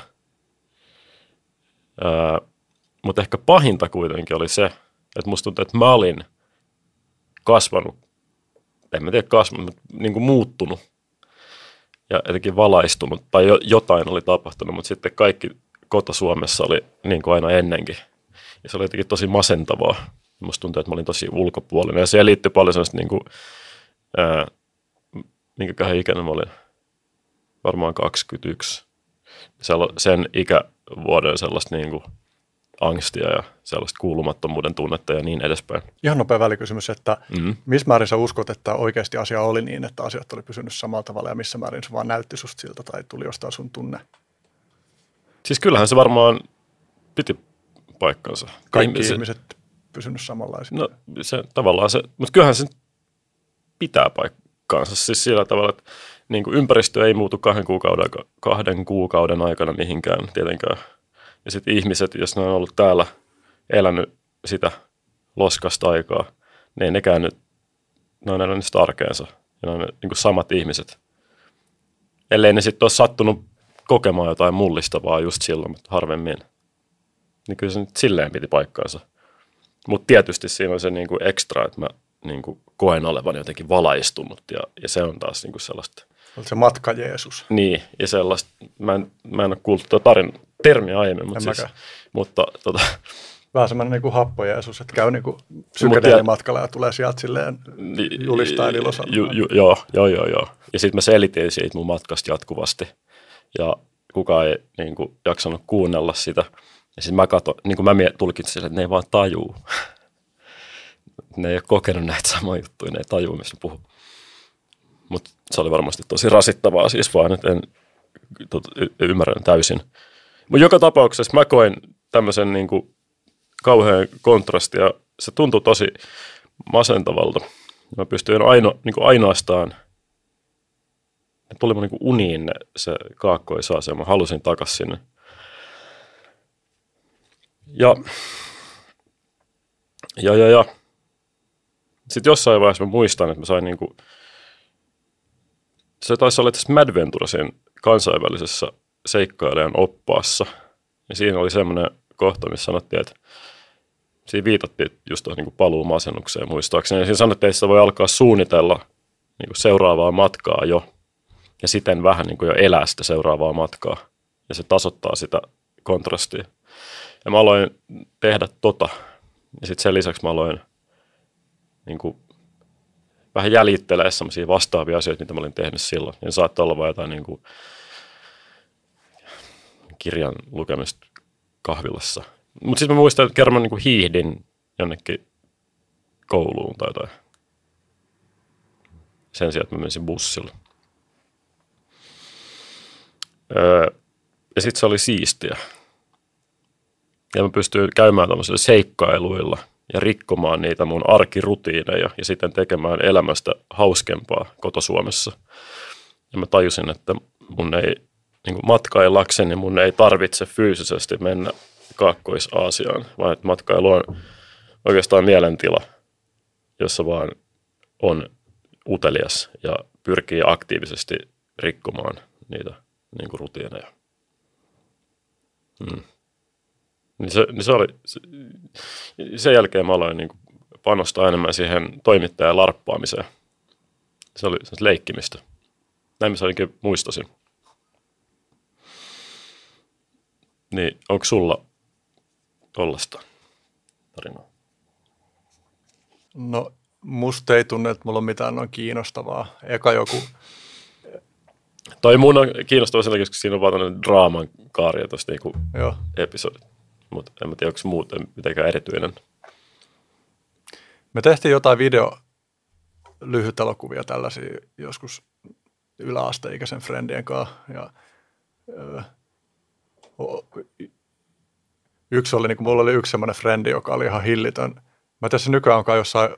Öö, mutta ehkä pahinta kuitenkin oli se, että musta tuntuu, että mä olin kasvanut, en mä tiedä kasvanut, mutta niin kuin muuttunut ja jotenkin valaistunut tai jo, jotain oli tapahtunut, mutta sitten kaikki kota-Suomessa oli niin kuin aina ennenkin. Ja se oli jotenkin tosi masentavaa. Musta tuntuu, että mä olin tosi ulkopuolinen ja siihen liittyi paljon sellaista niin kuin, ää, minkäköhän ikäinen mä olin, varmaan kaksikymmentäyksi. Sen ikävuoden sellaista niin kuin angstia ja sellaista kuulumattomuuden tunnetta ja niin edespäin. Ihan nopea välikysymys, että mm-hmm. missä määrin sä uskot, että oikeasti asia oli niin, että asiat oli pysynyt samalla tavalla ja missä määrin se vaan näytti susta siltä tai tuli jostain sun tunne? Siis kyllähän se varmaan piti paikkansa. Kaikki ihmiset, ihmiset pysynyt samanlaisina. No se tavallaan se, mutta kyllähän se pitää paikkaansa siis sillä tavalla, että niin kuin ympäristö ei muutu kahden kuukauden, kahden kuukauden aikana mihinkään tietenkään. Ja sitten ihmiset, jos ne on ollut täällä elänyt sitä loskasta aikaa, ne ei nekään nyt, ne on elänyt sitä arkeensa. Ja ne on niin kuin samat ihmiset. Ellei ne sitten ole sattunut kokemaan jotain mullistavaa just silloin, mutta harvemmin. Niin kyllä se nyt silleen piti paikkaansa. Mutta tietysti siinä on se niin kuin ekstra, että mä niin kuin koen olevan jotenkin valaistunut. Ja, ja se on taas niin kuin sellaista. Olet se matka Jeesus. Niin, ja sellaista, mä en, mä en ole kuullut tuota tarin, termiä aiemmin, mutta, siis, mutta tota, vähän semmoinen niin kuin happojeesus, että käy niin kuin psykedeelimatkalla ja tulee sieltä silleen julistaa ilosanaa. Ju, ju, joo, joo, joo, joo. Ja sitten mä selitin siitä mun matkasta jatkuvasti. Ja kukaan ei niin kuin, jaksanut kuunnella sitä. Ja sitten mä katson, niin kuin mä tulkitsin sille, että ne ei vaan tajuu. Ne ei ole kokenut näitä samoja juttuja, ne ei tajuu, mistä puhuu. Mutta se oli varmasti tosi rasittavaa siis vaan, että en tot, y- ymmärrän täysin. Mutta joka tapauksessa mä koin tämmöisen niin kuin kauhean kontrastin ja se tuntui tosi masentavalta. Mä pystyin aino, niin kuin ainoastaan, ne tuli mun niin kuin uniin ne, se kaakkoisasema, mä halusin takas sinne. Ja, ja, ja, ja. Sitten jossain vaiheessa mä muistan, että mä sain niin kuin, se taisi olla tässä Madventuresin kansainvälisessä seikkailijan oppaassa. Ja siinä oli semmoinen kohta, missä sanottiin, että siinä viitattiin just tuohon niin paluu masennukseen muistaakseni. Ja siinä sanottiin, että sitä voi alkaa suunnitella niin kuin seuraavaa matkaa jo. Ja siten vähän niin kuin jo elää sitä seuraavaa matkaa. Ja se tasoittaa sitä kontrastia. Ja mä aloin tehdä tota. Ja sitten sen lisäksi mä aloin niin kuin vähän jäljittelee sellaisia vastaavia asioita, mitä mä olin tehnyt silloin. Ja saattaa olla vain jotain niin kuin kirjan lukemista kahvilassa. Mutta sitten mä muistan, että kerran mä niin kuin hiihdin jonnekin kouluun tai jotain. Sen sijaan, että mä menisin bussilla. Öö, ja sitten se oli siistiä. Ja mä pystyin käymään tämmöisillä seikkailuilla ja rikkomaan niitä mun arkirutiineja ja sitten tekemään elämästä hauskempaa koto-Suomessa. Ja mä tajusin, että mun ei niin kuin matkailakseni mun ei tarvitse fyysisesti mennä Kaakkois-Aasiaan, vaan että matkailu on oikeastaan mielentila, jossa vaan on utelias ja pyrkii aktiivisesti rikkomaan niitä niin kuin rutiineja. Hmm. Niin se, niin se oli, se, sen jälkeen mä aloin niin kuin panostaa enemmän siihen toimittajan larppaamiseen. Se oli se leikkimistä. Näin mä ainakin muistasin. Niin, onko sulla tollaista tarinaa? No, musta ei tunne, että mulla on mitään noin kiinnostavaa. Eka joku... Toi mun on kiinnostavaa sen takia, koska siinä on vaan tämmöinen draaman kaari ja tosta niinku episodit. Mutta en mä tiedä, onko muuten mitenkään erityinen. Me tehtiin jotain video lyhytelokuvia tällaisia joskus yläasteikäisen friendien kanssa. Ja, öö, yksi oli, niin kuin mulla oli yksi semmoinen frendi, joka oli ihan hillitön. Mä tässä nykyään onkaan jossain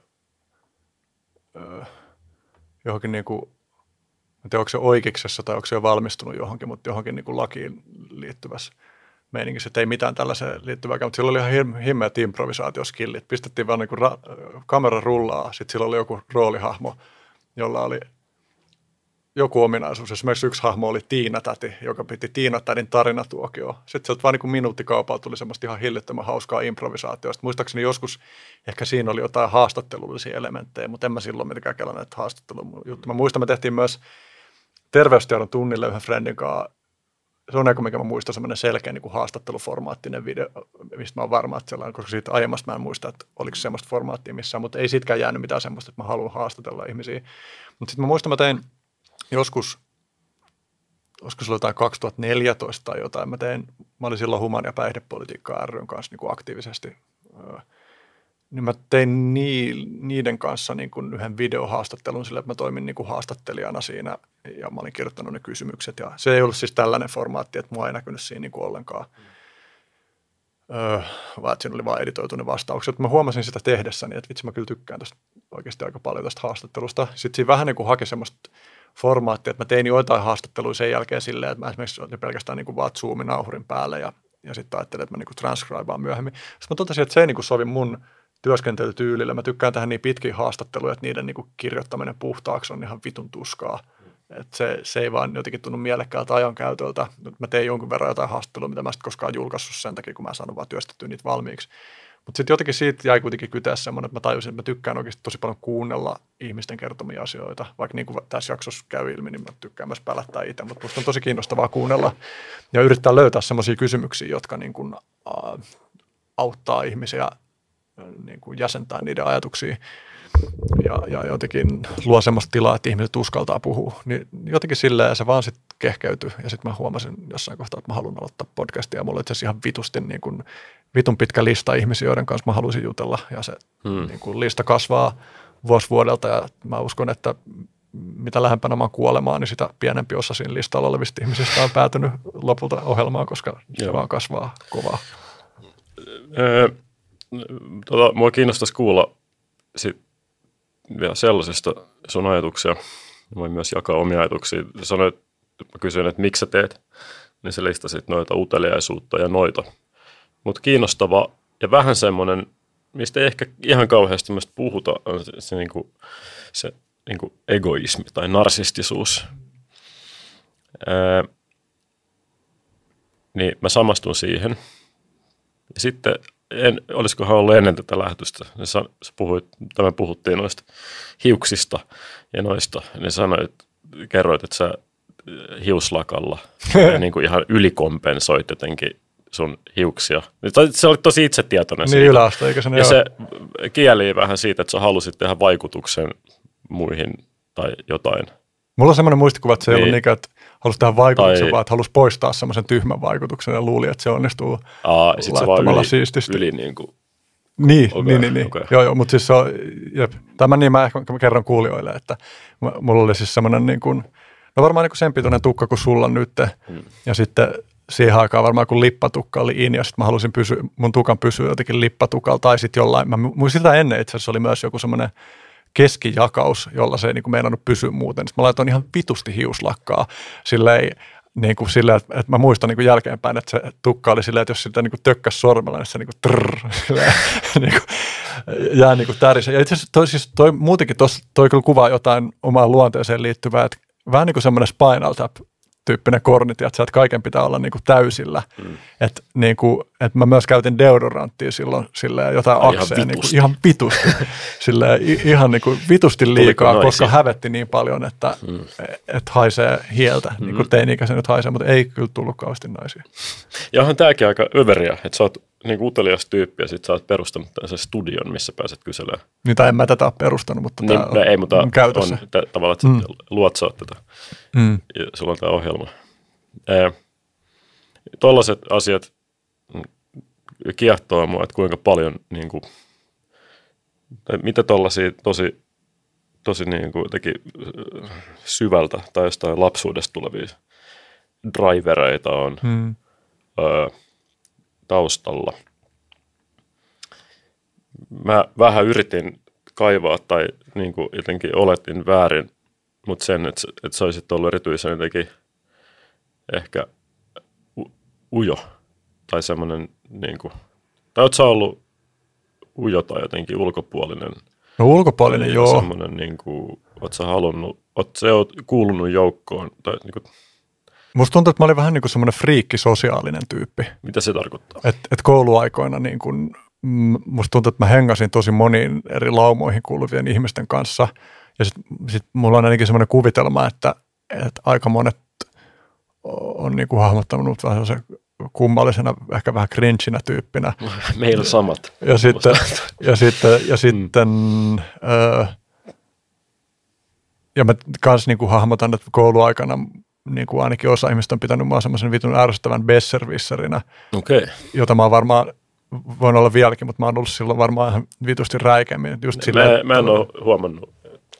öö, johonkin niin kuin, en tiedä, onko se oikeiksessa tai onko se jo valmistunut johonkin, mutta johonkin niin kuin lakiin liittyvässä meininkissä, että ei mitään tällaiseen liittyvää, mutta sillä oli ihan himmeät improvisaatioskillit. Pistettiin vaan niin kuin ra- kamera rullaa, sitten sillä oli joku roolihahmo, jolla oli joku ominaisuus. Esimerkiksi yksi hahmo oli Tiina-täti, joka piti Tiina-tädin tarinatuokioon. Sitten sieltä vaan niin kuin minuuttikaupalla tuli semmoista ihan hillittömän hauskaa improvisaatiosta. Muistaakseni joskus ehkä siinä oli jotain haastattelullisia elementtejä, mutta en mä silloin mitenkään kelannut, että haastattelujuttu. Mä muistan, me tehtiin myös terveystiedon tunnille yhden friendin kanssa. Se on aika, mikä mä muistan, semmoinen selkeä niin kuin haastatteluformaattinen video, mistä mä oon varma, että sellainen, koska siitä aiemmasta mä en muista, että oliko semmoista formaattia missään, mutta ei siitäkään jäänyt mitään semmoista, että mä haluan haastatella ihmisiä. Mutta sitten mä muistan, mä tein joskus, olisiko se oli jotain kaksituhattaneljätoista tai jotain, mä tein, mä olin silloin Human- ja päihdepolitiikka ry:n kanssa niin kuin aktiivisesti, niin mä tein niiden kanssa niin kuin yhden videohaastattelun sillä, että mä toimin niin kuin haastattelijana siinä ja mä olin kirjoittanut ne kysymykset ja se ei ollut siis tällainen formaatti, että mua ei näkynyt siinä niin kuin ollenkaan, öö, vaan että siinä oli vaan editoitu ne vastaukset. Mä huomasin sitä tehdessäni, että vitsi mä kyllä tykkään tästä oikeasti aika paljon tästä haastattelusta. Sitten siinä vähän niin kuin haki semmoista formaattia, että mä tein joitain haastatteluja sen jälkeen silleen, että mä esimerkiksi olin pelkästään niin kuin vaan zoominauhurin päälle ja, ja sitten ajattelin, että mä niin kuin transcribaan myöhemmin. Sitten mä totesin, että se ei niin kuin sovi mun työskentelytyylillä. Mä tykkään tähän niin pitkiä haastatteluja, että niiden niin kuin kirjoittaminen puhtaaksi on ihan vitun tuskaa. Että se, se ei vaan jotenkin tunnu mielekkäältä ajankäytöltä. Mä tein jonkun verran jotain haastattelua, mitä mä sitten koskaan julkaissut sen takia, kun mä en saanut vaan työstettyä niitä valmiiksi. Mutta sitten jotenkin siitä jäi kuitenkin kyteä semmoinen, että mä tajusin, että mä tykkään oikeasti tosi paljon kuunnella ihmisten kertomia asioita. Vaikka niin kuin tässä jaksossa käy ilmi, niin mä tykkään myös pälättää itse, mutta musta on tosi kiinnostavaa kuunnella ja yrittää löytää semmoisia kysymyksiä, jotka niin kuin, äh, auttaa ihmisiä äh, niin kuin jäsentää niiden ajatuksia ja, ja jotenkin luo semmoista tilaa, että ihmiset uskaltaa puhua. Niin jotenkin silleen se vaan sitten kehkeytyi ja sitten mä huomasin jossain kohtaa, että mä haluan aloittaa podcastia ja mulla on itse asiassa ihan vitusti niin kuin, vitun pitkä lista ihmisiä, joiden kanssa mä haluaisin jutella ja se hmm. niin kuin, lista kasvaa vuosi vuodelta ja mä uskon, että mitä lähempänä mä oon kuolemaan, niin sitä pienempi osa siinä listalla olevista ihmisistä on päätynyt lopulta ohjelmaan, koska se Joo. vaan kasvaa kovaa. Öö, tota, mua kiinnostaisi kuulla sit vielä sellaisesta sun ajatuksia. Voin myös jakaa omia ajatuksia. Sanoit, mä kysyin, että miksi sä teet, niin sä listasit noita uteliaisuutta ja noita. Mutta kiinnostava ja vähän semmoinen, mistä ei ehkä ihan kauheasti myös puhuta, on se, se, niinku, se niinku egoismi tai narsistisuus. Ää, niin mä samastun siihen. Ja sitten, en, olisikohan ollut ennen tätä lähetystä, niin sä, sä puhuit, tämän puhuttiin noista hiuksista ja noista, niin sanoit, kerroit, että sä hiuslakalla niin kuin ihan ylikompensoit jotenkin sun hiuksia. Se oli tosi itsetietoinen niin siitä. Niin yläaste, eikä se Ja se kieli vähän siitä, että sä halusit tehdä vaikutuksen muihin tai jotain. Mulla on semmoinen muistikuva, että se ei niin. ollut niinkään, että halusi tehdä vaikutuksen, tai vaan että halusi poistaa semmoisen tyhmän vaikutuksen ja luuli, että se onnistuu Aa, laittamalla yli, siististi. Yli niin kuin. Niin, okay, niin, niin, niin. Okay. Joo, joo, mutta siis se on, jep. Tämän niin mä ehkä kerron kuulijoille, että mulla oli siis semmoinen niin kuin, no varmaan niin kuin sen pituinen tukka kuin sulla nyt, hmm. ja sitten siihen aikaan varmaan kun lippatukka oli in, ja sitten mä halusin pysyä, mun tukan pysyä jotenkin lippatukalla, tai sitten jollain, mä muistin sitä ennen itse asiassa oli myös joku semmoinen keskijakaus, jolla se ei niin kuin meinannut pysyä muuten. Sitten mä laitoin ihan vitusti hiuslakkaa silleen, niin kuin silleen että, että mä muistan niin kuin jälkeenpäin, että se tukka oli silleen, että jos sitä niin kuin tökkäsi sormella, niin se niin kuin trrr, silleen, niin kuin, jää niin kuin tärisee. Ja itse asiassa toi, siis toi, muutenkin tos, toi kyllä kuvaa jotain omaan luonteeseen liittyvää, että vähän niin kuin semmoinen Spinal Tap-tyyppinen korniti, että kaiken pitää olla niin kuin täysillä. Mm. Että niin kuin, et mä myös käytin deodoranttia silloin silleen jotain Ai, akseen. ihan niin kuin, ihan vitusti. silleen, ihan niin kuin vitusti liikaa, koska hävetti niin paljon, että mm. et haisee hieltä. Mm. Niin kuin teini-ikäisen nyt haisee, mutta ei kyllä tullut kauheasti naisia. Ja onhan tämäkin aika överiä, että sä oot niin kuin utelias tyyppi ja sit sä oot perustanut tällaisen studion, missä pääset kyselemään. Niin, tai en mä tätä ole perustanut, mutta niin, tämä ei, mutta on käytössä. On t- tavallaan, että mm. luotsaat tätä. Mm. Ja sulla on tämä ohjelma. Tuollaiset asiat kiehtoo mua, että kuinka paljon, niin kuin, tai mitä tuollaisia tosi, tosi niin kuin, jotenkin syvältä tai jostain lapsuudesta tulevia drivereita on mm. ö, taustalla. Mä vähän yritin kaivaa tai niin kuin jotenkin oletin väärin, mutta sen, että, että sä olisit ollut erityisen jotenkin ehkä u- ujo tai semmoinen, niin kuin, tai oot sä ollut ujo tai jotenkin ulkopuolinen? No ulkopuolinen, joo. Semmoinen, niin kuin, oot sä halunnut, oot sä oot kuulunut joukkoon? Tai, niin kuin, musta tuntuu, että mä olin vähän niin kuin semmoinen friikki sosiaalinen tyyppi. mitä se tarkoittaa? Et, et kouluaikoina niin kuin, musta tuntuu, että mä hengasin tosi moniin eri laumoihin kuuluvien ihmisten kanssa. Ja sitten sit mulla on ainakin semmoinen kuvitelma, että, että aika monet on niin kuin hahmottanut vähän se kummallisena, ehkä vähän cringinä tyyppinä. Meillä samat. Ja sitten, ja sitten, ja sitten mm. öö, ja mä kans niin kuin hahmotan, että kouluaikana niin kuin ainakin osa ihmistä on pitänyt mua semmoisen vitun ärsyttävän besservisserinä, okay. jota mä oon varmaan, voin olla vieläkin, mutta mä oon ollut silloin varmaan ihan vitusti räikemmin. Just mä, silleen, mä en ole huomannut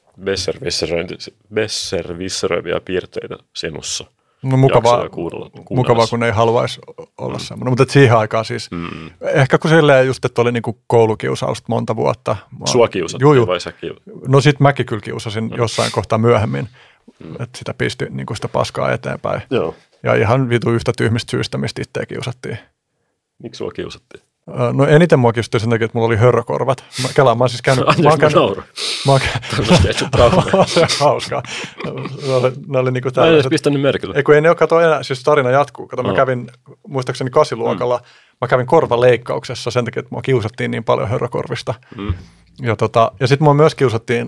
besservisseröiviä piirteitä sinussa. No mukavaa, mukavaa, kun ei haluaisi olla mm. semmoinen. Mutta siihen aikaan siis, mm. ehkä kun silleen just, että oli niinku koulukiusausta monta vuotta. Sua kiusattiin vai sä kiusasit? No sit mäkin kyllä kiusasin mm. jossain kohtaa myöhemmin, mm. että sitä pisti niinku sitä paskaa eteenpäin. Joo. Ja ihan vitu yhtä tyhmistä syystä, mistä itseä kiusattiin. Miksi sua kiusattiin? No eniten mua kiusattiin sen takia, että mulla oli hörrökorvat. Mä kelaan, mä oon siis käynyt... Anteeksi, mä, mä nauru. Mä oon käynyt... Se on hauskaa. Ne oli, ne oli niinku tällaiset... Mä en edes pistänyt merkille. Ei kun ei ne ole, kato enää, siis tarina jatkuu. Kato, no. Mä kävin, muistaakseni kasiluokalla, mm. mä kävin korvaleikkauksessa sen takia, että mua kiusattiin niin paljon hörrökorvista. Mm. Ja, tota, ja sitten mua myös kiusattiin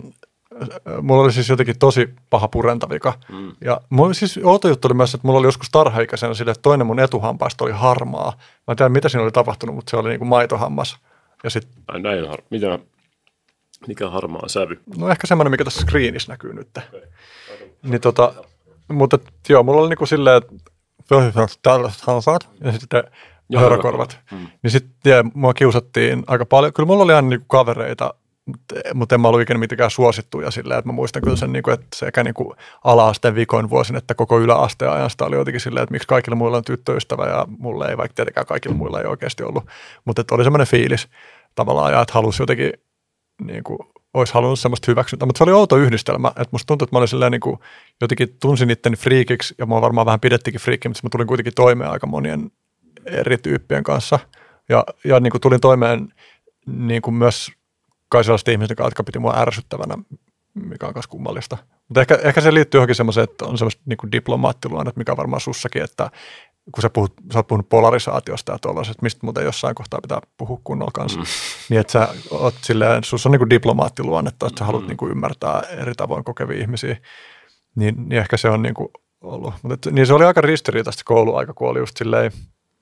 mulla oli siis jotenkin tosi paha purentavika. Mm. Ja mulla siis outo juttu oli myös, että mulla oli joskus tarhaikäisenä sille, että toinen mun etuhampaista oli harmaa. Mä en tiedä, mitä siinä oli tapahtunut, mutta se oli niin kuin maitohammas. Ja sit, Ai näin, har- mitä, mikä harmaa sävy? no ehkä semmoinen, mikä tässä screenissä näkyy nyt. Okay. Niin tota, mutta joo, mulla oli niin kuin silleen, että tällaiset hansat ja sitten höyräkorvat. Mm. Niin sitten mua kiusattiin aika paljon. Kyllä mulla oli aina niinku kavereita, mutta en mä ollut ikinä mitenkään suosittuja silleen, että mä muistan kyllä sen, niinku, että sekä niinku ala-asteen vikoin vuosin, että koko yläasteen ajasta oli jotenkin silleen, että miksi kaikilla muilla on tyttöystävä ja mulle ei, vaikka tietenkään kaikilla muilla ei oikeasti ollut. Mutta oli semmoinen fiilis tavallaan, ja että halusi jotenkin, niinku, olisi halunnut semmoista hyväksyntää. Mutta se oli outo yhdistelmä, että musta tuntui, että mä olin silleen, niinku, jotenkin tunsin itteni friikiksi, ja mua varmaan vähän pidettikin friikki, mutta mä tulin kuitenkin toimeen aika monien eri tyyppien kanssa. Ja, ja niin kuin tulin toimeen niin kuin myös kai sellaisten ihmisten kanssa, jotka piti mua ärsyttävänä, mikä on myös kummallista. Mutta ehkä, ehkä se liittyy johonkin semmoiseen, että on semmoista niin kuin diplomaattiluonnetta, mikä on varmaan sussakin, että kun sä, puhut, sä oot puhunut polarisaatiosta ja tuollaisesta, että mistä muuten jossain kohtaa pitää puhua kunnolla kanssa, mm. niin että sä oot silleen, sus on niin kuin diplomaattiluonnetta, että sä haluat mm. niin kuin ymmärtää eri tavoin kokevia ihmisiä, niin, niin ehkä se on niin kuin ollut. Mutta niin se oli aika ristiriitaista kouluaika, kun oli just silleen,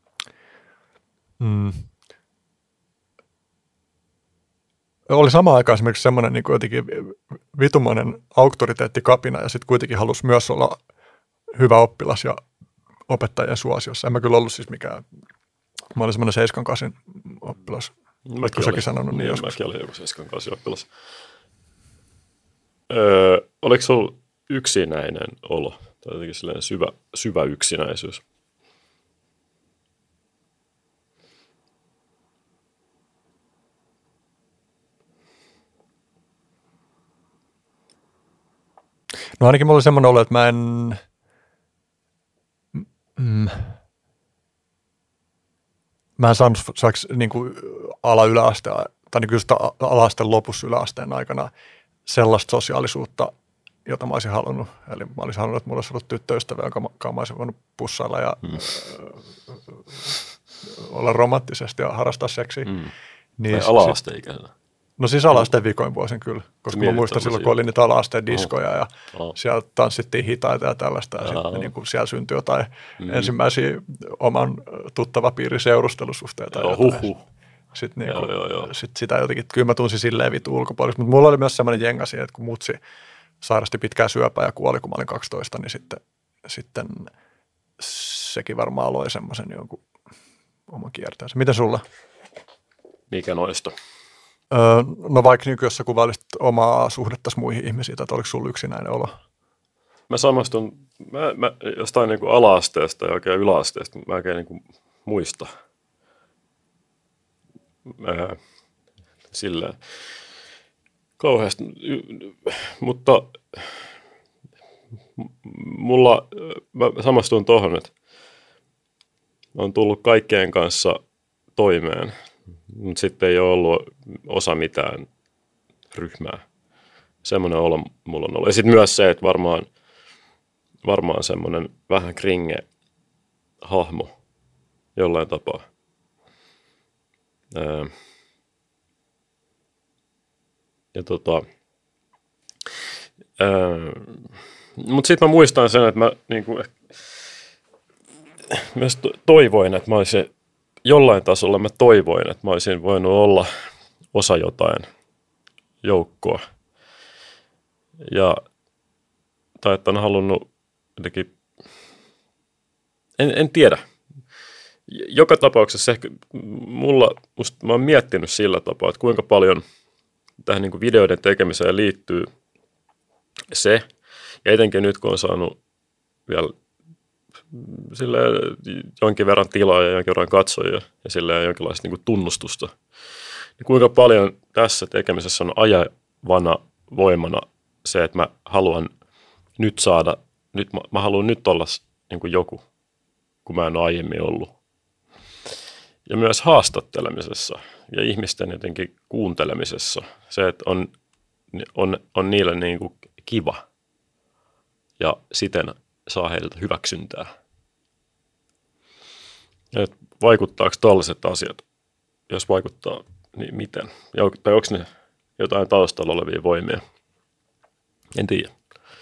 Mm. oli samaan aikaan esimerkiksi semmoinen niin kuin jotenkin vitumainen auktoriteettikapina ja sitten kuitenkin halusi myös olla hyvä oppilas ja opettajien suosiossa. En mä kyllä ollut siis mikään, mä olin semmoinen seitsemän kahdeksan oppilas. Oletko säkin sanonut niin joskus? Mäkin olin joku seitsemän kahdeksan oppilas. Öö, oliko sinulla yksinäinen olo tai jotenkin sellainen syvä, syvä yksinäisyys? No ainakin mulla oli semmoinen olo, että mä en, mm, mä en saanut saaks, niin kuin ala-yläasteen, tai niin just ala-asteen lopussa yläasteen aikana sellaista sosiaalisuutta, jota mä olisin halunnut. Eli mä olisin halunnut, että mulla olisi ollut tyttöystävä, joka mä olisin voinut pussailla ja mm. olla romanttisesti ja harrastaa seksiä. Mm. Niin, ala-asteikäisenä. No siis ala-asteen vikoin vuosin kyllä, koska mä muistan silloin, kun oli niitä ala-asteen diskoja ja oh. siellä tanssittiin hitaita ja tällaista ja oh. sitten niin siellä syntyi jotain mm. ensimmäisiä oman tuttavapiirin seurustelusuhteita. Oh, huh, huh. Sitten niin joo, joo, joo. sit sitä jotenkin, kyllä mä tunsin silleen vitu ulkopuolista, mutta mulla oli myös semmoinen jenga siihen, että kun mutsi sairasti pitkään syöpää ja kuoli, kun mä olin kaksitoista, niin sitten, sitten sekin varmaan loi semmoisen jonkun oman kierteensä. Miten sulla? Mikä noista? Öö, no vaikka nyt, jos sä kuvailisit omaa suhdettasi muihin ihmisiin, tai oliko sulla yksinäinen olo? Mä samastun, mä, mä jostain niin kuin ala-asteesta ja oikein yläasteesta, mä oikein niin kuin muista. Mä, silleen. Kauheasti, mutta mulla, mä samastun tohon, että on tullut kaikkien kanssa toimeen, mutta sitten ei ole ollut osa mitään ryhmää. Semmoinen olo mulla on ollut. Ja sitten myös se, että varmaan, varmaan semmoinen vähän kringe hahmo jollain tapaa. Ää, ja tota, mutta sitten mä muistan sen, että mä niinku, myös toivoin, että mä olisin jollain tasolla, mä toivoin, että mä olisin voinut olla osa jotain joukkoa. Ja, tai että on halunnut jotenkin, en, en tiedä. Joka tapauksessa ehkä mulla, musta, mä oon miettinyt sillä tapaa, että kuinka paljon tähän niin kuin videoiden tekemiseen liittyy se, ja etenkin nyt kun on saanut vielä silleen jonkin verran tilaa ja jonkin verran katsojia ja silleen jonkinlaista niin kuin tunnustusta, niin kuinka paljon tässä tekemisessä on ajavana voimana se, että mä haluan nyt saada, nyt mä, mä haluan nyt olla niin kuin joku, kun mä en ole aiemmin ollut. Ja myös haastattelemisessa ja ihmisten jotenkin kuuntelemisessa se, että on, on, on niille niin kuin kiva ja siten saa heiltä hyväksyntää. Ja vaikuttaako tällaiset asiat? Jos vaikuttaa, niin miten? Ja, tai onko ne jotain taustalla olevia voimia? En tiedä.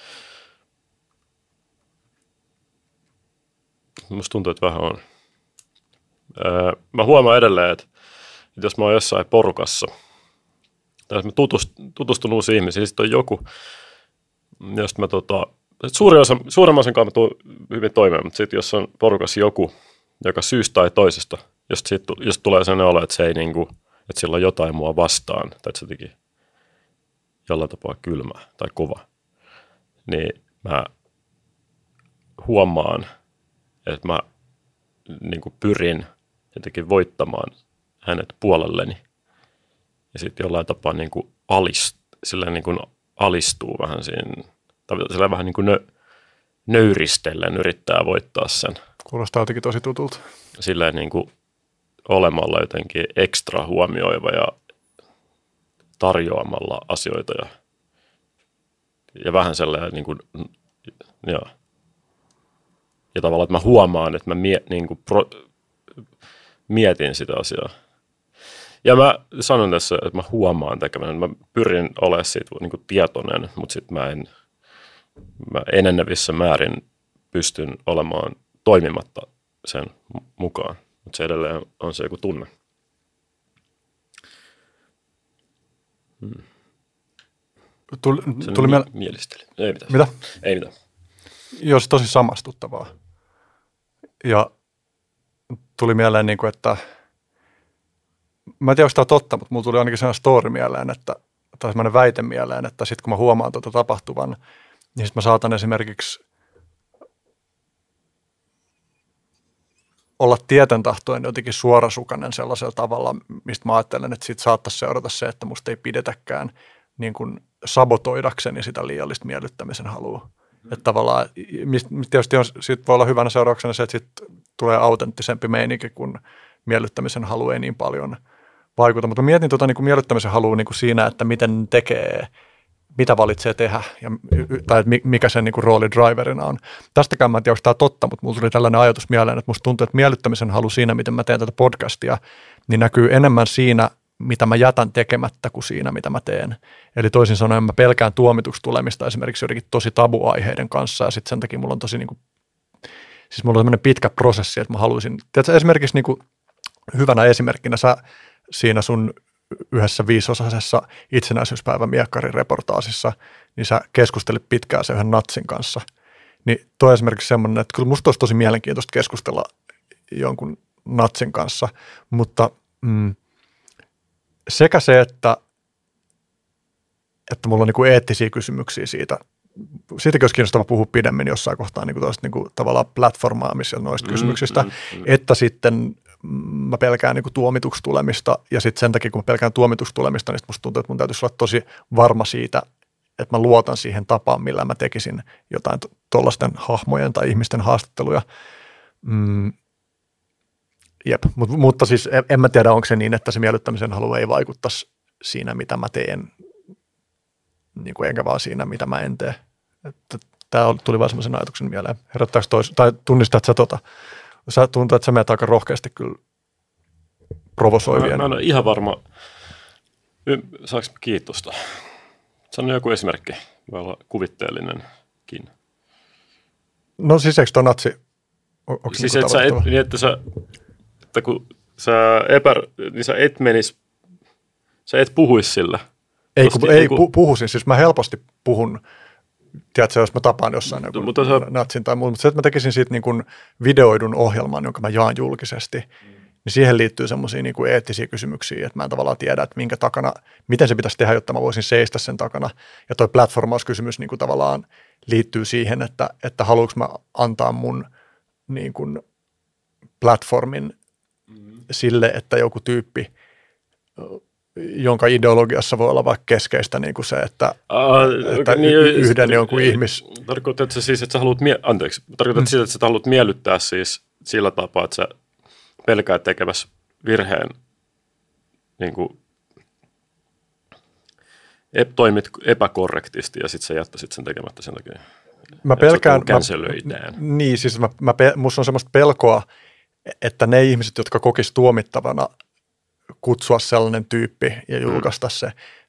Musta tuntuu, että vähän on. Öö, mä huomaan edelleen, että, että jos mä oon jossain porukassa, tai jos mä tutust, tutustun uusiin ihmisiin, niin sitten on joku, josta mä tota, suurin osa, suurimman osan kanssa mä tuun hyvin toimeen, mutta sitten jos on porukassa joku, joka syystä tai toisesta, jos, sit, jos tulee sellainen olo, että se ei niinku, että sillä on jotain mua vastaan, tai että se teki jollain tapaa kylmää tai kova, niin mä huomaan, että mä niin kuin pyrin jotenkin voittamaan hänet puolelleni. Ja sitten jollain tapaa niin kuin alist, sillä niin kuin alistuu vähän siinä, tai sillä vähän niin kuin nö, nöyristellen yrittää voittaa sen. Kuulostaa jotenkin tosi tutulta. Silleen niin kuin olemalla jotenkin ekstra huomioiva ja tarjoamalla asioita ja, ja vähän sellainen niin kuin, joo. Ja tavallaan, että mä huomaan, että mä mie, niin kuin pro, mietin sitä asiaa. Ja mä sanon tässä, että mä huomaan tekemään. Mä pyrin olemaan siitä niin kuin tietoinen, mutta sitten mä en, mä enenevissä määrin pystyn olemaan toimimatta sen mukaan. Mutta se edelleen on se joku tunne. Hmm. Tuli, tuli mi- mielistely. Ei mitään. Mitä? Ei mitään. Joo, se tosi samastuttavaa. Ja tuli mieleen, niin kuin, että mä en tiedä, onko tämä totta, mutta mulla tuli ainakin sellainen story mieleen, että, tai sellainen väite mieleen, että sitten kun mä huomaan tuota tapahtuvan, niin sitten mä saatan esimerkiksi olla tieten tahtoen jotenkin suorasukainen sellaisella tavalla, mistä mä ajattelen, että siitä saattaisi seurata se, että musta ei pidetäkään niin kuin sabotoidakseni sitä liiallista miellyttämisen halua. Että tavallaan, tietysti on, siitä voi olla hyvänä seurauksena se, että sitten tulee autenttisempi meininki, kun miellyttämisen halu ei niin paljon vaikuta. Mutta mä mietin tuota niin kuin miellyttämisen halua niin kuin siinä, että miten tekee, mitä valitsee tehdä, ja, tai mikä sen niin kuin rooli driverina on. Tästäkään mä en tiedä, onko tämä totta, mutta mulla tuli tällainen ajatus mieleen, että musta tuntuu, että miellyttämisen halu siinä, miten mä teen tätä podcastia, niin näkyy enemmän siinä, mitä mä jätän tekemättä kuin siinä, mitä mä teen. Eli toisin sanoen mä pelkään tuomituksi tulemista esimerkiksi jotenkin tosi tabuaiheiden kanssa, ja sitten sen takia mulla on tosi niin kuin, siis mulla on sellainen pitkä prosessi, että mä haluaisin, tiedätkö, esimerkiksi niin kuin hyvänä esimerkkinä sä siinä sun yhdessä viisosaisessa itsenäisyyspäivän miekkarin reportaasissa, niin sä keskustelit pitkään sen yhden natsin kanssa. Niin toi esimerkiksi semmoinen, että kyllä musta olisi tosi mielenkiintoista keskustella jonkun natsin kanssa, mutta mm, sekä se, että, että mulla on niin kuin eettisiä kysymyksiä siitä, siitäkin olisi kiinnostava puhua pidemmin jossain kohtaa niin kuin toista, niin kuin tavallaan platformaamisia noista mm, kysymyksistä, mm, mm. että sitten mä pelkään niin kuin tuomituksi tulemista, ja sitten sen takia, kun mä pelkään tuomituksi tulemista, niin musta tuntuu, että mun täytyisi olla tosi varma siitä, että mä luotan siihen tapaan, millä mä tekisin jotain tuollaisten hahmojen tai ihmisten haastatteluja. Mm. Jep, Mut, mutta siis en, en mä tiedä, onko se niin, että se miellyttämisen halu ei vaikuttaisi siinä, mitä mä teen, niin kuin enkä vaan siinä, mitä mä en tee. Tämä tuli vaan semmoisen ajatuksen mieleen. Herättääkö tois, tai tunnistat sä tota? Sä tuntuu, että sä menet aika rohkeasti kyllä provosoivien. Mä, mä en ole ihan varma, saanko kiitosta? Sano joku esimerkki, voi olla kuvitteellinenkin. No siis eikö tuo natsi? Onko siis niin, että sä et, niin, että sä, että kun sä, epä, niin sä et menis, sä et puhuisi sillä. Ei, kun, ei kun, puhuisin, siis mä helposti puhun, tiedätkö, jos mä tapaan jossain joku mutta sä, natsin tai muu, mutta se, että mä tekisin siitä niin kuin videoidun ohjelman, jonka mä jaan julkisesti, mm. niin siihen liittyy semmoisia niin kuin eettisiä kysymyksiä, että mä en tavallaan tiedä, että minkä takana, miten se pitäisi tehdä, jotta mä voisin seistä sen takana. Ja toi platformauskysymys niin kuin tavallaan liittyy siihen, että, että haluanko mä antaa mun niin kuin platformin mm. sille, että joku tyyppi, jonka ideologiassa voi olla vaikka keskeistä niin kuin se, että, uh, että niin, yhden jonkun ihmis... Tarkoitatko se siis, että sä haluat, mie- anteeksi, tarkoitatko mm. sitä, että sä haluat miellyttää siis sillä tapaa, että sä pelkäät tekevässä virheen, niin kuin ep- toimit epäkorrektisti ja sitten sä jättäisit sen tekemättä sen takia. Mä pelkään... Mä, niin, siis mä, mä, musta on semmoista pelkoa, että ne ihmiset, jotka kokis tuomittavana kutsua sellainen tyyppi ja julkaista mm. se,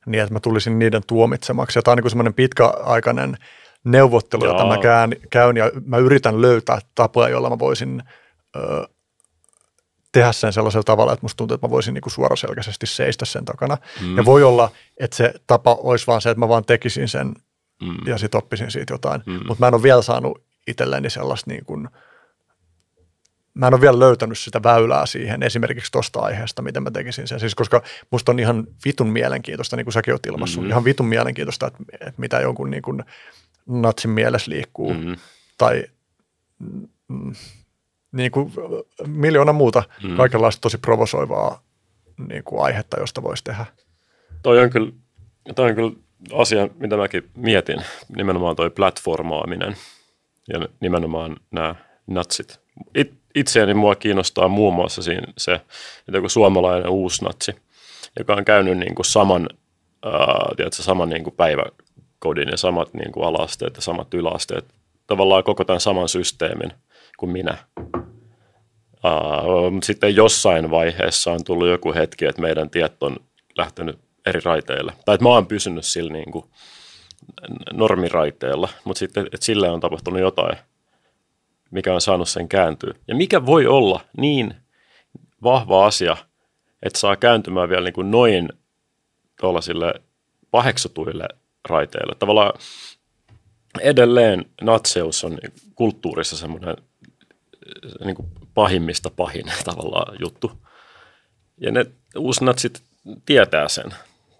niin, että mä tulisin niiden tuomitsemaksi. Ja tämä on niin semmoinen pitkäaikainen neuvottelu, jota mä käyn, käyn ja mä yritän löytää tapoja, jolla mä voisin ö, tehdä sen sellaisella tavalla, että musta tuntuu, että mä voisin niin kuin suoraselkäisesti seistä sen takana. Mm. Ja voi olla, että se tapa olisi vaan se, että mä vaan tekisin sen mm. ja sit oppisin siitä jotain. Mm. Mutta mä en ole vielä saanut itselleni sellaista niin kuin, mä en ole vielä löytänyt sitä väylää siihen esimerkiksi tuosta aiheesta, miten mä tekisin sen. Siis koska musta on ihan vitun mielenkiintoista, niin kuin säkin oot ilmaissut, mm-hmm. ihan vitun mielenkiintoista, että, että mitä jonkun niin kuin natsin mielessä liikkuu. Mm-hmm. Tai mm, niin kuin miljoona muuta mm-hmm. kaikenlaista tosi provosoivaa niin kuin aihetta, josta voisi tehdä. Toi on kyllä, toi on kyllä asia, mitä mäkin mietin, nimenomaan toi platformaaminen ja nimenomaan nämä natsit. It, itseäni mua kiinnostaa muun muassa siinä se, että joku suomalainen uusnatsi, joka on käynyt niin kuin saman, ää, tiedätkö, saman niin kuin päiväkodin ja samat niin kuin ala-asteet ja samat yläasteet, tavallaan koko tämän saman systeemin kuin minä. Ää, sitten jossain vaiheessa on tullut joku hetki, että meidän tiet on lähtenyt eri raiteille. Tai että mä oon pysynyt sillä niin kuin normiraiteella, mutta sitten että sille on tapahtunut jotain, mikä on saanut sen kääntyä. Ja mikä voi olla niin vahva asia, että saa kääntymään vielä niin kuin noin tuollaisille paheksutuille raiteille. Tavallaan edelleen natseus on kulttuurissa semmoinen niin kuin pahimmista pahin tavallaan juttu. Ja ne uusnatsit tietää sen.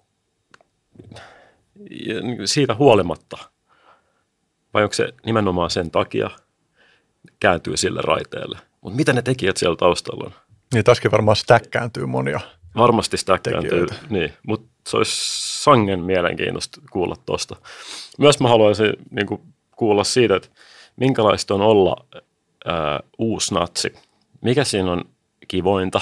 Ja siitä huolimatta. Vai onko se nimenomaan sen takia, kääntyy sille raiteelle. Mutta mitä ne tekijät siellä taustalla on? Niin tässäkin varmaan stäkkääntyy monia. Varmasti stäkkääntyy, niin. Mutta se olisi sangen mielenkiintoista kuulla tuosta. Myös mä haluaisin niin kuin, kuulla siitä, että minkälaista on olla ää, uusi natsi. Mikä siinä on kivointa?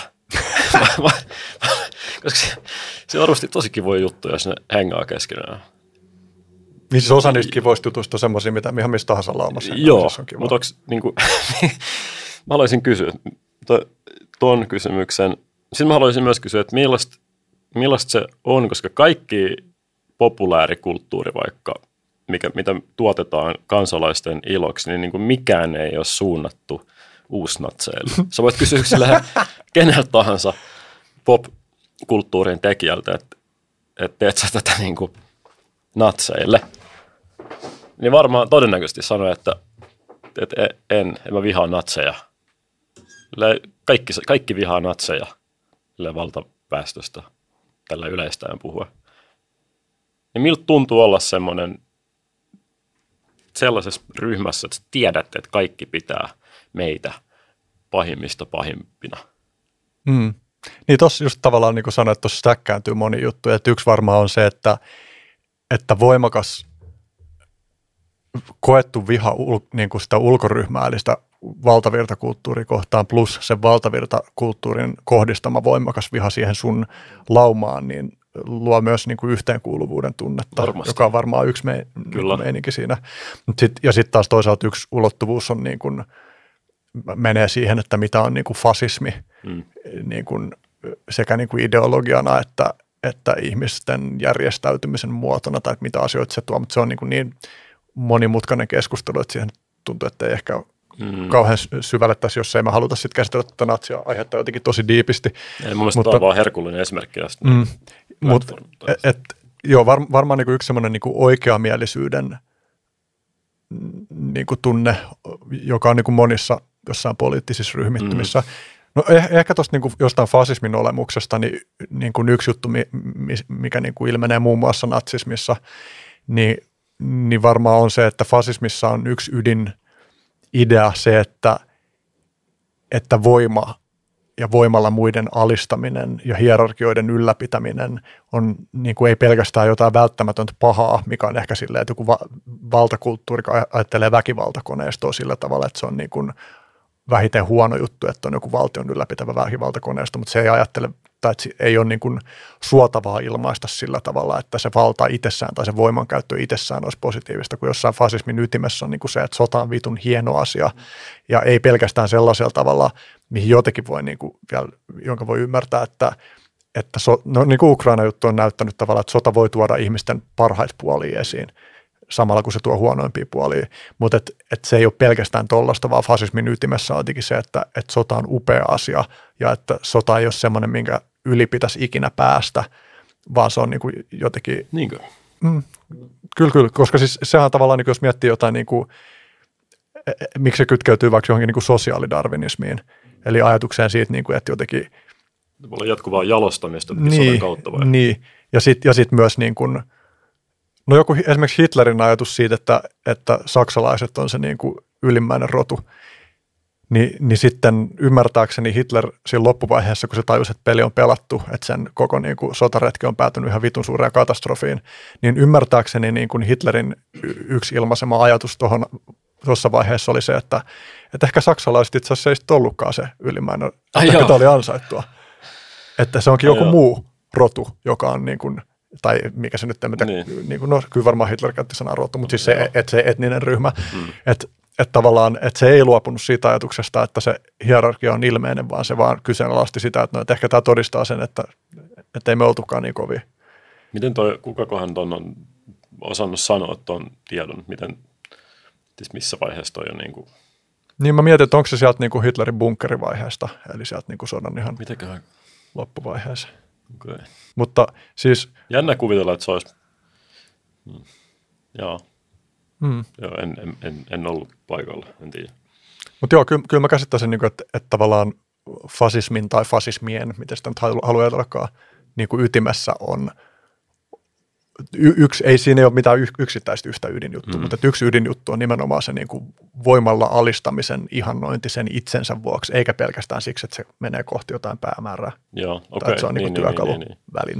Koska se, se on varmasti tosi kivoja juttuja, jos ne hengaa keskenään. Niin siis osa niistä kivoista jutuista on semmoisia, mitä ihan mistä tahansa laumassa. Joo, mutta onko, niin kuin, mä haluaisin kysyä tuon kysymyksen. Sitten mä haluaisin myös kysyä, että millaista, millaista se on, koska kaikki populaarikulttuuri vaikka, mikä, mitä tuotetaan kansalaisten iloksi, niin, niin kuin mikään ei ole suunnattu uusnatseille. Sä voit kysyä sillä keneltä tahansa pop-kulttuurin tekijältä, että, että teet sä tätä niin kuin natseille. Niin varmaan todennäköisesti sanoo, että, että en, en mä vihaa natseja. Kaikki, kaikki vihaa natseja valtaväestöstä tällä yleistäen puhua. Ja miltä tuntuu olla semmoinen sellaisessa ryhmässä, että tiedätte, että kaikki pitää meitä pahimmista pahimpina. Mm. Niin tuossa just tavallaan niin kuin sanoin, että tuossa stäkkääntyy moni juttu. Että yksi varmaan on se, että, että voimakas koettu viha niin kuin sitä ulkoryhmää, eli sitä valtavirtakulttuuria kohtaan, plus sen valtavirtakulttuurin kohdistama voimakas viha siihen sun laumaan, niin luo myös niin kuin yhteenkuuluvuuden tunnetta, varmasti, joka on varmaan yksi me, niin meininki siinä. Sit, ja sitten taas toisaalta yksi ulottuvuus on niin kuin, menee siihen, että mitä on niin kuin fasismi mm. niin kuin, sekä niin kuin ideologiana että, että ihmisten järjestäytymisen muotona, tai mitä asioita se tuo, mutta se on niin, kuin niin monimutkainen keskustelu, että siihen tuntuu, että ei ehkä mm. kauhean syvälle tässä, jos ei me haluta sitten käsitellä tätä natsia-aihetta jotenkin tosi diipisti. Ei, mun mielestä tämä on vaan herkullinen esimerkki. Mm, mutta et, joo, var, varmaan niin kuin yksi semmoinen niin kuin oikeamielisyyden niin kuin tunne, joka on niin kuin monissa jossain poliittisissa ryhmittymissä. Mm. No eh, ehkä tuosta niin jostain fasismin olemuksesta, niin, niin kuin yksi juttu, mikä niin kuin ilmenee muun muassa natsismissa, niin, niin varmaan on se, että fasismissa on yksi ydin idea se, että, että voima ja voimalla muiden alistaminen ja hierarkioiden ylläpitäminen on niin kuin ei pelkästään jotain välttämätöntä pahaa, mikä on ehkä silleen, että joku va- valtakulttuuri ajattelee väkivaltakoneistoa sillä tavalla, että se on niin kuin vähiten huono juttu, että on joku valtion ylläpitävä väkivaltakoneisto, mutta se ei ajattele, tai että ei ole niin kuin suotavaa ilmaista sillä tavalla, että se valta itsessään tai se voimankäyttö itsessään olisi positiivista, kun jossain fasismin ytimessä on niin kuin se, että sota on vitun hieno asia, ja ei pelkästään sellaisella tavalla, mihin jotenkin voi, niin kuin vielä, jonka voi ymmärtää, että, että so, no, niin kuin Ukraina-juttu on näyttänyt tavallaan, että sota voi tuoda ihmisten parhaita puolia esiin, samalla kun se tuo huonoimpia puolia, mutta et, et se ei ole pelkästään tollasta, vaan fasismin ytimessä on jotenkin se, että et sota on upea asia ja että sota ei ole semmoinen, minkä yli pitäisi ikinä päästä, vaan se on niin kuin jotenkin... Niinkö? Mm, kyllä, kyllä, koska siis sehän on tavallaan, niin kuin jos miettii jotain, niin kuin, miksi se kytkeytyy vaikka johonkin niin kuin sosiaalidarwinismiin, eli ajatukseen siitä, niin kuin, että jotenkin... Voi olla jatkuvaa jalostamista niin, sodan kautta vai? Niin, ja sitten ja sit myös niin kuin, no joku esimerkiksi Hitlerin ajatus siitä, että, että saksalaiset on se niin kuin ylimmäinen rotu, niin, niin sitten ymmärtääkseni Hitler siinä loppuvaiheessa, kun se tajusi, että peli on pelattu, että sen koko niin kuin sotaretki on päätynyt ihan vitun suureen katastrofiin, niin ymmärtääkseni niin kuin Hitlerin yksi ilmaisema ajatus tuohon tuossa vaiheessa oli se, että, että ehkä saksalaiset itse asiassa ei sitten ollutkaan se ylimmäinen, että ehkä tämä oli ansaittua. Että se onkin Ai joku joo. muu rotu, joka on niin kuin, tai mikä se nyt en tiedä, niin. Niin kuin, no kyllä varmaan Hitler käytti sanaa rotu, mutta siis se, että se etninen ryhmä, hmm. että että tavallaan, että se ei luopunut siitä ajatuksesta, että se hierarkia on ilmeinen, vaan se vaan kyseenalaisti sitä, että, no, että ehkä tämä todistaa sen, että, että ei me oltukaan niin kovia. Miten toi, kukakohan ton on osannut sanoa tuon tiedon, miten, siis missä vaiheessa toi on niin kuin... Niin mä mietin, että onko se sieltä niin kuin Hitlerin bunkkerivaiheesta, eli sieltä niin kuin sodan ihan Mitäköhän? loppuvaiheessa. Okay. Mutta siis... Jännä kuvitella, että se olisi... Hmm. Joo. Hmm. Joo, en, en, en, en ollut paikalla, en tiedä. Mutta joo, kyllä, kyllä mä käsittäisin, että, että tavallaan fasismin tai fasismien, miten sitä nyt haluaa ajatellakaan, niin kuin ytimessä on, y- yksi, ei siinä ei ole mitään yksittäistä yhtä ydinjuttua, mm. mutta yksi ydinjuttu on nimenomaan se niin kuin voimalla alistamisen ihannointi sen itsensä vuoksi, eikä pelkästään siksi, että se menee kohti jotain päämäärää. Joo, okei. Okay. Tai että se on niin, niin kuin työkaluväline. Niin,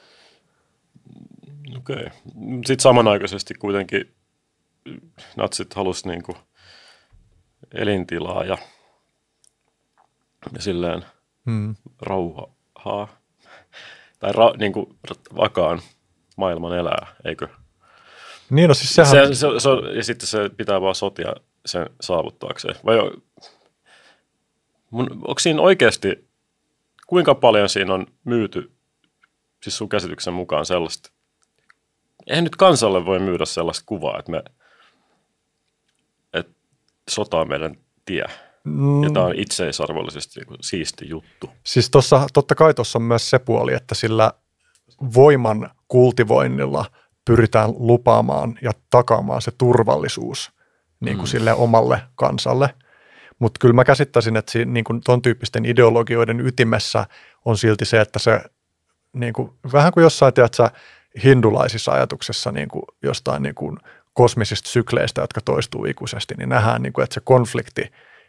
niin. Okei. Okay. Sitten samanaikaisesti kuitenkin natsit halusi niin kuin elintilaa ja, ja silleen hmm. rauhaa tai ra, niin kuin vakaan maailman elää, eikö? Niin, no siis sehän... Se, se, se, ja sitten se pitää vaan sotia sen saavuttaakseen. Vai mun, onko siinä oikeasti, kuinka paljon siinä on myyty, siis sun käsityksen mukaan sellaista, eihän nyt kansalle voi myydä sellaista kuvaa, että me että sota on meidän tie. Mm. Ja tämä on itseisarvollisesti siisti juttu. Siis tossa, totta kai tuossa on myös se puoli, että sillä voiman kultivoinnilla pyritään lupaamaan ja takaamaan se turvallisuus niin kuin mm. sille omalle kansalle. Mutta kyllä mä käsittäisin, että siinä, niin kuin ton tyyppisten ideologioiden ytimessä on silti se, että se niin kuin, vähän kuin jossain, tiedätkö, hindulaisissa ajatuksessa niin kuin jostain niin kuin kosmisista sykleistä, jotka toistuu ikuisesti, niin nähdään, niin kuin, että se konflikti,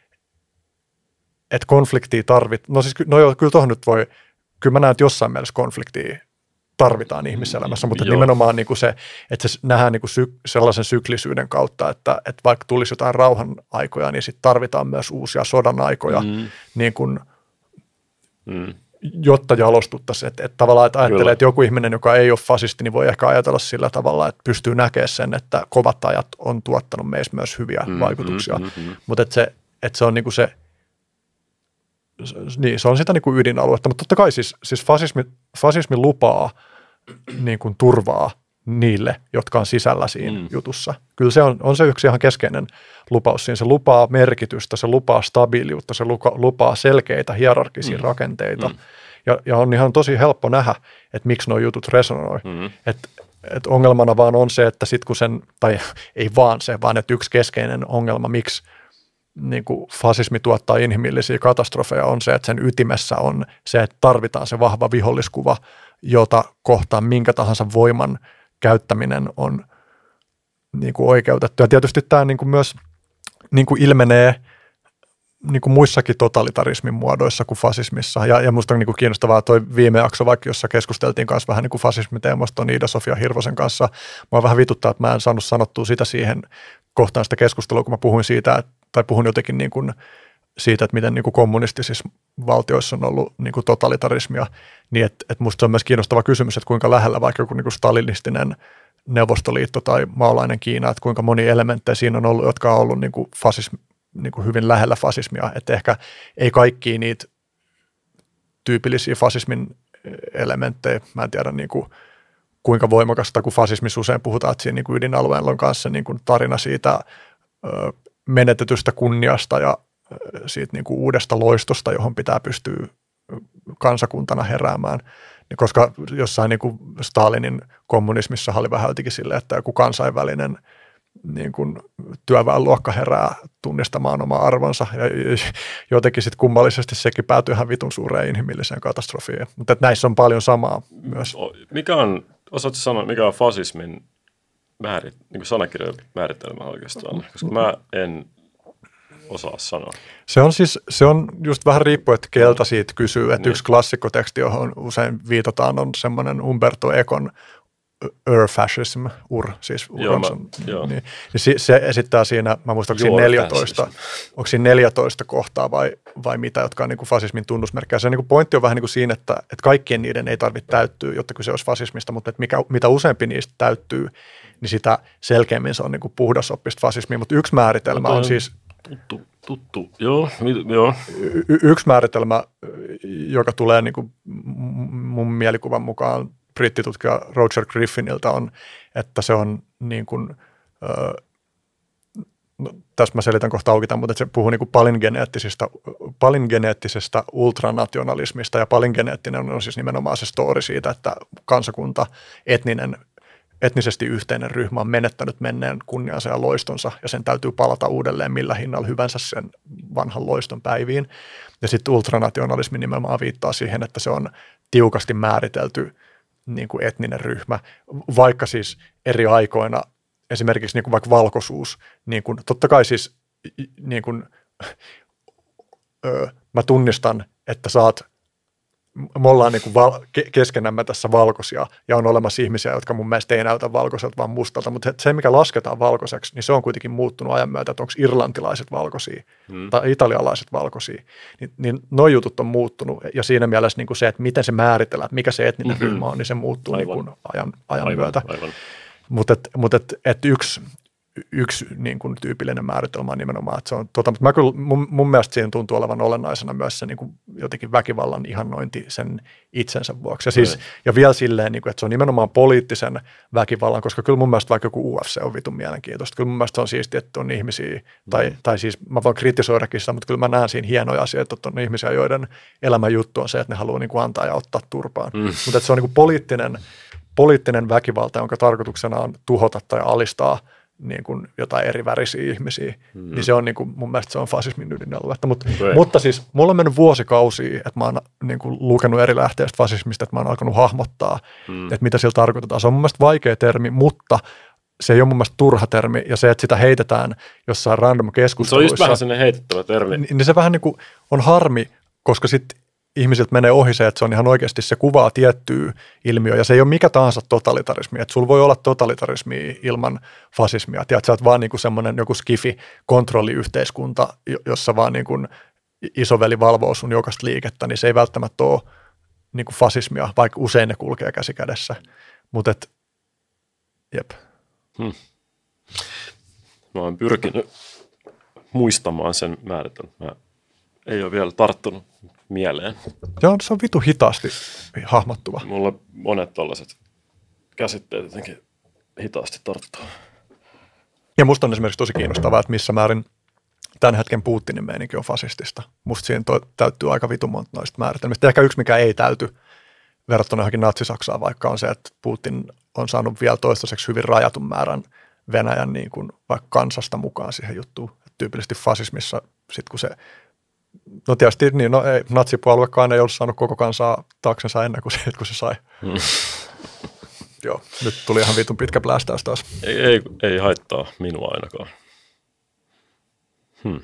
että konfliktia tarvitaan, no siis no joo, kyllä tuohon nyt voi, kyllä mä näen, että jossain mielessä konfliktia tarvitaan ihmiselämässä, mutta nimenomaan niin kuin se, että se nähdään niin kuin sy- sellaisen syklisyyden kautta, että, että vaikka tulisi jotain rauhan aikoja, niin sitten tarvitaan myös uusia sodan aikoja, mm. niin kuin, mm. jotta jalostuttaisiin. Että, että tavallaan että ajattelee, Kyllä. että joku ihminen, joka ei ole fasisti, niin voi ehkä ajatella sillä tavalla, että pystyy näkemään sen, että kovat ajat on tuottanut meissä myös hyviä mm, vaikutuksia. Mm, mm, mm. Mutta että se, että se on niin kuin se, niin, se on sitä niin kuin ydinaluetta, mutta totta kai siis, siis fasismi, fasismi lupaa niin kuin turvaa niille, jotka on sisällä siinä mm. jutussa. Kyllä se on, on se yksi ihan keskeinen lupaus siinä. Se lupaa merkitystä, se lupaa stabiiliutta, se luka, lupaa selkeitä hierarkisia mm. rakenteita. Mm. Ja, ja on ihan tosi helppo nähdä, että miksi nuo jutut resonoi. Mm. Että et ongelmana vaan on se, että sitten kun sen, tai ei vaan se, vaan että yksi keskeinen ongelma, miksi niin kuin fasismi tuottaa inhimillisiä katastrofeja, on se, että sen ytimessä on se, että tarvitaan se vahva viholliskuva, jota kohtaan minkä tahansa voiman käyttäminen on niin kuin oikeutettu. Ja tietysti tämä niin kuin myös niin kuin ilmenee niin kuin muissakin totalitarismin muodoissa kuin fasismissa. Ja, ja musta on niin kuin kiinnostavaa toi viime jakso, vaikka jossa keskusteltiin kanssa vähän niin kuin fasismiteemasta Iida-Sofia Hirvosen kanssa. Mua vähän vituttaa, että mä en saanut sanottua sitä siihen kohtaan sitä keskustelua, kun mä puhuin siitä, että, tai puhun jotenkin niin kuin siitä, että miten niin kuin kommunistisissa valtioissa on ollut niin kuin totalitarismia, niin että, että musta se on myös kiinnostava kysymys, että kuinka lähellä vaikka joku niin kuin stalinistinen Neuvostoliitto tai maalainen Kiina, että kuinka moni elementtejä siinä on ollut, jotka on ollut niin kuin fasismi, niin kuin hyvin lähellä fasismia, että ehkä ei kaikkia niitä tyypillisiä fasismin elementtejä. Mä en tiedä niin kuin, kuinka voimakasta, kun fasismissa usein puhutaan, että siinä niin kuin ydinalueella on kanssa niin kuin tarina siitä ö, menetetystä kunniasta ja ö, siitä niin kuin uudesta loistosta, johon pitää pystyä kansakuntana heräämään. Koska jossain niin kuin Stalinin kommunismissa oli vähän jotenkin silleen, että joku kansainvälinen niin kuin työväenluokka herää tunnistamaan oma arvonsa. Ja jotenkin sitten kummallisesti sekin päätyi ihan vitun suureen inhimilliseen katastrofiin. Mutta näissä on paljon samaa myös. Mikä on, osaatko sanoa, mikä on fasismin määrit, niin kuin sanakirjojen määritelmä oikeastaan? Koska mä en osaa sanoa. Se on siis, se on just vähän riippuen, että keltä siitä kysyy. Että niin. Yksi klassikkoteksti, johon usein viitataan, on semmoinen Umberto Econ Ur-fascism, ur, siis joo, mä, niin, niin se, se esittää siinä, mä muistan, onko siinä neljätoista, onko siinä neljätoista kohtaa vai, vai mitä, jotka on niin kuin fasismin tunnusmerkkejä. Se niin kuin pointti on vähän niin kuin siinä, että, että kaikkien niiden ei tarvitse täyttyä, jotta kyse olisi fasismista, mutta että mikä, mitä useampi niistä täyttyy, niin sitä selkeämmin se on niin kuin puhdasoppista fasismia. Mutta yksi määritelmä on siis Tuttu, tuttu. Joo, joo. Y- yksi määritelmä, joka tulee niin kuin mun mielikuvan mukaan brittitutkija Roger Griffiniltä on, että se on niin kuin, ö, no, tässä mä selitän kohta auki tämän, mutta se puhuu niin kuin palingeneettisestä, palingeneettisestä ultranationalismista, ja palingeneettinen on siis nimenomaan se story siitä, että kansakunta, etninen etnisesti yhteinen ryhmä on menettänyt menneen kunniansa ja loistonsa, ja sen täytyy palata uudelleen millä hinnalla hyvänsä sen vanhan loiston päiviin. Ja sitten ultranationalismi nimenomaan viittaa siihen, että se on tiukasti määritelty niin kuin etninen ryhmä, vaikka siis eri aikoina, esimerkiksi niin kuin vaikka valkoisuus, niin kuin, totta kai siis niin kuin, öö, mä tunnistan, että saat me ollaan niin kuin val- keskenämme tässä valkoisia, ja on olemassa ihmisiä, jotka mun mielestä ei näytä valkoiselta, vaan mustalta, mutta se, mikä lasketaan valkoiseksi, niin se on kuitenkin muuttunut ajan myötä, että onko irlantilaiset valkoisia hmm. tai italialaiset valkoisia, niin, niin nuo jutut on muuttunut, ja siinä mielessä niin kuin se, että miten se määritellään, että mikä se etninen mm-hmm. ryhmä on, niin se muuttuu niin kuin ajan, ajan aivan, myötä. Mutta et, mut et, et yksi, yksi niin kuin tyypillinen määritelmä on nimenomaan, että se on, tota, mutta mä kyllä, mun, mun mielestä siinä tuntuu olevan olennaisena myös se niin kuin jotenkin väkivallan ihannointi sen itsensä vuoksi. Ja, siis, ja vielä silleen, niin kuin, että se on nimenomaan poliittisen väkivallan, koska kyllä mun mielestä vaikka joku U F C on vitun mielenkiintoista. Kyllä mun mielestä se on siistiä, että on ihmisiä, tai, mm. tai siis mä voin kritisoidakin sitä, mutta kyllä mä näen siinä hienoja asioita, että on ihmisiä, joiden elämän juttu on se, että ne haluaa niin kuin antaa ja ottaa turpaan. Mm. Mutta että se on niin kuin poliittinen, poliittinen väkivalta, jonka tarkoituksena on tuhota tai alistaa niin kuin jotain eri värisiä ihmisiä, mm. niin se on niin kuin, mun mielestä se on fasismin ydinaluetta. Mut, mutta siis mulla on mennyt vuosikausia, että mä oon niin kuin lukenut eri lähteistä fasismista, että mä oon alkanut hahmottaa, mm. että mitä sillä tarkoitetaan. Se on mun mielestä vaikea termi, mutta se ei ole mun mielestä turha termi, ja se, että sitä heitetään jossain random keskusteluissa. Se on just vähän sellainen heitettävä termi. Niin, niin se vähän niin kuin on harmi, koska sitten ihmisiltä menee ohi se, että se on ihan oikeasti, se kuvaa tiettyä ilmiöä, ja se ei ole mikä tahansa totalitarismi, että sulla voi olla totalitarismi ilman fasismia, tiedät, sä oot vaan niin kuin semmoinen joku skifi kontrolliyhteiskunta, jossa vaan niin kuin isoveli valvoo sun jokaista liikettä, niin se ei välttämättä ole niin kuin fasismia, vaikka usein ne kulkee käsi kädessä, mutta et, jep. Hmm. Mä oon pyrkinyt muistamaan sen määritelmän. Mä ei ole vielä tarttunut mieleen. Joo, se on vitu hitaasti hahmottuva. Mulla monet tällaiset käsitteet jotenkin hitaasti tarttuu. Ja musta on esimerkiksi tosi kiinnostavaa, että missä määrin tämän hetken Putinin meininki on fasistista. Musta siinä toi, täyttyy aika vitu monta noista määritelmistä. Ehkä yksi, mikä ei täyty verrattuna johonkin Natsi-Saksaan, vaikka on se, että Putin on saanut vielä toistaiseksi hyvin rajatun määrän Venäjän niin kuin vaikka kansasta mukaan siihen juttuun. Tyypillisesti fasismissa, sit kun se no tietysti niin, no ei, natsipuoluekaan ei ollut saanut koko kansaa taaksensa ennen kuin se, kun se sai. Hmm. Joo, nyt tuli ihan vitun pitkä plästäys taas. Ei, ei, ei haittaa minua ainakaan. Hmm.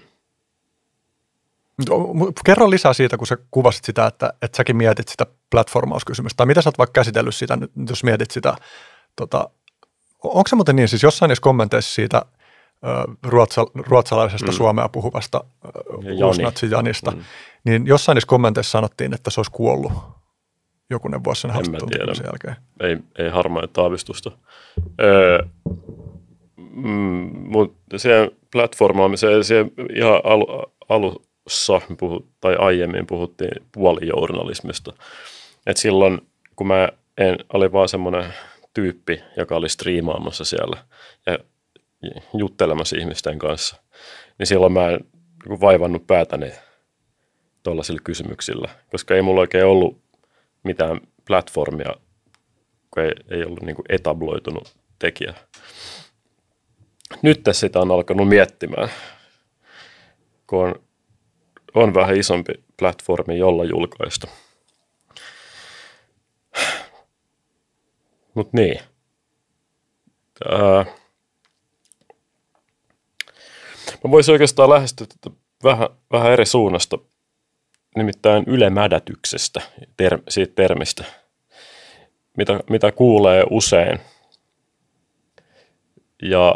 Kerro lisää siitä, kun sä kuvasit sitä, että, että säkin mietit sitä platformauskysymystä. Tai mitä sä oot vaikka käsitellyt sitä, jos mietit sitä, tota, onko se muuten niin, siis jossain niissä kommenteissa siitä Ruotsa, ruotsalaisesta mm. suomea puhuvasta uusnatsi Janista, mm. niin jossain niissä kommenteissa sanottiin, että se olisi kuollut jokunen vuosi sen haastattelun jälkeen. Ei, ei harmaita aavistusta. Öö, mm, mutta siihen platformaamiseen, siihen ihan alu, alussa puhut, tai aiemmin puhuttiin puolijournalismista. että silloin, kun mä en, olin vaan semmoinen tyyppi, joka oli striimaamassa siellä ja juttelemassa ihmisten kanssa, niin silloin mä en vaivannut päätäni tuollaisilla kysymyksillä, koska ei mulla oikein ollut mitään platformia, kun ei, ei ollut niin kuin etabloitunut tekijä. Nyt tässä sitä on alkanut miettimään, kun on, on vähän isompi platformi, jolla julkaista. Mut niin. Ää, mä voisin oikeastaan lähestyä tätä vähän, vähän eri suunnasta, nimittäin ylemädätyksestä, ter, siitä termistä, mitä, mitä kuulee usein. Ja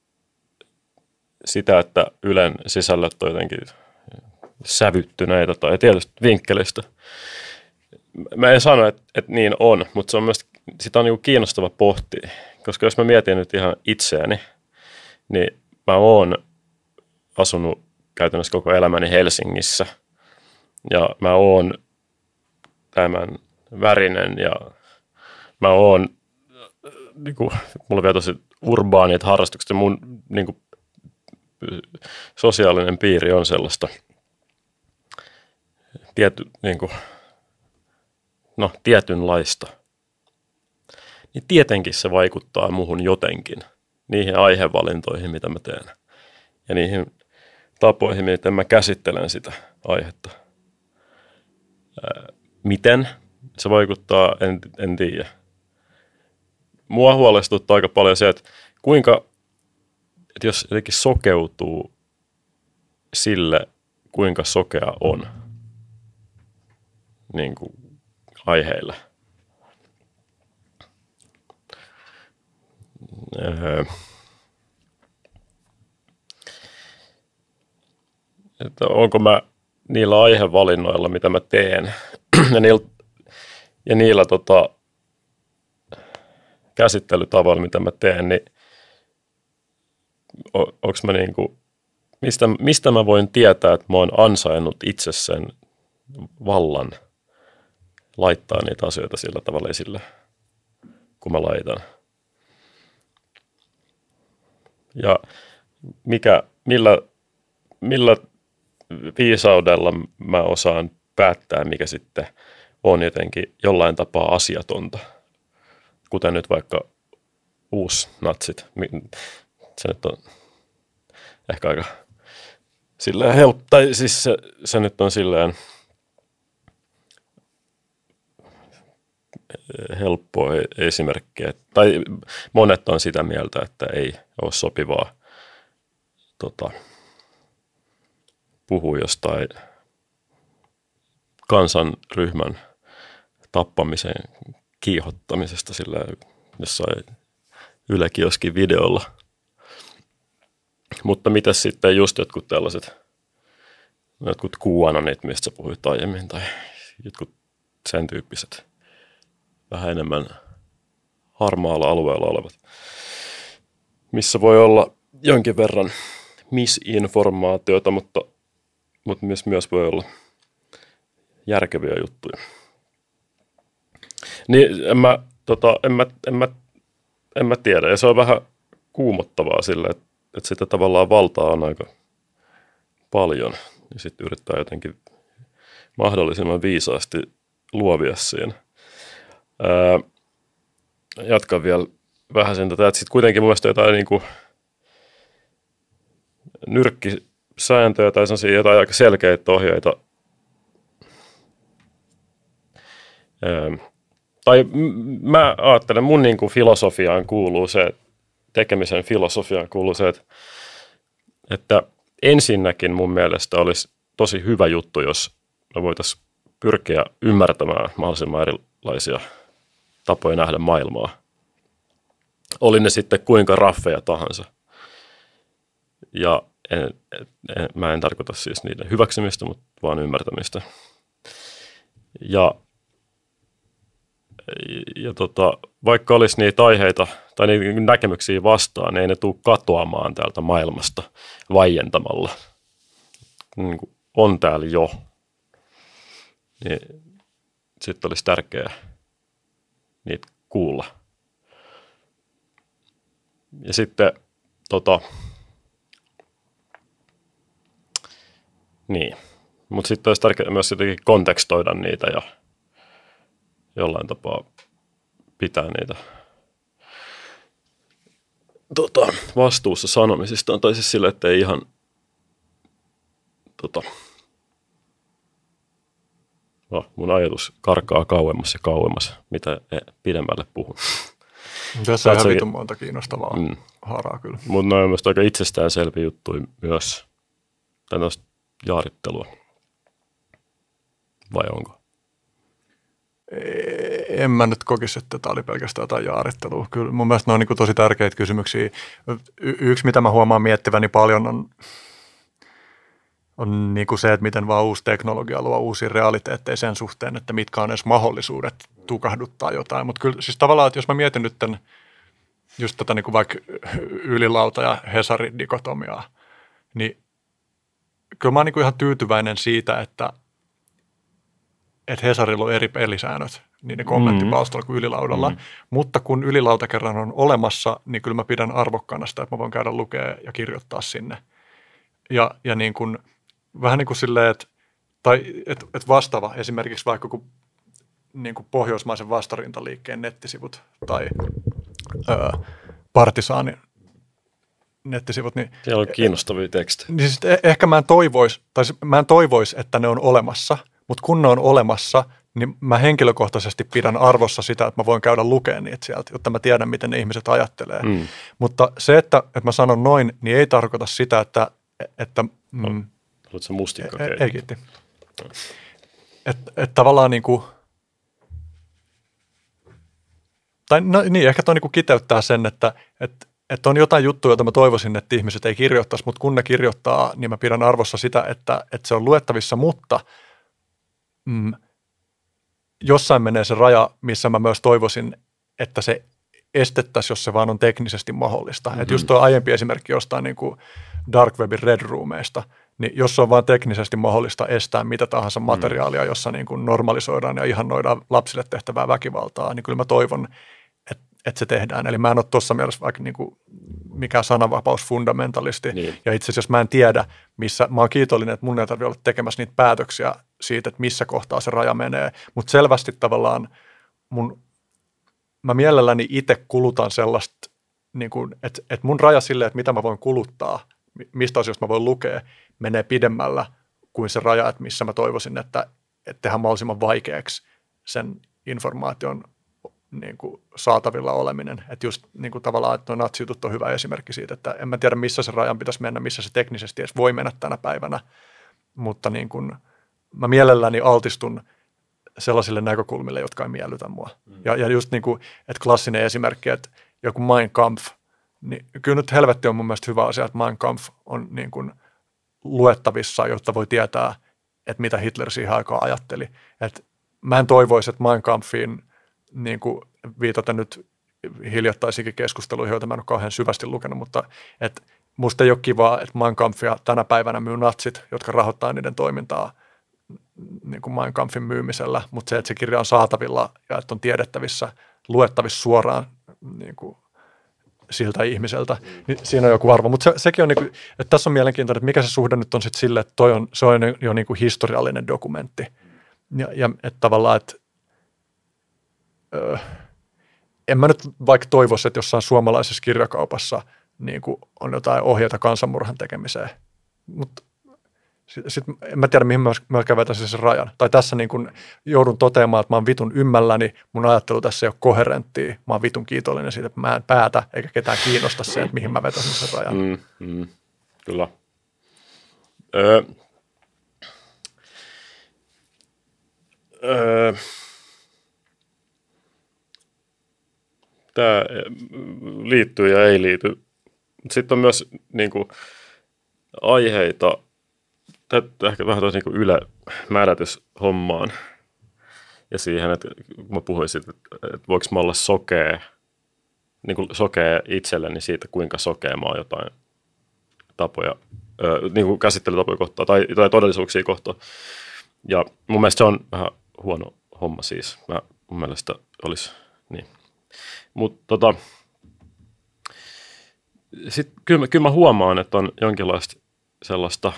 sitä, että Ylen sisällöt on jotenkin sävyttyneitä tai tietysti vinkkelistä. Mä en sano, että, että niin on, mutta se on myös, sitä on niin kuin kiinnostava pohtia, koska jos mä mietin nyt ihan itseäni, niin mä oon asunut käytännössä koko elämäni Helsingissä ja mä oon tämän värinen ja mä oon, niin kuin, mulla on vielä tosi urbaanit harrastukset ja mun niin kuin, sosiaalinen piiri on sellaista tiety, niin kuin, no, tietynlaista. Niin tietenkin se vaikuttaa muhun jotenkin, niihin aihevalintoihin, mitä mä teen. Ja niihin tapoihin, miten mä käsittelen sitä aihetta. Ää, miten se vaikuttaa, en, en tiedä. Mua huolestuttaa aika paljon se, että kuinka, että jos jotenkin sokeutuu sille, kuinka sokea on niin kuin aiheilla. Öö. Että onko mä niillä aihevalinnoilla, mitä mä teen, ja niillä, ja niillä tota, käsittelytavoilla, mitä mä teen, niin onko mä niinku, mistä, mistä mä voin tietää, että mä oon ansainnut itse sen vallan laittaa niitä asioita sillä tavalla esille, kun mä laitan. Ja mikä, millä, millä viisaudella mä osaan päättää, mikä sitten on jotenkin jollain tapaa asiatonta. Kuten nyt vaikka uusnatsit. Se nyt on ehkä aika silleen helppo, tai siis se, se nyt on silleen helppoa esimerkkiä. Tai monet on sitä mieltä, että ei ole sopivaa tota, puhua jostain kansanryhmän tappamisen kiihottamisesta sillä jossain Yle-kioskin videolla. Mutta mitä sitten just jotkut tällaiset, jotkut QAnonit, mistä sä puhuit aiemmin, tai jotkut sen tyyppiset, vähän enemmän harmaalla alueella olevat, missä voi olla jonkin verran misinformaatiota, mutta, mutta myös, myös voi olla järkeviä juttuja. Niin en mä, tota, en mä, en mä, en mä tiedä, ja se on vähän kuumottavaa sille, että, että sitä tavallaan valtaa on aika paljon, ja sitten yrittää jotenkin mahdollisimman viisaasti luovia siinä. Ää, jatkan vielä vähän sen tätä, että sitten kuitenkin mun mielestä jotain niin kuin nyrkkisääntöjä tai sellaisia jotain aika selkeitä ohjeita. Ää, tai m- mä ajattelen, mun niin kuin filosofiaan kuuluu se, tekemisen filosofiaan kuuluu se, että, että ensinnäkin mun mielestä olisi tosi hyvä juttu, jos me voitaisiin pyrkiä ymmärtämään mahdollisimman erilaisia tapoja nähdä maailmaa. Oli ne sitten kuinka raffeja tahansa. Ja en, en, mä en tarkoita siis niiden hyväksymistä, mutta vaan ymmärtämistä. Ja, ja tota, vaikka olisi niitä aiheita tai niitä näkemyksiä vastaan, niin ei ne tule katoamaan täältä maailmasta vaientamalla. Niin kuin on täällä jo. Niin sitten olisi tärkeää niitä kuulla. Ja sitten tota, niin, mutta sitten olisi tärkeää myös jotenkin kontekstoida niitä ja jollain tapaa pitää niitä tota, vastuussa sanomisistaan, tai siis sillä, että ei ihan tota, no, mun ajatus karkaa kauemmas ja kauemmas, mitä pidemmälle puhun. Tässä on ihan vitun monta kiinnostavaa mm. haaraa kyllä. Mutta ne on myös aika itsestäänselviä juttuja myös, tällaista jaarittelua. Vai onko? En mä nyt kokisi, että tämä oli pelkästään jotain jaarittelua. Kyllä mun mielestä ne on niin kuin tosi tärkeitä kysymyksiä. Y- yksi, mitä mä huomaan miettiväni paljon, on, on niin kuin se, että miten vaan uusi teknologia luo uusia realiteetteja sen suhteen, että mitkä on edes mahdollisuudet tukahduttaa jotain. Mutta kyllä siis tavallaan, että jos mä mietin nyt tämän, just tätä niin kuin vaikka Ylilauta ja Hesarin dikotomiaa, niin kyllä mä oon niin kuin ihan tyytyväinen siitä, että että Hesarilla on eri pelisäännöt niiden kommenttipalstalla kuin Ylilaudalla, mm. mutta kun Ylilauta kerran on olemassa, niin kyllä mä pidän arvokkaana sitä, että mä voin käydä lukea ja kirjoittaa sinne. Ja, ja niin kuin, vähän niin kuin silleen, että, tai, että, että vastaava esimerkiksi vaikka kun, niin kuin pohjoismaisen vastarintaliikkeen nettisivut tai öö, partisaanin nettisivut. Niin, siellä on kiinnostavia tekstejä. Niin siis ehkä mä en toivoisi, tai mä en toivoisi, että ne on olemassa, mutta kun ne on olemassa, niin mä henkilökohtaisesti pidän arvossa sitä, että mä voin käydä lukemaan niitä sieltä, jotta mä tiedän, miten ne ihmiset ajattelee. Mm. Mutta se, että, että mä sanon noin, niin ei tarkoita sitä, että... että mm, haluatko sä mustikka? Ei, ei kiitti. Että et tavallaan niin kuin... Tai no, niin, ehkä toi niin kuin kiteyttää sen, että et, et on jotain juttuja, joita mä toivoisin, että ihmiset ei kirjoittaisi, mutta kun ne kirjoittaa, niin mä pidän arvossa sitä, että, että se on luettavissa, mutta... Mm, jossain menee se raja, missä mä myös toivoisin, että se estettäisiin, jos se vaan on teknisesti mahdollista. Mm-hmm. Että just tuo aiempi esimerkki jostain niin kuin Dark Webin Red Roomeista, niin jos on vaan teknisesti mahdollista estää mitä tahansa materiaalia, jossa niin kuin normalisoidaan ja ihannoidaan lapsille tehtävää väkivaltaa, niin kyllä mä toivon, että, että se tehdään. Eli mä en ole tuossa mielessä vaikka niin kuin mikään sananvapausfundamentalisti. Niin. Ja itse asiassa mä en tiedä, missä, mä oon kiitollinen, että mun ei tarvitse olla tekemässä niitä päätöksiä siitä, että missä kohtaa se raja menee. Mutta selvästi tavallaan mun, mä mielelläni itse kulutan sellaista, niin kuin, että, että mun raja silleen, että mitä mä voin kuluttaa, mistä asioista mä voin lukea, menee pidemmällä kuin se raja, että missä mä toivoisin, että, että tehdään mahdollisimman vaikeaksi sen informaation niin kuin saatavilla oleminen. Että just niin kuin tavallaan, että nuo natsijutut on hyvä esimerkki siitä, että en mä tiedä, missä se rajan pitäisi mennä, missä se teknisesti edes voi mennä tänä päivänä, mutta niin kuin mä mielelläni altistun sellaisille näkökulmille, jotka ei miellytä mua. Mm. Ja, ja just niin kuin, että klassinen esimerkki, että joku Mein Kampf, niin kyllä nyt helvetti on mun mielestä hyvä asia, että Mein Kampf on niin kuin luettavissa, jotta voi tietää, että mitä Hitler siihen aikaan ajatteli. Et mä en toivoisi, että Mein Kampfiin niin kuin viitaten nyt hiljattaisikin keskusteluihin, joita mä en ole kauhean syvästi lukenut, mutta että musta ei ole kivaa, että Mein Kampfia tänä päivänä myy natsit, jotka rahoittaa niiden toimintaa niin kuin Mein Kampfin myymisellä, mutta se, että se kirja on saatavilla ja että on tiedettävissä, luettavissa suoraan niin kuin siltä ihmiseltä, niin siinä on joku arvo. Mutta se, sekin on, niin kuin, että tässä on mielenkiintoinen, että mikä se suhde nyt on sitten sille, että toi on, se on jo niin kuin historiallinen dokumentti. Ja, ja että tavallaan, että öö, en mä nyt vaikka toivoisi, että jossain suomalaisessa kirjakaupassa niin kuin on jotain ohjeita kansanmurhan tekemiseen, mutta sitten sit, en mä tiedä, mihin mä, mä kävetän sen rajan. Tai tässä niin kun joudun toteamaan, että mä oon vitun ymmälläni, mun ajattelu tässä ei ole koherenttia, mä oon vitun kiitollinen siitä, että mä en päätä, eikä ketään kiinnosta se, että mihin mä vetäisin sen rajan. Mm, mm, kyllä. Öö, öö, Tämä liittyy ja ei liity. Sitten on myös niin kuin, aiheita, tämä ehkä vähän tosi niin kuin yle määrätyshommaan ja siihen, että kun mä puhuin siitä, että voiko mä olla sokea, niin kuin sokea itselleni siitä, kuinka sokea mä oon jotain tapoja, niin kuin käsittelytapoja kohtaan tai, tai todellisuuksia kohtaan. Ja mun mielestä se on vähän huono homma siis. Mä, mun mielestä olisi niin. Mutta tota, sitten kyllä, kyllä mä huomaan, että on jonkinlaista sellaista,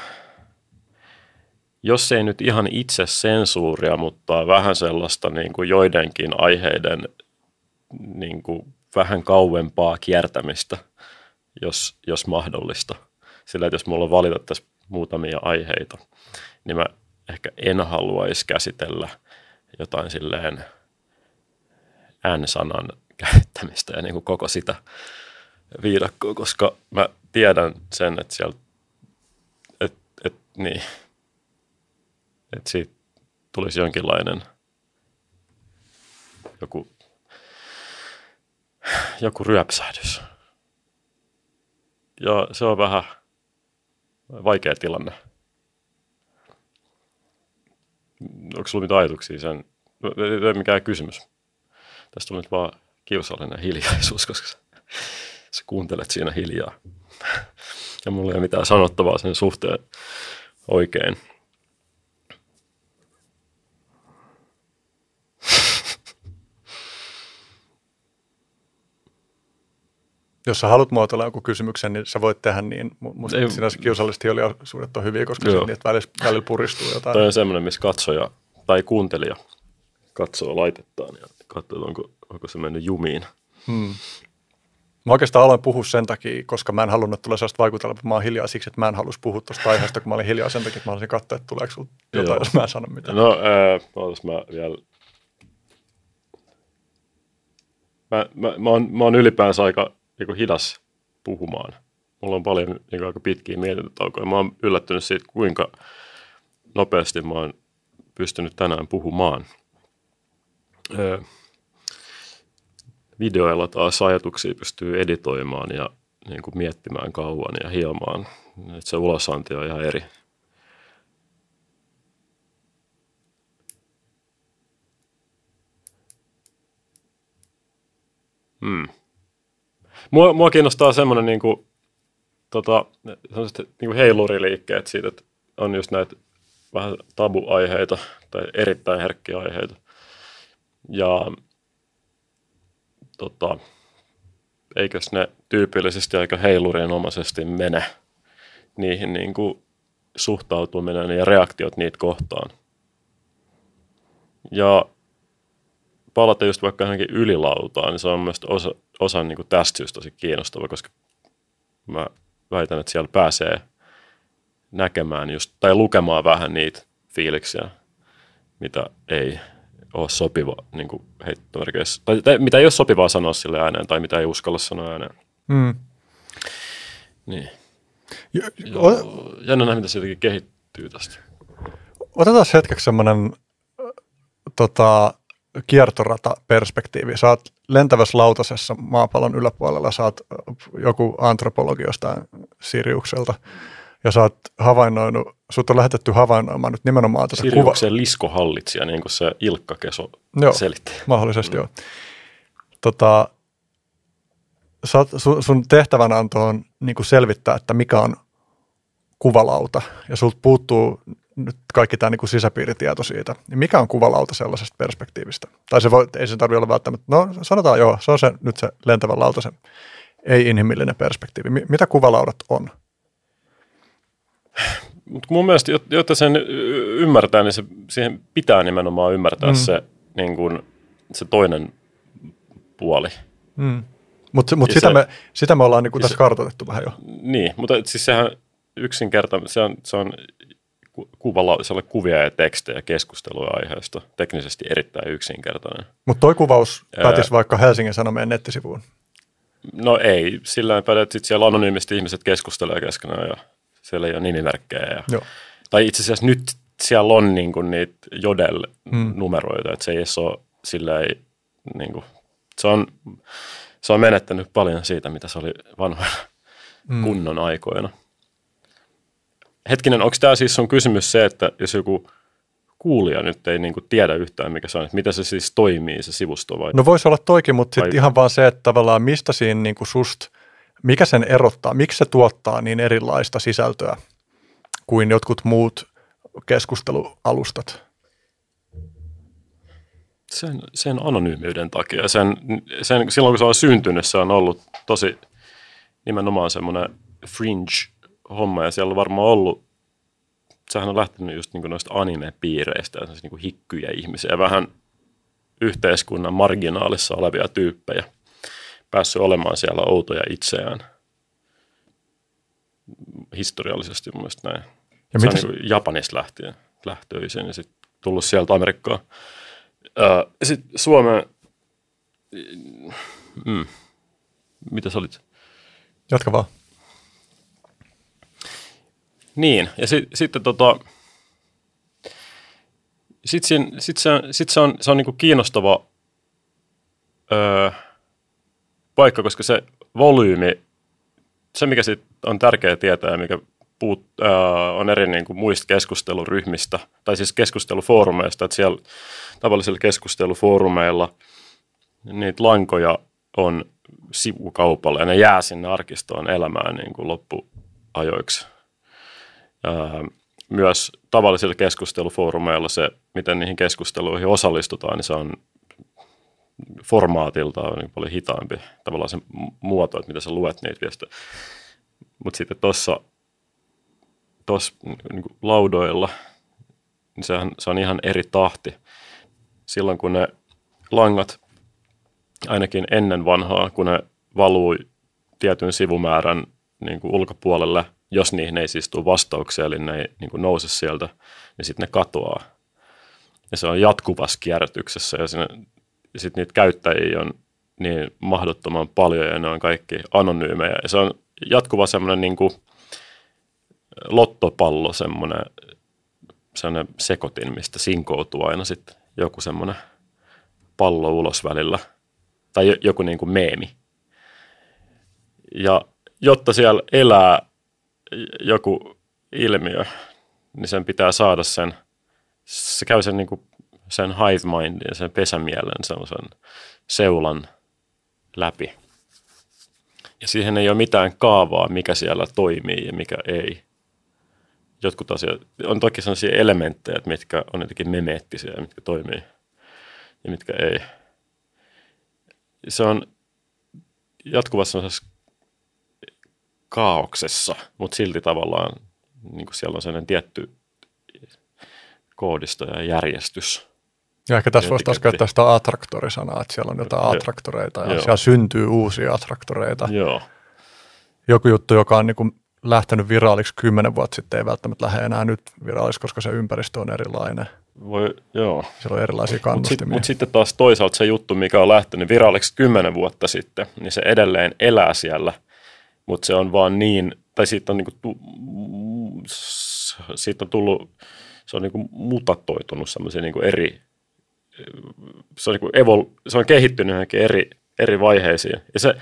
jos ei nyt ihan itse sensuuria, mutta vähän sellaista niin kuin joidenkin aiheiden niin kuin vähän kauempaa kiertämistä, jos, jos mahdollista. Sillä, että jos mulla valitettaisiin muutamia aiheita, niin mä ehkä en haluaisi käsitellä jotain silleen N-sanan käyttämistä ja niin kuin koko sitä viidakkoa, koska mä tiedän sen, että siellä, että et, niin, että siitä tulisi jonkinlainen joku, joku ryöpsähdys. Ja se on vähän vaikea tilanne. Onko sulla mitään ajatuksia sen? Ei ole mikään kysymys. Tästä tuli nyt vaan kiusallinen hiljaisuus, koska sä, sä kuuntelet siinä hiljaa. Ja mulla ei ole mitään sanottavaa sen suhteen oikein. Jos sä haluat muotoilla joku kysymyksen, niin sä voit tehdä niin. Musta ei, sinänsä kiusallisesti hiljaisuudet on hyviä, koska niin, että välillä, välillä puristuu jotain. Toi on semmoinen, missä katsoja tai kuuntelija katsoo laitettaan ja katsoo, onko, onko se mennyt jumiin. Hmm. Mä oikeastaan aloin puhua sen takia, koska mä en halunnut tulla sellaista vaikutelmaa, että mä oon hiljaa siksi, että mä en halus puhua tuosta aiheesta, kun mä olin hiljaa sen takia, että mä haluaisin katsoa, että tuleeko sulla jotain, Joo. jos mä en sano mitään. No, ää, ootas mä vielä... Mä, mä, mä, oon, mä oon ylipäänsä aika niin hidas puhumaan. Mulla on paljon niin aika pitkiä mietintätaukoja. Mä oon yllättynyt siitä, kuinka nopeasti mä oon pystynyt tänään puhumaan. Öö, videoilla taas ajatuksia pystyy editoimaan ja niin kuin miettimään kauan ja hiomaan. Et se ulosanti on ihan eri. Hmm. Mua, mua kiinnostaa semmoinen niin kuin, tota, niin kuin heiluriliikkeet siitä, että on just näitä vähän tabuaiheita tai erittäin herkkiä aiheita. Ja tota, eikös ne tyypillisesti aika heilurienomaisesti mene niihin niin kuin suhtautuminen ja reaktiot niitä kohtaan. Ja palata just vaikka johonkin ylilautaan, niin se on mielestäni osa, osa niin kuin tästä syystä tosi kiinnostava, koska mä väitän, että siellä pääsee näkemään just, tai lukemaan vähän niitä fiiliksiä, mitä ei ole sopiva niin kuin heittomerkeissä, tai, tai mitä ei ole sopivaa sanoa sille ääneen, tai mitä ei uskalla sanoa ääneen. Mm. Niin. Ja, jännä nähdä, mitä se jotenkin kehittyy tästä. Otetaan hetkeksi semmoinen tota, kiertorata-perspektiivi. Sä oot lentävässä lautasessa maapallon yläpuolella, sä oot joku antropologi jostain Siriukselta, ja sä oot havainnoinut, sut on lähetetty havainnoimaan nyt nimenomaan tätä kuvaa. Siriuksen liskohallitsija, niin kuin se Ilkka Keso joo, selitti. Mahdollisesti mm. joo. Tota, oot, sun, sun tehtävänanto on niin kuin selvittää, että mikä on kuvalauta, ja sulta puuttuu nyt kaikki tämä niin kuin sisäpiiritieto siitä. Niin mikä on kuvalauta sellaisesta perspektiivistä? Tai se voi, ei se tarvitse olla välttämättä, no sanotaan joo, se on se, nyt se lentävän lautasen ei-inhimillinen perspektiivi. Mitä kuvalaudat on? Mut mun mielestä, jotta sen ymmärtää, niin se, siihen pitää nimenomaan ymmärtää mm. se, niin kun, se toinen puoli. Mm. Mutta mut sitä, me, sitä me ollaan niin tässä se, kartoitettu vähän jo. Niin, mutta siis sehän yksinkertaisesti, se on, se on kuvalla, se on kuvia ja tekstejä keskustelua aiheesta, teknisesti erittäin yksinkertainen. Mutta toi kuvaus päätisi vaikka Helsingin Sanomien nettisivuun? No ei, sillä tavalla, että sit siellä anonyymisti ihmiset keskustelee keskenään ja siellä ei ole nimimerkkejä. Ja, Joo. Tai itse asiassa nyt siellä on niinku niitä Jodel-numeroita, mm. että se ei ole silleen, niinku, se, on, se on menettänyt paljon siitä, mitä se oli vanhoina mm. kunnon aikoina. Hetkinen, onko tämä siis sun kysymys se, että jos joku kuulija nyt ei niinku tiedä yhtään, mikä se on, että miten se siis toimii, se sivusto vai? No voisi olla toikin, mutta sitten ihan vaan se, että tavallaan mistä siinä niinku susta, mikä sen erottaa, miksi se tuottaa niin erilaista sisältöä kuin jotkut muut keskustelualustat? sen, sen anonyymiyden takia. Sen, sen, silloin kun se on syntynyt, se on ollut tosi nimenomaan semmoinen fringe-homma, ja siellä on varmaan ollut, sehän on lähtenyt just niin noista anime-piireistä, ja niin hikkyjä ihmisiä, vähän yhteiskunnan marginaalissa olevia tyyppejä, päässyt olemaan siellä outoja itseään. Historiallisesti mun mielestä näin. Ja se on niin Japanista lähtien lähtöisin ja sitten tullut sieltä Amerikkaan. Ää, sitten Suomeen, mm, mitä sä olit? Jatka vaan. Niin, ja sitten sit, tota, sit sit se, sit se on, se on niinku kiinnostava öö, paikka, koska se volyymi, se mikä sit on tärkeää tietää ja mikä puut, ää, on eri niin kuin muista keskusteluryhmistä, tai siis keskustelufoorumeista, että siellä tavallisilla keskustelufoorumeilla niitä lankoja on sivukaupalla, ja ne jää sinne arkistoon elämään niin kuin loppuajoiksi. Ää, myös tavallisilla keskustelufoorumeilla se, miten niihin keskusteluihin osallistutaan, niin se on formaatiltaan niin paljon hitaampi tavallaan se muoto, että mitä sä luet niitä viestejä. Mutta sitten tuossa tuossa niin laudoilla, niin sehän, se on ihan eri tahti. Silloin kun ne langat, ainakin ennen vanhaa, kun ne valuu tietyn sivumäärän niin kuin ulkopuolelle, jos niihin ei siis tule vastauksia, eli ne ei niin kuin nouse sieltä, niin sitten ne katoaa. Ja se on jatkuvassa kierrätyksessä, ja, ja sitten niitä käyttäjiä on niin mahdottoman paljon, ja ne on kaikki anonyymejä. Ja se on jatkuva semmoinen niin kuin lottopallo, semmoinen, semmoinen sekoitin, mistä sinkoutuu aina sitten joku semmoinen pallo ulos välillä. Tai joku niin kuin meemi. Ja jotta siellä elää joku ilmiö, niin sen pitää saada sen, se käy sen, niin kuin sen hive mindin, sen pesämielen, sellaisen seulan läpi. Ja siihen ei ole mitään kaavaa, mikä siellä toimii ja mikä ei. Jotkut asiat, on toki sellaisia elementtejä, mitkä on jotenkin memeettisiä ja mitkä toimii ja mitkä ei. Se on jatkuvassa sellaisessa kaauksessa, mutta silti tavallaan niin kuin siellä on sellainen tietty koodisto ja järjestys. Ja ehkä tässä voisi taas käyttää sitä attraktorisanaa, että siellä on jotain attraktoreita ja Joo. siellä syntyy uusia attraktoreita. Joo. Joku juttu, joka on niin kuin lähtenyt viraaliksi kymmenen vuotta sitten, ei välttämättä lähde enää nyt viraaliksi, koska se ympäristö on erilainen. Voi, joo. Siellä on erilaisia kannustimia. Mutta sit, mut sitten taas toisaalta se juttu, mikä on lähtenyt viraaliksi kymmenen vuotta sitten, niin se edelleen elää siellä, mutta se on vaan niin, tai siitä on, niinku, siitä on tullut, se on niinku mutatoitunut semmoisia niinku eri, se on, niinku evol, se on kehittynyt johonkin eri, eri vaiheisiin. Ja, se,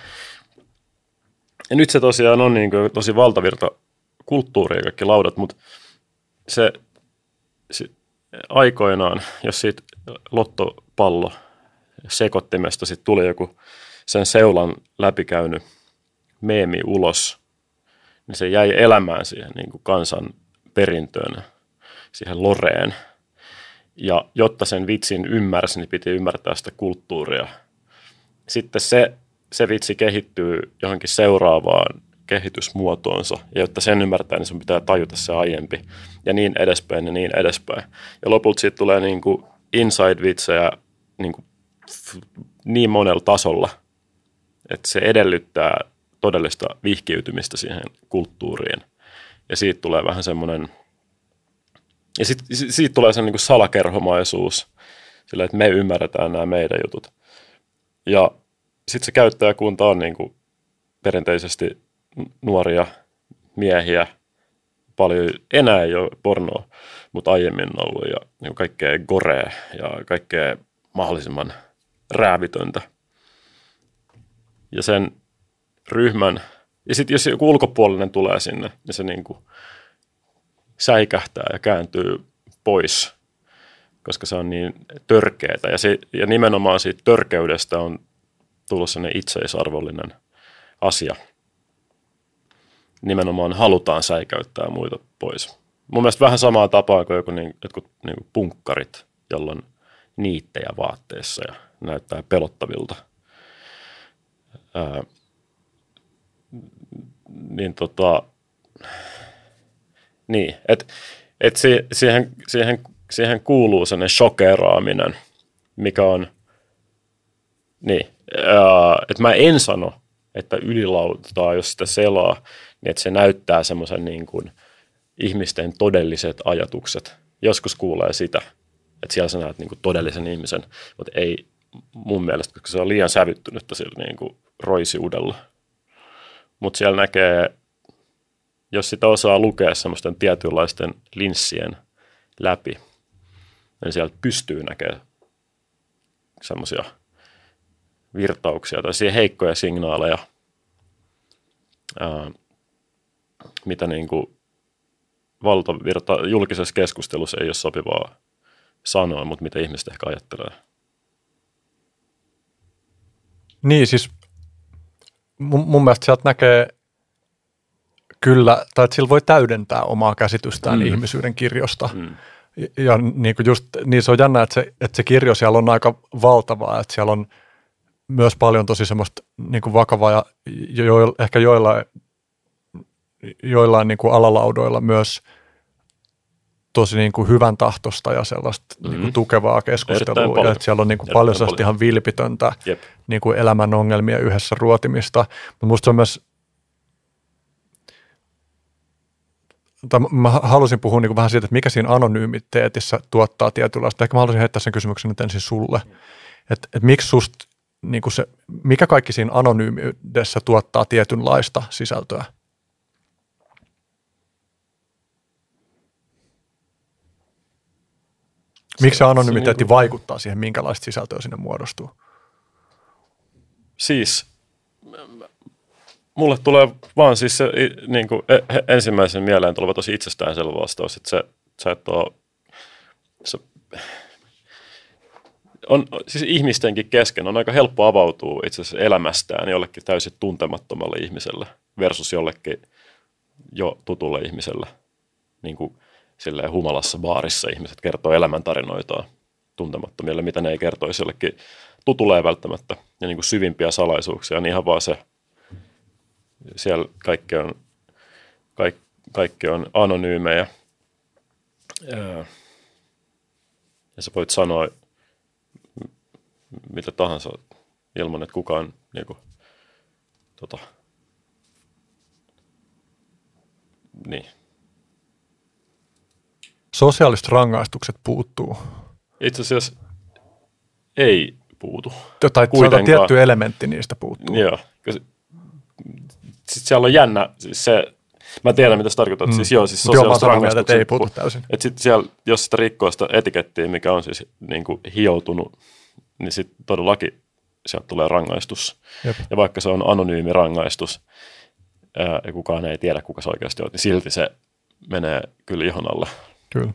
ja nyt se tosiaan on niinku tosi valtavirta kulttuuri ja kaikki laudat, mutta se, se aikoinaan, jos siitä lottopallo sekoittimesta sit tuli joku sen seulan läpikäynyt meemi ulos, niin se jäi elämään siihen niin kuin kansan perintöön, siihen loreen. Ja jotta sen vitsin ymmärsi, niin piti ymmärtää sitä kulttuuria. Sitten se, se vitsi kehittyy johonkin seuraavaan kehitysmuotoonsa, ja jotta sen ymmärtää, niin sun pitää tajuta se aiempi, ja niin edespäin ja niin edespäin. Ja lopulta siitä tulee niin kuin inside-vitsejä niin, kuin niin monella tasolla, että se edellyttää todellista vihkiytymistä siihen kulttuuriin. Ja siitä tulee vähän semmoinen, ja sit, siitä tulee se niin kuin salakerhomaisuus, sillä että me ymmärretään nämä meidän jutut. Ja sitten se käyttäjäkunta on niin kuin perinteisesti nuoria miehiä, paljon enää ei ole pornoa, mutta aiemmin on ollut ja niin kaikkea gorea ja kaikkea mahdollisimman räävitöntä. Ja sen ryhmän, ja sitten jos joku ulkopuolinen tulee sinne, niin se niin kuin säikähtää ja kääntyy pois, koska se on niin törkeätä. Ja, se, ja nimenomaan siitä törkeydestä on tullut sellainen itseisarvollinen asia. Nimenomaan halutaan säikäyttää muita pois. Mun mielestä vähän samaa tapaa kuin joku, niin, jotkut niin kuin punkkarit, jolloin niittejä vaatteissa ja näyttää pelottavilta. Ää, niin tota, niin, että et si, siihen, siihen, siihen kuuluu sellainen shokeraaminen, mikä on, niin, että mä en sano, että ylilautaa, jos sitä selaa, niin että se näyttää semmoisen niin kuin ihmisten todelliset ajatukset. Joskus kuulee sitä, että siellä sä näet niin kuin todellisen ihmisen, mutta ei mun mielestä, koska se on liian sävyttynyttä sillä niin kuin roisiudella. Mutta siellä näkee, jos sitä osaa lukea semmoisten tietynlaisten linssien läpi, niin sieltä pystyy näkemään semmoisia virtauksia tai siihen heikkoja signaaleja, ää, mitä niin kuin valtavirta julkisessa keskustelussa ei ole sopivaa sanoa, mutta mitä ihmiset ehkä ajattelee. Niin, siis mun, mun mielestä sieltä näkee kyllä, tai että sillä voi täydentää omaa käsitystään mm. ihmisyyden kirjosta. Mm. Ja, ja niin kuin just, niin se on jännä, että se, että se kirjo siellä on aika valtavaa, että siellä on myös paljon tosi semmoista niin kuin vakavaa ja jo, ehkä joillain, joillain niin kuin alalaudoilla myös tosi niin kuin hyvän tahtosta ja sellaista mm-hmm. niin kuin tukevaa keskustelua. Ja että siellä on niin kuin paljon sellaista ihan vilpitöntä niin kuin elämän ongelmia yhdessä ruotimista. Mutta musta se on myös, tai mä halusin puhua niin kuin vähän siitä, että mikä siinä anonymiteetissä tuottaa tietynlaista. Ehkä mä haluaisin heittää sen kysymyksen nyt ensin sulle. Että et miksi susta, niin kuin se, mikä kaikki siinä anonyymiydessä tuottaa tietynlaista sisältöä? Miksi se anonymiteetti niinku vaikuttaa siihen, minkälaista sisältöä sinne muodostuu? Siis, mulle tulee vaan siis se niin kuin ensimmäisen mieleen tuleva tosi itsestäänselvä vastaus, että se, sä et ole, se, on, siis ihmistenkin kesken on aika helppo avautua itse asiassa elämästään jollekin täysin tuntemattomalle ihmiselle versus jollekin jo tutulle ihmiselle, niin kuin silleen humalassa baarissa ihmiset kertoo elämäntarinoitaan tuntemattomille, mitä ne ei kertoisi jollekin tutulle välttämättä. Ja niin kuin syvimpiä salaisuuksia, niin ihan vaan se, siellä kaikki on, kaik, kaikki on anonyymejä. Ja sä voit sanoa mitä tahansa ilman, että kukaan niin kuin, tota, niin. Sosiaaliset rangaistukset puuttuu. Itse asiassa ei puutu. Tai sanotaan tietty elementti niistä puuttuu. Joo. Sitten siellä on jännä, siis se, mä tiedän mitä se tarkoittaa, mm. siis joo, siis sosiaaliset rangaistukset ei puutu täysin. Että sitten siellä, jos sitä rikkoo sitä etikettiä, mikä on siis niin kuin hioutunut, niin sitten todellakin sieltä tulee rangaistus. Jep. Ja vaikka se on anonyymi rangaistus, ää, ja kukaan ei tiedä, kuka se oikeasti on, niin silti se menee kyllä ihon alle. Kyllä.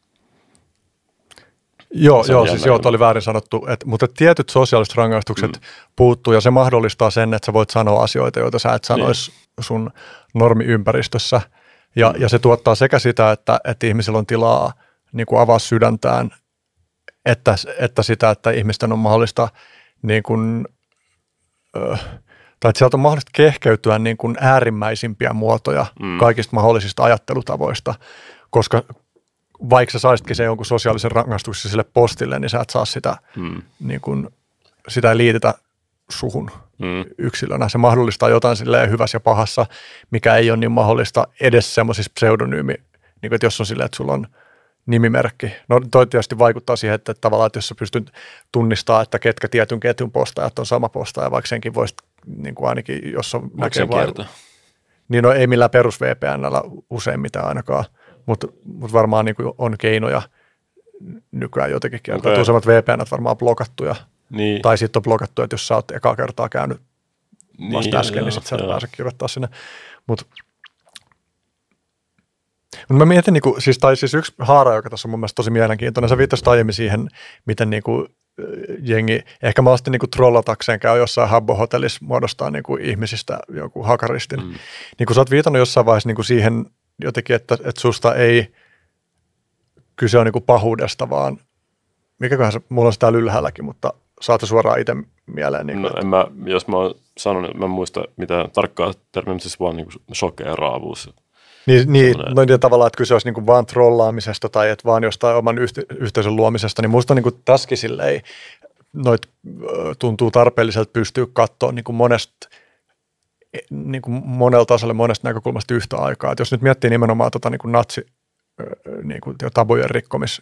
Joo, joo siis joo, oli väärin sanottu, et, mutta tietyt sosiaaliset rangaistukset mm. puuttuu ja se mahdollistaa sen, että sä voit sanoa asioita, joita sä et sanoisi niin. sun normiympäristössä. Ja, mm. ja se tuottaa sekä sitä, että, että ihmisillä on tilaa niin kuin avaa sydäntään, että, että sitä, että ihmisten on mahdollista, niin kuin, ö, tai että sieltä on mahdollista kehkeytyä niin kuin äärimmäisimpiä muotoja mm. kaikista mahdollisista ajattelutavoista, koska vaikka sä saisitkin sen jonkun sosiaalisen rangaistuksen sille postille, niin sä et saa sitä, mm. niin kun, sitä ei liitetä suhun mm. yksilönä. Se mahdollistaa jotain silleen hyvässä ja pahassa, mikä ei ole niin mahdollista edes semmoisissa pseudonyymi, niin kuin, että jos on silleen, että sulla on nimimerkki. No toi tietysti vaikuttaa siihen, että tavallaan, että jos sä pystyt tunnistamaan, että ketkä tietyn ketjun postaajat on sama postaaja, vaikka senkin voisi niin kuin ainakin, jos on näkee vain. Niin no ei millään perus V P N:llä useimmiten ainakaan. Mutta mut varmaan niin on keinoja nykyään jotenkin kieltää. Okay. Useimmat V P N:t varmaan blokattuja. Niin. Tai sitten on blokattu, että jos sä oot ekaa kertaa käynyt vasta niin, äsken, joo, niin sitten sä et pääse kirjoittaa sinne. Mutta mut mä mietin, niinku, siis, tai siis yksi haara, joka tässä on mun mielestä tosi mielenkiintoinen. Sä viittasit aiemmin siihen, miten niinku, jengi, ehkä mä ostin niinku trollatakseen käy jossain Habbo-hotellissa muodostaa niinku ihmisistä joku hakaristin. Mm. Niin kun sä oot viitannut jossain vaiheessa niinku siihen, jotenkin, että, että susta ei kyse on niin kuin pahuudesta, vaan mikäköhän se, mulla on sitä täällä ylhäälläkin, mutta saata suoraan itse mieleen. Niin no, en mä, jos mä oon sanonut, mä en muista mitään tarkkaa termiä, siis vaan niin shokeeraavuus. Niin, niin no, tavallaan, että kyse olisi niin kuin vaan trollaamisesta tai että vaan jostain oman yhte- yhteisön luomisesta, niin musta niin kuin tässäkin silleen, noit tuntuu tarpeelliselta pystyä katsoa niin kuin monesta, niin kuin monella tasolla monesta näkökulmasta yhtä aikaa. Et jos nyt miettii nimenomaan tota niin kuin natsi niin kuin tabujen rikkomis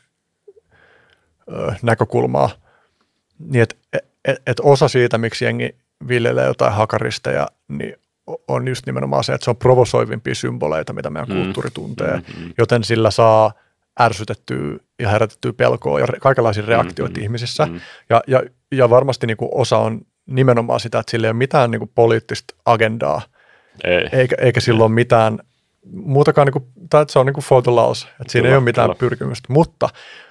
näkökulmaa, niin että et, et osa siitä, miksi jengi viljelee jotain hakaristeja, niin on just nimenomaan se, että se on provosoivimpia symboleita, mitä meidän mm. kulttuuri tuntee, mm-hmm. joten sillä saa ärsytettyä ja herätettyä pelkoa ja kaikenlaisia reaktioita mm-hmm. ihmisissä. Mm-hmm. Ja, ja, ja varmasti niin kuin osa on nimenomaan sitä, että sillä ei ole mitään niin kuin poliittista agendaa, ei. eikä, eikä sillä ole mitään muutakaan, niin kuin, tai että se on niin kuin for the laws, että siinä kyllä, ei ole mitään kyllä. pyrkimystä, mutta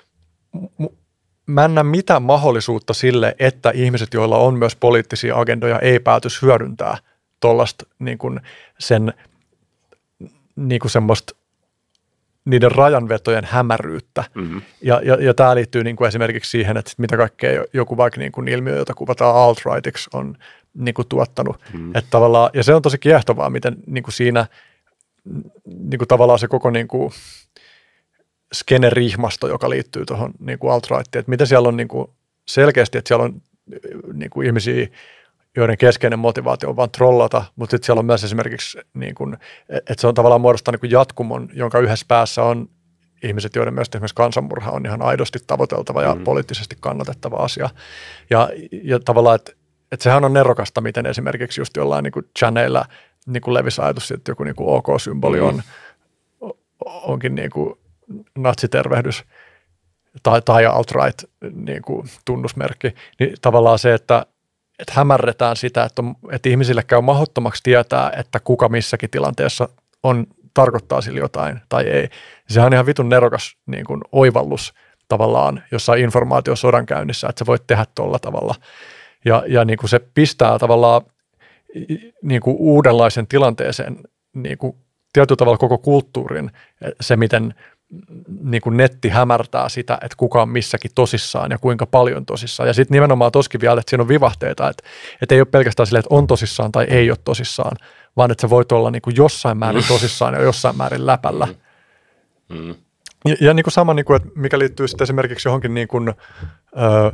mä en näe mitään mahdollisuutta sille, että ihmiset, joilla on myös poliittisia agendoja, ei päätys hyödyntää tuollaista niin kuin sen niin kuin semmoista niiden rajanvetojen hämäryyttä. Mm-hmm. Ja, ja, ja tämä liittyy niin kuin esimerkiksi siihen, että mitä kaikkea joku vaikka niin kuin ilmiö, jota kuvataan alt-rightiksi, on niin kuin tuottanut. Mm-hmm. Että tavallaan, ja se on tosi kiehtovaa, miten niin kuin siinä niin kuin tavallaan se koko niin kuin skene-rihmasto, joka liittyy tuohon niin kuin alt-rightiin, että miten siellä on niin kuin selkeästi, että siellä on niin kuin ihmisiä, joiden keskeinen motivaatio on vaan trollata, mutta sitten siellä on myös esimerkiksi, niin kuin, että se on tavallaan muodostaa niin kuin jatkumon, jonka yhdessä päässä on ihmiset, joiden myös esimerkiksi kansanmurha on ihan aidosti tavoiteltava ja mm-hmm. poliittisesti kannatettava asia. Ja, ja tavallaan, että, että sehän on nerokasta, miten esimerkiksi just jollain niin kuin channeilla niin kuin levisi ajatus, että joku niin kuin OK-symboli on, mm-hmm. onkin niin kuin natsitervehdys tai, tai alt-right niin kuin tunnusmerkki, niin tavallaan se, että että hämärretään sitä, että, on, että ihmisille käy mahdottomaksi tietää, että kuka missäkin tilanteessa on, tarkoittaa sille jotain tai ei. Sehän on ihan vitun nerokas niin kuin oivallus tavallaan jossain informaatiosodan käynnissä, että sä voit tehdä tuolla tavalla. Ja, ja niin kuin se pistää tavallaan niin kuin uudenlaisen tilanteeseen niin kuin tietyllä tavalla koko kulttuurin, se miten niin kuin netti hämärtää sitä, että kuka on missäkin tosissaan ja kuinka paljon tosissaan. Ja sitten nimenomaan toskin vielä, että siinä on vivahteita, että, että ei ole pelkästään silleen, että on tosissaan tai ei ole tosissaan, vaan että se voi olla niin kuin jossain määrin tosissaan ja jossain määrin läpällä. Mm. Ja, ja niin kuin sama, niin kuin, että mikä liittyy sitten esimerkiksi johonkin niin kuin, ö,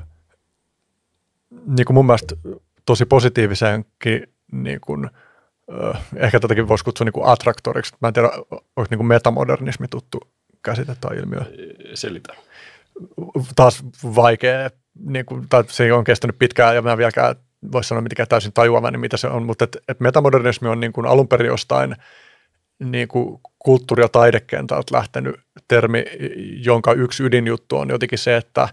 niin kuin mun mielestä tosi positiiviseenkin niin kuin, ö, ehkä tätäkin voisi kutsua niin kuin attraktoriksi. Mä en tiedä, onko niin kuin metamodernismi tuttu käsite tai ilmiö. Selitä. Taas vaikea, niin kuin, tai se on kestänyt pitkään ja mä en vieläkään voisi sanoa mitenkään täysin tajuamaan, niin mitä se on, mutta et, et metamodernismi on niin kuin alun perin jostain niin kuin kulttuuri- ja taidekentältä lähtenyt termi, jonka yksi ydinjuttu on jotenkin se, että,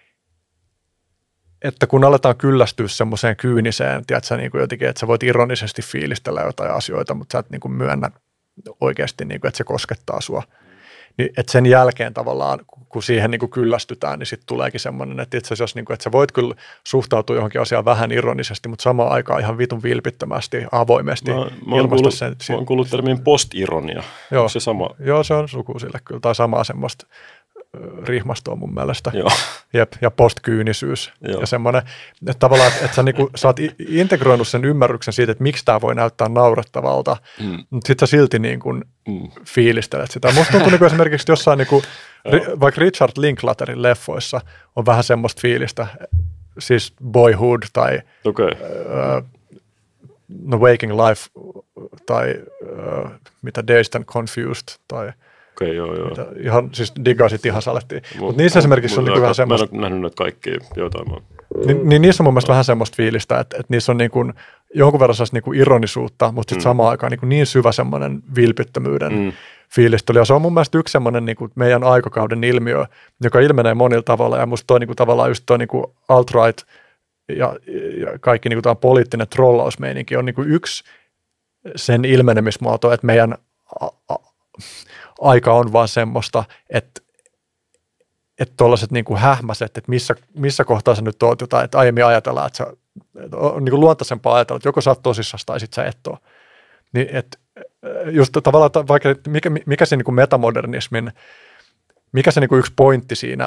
että kun aletaan kyllästyä semmoiseen kyyniseen, tiedätkö, niin kuin jotenkin, että sä voit ironisesti fiilistellä jotain asioita, mutta sä et niin kuin myönnä oikeasti, niin kuin, että se koskettaa sua. Niin, että sen jälkeen tavallaan, kun siihen niin kuin kyllästytään, niin sitten tuleekin semmoinen, että itse asiassa, niin kuin, että sä voit kyllä suhtautua johonkin asiaan vähän ironisesti, mutta samaan aikaan ihan vitun vilpittömästi, avoimesti mä, mä ilmaista kuullut, sen. Mä oon kuullut termin postironia. Joo, se sama? Joo, se on suku sille kyllä, tai samaa semmoista rihmastoa mun mielestä. Joo. Jep, ja postkyynisyys. Joo. Ja semmoinen, että tavallaan, että, että sä, niinku, sä oot integroinut sen ymmärryksen siitä, että miksi tämä voi näyttää naurettavalta, mm. mutta sitten sä silti niin kuin mm. fiilistelet sitä. Musta tuntuu niin esimerkiksi jossain, niin kuin, vaikka Richard Linklaterin leffoissa on vähän semmoista fiilistä, siis Boyhood tai okay. uh, No Waking Life tai uh, mitä Dazed and Confused tai Okei, joo, joo. Mitä, ihan, siis diggasit ihan salettiin. Mutta niissä esimerkiksi on niinku vähän semmoista. Mä en ole nähnyt näitä kaikkia jotain. Ni, niin niissä on mun mielestä vähän semmoista fiilistä, että, että niissä on niin kuin, jonkun verran sellaista niin kuin ironisuutta, mutta sitten mm. samaan aikaan niin, kuin niin syvä semmoinen vilpittömyyden mm. fiilistely. Ja se on mun mielestä yksi semmoinen niin kuin meidän aikakauden ilmiö, joka ilmenee monilla tavalla. Ja musta toi niin kuin, tavallaan just toi niin kuin alt-right ja, ja kaikki niin kuin tämä poliittinen trollausmeininki on niin kuin yksi sen ilmenemismuoto, että meidän a, a, aika on vaan semmoista, että että tuollaiset niin kuin hähmäiset, että missä, missä kohtaa sä nyt oot jotain, että aiemmin ajatellaan, että, sä, että on niin kuin luontaisempaa ajatella, että joko sä oot tosissaan tai sit sä et ole. Niin, että just tavallaan vaikka, mikä, mikä se niin kuin metamodernismin, mikä se niin kuin yksi pointti siinä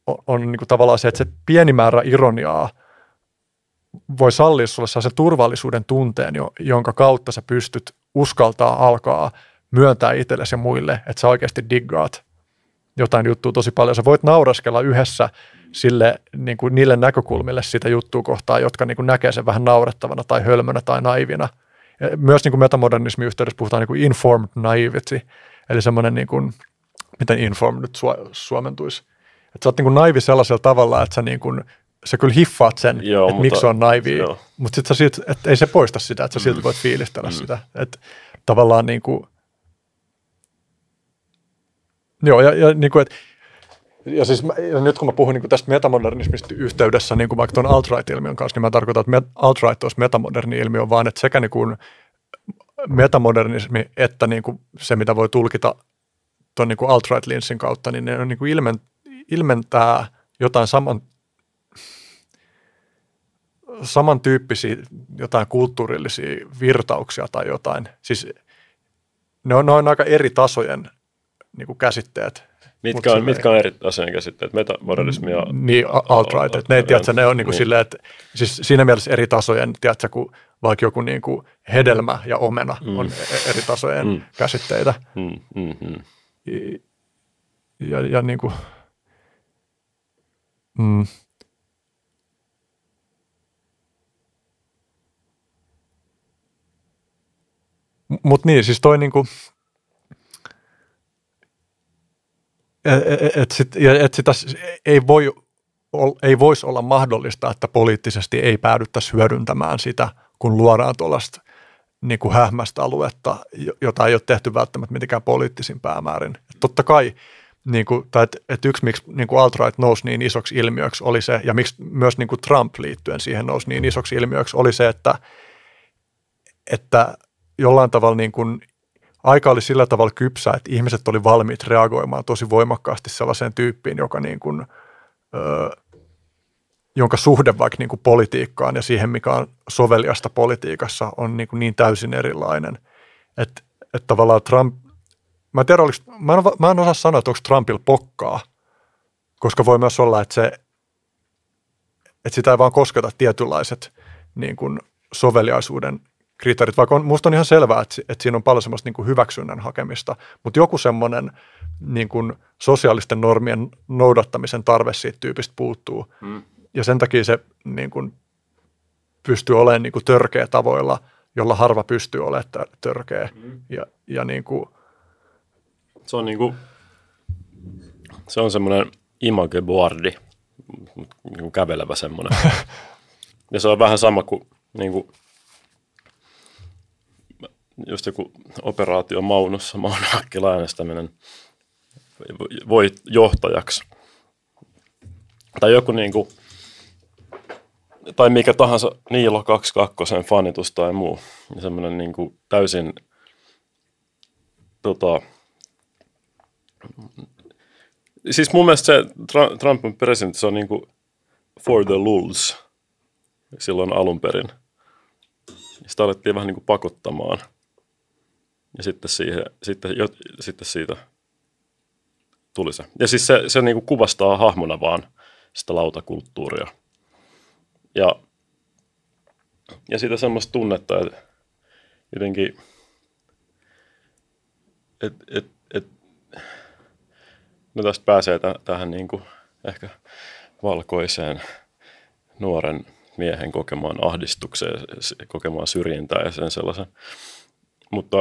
on, on niin kuin tavallaan se, että se pieni määrä ironiaa voi sallia sulle sellaisen turvallisuuden tunteen, jonka kautta sä pystyt uskaltaa alkaa myöntää itsellesi ja muille, että sä oikeasti diggaat jotain juttua tosi paljon. Sä voit nauraskella yhdessä sille, niin kuin niille näkökulmille sitä juttua kohtaan, jotka niin kuin näkee sen vähän naurettavana tai hölmönä tai naivina. Ja myös niin kuin metamodernismin yhteydessä puhutaan niin kuin informed naivety, eli semmoinen, niin kuin, miten informed nyt su- suomentuisi. Että sä oot niin kuin naivi sellaisella tavalla, että sä, niin kuin, sä kyllä hiffaat sen, joo, että mutta, miksi se on naivi, mutta sitten sä silti, että ei se poista sitä, että sä silti voit fiilistellä mm. sitä. Että tavallaan niin kuin, joo, ja, ja niin kuin, että ja siis mä, ja nyt kun mä puhun niin kuin tästä metamodernismista yhteydessä, niin kuin vaikka tuon alt-right-ilmiön kanssa, niin mä tarkoitan, että alt-right olisi metamoderni ilmiö, vaan että sekä niin kuin metamodernismi että niin kuin se, mitä voi tulkita tuon niin kuin alt-right-linssin kautta, niin ne on niin kuin ilmen, ilmentää jotain saman, samantyyppisiä jotain kulttuurillisia virtauksia tai jotain. Siis ne on, ne on aika eri tasojen niin kuin käsitteet. Mitkä on, mitkä on eri tasojen käsitteet? Metamodernismi ja niin, alt-right. Alt- ne, tiedätkö, ne on niin kuin niin. silleen, että siis siinä mielessä eri tasojen, tiedätkö, kun vaikka joku niin kuin hedelmä ja omena mm. on eri tasojen mm. käsitteitä. Mm, mm, mm. Ja, ja niin kuin, mm. Mutta niin, siis toi niin kuin, että sit, et sitä ei, voi, ei voisi olla mahdollista, että poliittisesti ei päädyttäisi hyödyntämään sitä, kun luodaan tuollaista niin kuin hähmästä aluetta, jota ei ole tehty välttämättä mitenkään poliittisin päämäärin. Et totta kai, niin kuin, tai et, et yksi miksi niin kuin alt-right nousi niin isoksi ilmiöksi oli se, ja miksi myös niin kuin Trump liittyen siihen nousi niin isoksi ilmiöksi, oli se, että, että jollain tavalla niin kuin aika oli sillä tavalla kypsä, että ihmiset oli valmiit reagoimaan tosi voimakkaasti sellaiseen tyyppiin, joka niin kuin, ö, jonka suhde vaikka niin kuin politiikkaan ja siihen, mikä on soveliasta politiikassa, on niin, kuin niin täysin erilainen. Että et tavallaan Trump, mä en tiedä, oliko, mä, en, mä en osaa sanoa, että onko Trumpilla pokkaa, koska voi myös olla, että, se, että sitä ei vaan kosketa tietynlaiset niin kuin soveliaisuuden kriteerit, vaikka on, musta on ihan selvää, että, että siinä on paljon semmoista niin kuin hyväksynnän hakemista, mutta joku semmoinen niin kuin sosiaalisten normien noudattamisen tarve siitä tyypistä puuttuu. Mm. Ja sen takia se niin kuin pystyy olemaan niin kuin törkeä tavoilla, jolla harva pystyy olemaan törkeä. Mm. Ja, ja niin kuin se on niin kuin, se on semmoinen imageboardi, niin kuin kävelevä semmoinen. Ja se on vähän sama kuin, niin kuin just joku operaatio Maunussa, Mauno Hakkila äänestäminen voi johtajaksi. Tai joku niin kuin, tai mikä tahansa Niilo kaksikymmentäkaksi fanitus tai muu. Ja semmoinen niin kuin täysin tota, siis mun mielestä se Trumpin presidentti, se on niin kuin for the lulz silloin alun perin. Sitä alettiin vähän niin kuin pakottamaan. Ja sitten, siihen, sitten, jo, sitten siitä tuli se. Ja siis se, se niin kuin kuvastaa hahmona vaan sitä lautakulttuuria. Ja, ja sitä semmoista tunnetta, että jotenkin, että et, et, no tästä pääsee t- tähän niin kuin ehkä valkoiseen nuoren miehen kokemaan ahdistukseen, kokemaan syrjintää ja sen sellaisen. Mutta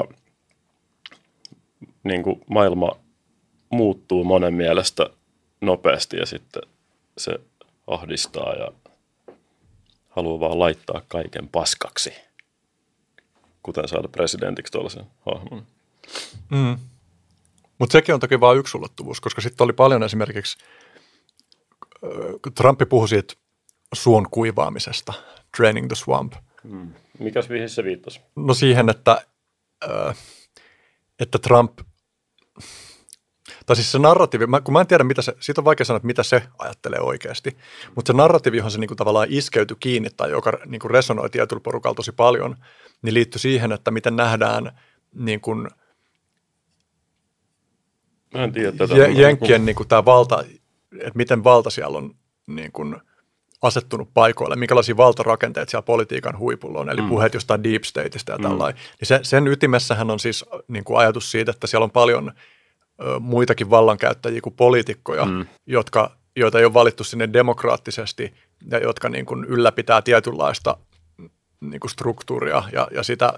niin kuin maailma muuttuu monen mielestä nopeasti ja sitten se ahdistaa ja haluaa vaan laittaa kaiken paskaksi, kuten saada presidentiksi tuollaisen hahmon. Mm. Mutta sekin on toki vain yksi ulottuvuus, koska sitten oli paljon esimerkiksi, Trump puhui siitä suon kuivaamisesta, draining the swamp. Mm. Mikäs mihin se viittasi? No siihen, että, äh, että Trump, tai siis se narratiivi, mä, kun mä en tiedä, mitä se, siitä on vaikea sanoa, että mitä se ajattelee oikeasti, mutta se narratiivi, johon se niinku tavallaan iskeytyi kiinni tai joka niinku resonoi tietyllä porukalla tosi paljon, niin liittyi siihen, että miten nähdään niin kuin Mä en tiedä tätä. Jenkkien niin kuin tämä valta, että miten valta siellä on niin kuin asettunut paikoille, minkälaisia valtarakenteita siellä politiikan huipulla on, eli mm. puheet jostain deep stateista ja tällainen. Mm. Niin se, sen ytimessähän on siis niin kuin ajatus siitä, että siellä on paljon ö, muitakin vallankäyttäjiä kuin poliitikkoja, mm. jotka, joita ei ole valittu sinne demokraattisesti ja jotka niin kuin ylläpitää tietynlaista niin kuin struktuuria ja, ja sitä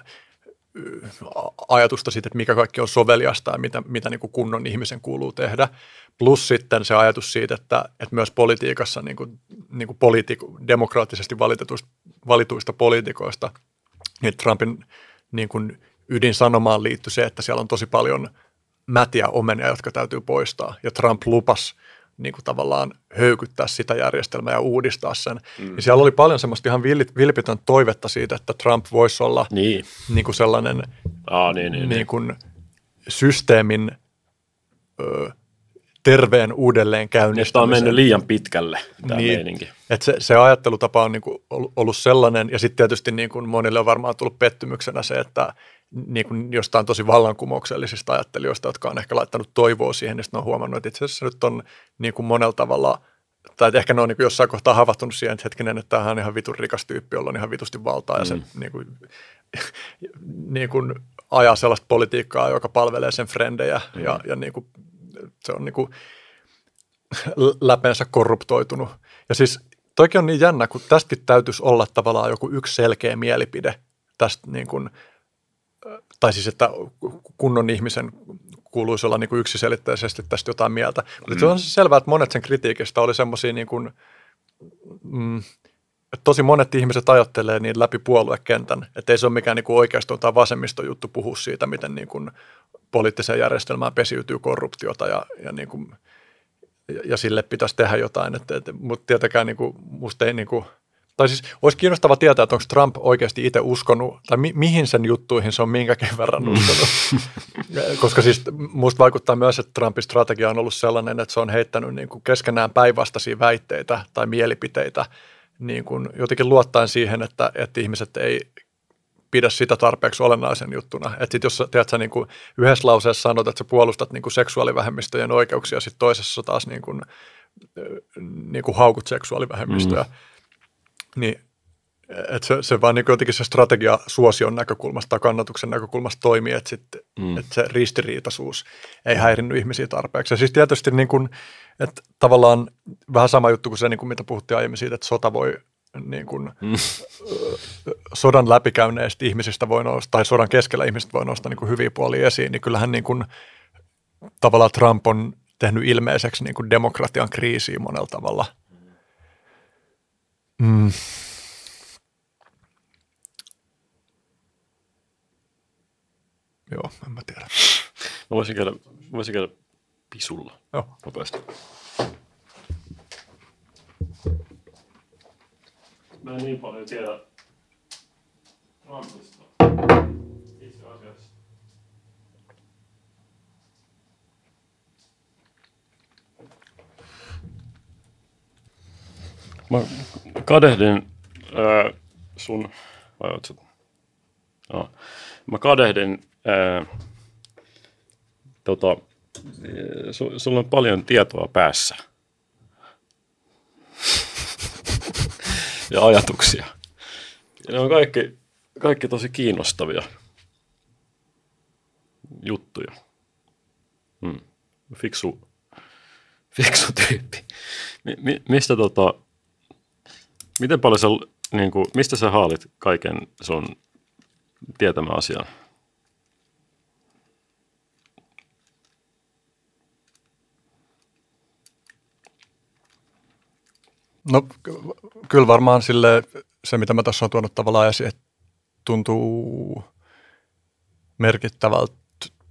ajatusta siitä, että mikä kaikki on soveliasta ja mitä, mitä niin kuin kunnon ihmisen kuuluu tehdä. Plus sitten se ajatus siitä, että, että myös politiikassa niin kuin, niin kuin poliitik- demokraattisesti valituista, valituista poliitikoista, niin Trumpin niin kuin ydinsanomaan liittyy se, että siellä on tosi paljon mätiä omenia, jotka täytyy poistaa. Ja Trump lupasi niin kuin tavallaan höykyttää sitä järjestelmää ja uudistaa sen. Mm. Ja siellä oli paljon semmoista ihan vilpitön toivetta siitä, että Trump voisi olla niin. Niin kuin sellainen Aa, niin, niin, niin kuin systeemin ö, terveen uudelleen käynnistämisen. Tämä on mennyt liian pitkälle, tämä niin, meininki. Että se, se ajattelutapa on niin kuin ollut sellainen, ja sitten tietysti niin kuin monille on varmaan tullut pettymyksenä se, että niin kuin jostain tosi vallankumouksellisista ajattelijoista, jotka on ehkä laittanut toivoa siihen, niin sitten on huomannut, että itse asiassa nyt on niin kuin monella tavalla, tai että ehkä ne on niin kuin jossain kohtaa havahtunut siihen, että hetkinen, että tämähän on ihan vitun rikas tyyppi, jolla on ihan vitusti valtaa, ja mm. se niin kuin, niin kuin ajaa sellaista politiikkaa, joka palvelee sen frendejä, mm. ja, ja niin kuin, se on niin kuin läpeensä korruptoitunut. Ja siis toikin on niin jännä, kun tästäkin täytyisi olla tavallaan joku yksi selkeä mielipide tästä niin kuin, tai siis, että kunnon ihmisen kuuluisi olla niin kuin yksiselitteisesti tästä jotain mieltä. Mutta mm. se on selvää, että monet sen kritiikistä oli semmoisia, niin kuin, mm, että tosi monet ihmiset ajattelee niin läpi puoluekentän, että ei se ole mikään niin kuin oikeastaan tai vasemmistojuttu puhua siitä, miten niin kuin poliittiseen järjestelmään pesiytyy korruptiota ja, ja, niin kuin, ja, ja sille pitäisi tehdä jotain. Että, että, mutta tietenkään niin kuin, musta ei niin kuin, tai siis olisi kiinnostava tietää, että onko Trump oikeasti itse uskonut, tai mi- mihin sen juttuihin se on minkäkin verran uskonut. Koska siis musta vaikuttaa myös, että Trumpin strategia on ollut sellainen, että se on heittänyt niin kuin keskenään päinvastaisia väitteitä tai mielipiteitä niin kuin jotenkin luottaen siihen, että, että ihmiset ei pidä sitä tarpeeksi olennaisen juttuna. Että sit jos tiedät, sä niin kuin yhdessä lauseessa sanot, että sä puolustat niin kuin seksuaalivähemmistöjen oikeuksia, sitten toisessa taas niin kuin, niin kuin haukut seksuaalivähemmistöjä. Mm. Niin, että se, se vaan niin jotenkin se strategia suosion näkökulmasta tai kannatuksen näkökulmasta toimii, että, sit, mm. että se ristiriitaisuus ei häirinnyt ihmisiä tarpeeksi. Ja siis tietysti niin kuin, että tavallaan vähän sama juttu kuin se, niin kuin mitä puhuttiin aiemmin siitä, että sota voi niin kuin, mm. sodan läpikäyneistä ihmisistä voi nousta, tai sodan keskellä ihmisistä voi nousta niin kuin hyviä puolia esiin, niin kyllähän niin kuin, tavallaan Trump on tehnyt ilmeiseksi niin kuin demokratian kriisiä monella tavalla. Mm. Joo, en mä tiedä. Mä voisin käydä, voisin käydä pisulla. Joo. Nopeasti. Mä en niin paljon tiedä Trumpista itse asiassa. Mä kadehdin ää, sun, vai oot sä? No. Mä kadehdin, ää, tota, su, sulla on paljon tietoa päässä ja ajatuksia. Ja ne on kaikki, kaikki tosi kiinnostavia juttuja. Hmm. Fiksu, fiksu tyyppi. Mi, mi, mistä tota, miten paljon sä, niin kuin, mistä sä haalit kaiken sun tietämään asian? No kyllä varmaan sille, se, mitä mä tässä olen tuonut tavallaan esiin, että tuntuu merkittävältä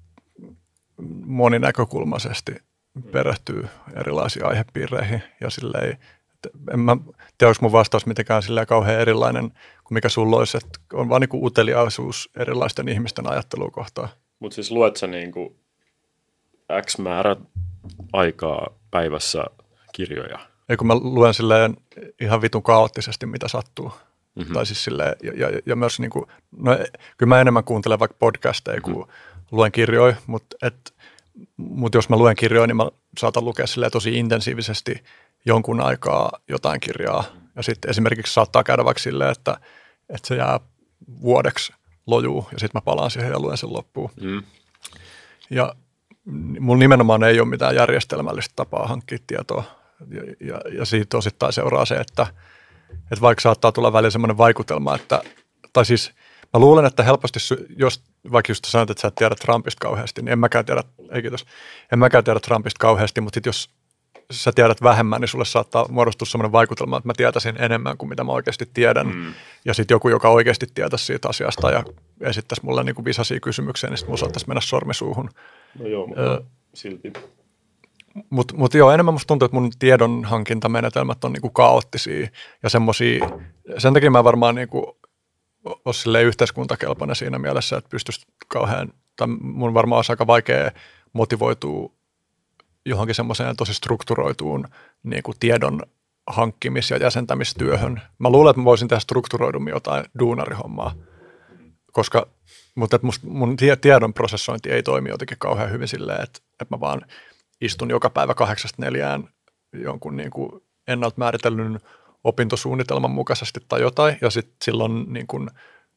moninäkökulmaisesti perehtyy erilaisiin aihepiireihin ja silleen, en mä tiedä, onko mun vastaus mitenkään silleen kauhean erilainen kuin mikä sulla olisi, että on vaan niin kuin uteliaisuus erilaisten ihmisten ajattelua kohtaan. Mutta siis luet sä niin kuin X määrä aikaa päivässä kirjoja? Ei kun mä luen silleen ihan vitun kaoottisesti, mitä sattuu. Mm-hmm. Tai siis silleen, ja, ja, ja myös niin kuin, no kyllä mä enemmän kuuntelen vaikka podcasteja, mm-hmm. kuin luen kirjoja, mutta et, mutta jos mä luen kirjoja, niin mä saatan lukea tosi intensiivisesti jonkun aikaa jotain kirjaa. Ja sitten esimerkiksi saattaa käydä vaikka silleen, että, että se jää vuodeksi lojuu ja sitten mä palaan siihen ja luen sen loppuun. Mm. Ja mulla nimenomaan ei ole mitään järjestelmällistä tapaa hankkia tietoa. Ja, ja, ja siitä osittain seuraa se, että, että vaikka saattaa tulla välillä semmoinen vaikutelma, että, tai siis mä luulen, että helposti, jos vaikka just sanot, että sä et tiedä Trumpista kauheasti, niin en mäkään tiedä, ei kiitos, en mäkään tiedä Trumpista kauheasti, mutta sit jos sä tiedät vähemmän, niin sulle saattaa muodostua semmoinen vaikutelma, että mä tietäisin enemmän kuin mitä mä oikeasti tiedän. Mm. Ja sitten joku, joka oikeasti tietäisi siitä asiasta ja esittäisi mulle niin kuin visaisia kysymyksiä, niin sitten mun saattaisi mennä sormisuuhun. No joo, mutta öö, silti. Mutta mut joo, enemmän musta tuntuu, että mun tiedonhankintamenetelmät on niinku kaoottisia ja semmoisia, sen takia mä varmaan niinku ole silleen yhteiskuntakelpoinen siinä mielessä, että pystyisi kauhean, tai mun varmaan olisi aika vaikea motivoitua johonkin semmoiseen tosi strukturoituun niinku tiedon hankkimis- ja jäsentämistyöhön. Mä luulen, että mä voisin tehdä strukturoidummin jotain duunarihommaa, koska, mutta että musta, mun tiedon prosessointi ei toimi jotenkin kauhean hyvin silleen, että, että mä vaan istun joka päivä kahdeksasta neljään jonkun niin kuin ennalta määritellyn opintosuunnitelman mukaisesti tai jotain. Ja sitten silloin niin kuin,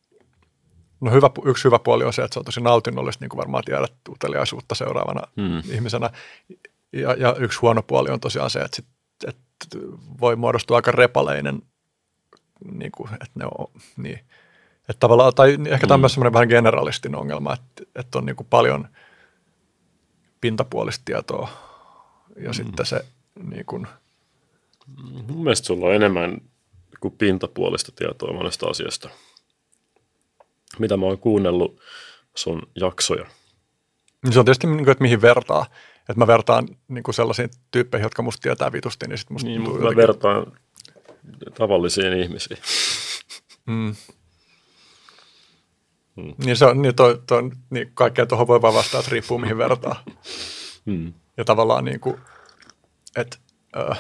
no hyvä, yksi hyvä puoli on se, että se on tosi nautinnollista, niin kuin varmaan tiedät uteliaisuutta seuraavana hmm. ihmisenä. Ja, ja yksi huono puoli on tosiaan se, että, sit, että voi muodostua aika repaleinen, niin kuin, että ne on niin. Että tavallaan, tai ehkä tämä on hmm. myös semmoinen vähän generalistinen ongelma, että, että on niin kuin paljon pintapuolista tietoa ja mm. sitten se niin kuin. Mun mielestä sulla on enemmän kuin pintapuolista tietoa monesta asiasta. Mitä mä oon kuunnellut sun jaksoja? Se on tietysti, että mihin vertaa. Että mä vertaan niin kuin sellaisiin tyyppeihin, jotka musta tietää vitusti, niin sitten musta niin, tuntuu mä jotenkin. vertaan tavallisiin ihmisiin. Mm. Hmm. Niin, se on, niin, toi, toi, niin kaikkea tuohon voi vaan vastata, että riippuu mihin vertaa. Hmm. Ja tavallaan niin kuin, että äh,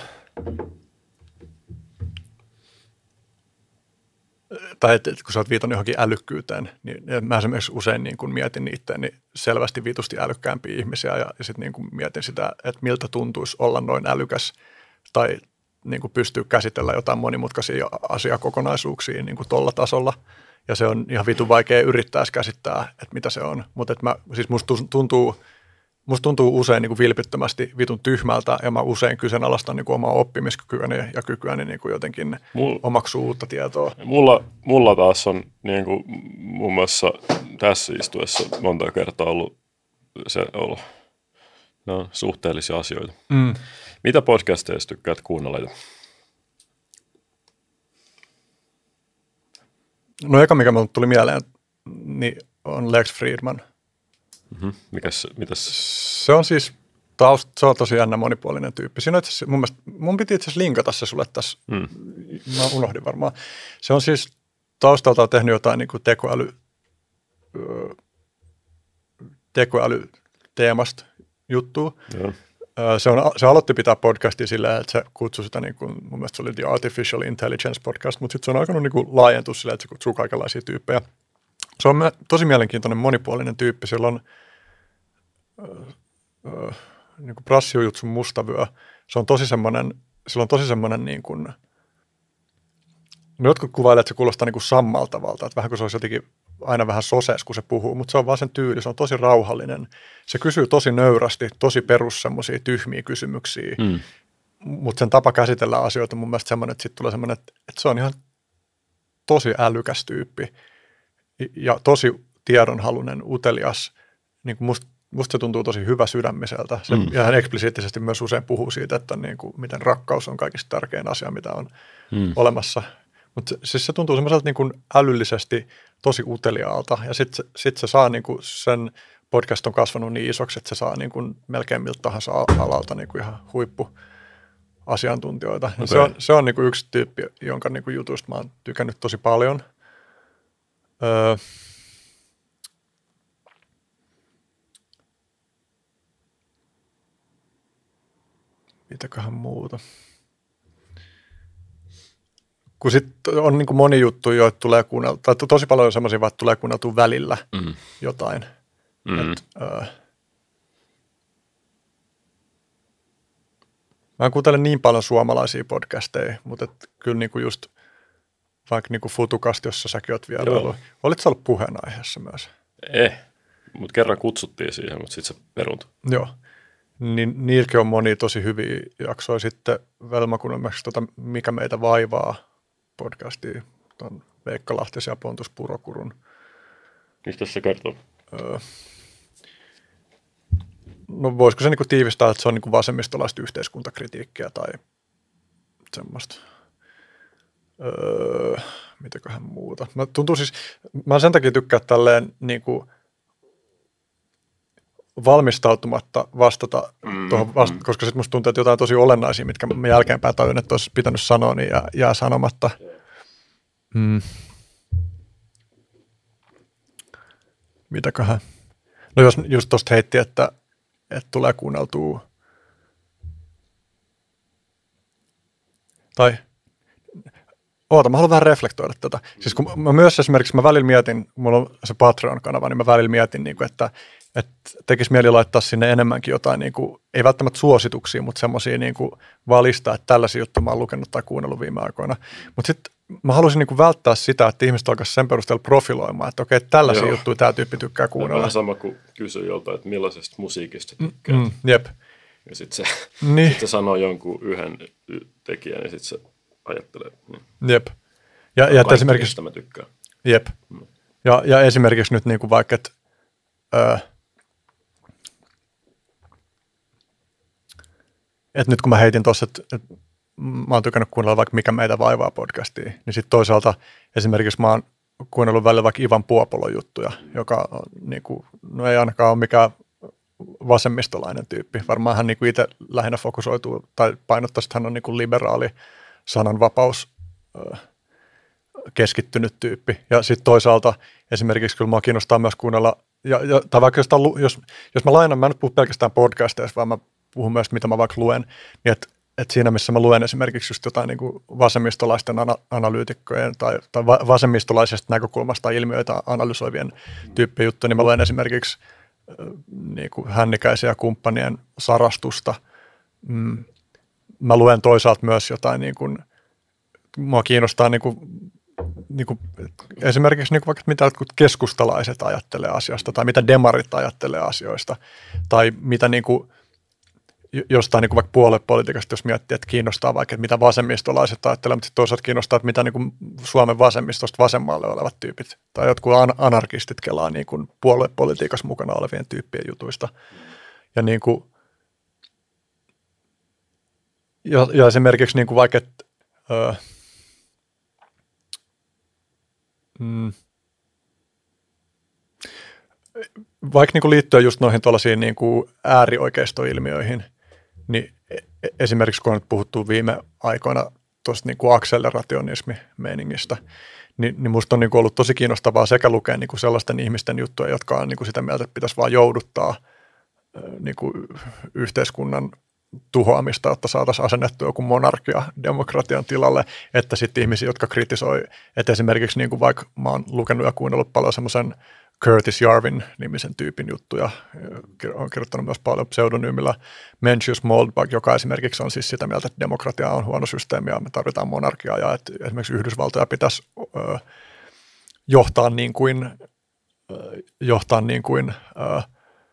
tai että et, kun sä oot viitannut johonkin älykkyyteen, niin mä esimerkiksi usein niin kuin mietin itseäni selvästi vitusti älykkäämpiä ihmisiä ja, ja sitten niin kuin mietin sitä, että miltä tuntuisi olla noin älykäs tai niin kuin pystyy käsitellä jotain monimutkaisia asiakokonaisuuksia niin kuin tolla tasolla. Ja se on ihan vitun vaikea yrittää käsittää, että mitä se on. Mutta siis musta tuntuu, musta tuntuu usein niin kuin vilpittömästi vitun tyhmältä, ja mä usein kyseenalaistan niin kuin omaa oppimiskykyäni ja kykyäni niin kuin jotenkin Mul, omaksua uutta tietoa. Mulla, mulla taas on niin kuin muun muassa tässä istuessa monta kertaa ollut se ollut. Ne on suhteellisia asioita. Mm. Mitä podcasteista tykkäät kuunnella? No eka, mikä minulle tuli mieleen, niin on Lex Fridman. Mm-hmm. Mikäs, mitäs? Se on siis, taust, se on tosi jännä monipuolinen tyyppi. Siinä on itse asiassa, mun, mielestä, mun piti itse asiassa linkata se sulle tässä, mm. mä unohdin varmaan. Se on siis taustalta tehnyt jotain niin kuin tekoäly, tekoälyteemasta juttua. Joo. Se, on, se aloitti pitää podcastia sillä, että se kutsui sitä, niin kuin, mun mielestä se oli The Artificial Intelligence Podcast, mutta sitten se on alkanut niin kuin laajentua sillä, että se kutsuu kaikenlaisia tyyppejä. Se on tosi mielenkiintoinen monipuolinen tyyppi. Sillä on äh, äh, niin kuin Prassiujutsun mustavyö. Se on tosi semmoinen, sillä on tosi semmoinen niin kuin, no jotkut kuvailevat, että se kuulostaa niin kuin sammaltavalta, että vähän kuin se olisi jotenkin aina vähän sosees, kun se puhuu, mutta se on vaan sen tyyli, se on tosi rauhallinen. Se kysyy tosi nöyrästi, tosi perus semmoisia tyhmiä kysymyksiä, mm. mutta sen tapa käsitellä asioita on mun mielestä semmoinen, että sitten tulee semmoinen, että, että se on ihan tosi älykäs tyyppi ja tosi tiedonhaluinen, utelias. Niin kuin musta, musta se tuntuu tosi hyvä sydämiseltä. Se, mm. Ja hän eksplisiittisesti myös usein puhuu siitä, että niin kuin, miten rakkaus on kaikista tärkein asia, mitä on mm. olemassa. Mutta siis se tuntuu semmoiselta niin kuin älyllisesti tosi uteliaalta, ja sitten sit se saa niin kuin sen podcast on kasvanut niin isoksi, että se saa niin kuin melkein miltä tahansa alalta niin kuin ihan huippuasiantuntijoita. Okay. Se on, se on niin kuin yksi tyyppi, jonka niin kuin jutusta mä oon tykännyt tosi paljon. Öö, mitäköhän muuta? Kun sitten on niin kuin moni juttu, joita tulee kuunneltua, tai tosi paljon on semmoisia, että tulee kuunneltua välillä mm. jotain. Mm. Et, äh, mä en kuuntele niin paljon suomalaisia podcasteja, mutta et kyllä niinku just vaikka niinku Futukast, jossa säkin oot vierailu. Olitko sä ollut puheenaiheessa myös? Eh, mutta kerran kutsuttiin siihen, mutta sitten se peruuntui. Joo. Niin niilläkin on monia tosi hyviä jaksoja. Sitten Velma, kun on tota, Mikä meitä vaivaa podcastia, tuon Veikka Lahtisen ja Pontus Purokurun. Mistä se kertoo? Öö, no voisiko se niinku tiivistää, että se on niinku vasemmistolaista yhteiskuntakritiikkiä tai semmoista. Öö, mitäköhän muuta. Mä tuntuu siis, mä sen takia tykkään tälleen niinku valmistautumatta vastata mm, tuohon, vasta- mm. koska sitten musta tuntuu, että jotain tosi olennaisia, mitkä mä jälkeenpäin tajun, että olisi pitänyt sanoa, niin jää, jää sanomatta. Mm. Mitäköhän? No jos just tuosta heitti, että, että tulee kuunneltua, tai oota, mä haluan vähän reflektoida tätä. Siis kun mä myös esimerkiksi, mä välillä mietin, mulla on se Patreon-kanava, niin mä välillä mietin, niin kuin, että, että tekisi mieli laittaa sinne enemmänkin jotain, niin kuin, ei välttämättä suosituksia, mutta semmoisia niin kuin valistaa, että tällaisia juttuja mä oon lukenut tai kuunnellut viime aikoina. Mutta sitten mä haluaisin niin kuin välttää sitä, että ihmiset alkaisi sen perusteella profiloimaan, että okei, tällaisia Joo. juttuja tämä tyyppi tykkää kuunnella. Vähän sama kuin kysyy joltain, että millaisesta musiikista tykkäät. Mm, jep. Ja sitten se, niin. sit se sanoo jonkun yhden tekijän ja sitten se ajattelee. Niin. Jep. Ja, ja esimerkiksi, mä tykkään. Jep. Mm. Ja, ja esimerkiksi nyt niin kuin vaikka, että öö, et nyt kun mä heitin tuossa, että, että mä oon tykännyt kuunnella vaikka Mikä meitä vaivaa podcastia, niin sitten toisaalta esimerkiksi mä oon kuunnellut välillä vaikka Ivan Puopolon juttuja, joka on, niin kuin, no ei ainakaan ole mikään vasemmistolainen tyyppi. Varmaan hän niin kuin itse lähinnä fokusoituu tai painottaa, että hän on niin kuin liberaali sananvapaus öö, keskittynyt tyyppi. Ja sitten toisaalta esimerkiksi kyllä mua kiinnostaa myös kuunnella, ja, ja, tai vaikka jostain, jos, jos mä lainan, mä en nyt puhu pelkästään podcasteista, vaan mä puhun myös, mitä mä vaikka luen, niin että et siinä, missä mä luen esimerkiksi just jotain niin kuin vasemmistolaisten ana, analyytikkojen tai, tai va, vasemmistolaisesta näkökulmasta ilmiöitä analysoivien tyyppien juttuja, niin mä luen esimerkiksi niin kuin Hännikäisen ja kumppanien Sarastusta. Mm. Mä luen toisaalta myös jotain, niin kuin, mua kiinnostaa niin kuin, niin kuin, esimerkiksi niin kuin vaikka mitä keskustalaiset ajattelee asiasta tai mitä demarit ajattelee asioista tai mitä niin kuin, jostain niin kuin vaikka puoluepolitiikasta, jos miettii, että kiinnostaa vaikka, että mitä vasemmistolaiset ajattelee, mutta toisaalta kiinnostaa, että mitä niin kuin Suomen vasemmistosta vasemmalle olevat tyypit tai jotkut anarkistit kelaa niin kuin puoluepolitiikassa mukana olevien tyyppien jutuista. Ja, niin kuin, ja, ja esimerkiksi niin kuin vaikka, että öö, mm, vaikka niin kuin liittyen just noihin tuollaisiin niin kuin äärioikeistoilmiöihin, niin esimerkiksi kun on nyt puhuttu viime aikoina tuosta niin kuin akselerationismi-meiningistä, niin, niin musta on niin kuin ollut tosi kiinnostavaa sekä lukea niin kuin sellaisten ihmisten juttuja, jotka on niin kuin sitä mieltä, että pitäisi vaan jouduttaa niin kuin yhteiskunnan tuhoamista, jotta saataisiin asennettua joku monarkia demokratian tilalle, että sitten ihmisiä, jotka kritisoi, että esimerkiksi niin kuin vaikka mä oon lukenut ja kuunnellut paljon semmoisen Curtis Jarvin-nimisen tyypin juttuja. On kirjoittanut myös paljon pseudonyymillä Mencius Moldbug, joka esimerkiksi on siis sitä mieltä, että demokratia on huono systeemi ja me tarvitaan monarkiaa ja että esimerkiksi Yhdysvaltoja pitäisi ö, johtaa niin kuin, ö, johtaa niin kuin ö,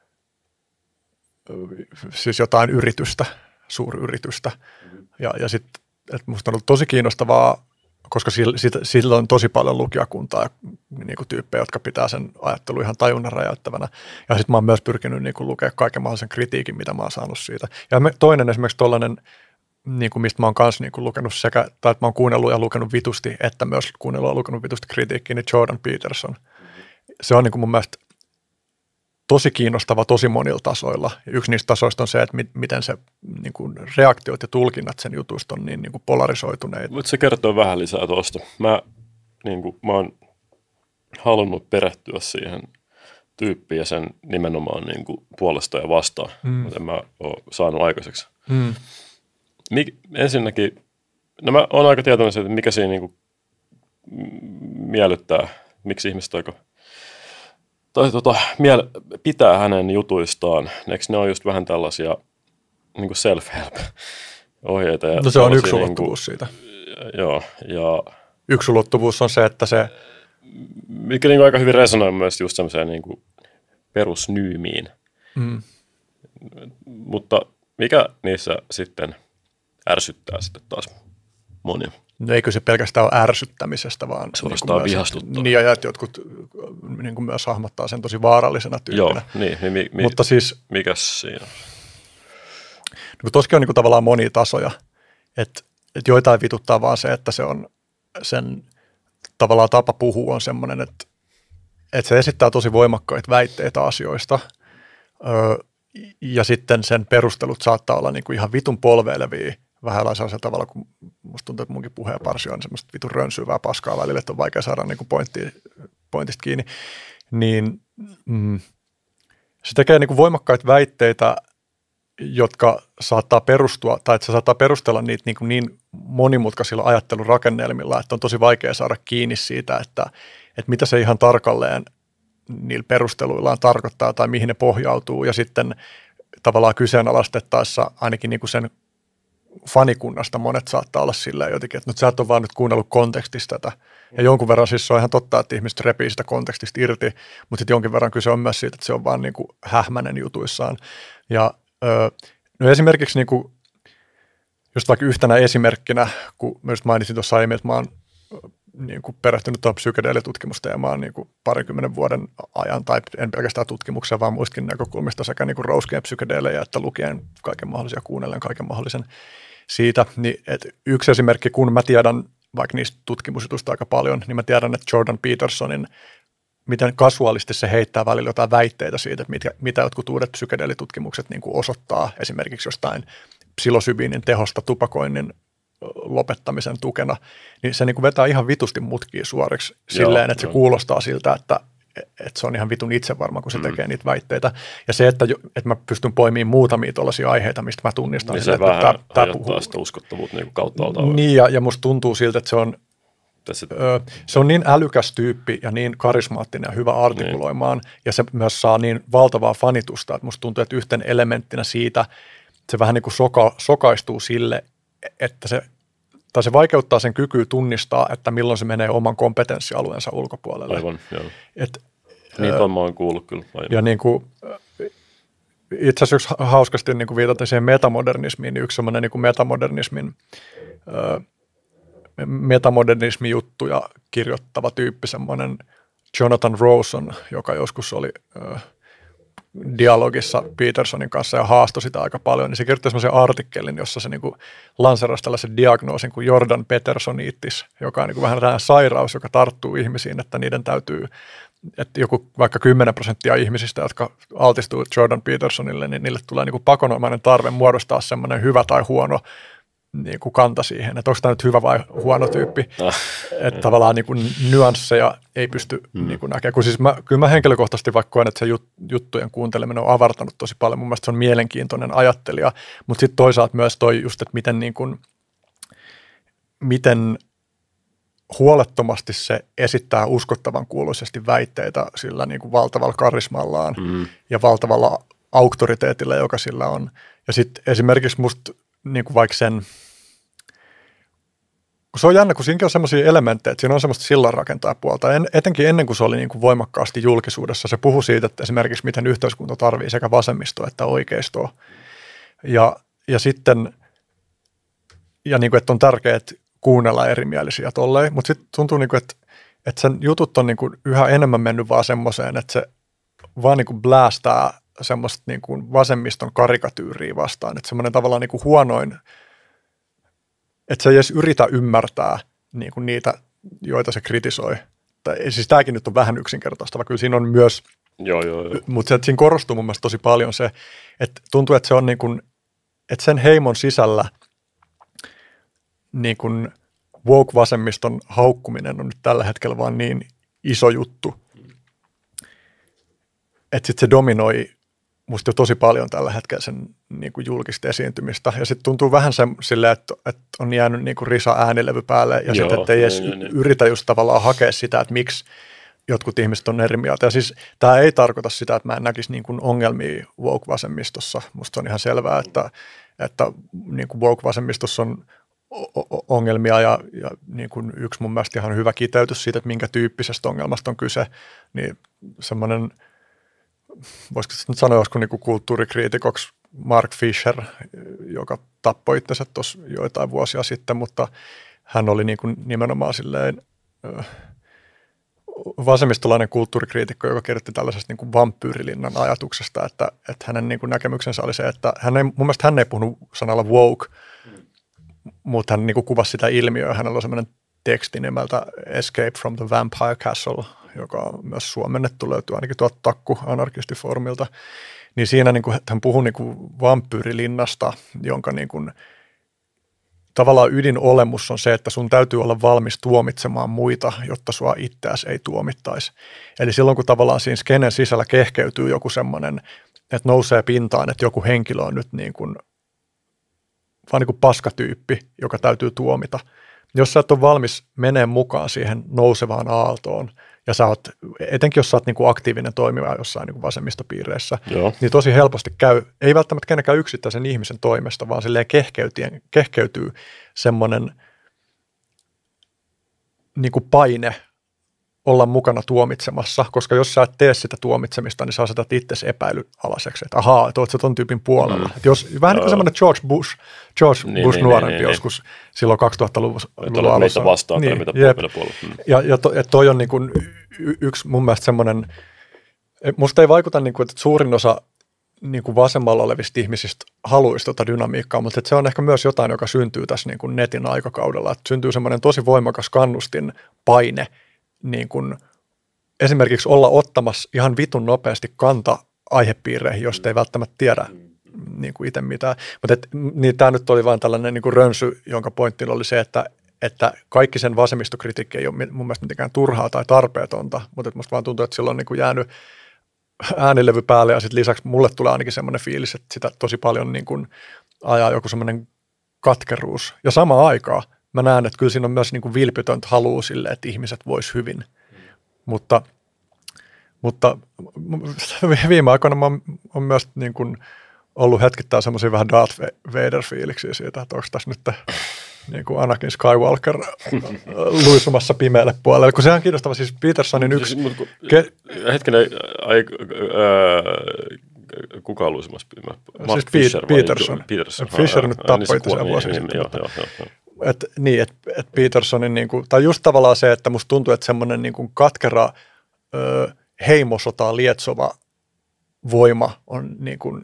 siis jotain yritystä, suuryritystä. Ja, ja sitten, että musta on ollut tosi kiinnostavaa, koska sillä on tosi paljon lukijakuntaa ja niin kuin tyyppejä, jotka pitää sen ajattelun ihan tajunnan räjäyttävänä. Ja sitten mä oon myös pyrkinyt niin kuin lukea kaiken mahdollisen kritiikin, mitä mä oon saanut siitä. Ja me, toinen esimerkiksi tollainen, niin kuin mistä mä oon kanssa niin kuin lukenut sekä, tai että mä oon kuunnellut ja lukenut vitusti, että myös kuunnellut ja lukenut vitusti kritiikkiä, niin Jordan Peterson. Se on niin kuin mun mielestä tosi kiinnostava tosi monilla tasoilla. Ja yksi niistä tasoista on se, että mi- miten se niin kuin reaktiot ja tulkinnat sen jutusta on niin, niin kuin polarisoituneita. Mutta se kertoo vähän lisää tuosta. Mä, niin kuin, mä oon halunnut perehtyä siihen tyyppiin ja sen nimenomaan niin kuin puolesta ja vastaan, mm. mutta en mä ole saanut aikaiseksi. Mm. Mik, ensinnäkin, no mä oon aika tietoinen siitä, että mikä siinä niin kuin miellyttää, miksi ihmiset aika tai tota, miel, pitää hänen jutuistaan. Eikö ne ole just vähän tällaisia niin kuin self-help ohjeita. Ja no se on yksi niin ulottuvuus siitä. Joo, ja yksi ulottuvuus on se, että se... Mikä niin aika hyvin resonoi myös just semmoiseen niin perusnyymiin. Mm. Mutta mikä niissä sitten ärsyttää sitten taas monia? No eikö se pelkästään ole ärsyttämisestä, vaan... Suorastaan niin vihastuttaa. Niin, ja että jotkut niin kuin myös hahmottaa sen tosi vaarallisena tyyppinä. Joo, niin. niin mi, mi, Mutta siis... Mikäs siinä? No, toskin on niin kuin tavallaan monia tasoja, että, että joitain vituttaa vaan se, että se on sen tavallaan tapa puhua on semmoinen, että, että se esittää tosi voimakkaita väitteitä asioista öö, ja sitten sen perustelut saattaa olla niin kuin ihan vitun polveilevia vähän sellaisella tavalla, kun musta tuntuu, että munkin puheenparsi on semmoista vitun rönsyvää paskaa välillä, että on vaikea saada niin kuin pointtia, pointista kiinni, niin mm, se tekee niin kuin voimakkaita väitteitä, jotka saattaa perustua, tai että se saattaa perustella niitä niin, kuin niin monimutkaisilla ajattelurakennelmilla, että on tosi vaikea saada kiinni siitä, että, että mitä se ihan tarkalleen niillä perusteluillaan tarkoittaa tai mihin ne pohjautuu, ja sitten tavallaan kyseenalaistettaessa ainakin niin kuin sen fanikunnasta monet saattaa olla silleen jotenkin, että nyt sä et ole vaan nyt kuunnellut kontekstista tätä. Ja jonkun verran siis se on ihan totta, että ihmiset repii sitä kontekstista irti, mutta sitten jonkin verran kyse on myös siitä, että se on vaan niin kuin hähmänen jutuissaan. Ja öö, no esimerkiksi niin kuin, just vaikka yhtenä esimerkkinä, kun myös mainitsin tuossa aiemmin, että mä oon niin kuin perehtynyt tuohon psykedeelitutkimusta ja mä oon niin kuin parikymmenen vuoden ajan, tai en pelkästään tutkimuksia, vaan muistakin näkökulmista sekä niin kuin rouskien psykedeelejä, että lukien kaiken mahdollisen ja kuunnellen kaiken mahdollisen siitä. Niin, että yksi esimerkki, kun mä tiedän vaikka niistä tutkimusjutusta aika paljon, niin mä tiedän, että Jordan Petersonin, miten kasuaalisti se heittää välillä jotain väitteitä siitä, että mitä, mitä jotkut uudet psykedeelitutkimukset niin kuin osoittaa esimerkiksi jostain psilosybiinin tehosta tupakoinnin lopettamisen tukena, niin se niin kuin vetää ihan vitusti mutkia suoriksi silleen, että se kuulostaa siltä, että, että se on ihan vitun itsevarma, kun se mm. tekee niitä väitteitä. Ja se, että, että mä pystyn poimimaan muutamia tuollaisia aiheita, mistä mä tunnistan. Niin sille, se vähän että tämä hajottaa sitä uskottavuutta niin kautta altaan. Niin, ja, ja musta tuntuu siltä, että se on, Tässä... ö, se on niin älykäs tyyppi ja niin karismaattinen ja hyvä artikuloimaan, niin. Ja se myös saa niin valtavaa fanitusta, että musta tuntuu, että yhten elementtinä siitä se vähän niin kuin soka, sokaistuu sille, että se, tai se vaikeuttaa sen kykyä tunnistaa, että milloin se menee oman kompetenssialueensa ulkopuolelle. Aivan, joo. Et, niin tuon mä oon kuullut kyllä. Aivan. Ja niin kuin, itse asiassa yksi hauskasti niin kuin viitaten siihen metamodernismiin, niin yksi semmoinen niin kuin metamodernismin, ö, metamodernismi-juttuja kirjoittava tyyppi, semmoinen Jonathan Rosen, joka joskus oli ö, dialogissa Petersonin kanssa ja haastoi sitä aika paljon, niin se kirjoitti semmoisen artikkelin, jossa se niin kuin lanserasi tällaisen diagnoosin kuin Jordan Petersonitis, joka on niin kuin vähän tällainen sairaus, joka tarttuu ihmisiin, että niiden täytyy, että joku vaikka kymmenen prosenttia ihmisistä, jotka altistuu Jordan Petersonille, niin niille tulee niin kuin pakonomainen tarve muodostaa semmoinen hyvä tai huono niin kuin kanta siihen, että onko tämä nyt hyvä vai huono tyyppi, ah, että tavallaan niin kuin nyansseja ei pysty mm. niin kuin näkemään, kun siis mä, kyllä mä henkilökohtaisesti vaikka koen, että se jut, juttujen kuunteleminen on avartanut tosi paljon, mun mielestä se on mielenkiintoinen ajattelija, mutta sitten toisaalta myös toi just, että miten, niin kuin, miten huolettomasti se esittää uskottavan kuuluisesti väitteitä sillä niin kuin valtavalla karismallaan mm. ja valtavalla auktoriteetilla, joka sillä on, ja sitten esimerkiksi musta niin kuin vaikka sen, kun se on jännä, kun siinäkin on semmoisia elementtejä, että siinä on semmoista sillanrakentajapuolta, en, etenkin ennen kuin se oli niin kuin voimakkaasti julkisuudessa, se puhui siitä, että esimerkiksi miten yhteiskunta tarvii sekä vasemmistoa että oikeistoa, ja, ja sitten, ja niin kuin, että on tärkeää kuunnella erimielisiä tolleen, mutta sitten tuntuu, niin kuin, että, että sen jutut on niin kuin yhä enemmän mennyt vaan semmoiseen, että se vaan niin kuin blästää semmoista niin kuin vasemmiston karikatyyriä vastaan, että semmoinen tavallaan niin kuin huonoin, että se ei edes yritä ymmärtää niin kuin niitä, joita se kritisoi. Tai, siis tämäkin nyt on vähän yksinkertaistava, kyllä siinä on myös, joo, joo, joo. mutta se, siinä korostuu mun mielestä tosi paljon se, että tuntuu, että se on niin kuin, että sen heimon sisällä niin kuin woke-vasemmiston haukkuminen on nyt tällä hetkellä vaan niin iso juttu, että sitten se dominoi musta jo tosi paljon tällä hetkellä sen niin kuin julkista esiintymistä. Ja sitten tuntuu vähän se, silleen, että, että on jäänyt niin kuin risa äänilevy päälle ja sitten, että ei edes niin, niin. yritä just tavallaan hakea sitä, että miksi jotkut ihmiset on eri mieltä. Ja siis tämä ei tarkoita sitä, että mä en näkisi niin kuin ongelmia woke-vasemmistossa. Musta on ihan selvää, että, että niin kuin woke-vasemmistossa on ongelmia ja, ja niin kuin yksi mun mielestä ihan hyvä kiteytys siitä, että minkä tyyppisestä ongelmasta on kyse, niin semmoinen, voisiko nyt sanoa joskus niin kuin kulttuurikriitikoksi Mark Fisher, joka tappoi itsensä tuossa joitain vuosia sitten, mutta hän oli niin kuin nimenomaan silleen vasemmistolainen kulttuurikriitikko, joka kirjoitti tällaisesta niin kuin vampyyrilinnan ajatuksesta, että, että hänen niin kuin näkemyksensä oli se, että hän ei, mun mielestä hän ei puhunut sanalla woke, mutta hän niin kuin kuvasi sitä ilmiöä. Hänellä on sellainen teksti nimeltä Escape from the Vampire Castle, joka on myös suomennettu, löytyy ainakin tuolta Takku-anarkistifoorumilta. Niin siinä niin kuin, hän puhui niin kuin vampyyrilinnasta, jonka niin kuin, tavallaan ydinolemus on se, että sun täytyy olla valmis tuomitsemaan muita, jotta sua itseäsi ei tuomittaisi. Eli silloin, kun tavallaan siinä skenen sisällä kehkeytyy joku semmoinen, että nousee pintaan, että joku henkilö on nyt niin kuin vaan niin kuin paskatyyppi, joka täytyy tuomita. Jos sä et ole valmis menemään mukaan siihen nousevaan aaltoon, ja sä oot, etenkin jos sä oot niin kuin aktiivinen toimiva jossain niin kuin vasemmistopiireissä, Joo. niin tosi helposti käy, ei välttämättä kenenkään yksittäisen ihmisen toimesta, vaan silleen kehkeytyy semmoinen niin kuin paine olla mukana tuomitsemassa, koska jos sä et tee sitä tuomitsemista, niin sä asetat itsesi epäilyalaiseksi, että ahaa, että oot sä ton tyypin puolella. Mm. Että jos, vähän niin kuin semmoinen George Bush, George niin, Bush niin, nuorempi niin, joskus niin. silloin kaksituhattaluvun alussa. vastaan niin, tai mitä puolella. Mm. Ja, ja to, et toi on niin kuin y, yksi mun mielestä semmoinen, musta ei vaikuta niin kuin, että suurin osa niin kuin vasemmalla olevista ihmisistä haluaisi tuota dynamiikkaa, mutta se on ehkä myös jotain, joka syntyy tässä niin kuin netin aikakaudella, että syntyy semmoinen tosi voimakas kannustin paine, niin kuin esimerkiksi olla ottamassa ihan vitun nopeasti kanta aihepiireihin, josta ei välttämättä tiedä niin kuin itse mitään. Mutta et, niin tämä nyt oli vain tällainen niin kuin rönsy, jonka pointtilla oli se, että, että kaikki sen vasemmistokritiikki ei ole mun mielestä mitenkään turhaa tai tarpeetonta, mutta musta vaan tuntuu, että sillä on niin kuin jäänyt äänilevy päälle ja sitten lisäksi mulle tulee ainakin semmoinen fiilis, että sitä tosi paljon niin kuin ajaa joku semmoinen katkeruus. Ja samaan aikaan mä näen, että kyllä siinä on myös niin kuin vilpitöntä halua sille, että ihmiset vois hyvin. Mm. Mutta, mutta viime aikoina mä oon, oon myös niin kuin ollut hetkittäin semmoisia vähän Darth Vader-fiiliksiä siitä, että onko tässä nyt niin kuin Anakin Skywalker luisumassa pimeälle puolelle. Kun sehän on kiinnostava, siis Petersonin yksi... Siis, ke- hetkinen, ai, äh, kuka on luisumassa pimeälle puolelle? Siis Fisher, Peterson. Peterson. Fisher nyt tappoi itseään vuosia sitten. Et, niin, että et Petersonin, niin kuin, tai just tavallaan se, että musta tuntuu, että semmoinen niin kuin katkera ö, heimosotaa lietsova voima on niin kuin,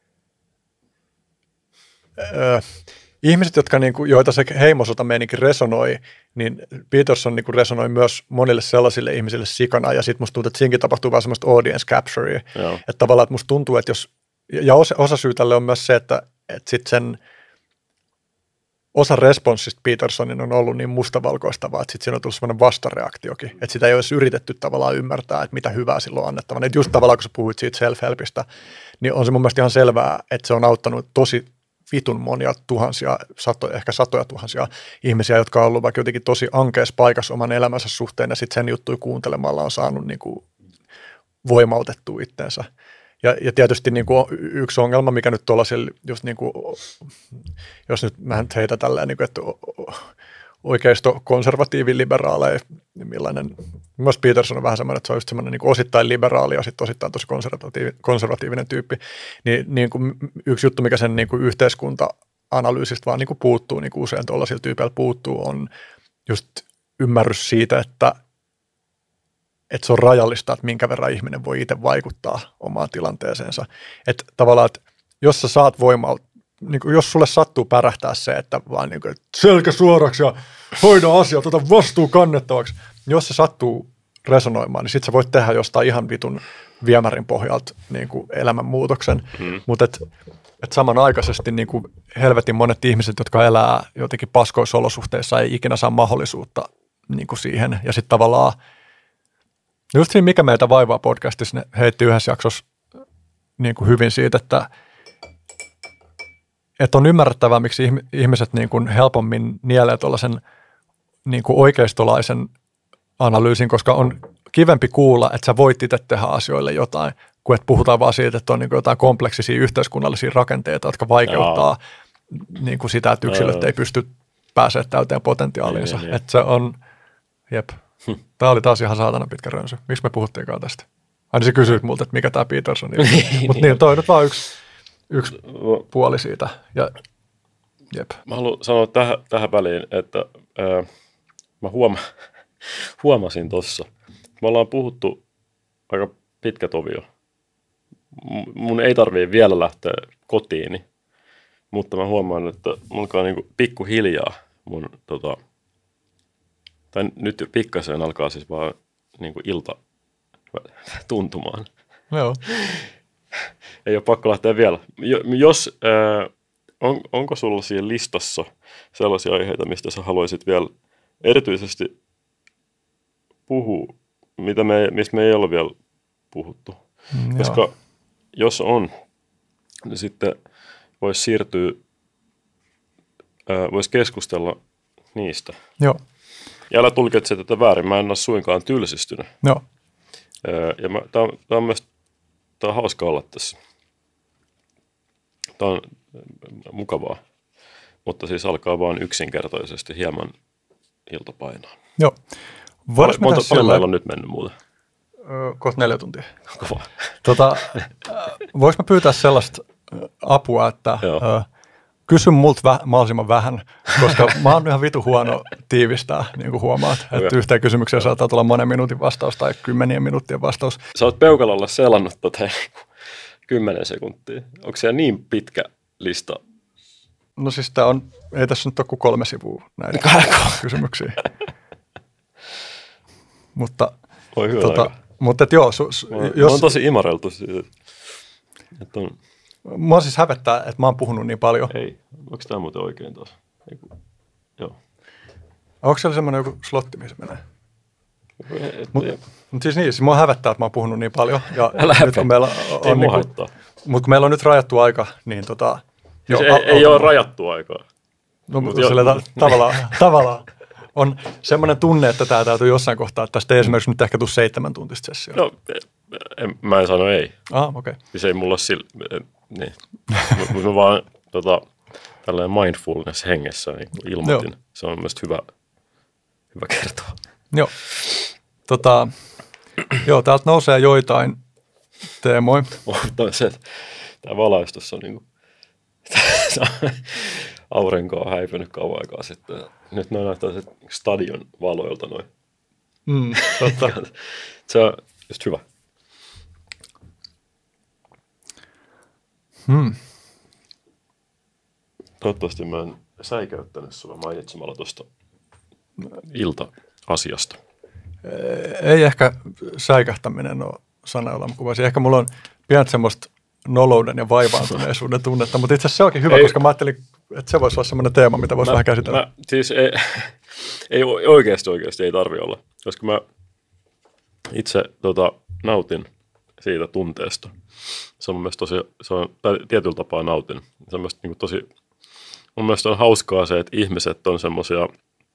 ö, ihmiset, jotka, niin kuin, joita se heimosota meininkin resonoi, niin Peterson niin kuin resonoi myös monille sellaisille ihmisille sikana, ja sitten musta tuntuu, että siinäkin tapahtuu vähän semmoista audience capturea, että tavallaan, että musta tuntuu, että jos, ja osa, osa syy tälle on myös se, että, että sitten sen osa responssista Petersonin on ollut niin mustavalkoistavaa, että sitten siinä on tullut sellainen vastareaktiokin, että sitä ei olisi yritetty tavallaan ymmärtää, että mitä hyvää silloin on annettava. Että just tavallaan, kun sä puhuit siitä self-helpistä, niin on se mun mielestä ihan selvää, että se on auttanut tosi vitun monia tuhansia, sato, ehkä satoja tuhansia ihmisiä, jotka on ollut vaikka jotenkin tosi ankeassa paikassa oman elämänsä suhteen, ja sitten sen juttuja kuuntelemalla on saanut niin kuin voimautettua itteensä. Ja, ja tietysti niin kuin yksi ongelma, mikä nyt tuollaisella, just niin kuin, jos nyt mä nyt heitä tällä, niin kuin, että oikeisto konservatiiviliberaaleja, niin millainen, myös Peterson on vähän semmoinen, että se on just semmoinen niin kuin osittain liberaali ja sitten osittain tosi konservatiivi, konservatiivinen tyyppi, niin, niin kuin yksi juttu, mikä sen niin kuin yhteiskunta-analyysistä vaan niin kuin puuttuu, niin kuin usein tuollaisilla tyypeillä puuttuu, on just ymmärrys siitä, että että se on rajallista, että minkä verran ihminen voi itse vaikuttaa omaan tilanteeseensa. Että tavallaan, että jos sä saat voimaa, niin kuin jos sulle sattuu pärähtää se, että vaan niin kuin, että selkä suoraksi ja hoida asiat, ota vastuu kannettavaksi. Jos se sattuu resonoimaan, niin sit sä voit tehdä jostain ihan vitun viemärin pohjalta niin kuin elämänmuutoksen. Mm. Mutta et, et samanaikaisesti niin kuin helvetin monet ihmiset, jotka elää jotenkin paskoissa olosuhteissa, ei ikinä saa mahdollisuutta niin kuin siihen. Ja sitten tavallaan just siinä, mikä meitä vaivaa podcastissa, ne heitti yhdessä jaksossa niin kuin hyvin siitä, että, että on ymmärrettävää, miksi ihmiset niin kuin helpommin nielee tuollaisen niin kuin oikeistolaisen analyysin, koska on kivempi kuulla, että sä voit itse tehdä asioille jotain, kuin että puhutaan vaan siitä, että on niin kuin jotain kompleksisia yhteiskunnallisia rakenteita, jotka vaikeuttaa niin kuin sitä, että yksilöt ei pysty pääsemään täyteen potentiaaliinsa. Niin, niin, että se on, jep. Tämä oli taas ihan saatana pitkä rönsy. Miksi me puhuttiinkaan tästä? Aina se kysyit multa, että mikä tämä Peterson on. Mutta niin, toi nyt vaan yksi, yksi puoli siitä. Ja, jep. Mä haluan sanoa tähän, tähän väliin, että ää, mä huoma, huomasin tuossa. Me ollaan puhuttu aika pitkä tovio. Mun ei tarvii vielä lähteä kotiini, mutta mä huomaan, että mun alkaa niinku pikkuhiljaa mun tota, tai nyt jo pikkasen alkaa siis vaan niinku ilta tuntumaan. Joo. Ei ole pakko lähteä vielä. Jos, ää, on, onko sulla siinä listassa sellaisia aiheita, mistä sä haluaisit vielä erityisesti puhua, mitä me, mistä me ei ole vielä puhuttu? Mm, Koska joo. Jos on, niin sitten voisi siirtyä, voisi keskustella niistä. Joo. Ja älä tulkitse tätä väärin, mä en ole suinkaan tylsistynyt. Joo. Ja tämä on, tää on myös tää on hauska olla tässä. Tämä on mukavaa, mutta siis alkaa vaan yksinkertaisesti hieman ilta painaa. Joo. Paljon, monta, paljon meillä on nyt mennyt muuta? Kohta neljä tuntia. Kova. Tota, Voinko mä pyytää sellaista apua, että ö, kysy multa vä- mahdollisimman vähän, koska mä oon ihan vitu huono tiivistää, niin kuin huomaat. Että okay. Yhteen kysymykseen saattaa tulla monen minuutin vastaus tai kymmenien minuuttien vastaus. Sä oot peukalalla selannut tota kymmenen sekuntia. Onko siellä niin pitkä lista? No siis tää on, ei tässä nyt ole kuin kolme sivua näitä kysymyksiä. Mutta, Oi hyvä tota, mutta et joo. Su, su, mä, jos, mä oon tosi imareltu siitä. Että on... Mua siis hävettää, että mä oon puhunut niin paljon. Ei, onko tämä muuten oikein taas? Eiku, joo. Onko siellä semmoinen joku slotti, missä menee? Mutta mut siis niin, siis mua hävettää, että mä oon puhunut niin paljon. Ja älä nyt, kun meillä on, ei niin haittaa. Mutta kun meillä on nyt rajattu aika, niin tota... Siis jo, ei, ei ole rajattu aikaa. No, mutta ta- tavallaan, tavallaan on semmoinen tunne, että tämä täytyy jossain kohtaa, että tästä ei esimerkiksi nyt ehkä tule seitsemän tuntista sessioon. No, en, mä en sano ei. Ah, okei. Okay. Siis ei mulla ole sillä, niin. Mutta mä vaan tota, tällainen mindfulness hengessä niin ilmoitin. Joo. Se on mielestäni hyvä, hyvä kertoa. Joo. Tota, joo, täältä nousee joitain teemoja. Oh, se, tämä valaistus on niin kuin, aurinko on häipynyt kauan aikaa sitten. Nyt noin näyttää stadion valoilta noin. Mm, totta. Se on just hyvä. Hmm. Toivottavasti mä en säikäyttänyt sua mainitsemalla tuosta ilta-asiasta. Ei ehkä säikähtäminen ole sana, jolla mä kuvasin. Ehkä mulla on pientä semmoista nolouden ja vaivaantuneisuuden tunnetta, mutta itse asiassa se onkin hyvä, ei, koska mä ajattelin, että se voisi olla semmoinen teema, mitä voisi mä, vähän käsitellä. Mä, siis ei, ei oikeasti oikeasti ei tarvitse olla, koska mä itse tota, nautin siitä tunteesta. Se on myös tosi, se on tietyllä tapaa nautin. Se on myös niin kuin tosi, mun mielestä on hauskaa se, että ihmiset on semmoisia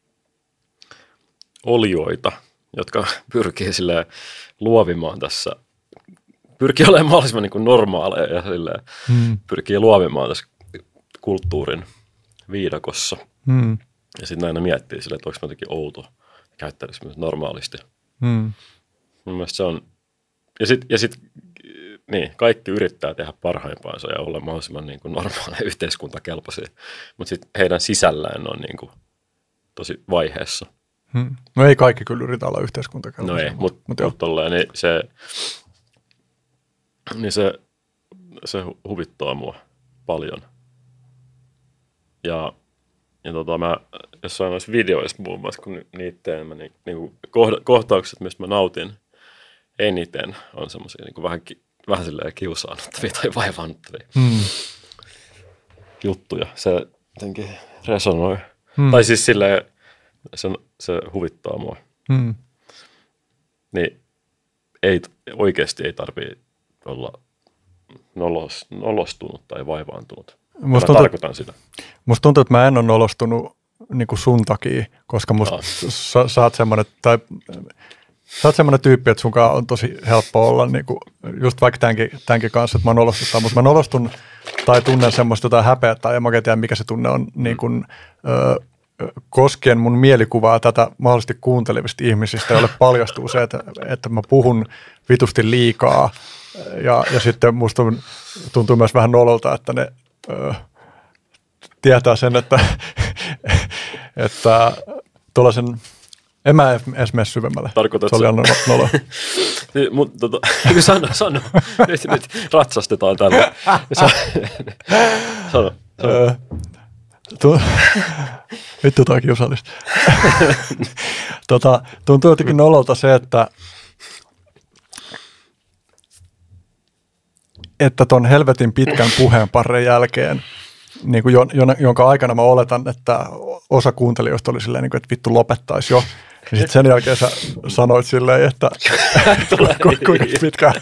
olioita, jotka pyrkii silleen luovimaan tässä, pyrkii olemaan mahdollisimman niin kuin normaaleja ja silleen, hmm. pyrkii luovimaan tässä kulttuurin viidakossa. Hmm. Ja sitten aina miettii silleen, että onko mä jotenkin outo ja käyttäisi myös normaalisti. Hmm. Mun mielestä se on, ja sitten ja sit, niin, kaikki yrittää tehdä parhaimpaansa ja olla mahdollisimman niin kuin normaaleja yhteiskuntakelpoisia, mutta sitten heidän sisällään on niin kuin tosi vaiheessa. Hmm. No ei kaikki kyllä yritä olla yhteiskuntakelpoisia. No ei, mutta mut, mut tolleen, niin se, niin se, se huvittaa mua paljon. Ja, ja tota, mä jossain noissa videoissa muun muassa, kun niitä teen, mä niin, niin kohtaukset, mistä mä nautin eniten, on semmoisia niin vähän, vähän silleen kiusaannuttavia tai vaivaannuttavia hmm. juttuja. Se jotenkin resonoi. Hmm. Tai siis silleen, se, se huvittaa mua. Hmm. Niin ei, oikeasti ei tarvitse olla nolos, nolostunut tai vaivaantunut. Musta tuntuu, tarkoitan sitä. Musta tuntuu, että mä en ole nolostunut niin kuin sun takia, koska musta no. sä, sä oot semmoinen, tai Sä oot semmoinen tyyppi, että sun kanssa on tosi helppo olla, niin kuin, just vaikka tämänkin, tämänkin kanssa, että mä nolostun, mutta mä nolostun tai tunnen semmoista jotain häpeää, tai en mä oikein tiedä, mikä se tunne on, niin kuin, ö, koskien mun mielikuvaa tätä mahdollisesti kuuntelevista ihmisistä, joille paljastuu se, että, että mä puhun vitusti liikaa, ja, ja sitten musta tuntuu myös vähän nololta, että ne ö, tietää sen, että, että tuollaisen, en mä edes mene syvemmälle. Tarkoitatko? Se oli aina nolo. Niin, mutta tota, sano, sano. Nyt, nyt ratsastetaan tällä. Sano, sano. Öö, tu- Vittu toi kiusallista. tota, tuntuu jotenkin nololta se, että että ton helvetin pitkän puheenparren jälkeen, niin kuin jonka aikana mä oletan, että osa kuuntelijoista oli silleen, että vittu lopettaisi jo. Ja sitten sen jälkeen sä sanoit silleen, että kuinka pitkään.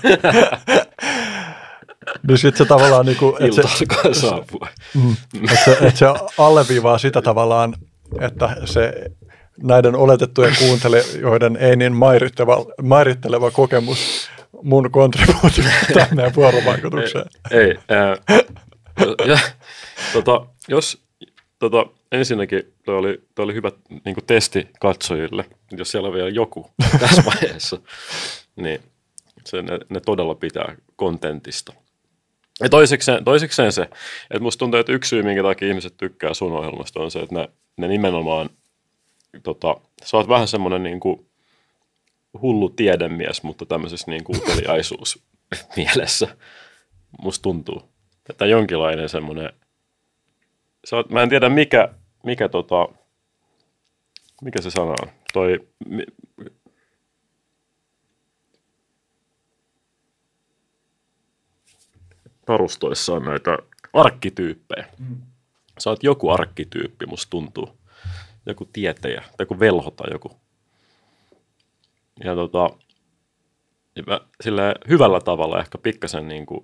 Niin sitten se tavallaan niin kuin, että se, saapua. että, se, että se alleviivaa sitä tavallaan, että se näiden oletettujen kuuntelijoiden ei niin mairitteleva, mairitteleva kokemus mun kontribuutioon tänne vuorovaikutukseen. Ei, ei äh, ja, tota, jos tota, ensinnäkin toi oli, toi oli hyvä niin kuin testi katsojille, jos siellä on vielä joku tässä vaiheessa, niin se, ne, ne todella pitää kontentista. Ja toisekseen, toisekseen se, että musta tuntuu, että yksi syy, minkä takia ihmiset tykkää sun ohjelmasta, on se, että ne, ne nimenomaan, tota, sä oot vähän semmoinen niin kuin hullu tiedemies, mutta tämmöisessä niin kuin uteliaisuus mielessä musta tuntuu. Että jonkinlainen semmoinen, sä oot, mä en tiedä mikä, mikä, tota, mikä se sana on, toi mi, tarustoissaan näitä arkkityyppejä. Mm. Sä oot joku arkkityyppi, musta tuntuu. Joku tietäjä, tai joku velho tai joku. Ja tota, ja mä, sillä hyvällä tavalla ehkä pikkasen niin kuin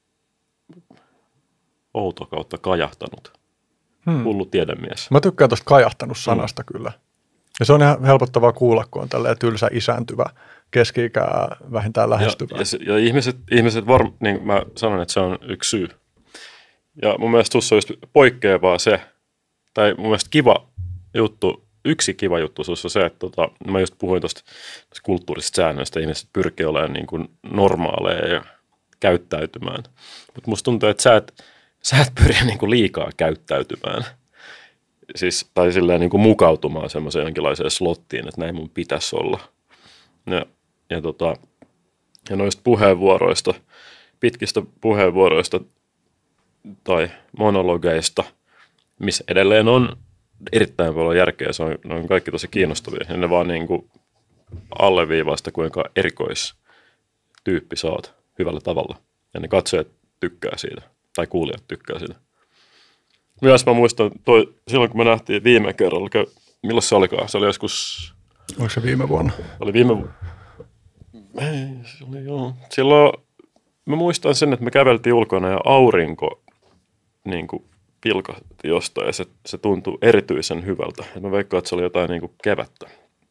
outo kautta kajahtanut. Hmm. Hullu tiedemies. Mä tykkään tuosta kajahtanut sanasta hmm. kyllä. Ja se on ihan helpottavaa kuulla, kun on tälleen tylsä isääntyvä, keski-ikää vähintään lähestyvä. Ja, ja, ja ihmiset, ihmiset varm, niin mä sanon, että se on yksi syy. Ja mun mielestä tuossa on just poikkeavaa se, tai mun mielestä kiva juttu, yksi kiva juttu sussa on se, että tota, mä just puhuin tuosta kulttuurisesta säännöistä, ihmiset pyrkii olemaan niin kuin normaaleja ja käyttäytymään. Mutta musta tuntuu, että sä et, sä et pyri niin kuin liikaa käyttäytymään. Siis, tai silleen niin kuin mukautumaan semmoiseen jonkinlaiseen slottiin, että näin mun pitäisi olla. Ja, ja, tota, ja noista puheenvuoroista, pitkistä puheenvuoroista tai monologeista, missä edelleen on erittäin paljon järkeä, se on, ne on kaikki tosi kiinnostavia. Ja ne vaan niin kuin alleviivaa sitä, kuinka erikoistyyppi sä oot hyvällä tavalla. Ja ne katsojat tykkää siitä, tai kuulijat tykkää siitä. Myös mä muistan, toi, silloin kun me nähtiin viime kerralla, milloin se olikaan? Se oli joskus... Oliko se viime vuonna? Oli viime vuonna. Ei, se oli joo. Silloin mä muistan sen, että me käveltiin ulkona ja aurinko niin kuin pilkahti jostain ja se, se tuntui erityisen hyvältä. Et mä veikkaan, että se oli jotain niin kuin kevättä.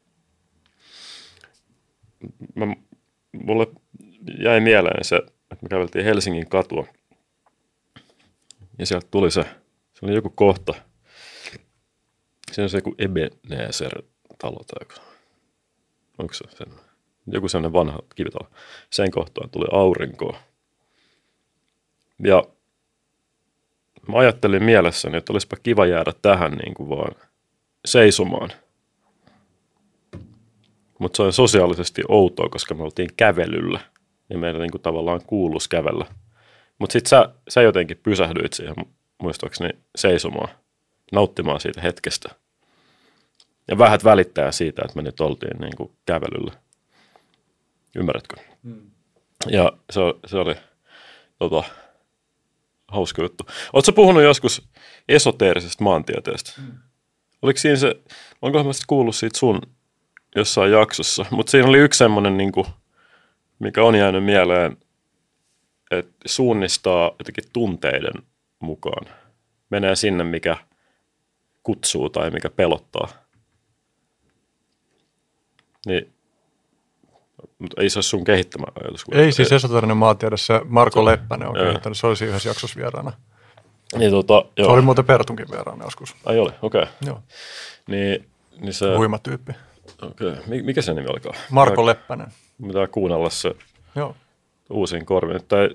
Mä, mulle jäi mieleen se, että me käveltiin Helsingin katua ja sieltä tuli se, se oli joku kohta. Siinä on se joku Ebenezer-talo tai joku. Onko se sen? Joku sellainen vanha kivitalo. Sen kohtaan tuli aurinkoa. Ja mä ajattelin mielessäni, että olisipa kiva jäädä tähän niin kuin vaan seisomaan. Mutta se on sosiaalisesti outoa, koska me oltiin kävelyllä. Ja meillä niin kuin tavallaan kuuluisi kävellä. Mutta sitten sä, sä jotenkin pysähdyit siihen, muistaakseni, seisomaan. Nauttimaan siitä hetkestä. Ja vähät välittää siitä, että me nyt oltiin niin kuin kävelyllä. Ymmärrätkö? Mm. Ja se, se oli tota, hauska juttu. Oletko puhunut joskus esoteerisesta maantieteestä? Mm. Oliko siinä se, onkohan mä sitten kuullut siitä sun jossain jaksossa, mutta siinä oli yksi semmoinen, niin kuin, mikä on jäänyt mieleen, että suunnistaa jotenkin tunteiden mukaan. Menee sinne, mikä kutsuu tai mikä pelottaa. Niin mutta ei se ole sun kehittämä ajatus. Ei siis esoterinen maatiede, se Marko se, Leppänen on joo. kehittänyt, se oli siinä yhdessä jaksossa vieraana. Niin, tota, joo. Se oli muuten Pertunkin vieraana joskus. Ai oli, okei. Okay. Joo. Niin, niin se... Huima tyyppi. Okei, okay. Mikä se nimi alkaa? Marko Mä, Leppänen. Mitä kuunnella se joo. uusiin korviin. Tai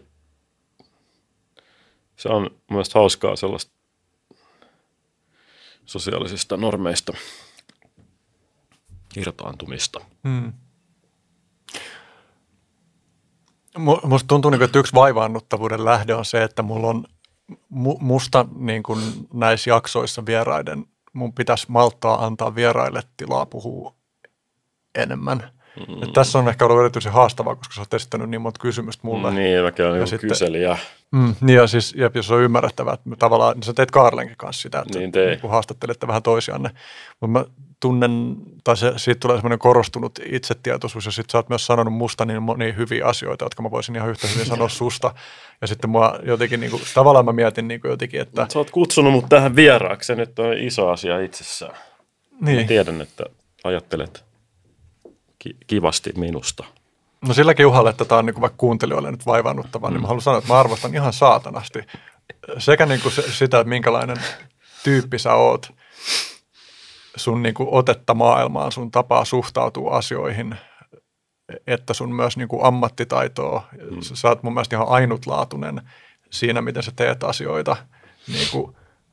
se on mielestäni hauskaa sellaista sosiaalisista normeista irtaantumista. Hmm. Musta tuntuu, että yksi vaivaannuttavuuden lähde on se, että mulla on musta niin kuin näissä jaksoissa vieraiden, mun pitäisi malttaa antaa vieraille tilaa puhua enemmän. Mm. Et tässä on ehkä ollut erityisen haastavaa, koska sä oot esittänyt niin monta kysymystä mulle. Niin, mäkin olen niin kyselijä. Mm, niin ja siis, jep, jos on ymmärrettävää, että tavallaan, niin sä teit Kaarlenkin kanssa sitä, että niin niin haastattelette vähän toisianne. Mutta mä tunnen, tai se, siitä tulee semmoinen korostunut itsetietoisuus, ja sitten sä oot myös sanonut musta niin monia hyviä asioita, jotka mä voisin ihan yhtä hyvin sanoa susta. Ja sitten mua jotenkin, niin kuin, tavallaan mä mietin niin kuin jotenkin, että... Sä oot kutsunut mut tähän vieraaksi, se nyt on iso asia itsessään. Niin. Mä tiedän, että ajattelet ki- kivasti minusta. No silläkin uhalla, että tämä on niin vaikka kuuntelijoille nyt vaivaannuttavaa, mm. niin mä haluan sanoa, että mä arvostan ihan saatanasti sekä niin kuin se, sitä, että minkälainen tyyppi sä oot, sun niin kuin otetta maailmaan, sun tapaa suhtautua asioihin, että sun myös niin kuin ammattitaitoa. Mm. Sä oot mun mielestä ihan ainutlaatuinen siinä, miten sä teet asioita. Niin kuin,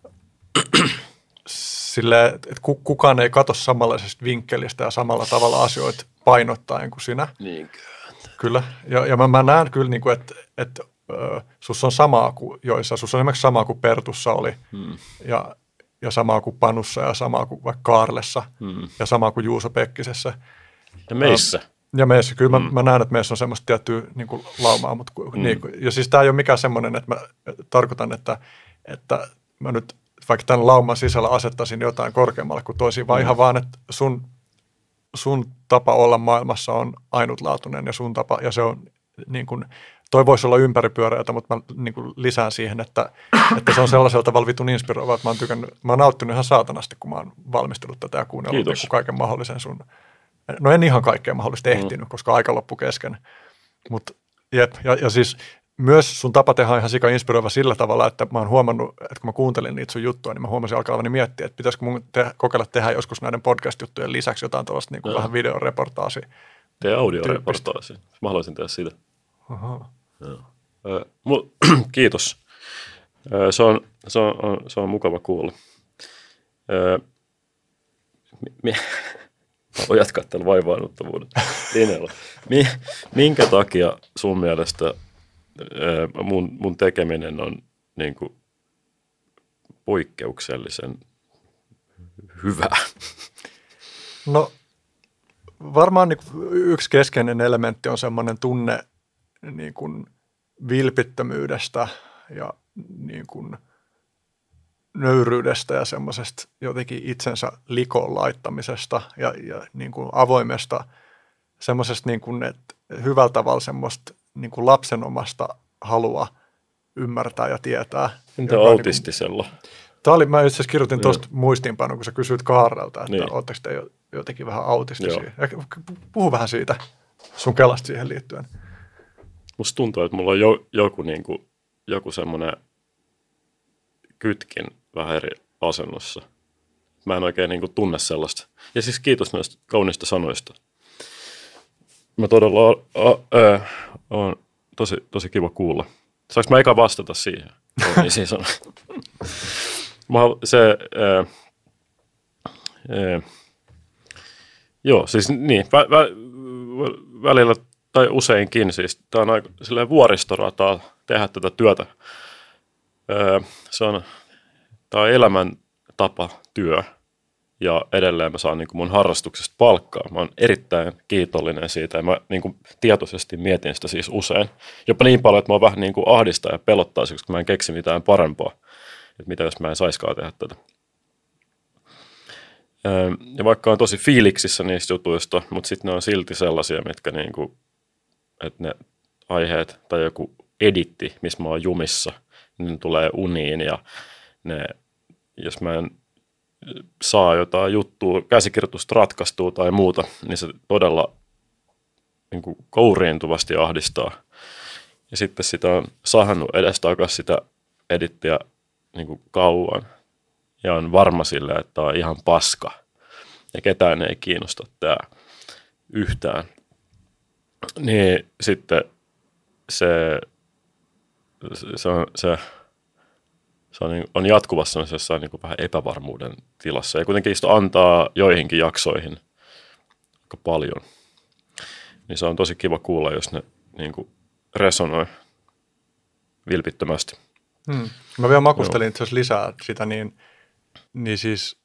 silleen, että kukaan ei katso samanlaisesta vinkkelistä ja samalla tavalla asioita painottaen kuin sinä. Niinkö? Kyllä, ja, ja mä, mä näen kyllä, niin kuin, että, että äh, sussa on samaa kuin joissa, sussa on esimerkiksi samaa kuin Pertussa oli, hmm. ja, ja samaa kuin Panussa, ja samaa kuin vaikka Kaarlessa, hmm. ja samaa kuin Juuso Pekkisessä. Ja meissä. Ja, ja meissä, kyllä hmm. mä, mä näen, että meissä on semmoista tiettyä niin kuin laumaa, mutta hmm. niin, ja siis tämä ei ole mikään semmoinen, että mä tarkoitan, että, että mä nyt vaikka tämän lauman sisällä asettaisin jotain korkeammalle kuin toisiin, vaan hmm. ihan vaan, että sun sun tapa olla maailmassa on ainutlaatuinen ja sun tapa, ja se on niin kuin, toi voisi olla ympäripyöreätä, mutta mä niin kuin lisään siihen, että, että se on sellaisella tavalla vitun inspiroiva, että mä oon tykännyt, mä oon nauttinut ihan saatanasti, kun mä oon valmistellut tätä ja kuunnellut niin kaiken mahdollisen sun, no en ihan kaikkea mahdollista ehtinyt, mm. koska aika loppu kesken, mutta jep, ja, ja siis myös sun tapa tehdä on ihan sika inspiroiva sillä tavalla, että mä oon huomannut, että kun mä kuuntelin niitä sun juttuja, niin mä huomasin alkavani miettiä, että pitäisikö mun te- kokeilla tehdä joskus näiden podcast-juttujen lisäksi jotain tuollaista niin kuin vähän videoreportaasi. Tee audioreportaasi. Mä haluaisin tehdä sitä. Aha. Joo. Äh, mu- kiitos. Äh, se, on, se, on, on, se on mukava kuulla. Äh, mi- Mä voin jatkaa tällä vaivaannuttavuuden linjalla. Mi- minkä takia sun mielestä Mun, mun tekeminen on niin kuin poikkeuksellisen hyvä? No varmaan niin kuin yksi keskeinen elementti on semmoinen tunne niin kuin vilpittömyydestä ja niin kuin nöyryydestä ja semmoisesta jotenkin itsensä likoon laittamisesta ja, ja niin kuin avoimesta semmoisesta niin kuin, että hyvällä tavalla semmoista niin kuin lapsen omasta halua ymmärtää ja tietää. Entä autistisella? Niin kuin, tämä oli, mä itse asiassa kirjoitin tuosta muistiinpanoon, kun sä kysyit Kaarelta, että niin. Oletteko te jotenkin vähän autistisia. Puhu vähän siitä sun kelasta siihen liittyen. Musta tuntuu, että mulla on jo, joku, niin kuin, joku semmoinen kytkin vähän eri asennossa. Mä en oikein niin kuin tunne sellaista. Ja siis kiitos näistä kauniista sanoista. Mä todella a, a, on tosi, tosi kiva kuulla. Saanko mä eka vastata siihen? Niin siis on. Mä, se, ää, ää, joo, siis niin, vä, vä, välillä tai useinkin, siis tää on aika silleen vuoristorataa tehdä tätä työtä. Ää, se on, tää on elämäntapa työ. Ja edelleen mä saan niin kuin mun harrastuksesta palkkaa. Mä oon erittäin kiitollinen siitä ja mä niin kuin tietoisesti mietin sitä siis usein. Jopa niin paljon, että mä oon vähän niin kuin ahdistaa ja pelottaa, koska mä en keksi mitään parempaa. Että mitä jos mä en saiskaan tehdä tätä. Ja vaikka on tosi fiiliksissä niistä jutuista, mutta sitten ne on silti sellaisia, mitkä niin kuin, että ne aiheet tai joku editti, missä mä oon jumissa, niin ne tulee uniin ja ne, jos mä en saa jotain juttua, käsikirjoitusta ratkaistua tai muuta, niin se todella niin kuin kouriintuvasti ahdistaa. Ja sitten sitä on sahannut edestakaisin sitä edittiä niin kuin kauan. Ja on varma sille, että tämä on ihan paska. Ja ketään ei kiinnosta tämä yhtään. Niin sitten se, se on, se, se on, on jatkuvassa jossain niin kuin vähän epävarmuuden tilassa. Ja kuitenkin sitä antaa joihinkin jaksoihin aika paljon. Niin se on tosi kiva kuulla, jos ne niin kuin resonoi vilpittömästi. Hmm. Mä vielä makustelin itse asiassa lisää sitä, niin, niin siis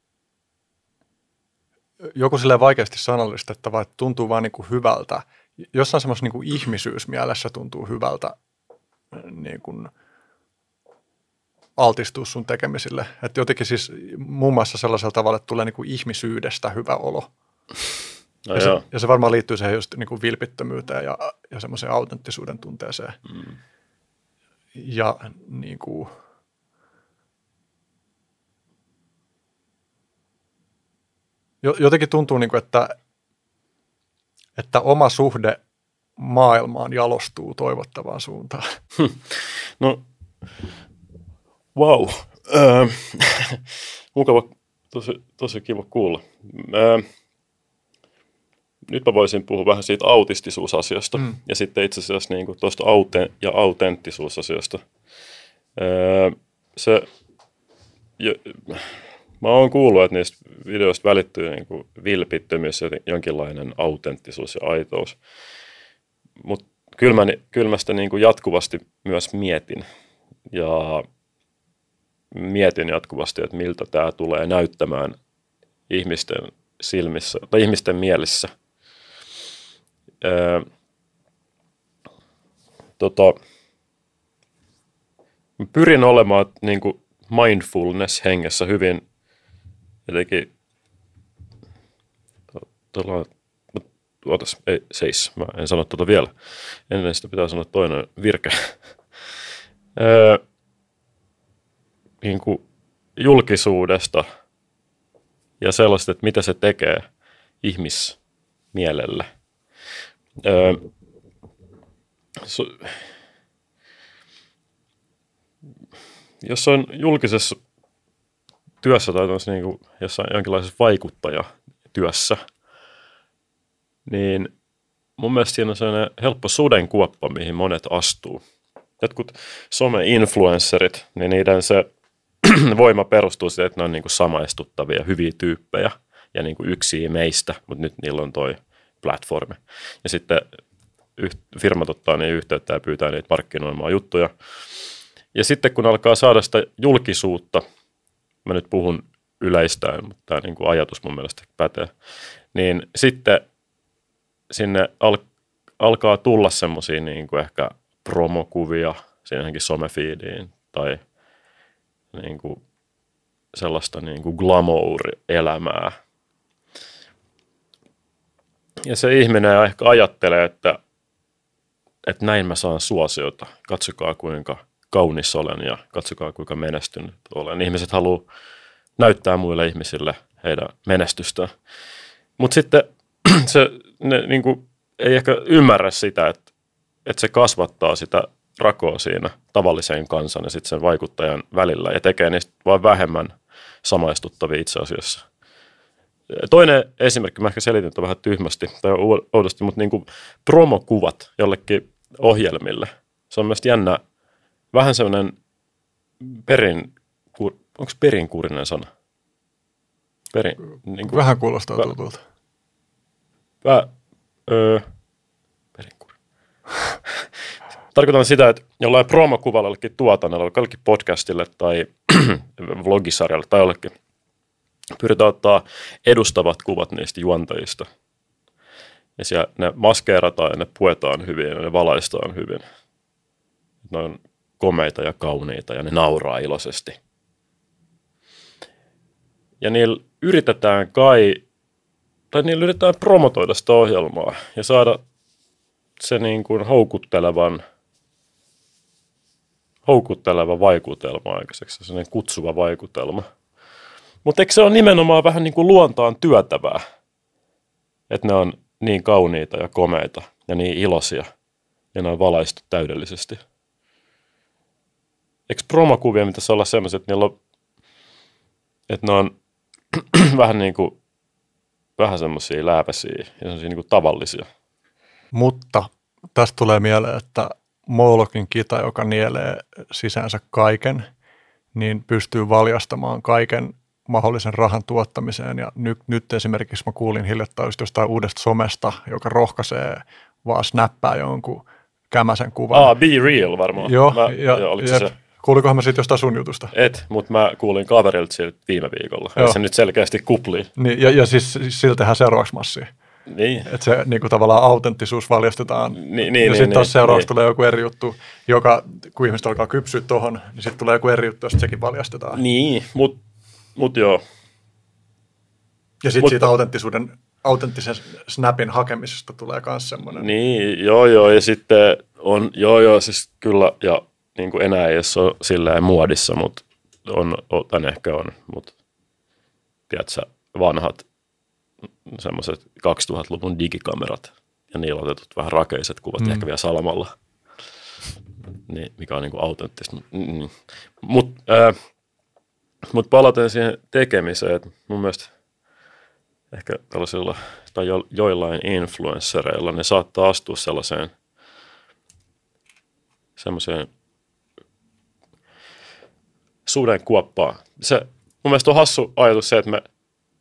joku silleen vaikeasti sanallistettava, että tuntuu vaan niin kuin hyvältä. Jossain semmoisessa niin kuin ihmisyysmielessä tuntuu hyvältä niin kuin altistua sun tekemisille. Että jotenkin siis muun muassa sellaisella tavalla, että tulee niin kuin ihmisyydestä hyvä olo. No ja, se, ja se varmaan liittyy siihen just niin kuin vilpittömyyteen ja, ja semmoiseen autenttisuuden tunteeseen. Mm. Ja niin kuin, jotenkin tuntuu, niin kuin, että, että oma suhde maailmaan jalostuu toivottavaan suuntaan. No, wow. Öö, mukava, tosi, tosi kiva kuulla. Öö, nyt mä voisin puhua vähän siitä autistisuusasiasta mm. ja sitten itse asiassa niin kuin tuosta aute- ja autenttisuusasiasta. Öö, se, jo, mä oon kuullut, että niistä videoista välittyy niin kuin vilpittömyys ja jonkinlainen autenttisuus ja aitous. Mutta kyllä mä, kyllä mä sitä niin kuin jatkuvasti myös mietin ja mietin jatkuvasti, että miltä tämä tulee näyttämään ihmisten silmissä tai ihmisten mielissä. Öö, tota, pyrin olemaan niin kuin mindfulness-hengessä hyvin jotenkin, otas, ei seis, mä en sano tuota vielä, ennen sitä pitää sanoa toinen virke. Öö, niin kuin julkisuudesta ja sellaista, että mitä se tekee ihmismielelle. Öö, so, jos on julkisessa työssä tai niin kuin jossain jonkinlaisessa vaikuttajatyössä, niin mun mielestä siinä on sellainen helppo sudenkuoppa, mihin monet astuu. Jotkut some-influencerit, niin niiden se voima perustuu siihen, että ne on niin kuin samaistuttavia, hyviä tyyppejä ja niin kuin yksin meistä, mutta nyt niillä on toi platformi. Ja sitten firmat ottaa niin yhteyttä ja pyytää niitä markkinoimaan juttuja. Ja sitten kun alkaa saada sitä julkisuutta, mä nyt puhun yleistäen, mutta tämä niin kuin ajatus mun mielestä pätee, niin sitten sinne al- alkaa tulla semmoisia niin kuin ehkä promokuvia siihenkin somefiidiin tai niin kuin sellaista niin kuin glamour-elämää. Ja se ihminen ehkä ajattelee, että, että näin mä saan suosiota. Katsokaa kuinka kaunis olen ja katsokaa kuinka menestynyt olen. Ihmiset haluaa näyttää muille ihmisille heidän menestystään. Mutta sitten se ne, niin kuin, ei ehkä ymmärrä sitä, että, että se kasvattaa sitä rakoa siinä tavallisen kansan ja sitten sen vaikuttajan välillä ja tekee niistä vain vähemmän samaistuttavia itse asiassa. Toinen esimerkki, mä ehkä selitin tämän vähän tyhmästi tai oudosti, mutta niin kuin promokuvat jollekin ohjelmille. Se on mielestäni jännä, vähän sellainen perin, onko perinkuurinen sana? Perin, niin kuin, vähän kuulostaa vä, tutulta. Vä, öö, perinkuurinen. Tarkoitan sitä, että jollain promokuvalla jollekin tuotannolla, jollekin podcastille tai vlogisarjalle tai jollekin pyritään ottaa edustavat kuvat niistä juontajista. Ja siellä ne maskeerataan ja ne puetaan hyvin ja ne valaistaan hyvin. Ne on komeita ja kauniita ja ne nauraa iloisesti. Ja niillä yritetään kai, tai niillä yritetään promotoida sitä ohjelmaa ja saada se niin kuin houkuttelevan, houkutteleva vaikutelma aikaiseksi, sellainen kutsuva vaikutelma. Mutta eikö se ole nimenomaan vähän niin kuin luontaan työtävää? Että ne on niin kauniita ja komeita ja niin iloisia ja ne on valaistu täydellisesti. Eikö promokuvia pitäisi olla sellaiset, että, on, että ne on vähän niin kuin vähän semmoisia lääpäisiä ja semmoisia niin kuin tavallisia. Mutta tästä tulee mieleen, että Molokin kita, joka nielee sisäänsä kaiken, niin pystyy valjastamaan kaiken mahdollisen rahan tuottamiseen. Ja nyt, nyt esimerkiksi mä kuulin hiljattain jostain uudesta somesta, joka rohkaisee vaan snappaa jonkun kämäsen kuvan. Ah, Be Real varmaan. Joo, mä, ja, joo ja se? Kuulikohan mä siitä jostain sun jutusta? Et, mutta mä kuulin kaverilta siitä viime viikolla. Ja se nyt selkeästi kuplii. Niin, ja, ja siis sillä tehdään seuraavaksi massia. Niin. Että se niin kuin tavallaan autenttisuus valjastetaan. Niin, niin, ja sitten niin, taas seuraavaksi niin. tulee joku eri juttu, joka kun ihmiset alkaa kypsyä tohon, niin sitten tulee joku eri juttu, josta sekin valjastetaan. Niin, mutta mut joo. Ja sitten Mut, siitä autenttisuuden, autenttisen snapin hakemisesta tulee myös semmoinen. Niin, joo joo, ja sitten on, joo joo, siis kyllä, ja niin kuin enää ei edes ole silleen muodissa, mutta on, on ehkä on, mutta tiedätkö, vanhat semmoiset kaksituhattaluvun digikamerat, ja niillä otetut vähän rakeiset kuvat, mm. ehkä vielä salamalla, niin, mikä on niin kuin autenttista. Mm. Mutta äh, mut palaten siihen tekemiseen, että mun mielestä ehkä tällaisilla tai jo, joillain influenssereilla ne saattaa astua sellaiseen semmoiseen sudenkuoppaan. Se, mun mielestä on hassu ajatus se, että me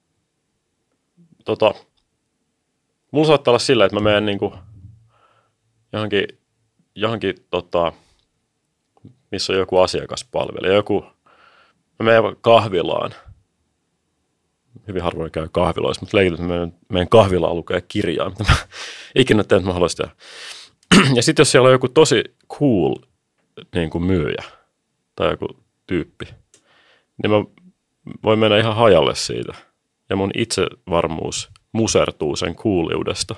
tota, mulla saattaa olla sillä, että mä menen niinku johonkin, johonkin tota, missä on joku asiakaspalvelija, joku, mä menen kahvilaan. Hyvin harvoin käy kahviloissa, mutta leikitän, että mä menen kahvilaan lukea kirjaa, mitä mä ikinä teen, että mä haluaisin tehdä. Ja sitten jos siellä on joku tosi cool niin kuin myyjä tai joku tyyppi, niin mä voin mennä ihan hajalle siitä. Ja mun itsevarmuus musertuu sen cooliudesta.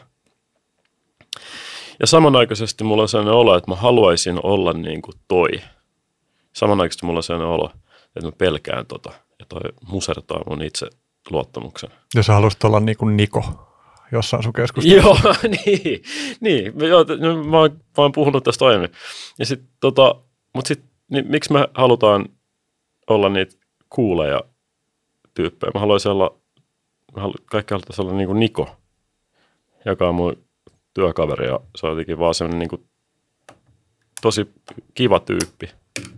Ja samanaikaisesti mulla on sellainen olo, että mä haluaisin olla niin kuin toi. Samanaikaisesti mulla on sellainen olo, että mä pelkään tota. Ja toi musertaa mun itseluottamuksen. Ja sä haluaisit olla niin kuin Niko jossain sun keskustelussa. Joo, niin. niin. Joo, mä, oon, mä oon puhunut tästä aiemmin. Ja sit, tota, mut sit, niin, miksi me halutaan olla niitä kuuleja tyyppejä? Mä haluaisin olla, mä halu, kaikki halutaan olla niin kuin Niko, joka on mun työkaveri. Ja se on jotenkin vaan semmoinen niin kuin tosi kiva tyyppi.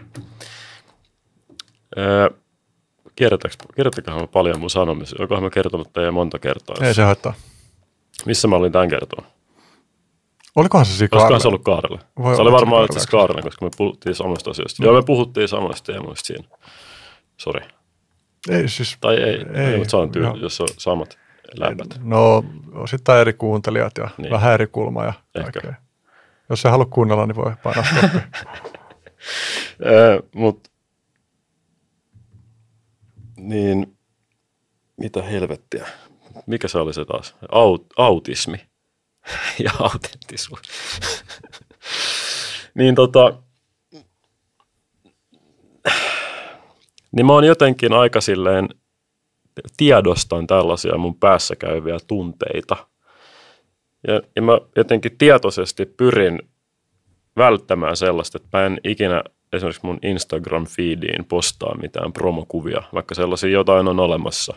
Öö, Kertokaa paljon mun sanomisia. Onkohan mä kertonut teille monta kertaa? Ei se haittaa. Missä mä olin tämän kertoa? Olikohan se siinä Kaarelle? Olisikohan se ollut Kaarelle? Voi se oli varmaan itse asiassa Kaarelle, koska me puhuttiin samasta asiasta. Mm. Joo, me puhuttiin samasta teemoista siinä. Sori. Ei siis. Tai ei, ei, ei mutta se on tyyli, jos on samat lämpät. No, osittain eri kuuntelijat ja niin. Vähän eri kulma ja kaikkea. Jos ei halua kuunnella, niin voi painaa stoppia. Mutta niin, mitä helvettiä? Mikä se oli se taas? Aut, autismi ja autenttisuus. niin tota, niin mä oon jotenkin aika silleen, tiedostan tällaisia mun päässä käyviä tunteita. Ja, ja mä jotenkin tietoisesti pyrin välttämään sellaista, että mä en ikinä esimerkiksi mun Instagram-feediin postaa mitään promokuvia, vaikka sellaisia jotain on olemassa.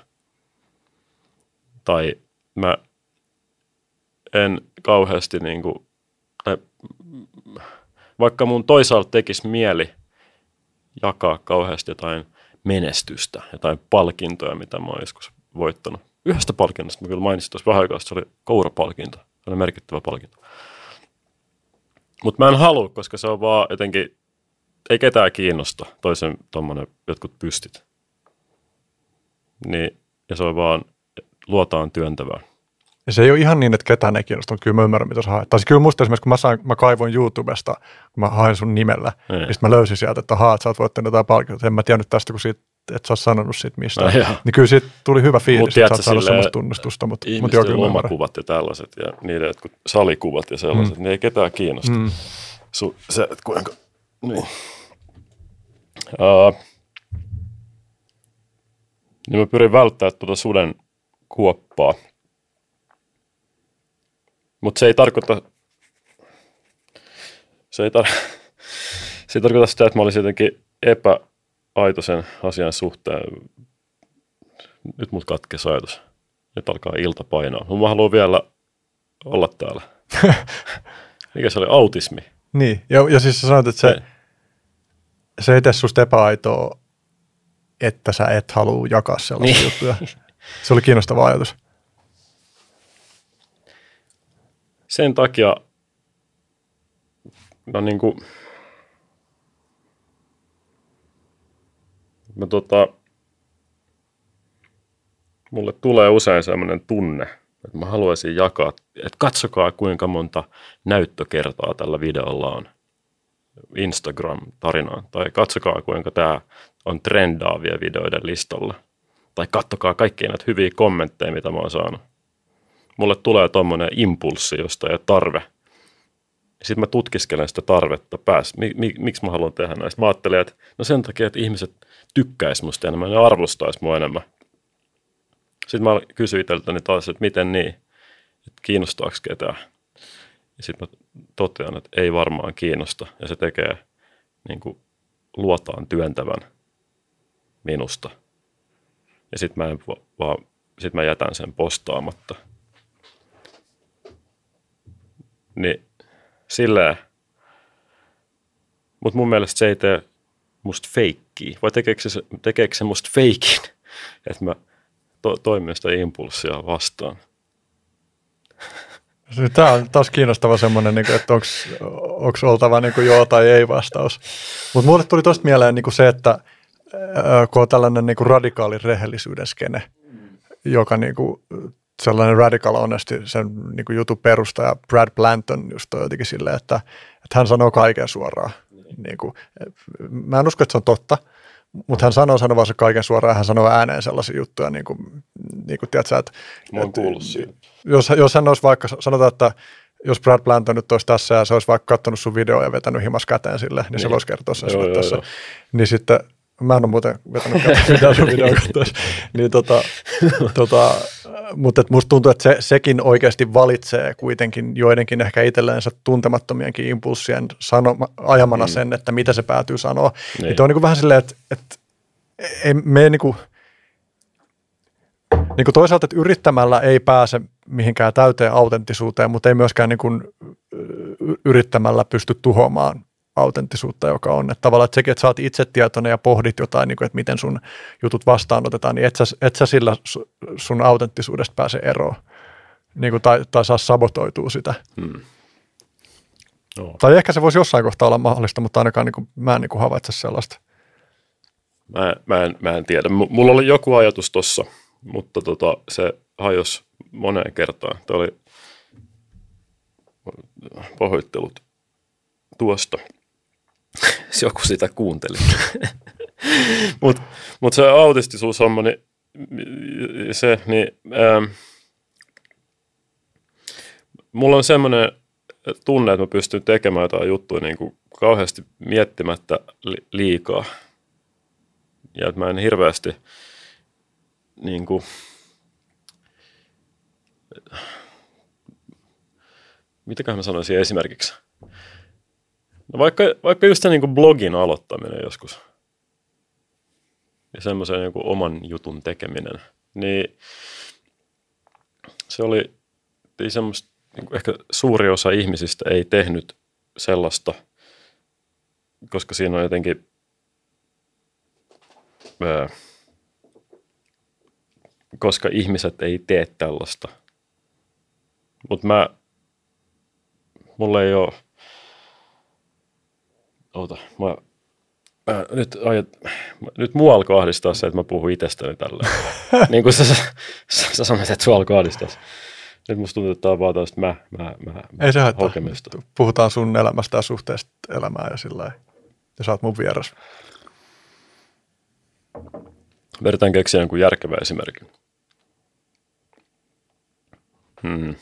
Tai mä en kauheasti niin kuin, tai vaikka mun toisaalta tekisi mieli jakaa kauheasti jotain menestystä, jotain palkintoja, mitä mä oon joskus voittanut. Yhdestä palkinnosta mä kyllä mainitsin tuossa vähän aikaa, se oli kourapalkinto. Se oli merkittävä palkinto. Mutta mä en halua, koska se on vaan jotenkin, ei ketään kiinnosta toisen tommonen jotkut pystit. Niin, ja se on vaan luotaan työntävää. Ja se ei ole ihan niin, että ketään ei kiinnosta, mutta kyllä mä ymmärrän, mitä sä haet. Tai kyllä musta esimerkiksi, kun mä, sain, mä kaivoin YouTubesta, kun mä hain sun nimellä, niin sitten mä löysin sieltä, että ahaa, että sä oot voittanut jotain palkintoa. En mä tiennyt tästä, kun siitä, että sä oot sanonut siitä mistään. No, niin kyllä siitä tuli hyvä fiilis, että sä oot saanut semmoista tunnistusta. Mutta, ihmisten mutta joo, lomakuvat ja tällaiset ja niiden jotkut salikuvat ja sellaiset, mm. niin ei ketään kiinnosta. Mm. Su, se, että kuinka, niin. Uh, niin mä pyrin välttämään tuota suden kuoppaa. Mutta se ei tarkoita, se ei, tar- se ei tarkoita sitä, että mä olisin jotenkin epäaito sen asian suhteen. Nyt mut katkesi ajatus. Nyt alkaa ilta painaa. Mä haluan vielä olla täällä. Mikä se oli? Autismi. Niin, ja, ja siis sä sanoit, että se, se ei tee susta epäaitoa, että sä et halua jakaa sellaisia niin. juttuja. Se oli kiinnostava ajatus. Sen takia, no niin kuin, mä tota, mulle tulee usein sellainen tunne, että mä haluaisin jakaa, että katsokaa kuinka monta näyttökertaa tällä videolla on Instagram-tarinaan. Tai katsokaa kuinka tämä on trendaavia videoiden listalla. Tai katsokaa kaikkia näitä hyviä kommentteja, mitä mä oon saanut. Mulle tulee tommonen impulssi jostain ja tarve. Sitten mä tutkiskelen sitä tarvetta pääs. Mik, miksi mä haluan tehdä näistä? Mä ajattelen, että no sen takia, että ihmiset tykkäis musta enemmän ja arvostais mua enemmän. Sitten mä kysyin itseltäni taas, että miten niin, että kiinnostaako ketään. Ja sitten mä totean, että ei varmaan kiinnosta. Ja se tekee niin kuin luotaan työntävän minusta. Ja sitten mä, en vaan, sit mä jätän sen postaamatta. Niin silleen. Mutta mun mielestä se ei tee musta feikkiä. Vai tekeekö se, tekeekö se musta feikin, että mä to, toimin sitä impulssia vastaan. Tämä on taas kiinnostava semmoinen, että onko oltava niin joo tai ei vastaus. Mutta mulle tuli tuosta mieleen niin se, että kun on tällainen niin radikaali rehellisyyden skene, joka niin kuin, sellainen radical honesty, sen niin kuin jutun perustaja Brad Planton just on jotenkin silleen, että, että hän sanoo kaiken suoraan. Niin kuin, mä en usko, että se on totta, mutta hän sanoo sanoo se kaiken suoraan ja hän sanoo ääneen sellaisia juttuja, niin kuin, niin kuin tiedätkö, että, mä oon kuullut siitä. Jos, jos hän olisi vaikka, sanotaan, että jos Brad Planton nyt olisi tässä ja se olisi vaikka katsonut sun videoa ja vetänyt himas käteen sille, niin, niin. se voisi kertoa sen joo, joo, tässä. Joo. Niin sitten, mä en ole muuten vetänyt käteen sun videoa katsoessa, niin tota, tota, mutta et musta tuntuu, että se, sekin oikeasti valitsee kuitenkin joidenkin ehkä itselleensä tuntemattomienkin impulssien sanoma, ajamana mm. sen, että mitä se päätyy sanoa. Niin. Niin on niin kuin vähän silleen, että, että ei, me ei niin kuin, niin kuin toisaalta, että yrittämällä ei pääse mihinkään täyteen autenttisuuteen, mutta ei myöskään niin kuin yrittämällä pysty tuhoamaan autenttisuutta, joka on. Että tavallaan että sekin, että sä oot itsetietoinen ja pohdit jotain, niin kuin, että miten sun jutut vastaanotetaan, niin et sä, et sä sillä sun autenttisuudesta pääse eroon. Niin kuin, tai, tai saa sabotoitua sitä. Hmm. Oh. Tai ehkä se voisi jossain kohtaa olla mahdollista, mutta ainakaan niin kuin, mä en niin kuin havaitse sellaista. Mä, mä, en, mä en tiedä. M- mulla oli joku ajatus tossa, mutta tota, se hajosi moneen kertaan. Tämä oli pahoittelut tuosta. Joku sitä kuunteli. Mutta mut se autistisuushomma, niin se, niin, ähm, mulla on semmoinen tunne, että mä pystyn tekemään jotain juttuja niin kuin kauheasti miettimättä li- liikaa. Ja että mä en hirveästi niin kuin, mitäköhän mä sanoisin esimerkiksi? No vaikka, vaikka just se niin kuin blogin aloittaminen joskus ja semmoisen niin kuin oman jutun tekeminen, niin se oli semmoista, niin kuin ehkä suuri osa ihmisistä ei tehnyt sellaista, koska siinä on jotenkin ää, koska ihmiset ei tee tällaista. Mutta mä, mulla ei ole, oota, mä, mä nyt, ajat, nyt mua alkoi ahdistaa se, että mä puhun itsestäni tälleen. Niin kuin sä, sä, sä sanoit, että sua alkoi ahdistaa. Nyt musta tuntuu, että tää on vaan tällaista mä, mä, mä, ei se haittaa. Puhutaan sun elämästä ja suhteesta elämään ja sillä lailla. Ja sä oot mun vieras. Yritän keksiä jonkun järkevä esimerkin. Hmm.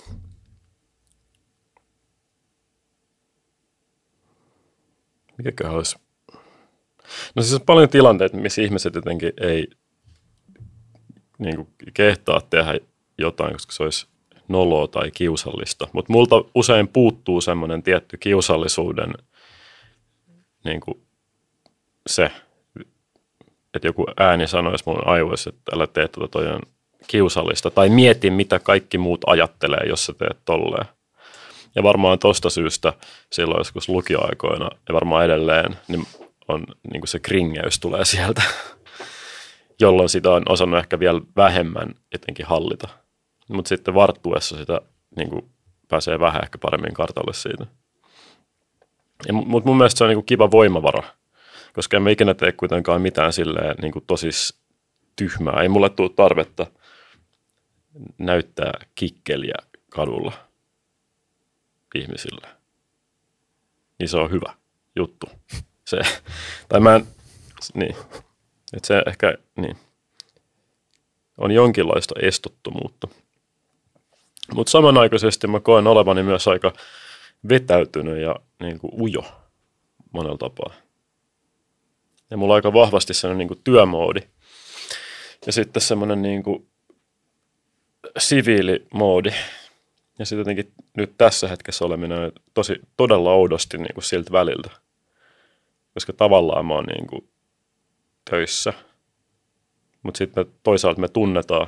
Mikäköhän olisi? No siis on paljon tilanteita, missä ihmiset jotenkin ei niin kuin kehtaa tehdä jotain, koska se olisi noloa tai kiusallista. Mutta multa usein puuttuu semmoinen tietty kiusallisuuden niin kuin se, että joku ääni sanoisi mun aivoissa, että älä tee tuota, toi on kiusallista. Tai mieti, mitä kaikki muut ajattelee, jos sä teet tolleen. Ja varmaan tosta syystä silloin joskus lukioaikoina ja varmaan edelleen niin on, niin kuin se kringeys tulee sieltä, jolloin sitä on osannut ehkä vielä vähemmän jotenkin hallita. Mutta sitten varttuessa sitä niin kuin pääsee vähän ehkä paremmin kartalle siitä. Mutta mun mielestä se on niin kuin kiva voimavara, koska en mä ikinä tee kuitenkaan mitään silleen niin kuin tosi tyhmää. Ei mulle tule tarvetta näyttää kikkeliä kadulla ihmisille. Niin se on hyvä juttu. Se, tai mä en, niin, että se ehkä, niin, on jonkinlaista estottomuutta. Mutta samanaikaisesti mä koen olevani myös aika vetäytynyt ja niin kuin ujo monella tapaa. Ja mulla on aika vahvasti sellainen niin kuin työmoodi. Ja sitten semmoinen niin kuin siviilimoodi. Ja sitten jotenkin nyt tässä hetkessä oleminen on tosi, todella oudosti niin kuin siltä väliltä. Koska tavallaan mä oon niin kuin töissä. Mutta sitten toisaalta me tunnetaan.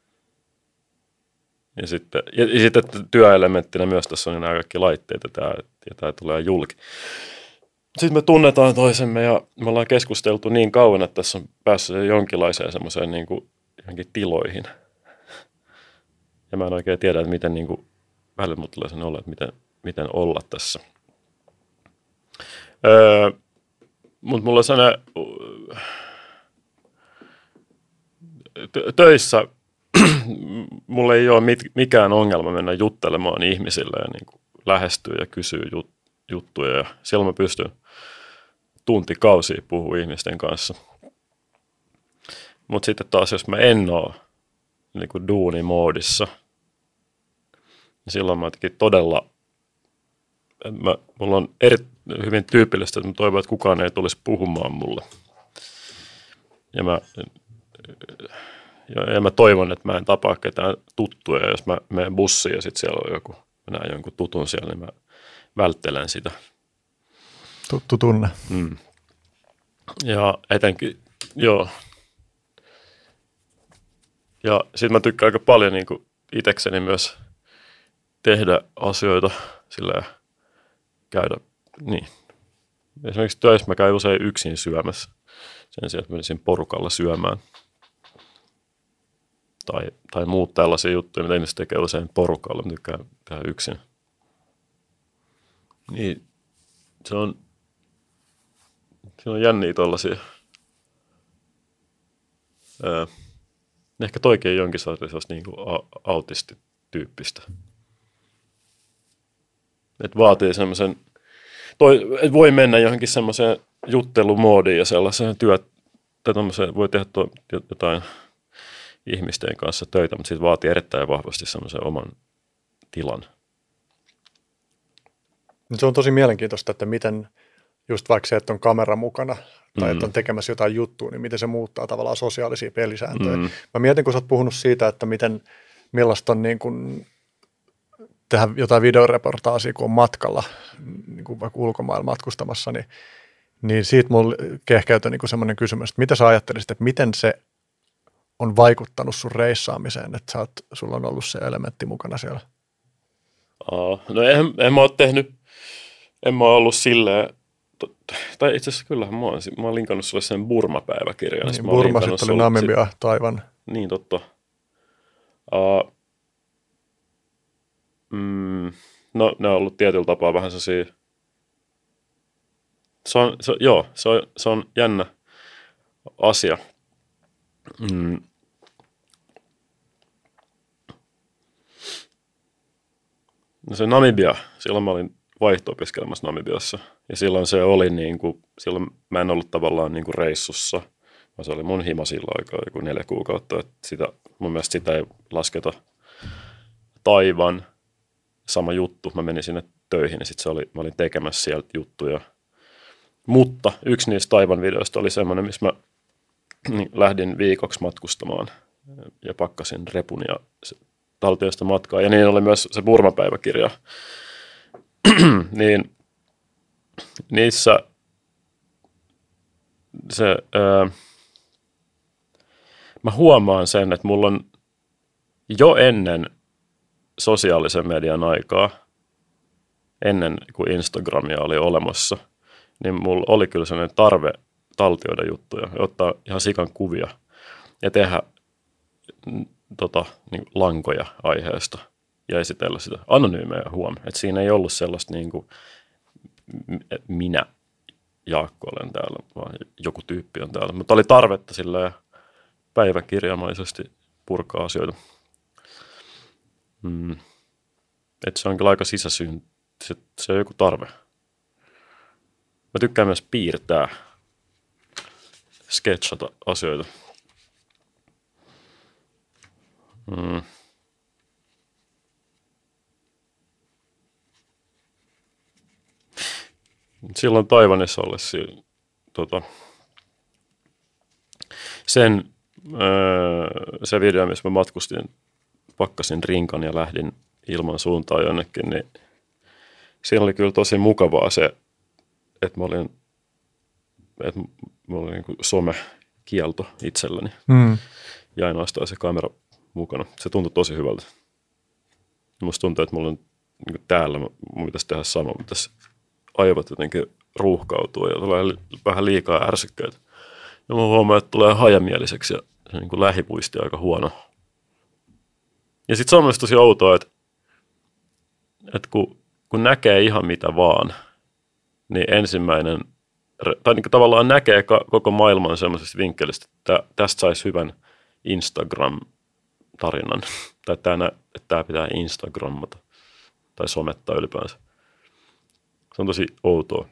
Ja sitten, ja, ja sitten työelementtinä myös tässä on nämä kaikki laitteet ja tämä, ja tämä tulee julki. Sitten me tunnetaan toisemme ja me ollaan keskusteltu niin kauan, että tässä on päässyt jonkinlaiseen semmoiseen niin kuin johonkin tiloihin. Ja mä en oikein tiedä, että miten niin kuin, välillä mut tulee sen olla, että miten, miten olla tässä. Öö, mutta mulla on sellainen töissä mulla ei ole mit, mikään ongelma mennä juttelemaan ihmisille ja niin kuin lähestyä ja kysyä jut, juttuja. Ja siellä mä pystyn tuntikausia puhumaan ihmisten kanssa. Mutta sitten taas, jos mä en ole niin kuin duunimoodissa, niin silloin mä jotenkin todella, mä, mulla on eri, hyvin tyypillistä, että mä toivon, että kukaan ei tulisi puhumaan mulle. Ja mä... Ja mä toivon, että mä en tapaa ketään tuttuja, jos mä menen bussiin ja sitten siellä on joku, mä näen jonkun tutun siellä, niin mä välttelen sitä. Tuttu tunne. Mm. Ja etenkin, joo. Ja sitten mä tykkään aika paljon niin kuin itsekseni myös tehdä asioita silleen, käydä, niin. Esimerkiksi töissä mä käyn usein yksin syömässä sen sijaan, että menisin porukalla syömään. Tai, tai muut tällaisia juttuja, mitä ihmiset tekee usein porukalla, mutta tykkää tehdä yksin. Niin, se on, se on jänniä tollaisia. Öö, ehkä toikin jonkin sellaista niin kuin autistityyppistä. Että vaatii semmoisen, että voi mennä johonkin semmoiseen juttelumoodiin ja sellaiseen työt, tai tommoseen, voi tehdä to, jotain ihmisten kanssa töitä, mutta siitä vaatii erittäin vahvasti semmoisen oman tilan. Se on tosi mielenkiintoista, että miten just vaikka se, että on kamera mukana tai mm. että on tekemässä jotain juttua, niin miten se muuttaa tavallaan sosiaalisia pelisääntöjä. Mm. Mä mietin, kun sä oot puhunut siitä, että miten, millaista on niin kuin tehdä jotain videoreportaasia, kun on matkalla, niin kuin vaikka ulkomailla matkustamassa, niin, niin siitä mulla kehkeytyi niin kuin semmoinen kysymys, että mitä sä ajattelisit, että miten se on vaikuttanut sun reissaamiseen, että sä oot, sulla on ollut se elementti mukana siellä? Aa, no en, en mä ole tehnyt, en mä ole ollut silleen, tai itse asiassa kyllähän mä oon, mä oon linkannut sulle sen Burma-päiväkirjan. Niin, Burma, sitten oli Namibia, sit, Taiwan. Niin, totta. Uh, mm, no, ne on ollut tietyllä tapaa vähän sellaisia, se on, se, joo, se on, se on jännä asia. Mm. No se Namibia, silloin mä olin vaihto-opiskelemassa Namibiassa. Ja silloin se oli niin kuin, silloin mä en ollut tavallaan niin kuin reissussa, vaan se oli mun hima silloin aikaa, joku neljä kuukautta. Että sitä, mun mielestä sitä ei lasketa. Taiwan, sama juttu. Mä menin sinne töihin ja sitten se oli, mä olin tekemässä sieltä juttuja. Mutta yksi niistä Taiwan videoista oli semmoinen, missä mä niin lähdin viikoksi matkustamaan ja pakkasin repun ja taltioista matkaa. Ja niin oli myös se Burma-päiväkirja. niin niissä se, ää, mä huomaan sen, että mulla on jo ennen sosiaalisen median aikaa, ennen kuin Instagramia oli olemassa, niin mulla oli kyllä sellainen tarve taltioida juttuja, ottaa ihan sikan kuvia ja tehdä tota, niin lankoja aiheesta ja esitellä sitä anonyymejä huom. Että siinä ei ollut sellaista niin kuin, minä Jaakko olen täällä, vaan joku tyyppi on täällä. Mutta oli tarvetta silleen päiväkirjamaisesti purkaa asioita. Mm. Että se on kyllä aika sisäsyn, se, se on joku tarve. Mä tykkään myös piirtää, sketchata asioita. Mm. Silloin Taiwanissa ollessa tota, sen öö, se video, missä mä matkustin, pakkasin rinkan ja lähdin ilman suuntaan jonnekin, niin siinä oli kyllä tosi mukavaa se, että mä olin, että mä olin niin kuin somekielto itselläni mm. ja ainoastaan se kamera mukana. Se tuntui tosi hyvältä. Musta tuntuu, että mulla on niin kuin täällä, mun pitäisi tehdä sama, pitäisi aivot jotenkin ruuhkautuu ja tulee vähän liikaa ärsykkäitä. Ja mä huomaan, että tulee hajamieliseksi ja se niin kuin lähipuisti aika huono. Ja sitten se on myös tosi outoa, että, että kun, kun näkee ihan mitä vaan, niin ensimmäinen, tai niin kuin tavallaan näkee koko maailman semmoisesta vinkkelistä, että tästä saisi hyvän Instagram-tarinan. Tai että tämä pitää Instagrammata tai somettaa ylipäänsä. Se on tosi outoa.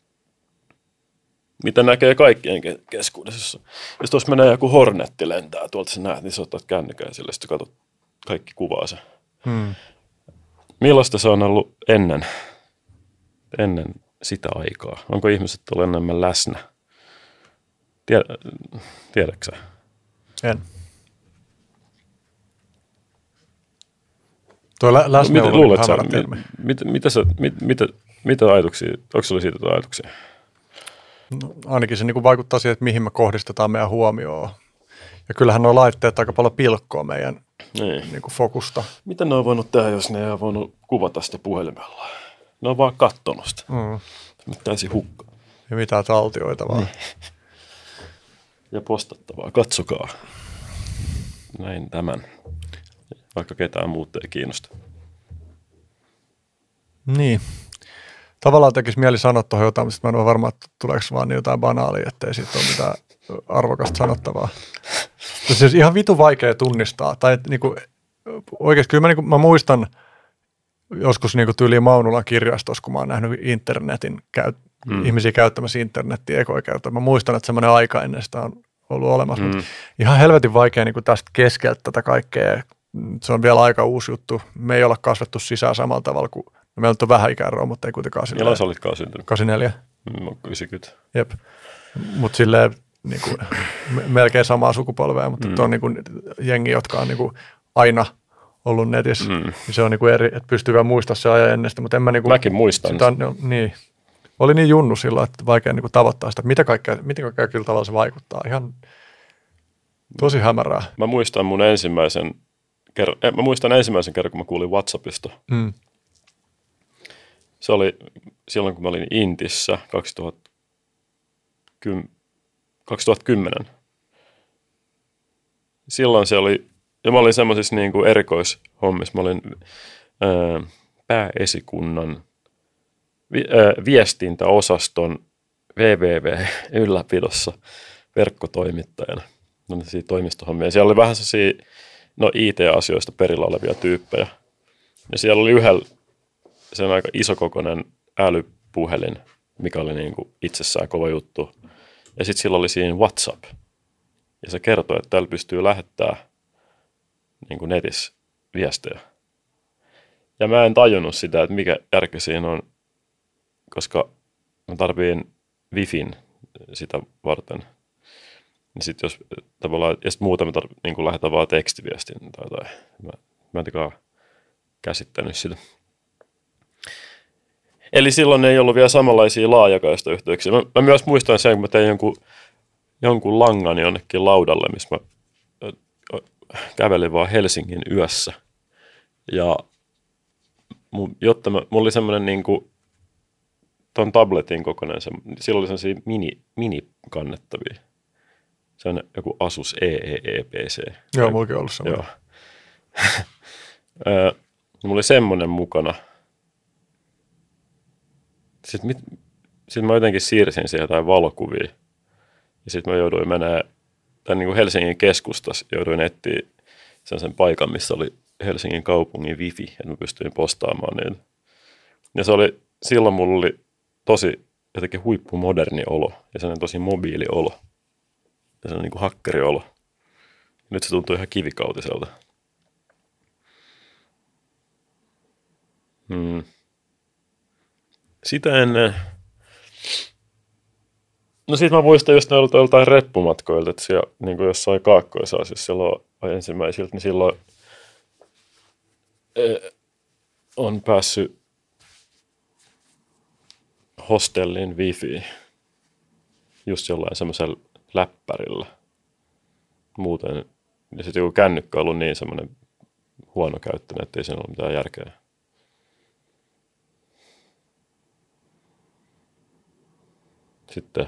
Mitä näkee kaikkien keskuudessa. Jos tuossa menee joku hornetti lentää, tuolta sä näet, niin sä otat kännykään sille, sitten katsot, kaikki kuvaa se. Hmm. Millaista se on ollut ennen, ennen sitä aikaa? Onko ihmiset olleet enemmän läsnä? Tiedä, tiedätkö sä? En. Tuo lä- läsnä no, luulet sä, mit, mit, mitä, sä, mit, mitä, mitä ajatuksia, onko sulla siitä ajatuksia? No, ainakin se niin kuin vaikuttaa siihen, että mihin me kohdistetaan meidän huomioon. Ja kyllähän nuo laitteet aika paljon pilkkoa meidän niin. Niin kuin fokusta. Mitä ne on voinut tehdä, jos ne ei ole voinut kuvata sitä puhelimella? Ne on vaan kattonut sitä. Mm. Täysin hukka. Ja mitään taltioitavaa. Niin. Ja postattavaa. Katsokaa. Näin tämän. Vaikka ketään muuta ei kiinnosta. Niin. Tavallaan tekisi mieli sanoa tuohon jotain, mutta mä en ole varma, että tuleeko vaan niin jotain banaalia, ettei siitä ole mitään arvokasta sanottavaa. Se on ihan vitu vaikea tunnistaa. Tai niinku, oikeasti kyllä mä, niinku, mä muistan joskus niinku tyyliin Maunulan kirjastossa, kun mä oon nähnyt internetin, käy, mm. ihmisiä käyttämässä internettiä ekoja kertaa. Mä muistan, että semmoinen aika ennen sitä on ollut olemassa. Mm. Mutta ihan helvetin vaikea niinku tästä keskeltä tätä kaikkea. Se on vielä aika uusi juttu. Me ei olla kasvettu sisään samalla tavalla kuin no meillä on vähän ikäeroa, mutta ei kuitenkaan silleen. Milloin sä olitkaan syntynyt? kahdeksankymmentäneljä. Mm, yhdeksänkymmentä. Jep. Mutta silleen niin kuin, melkein samaa sukupolvea, mutta mm. on niin kuin, jengi, jotka on niin kuin, aina ollut netissä. Mm. Niin se on niin kuin eri, että pystyy vielä muistamaan se ajan ennestä. Mutta en mä, niin kuin, Mäkin muistan. Sitä, no, niin. Oli niin junnu silloin, että vaikea niin kuin, tavoittaa sitä, mitä kaikkea, miten kaikkea kyllä tavalla se vaikuttaa. Ihan tosi hämärää. Mä muistan mun ensimmäisen, ker- mä muistan ensimmäisen kerran, kun mä kuulin WhatsAppista. Mm. Se oli silloin, kun mä olin Intissä kaksituhattakymmenen. Silloin se oli, ja mä olin semmoisissa niin kuin erikoishommissa. Mä olin ää, pääesikunnan vi, ää, viestintäosaston double-u double-u double-ylläpidossa verkkotoimittajana. No siinä toimistohommia. Siellä oli vähän sellaisia no, I T-asioista perillä olevia tyyppejä. Ja siellä oli yhdellä se on aika isokokoinen älypuhelin, mikä oli niin kuin itsessään kova juttu. Ja sitten sillä oli siinä WhatsApp. Ja se kertoi, että täällä pystyy lähettämään niin kuin netissä viestejä. Ja mä en tajunnut sitä, että mikä järki siinä on, koska mä tarviin Wifin sitä varten. Ja sitten jos tavallaan, ja sit muuta me tar- niin kuin lähetään vaan tekstiviestin tai jotain. Mä, Mä en tiedä käsittänyt sitä. Eli silloin ei ollut vielä samanlaisia laajakaistayhteyksiä. Mä, mä myös muistan sen, kun mä tein jonkun, jonkun langan jonnekin laudalle, missä mä kävelin vaan Helsingin yössä. Ja mun, jotta mä, mulla oli semmoinen niin kuin ton tabletin kokoinen, se, silloin oli semmoisia mini, mini-kannettavia. Se on joku Asus E E E P C. Joo, mullakin on ollut semmoinen. Joo. Mulla oli semmoinen mukana. Sitten, mit, sitten mä jotenkin siirsin siihen jotain valokuvia. Ja sitten mä jouduin menemään, tämän niin kuin Helsingin keskustassa, jouduin etsiä sen paikan, missä oli Helsingin kaupungin wifi, että mä pystyin postaamaan niitä. Ja se oli, silloin mulla oli tosi jotenkin huippumoderni olo ja sellainen tosi mobiili olo. Ja sellainen niin kuin hakkeriolo. Nyt se tuntuu ihan kivikautiselta. Hmm. Sitä ennen... No sit mä muistan, jos ne ollut joltain reppumatkoilta, että siellä niin kuin jossain Kaakkois-Aasiassa silloin ensimmäisiltä, niin silloin eh, on päässyt hostellin wifi just jollain semmoisella läppärillä. Muuten, ja sitten joku kännykkä on ollut niin semmoinen huono käyttöinen, että ei siinä ollut mitään järkeä. Sitten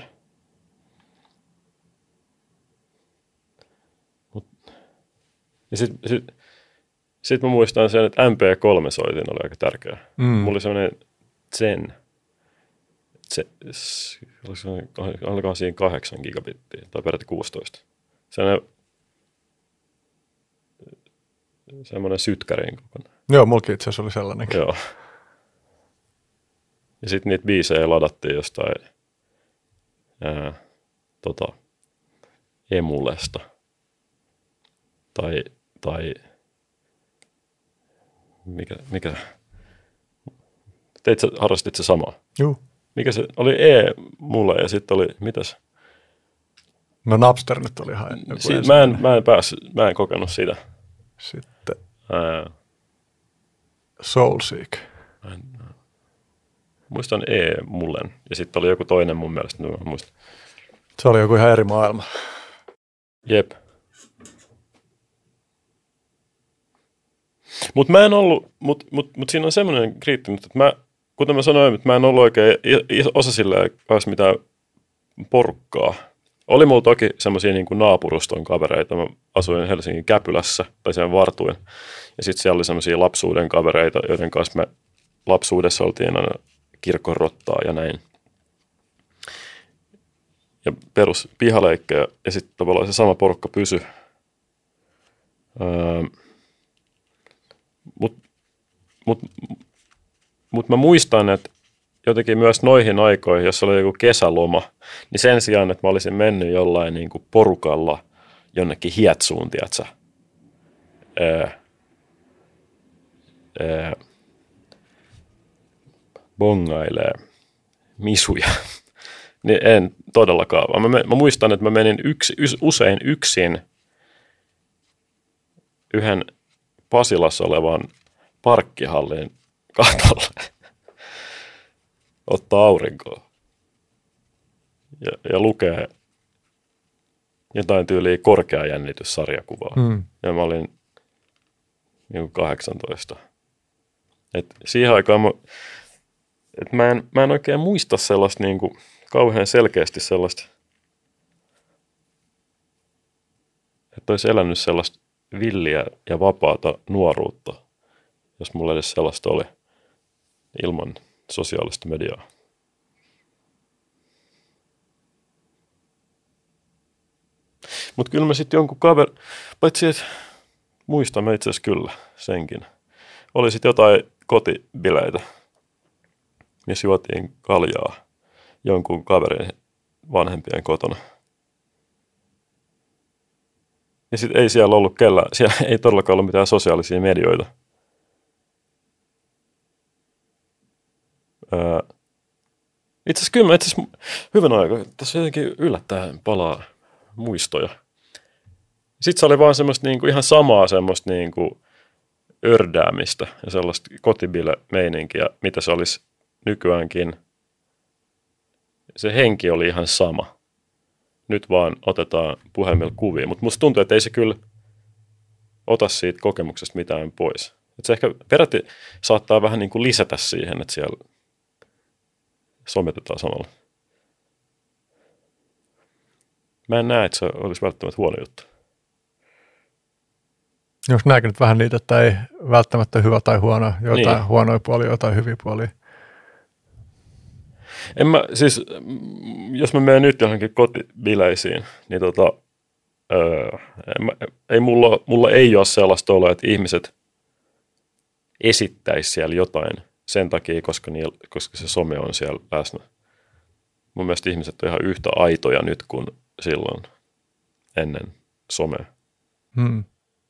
Mut, ja sitten sit, sit mä muistan sen, että M P kolme soitin oli aika tärkeä. Mm. Mulla oli semmoinen Zen, olikohan siinä kahdeksan gigabittiä tai peräti kuusitoista. Sellainen, semmoinen sytkärin kokonaan. Joo, mullakin itse asiassa oli sellainenkin. Joo. Ja sitten niitä biisejä ladattiin jostain ää, tota, Emulesta. Tai, tai mikä, mikä, teit sä, harrastit se samaa? Joo. Mikä se oli E-mulle ja sitten oli, mitäs? No Napster nyt oli ihan joku si- mä, en, mä en päässyt, mä en kokenut sitä. Sitten Ää, Soulseek. mä en, muistan E-mullen ja sitten oli joku toinen mun mielestä, mä muistan. Se oli joku ihan eri maailma. Jep. Mutta mä en ollut, mutta mut, mut siinä on semmoinen kriittinen, että mä, kuten mä sanoin, että mä en ollut oikein osa silleen kanssa mitään porukkaa. Oli mulla toki semmoisia niin kuin naapuruston kavereita. Mä asuin Helsingin Käpylässä, tai siellä vartuin. Ja sitten siellä oli semmoisia lapsuuden kavereita, joiden kanssa me lapsuudessa oltiin aina kirkonrottaa ja näin. Ja perus pihaleikkejä, ja sitten tavallaan se sama porukka pysyi. Öö, Mutta mut, mut mä muistan, että jotenkin myös noihin aikoihin, jos oli joku kesäloma, niin sen sijaan, että mä olisin mennyt jollain niin kuin porukalla jonnekin Hietsuun, tiiätsä, ää, ää, bongailee misuja, niin en todellakaan, vaan mä, mä muistan, että mä menin yksi, usein yksin yhden Pasilassa olevan parkkihallin katolle ottaa aurinkoa ja, ja lukee jotain tyyliä korkea jännityssarjakuvaa. Mm. Ja mä olin niin kahdeksantoista. Et siihen aikaan mä, et mä, en, mä en oikein muista sellaista niin kuin, kauhean selkeästi sellaista, että olisi elänyt sellaista villiä ja vapaata nuoruutta, jos mulla edes sellaista oli ilman sosiaalista mediaa. Mutta kyllä mä sitten jonkun kaveri, paitsi että muistan mä itse asiassa kyllä senkin. Oli sitten jotain kotibileitä, missä juotiin kaljaa jonkun kaverin vanhempien kotona. Ja sitten ei siellä ollut kellään, siellä ei todellakaan ollut mitään sosiaalisia medioita. Öö, itse asiassa kyllä, itse asiassa hyvän aikaa, tässä jotenkin yllättäen palaa muistoja. Sitten se oli vaan semmoista niinku ihan samaa semmoista niinku ördäämistä ja sellaista kotibile-meininkiä, mitä se olisi nykyäänkin. Se henki oli ihan sama. Nyt vaan otetaan puhelimella kuvia, mutta musta tuntuu, että ei se kyllä ota siitä kokemuksesta mitään pois. Että se ehkä peräti saattaa vähän niin kuin lisätä siihen, että siellä sometetaan samalla. Mä en näe, että se olisi välttämättä huono juttu. Jos näekin nyt vähän niitä, että ei välttämättä hyvä tai huono, jotain niin. huonoja puolia, jotain hyviä puolia. En mä, siis, jos mä menen nyt johonkin kotibileisiin, niin tota, öö, en mä, ei mulla, mulla ei ole sellaista oloa, että ihmiset esittäisi siellä jotain sen takia, koska, niillä, koska se some on siellä läsnä. Mun mielestä ihmiset on ihan yhtä aitoja nyt kuin silloin ennen somea. Hmm.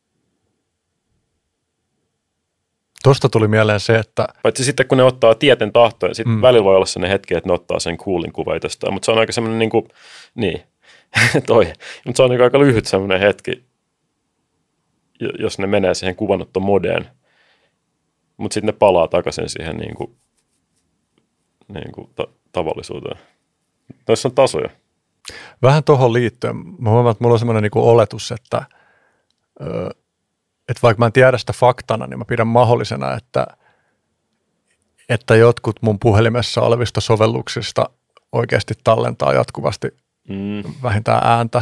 Tuosta tuli mieleen se, että... Paitsi sitten kun ne ottaa tieten tahtoja, sitten mm. välillä voi olla sellainen hetki, että ne ottaa sen coolin kuva itsestään, mutta se on aika semmoinen niin kuin, niin, toi, mutta se on niin aika lyhyt semmoinen hetki, jos ne menee siihen kuvanottomodeen, mutta sitten ne palaa takaisin siihen niin kuin, niin kuin ta- tavallisuuteen. Noissa on tasoja. Vähän tuohon liittyen, mä huomaan, että mulla on semmoinen niin kuin oletus, että... Öö, että vaikka mä en tiedä sitä faktana, niin mä pidän mahdollisena, että, että jotkut mun puhelimessa olevista sovelluksista oikeasti tallentaa jatkuvasti mm. vähintään ääntä,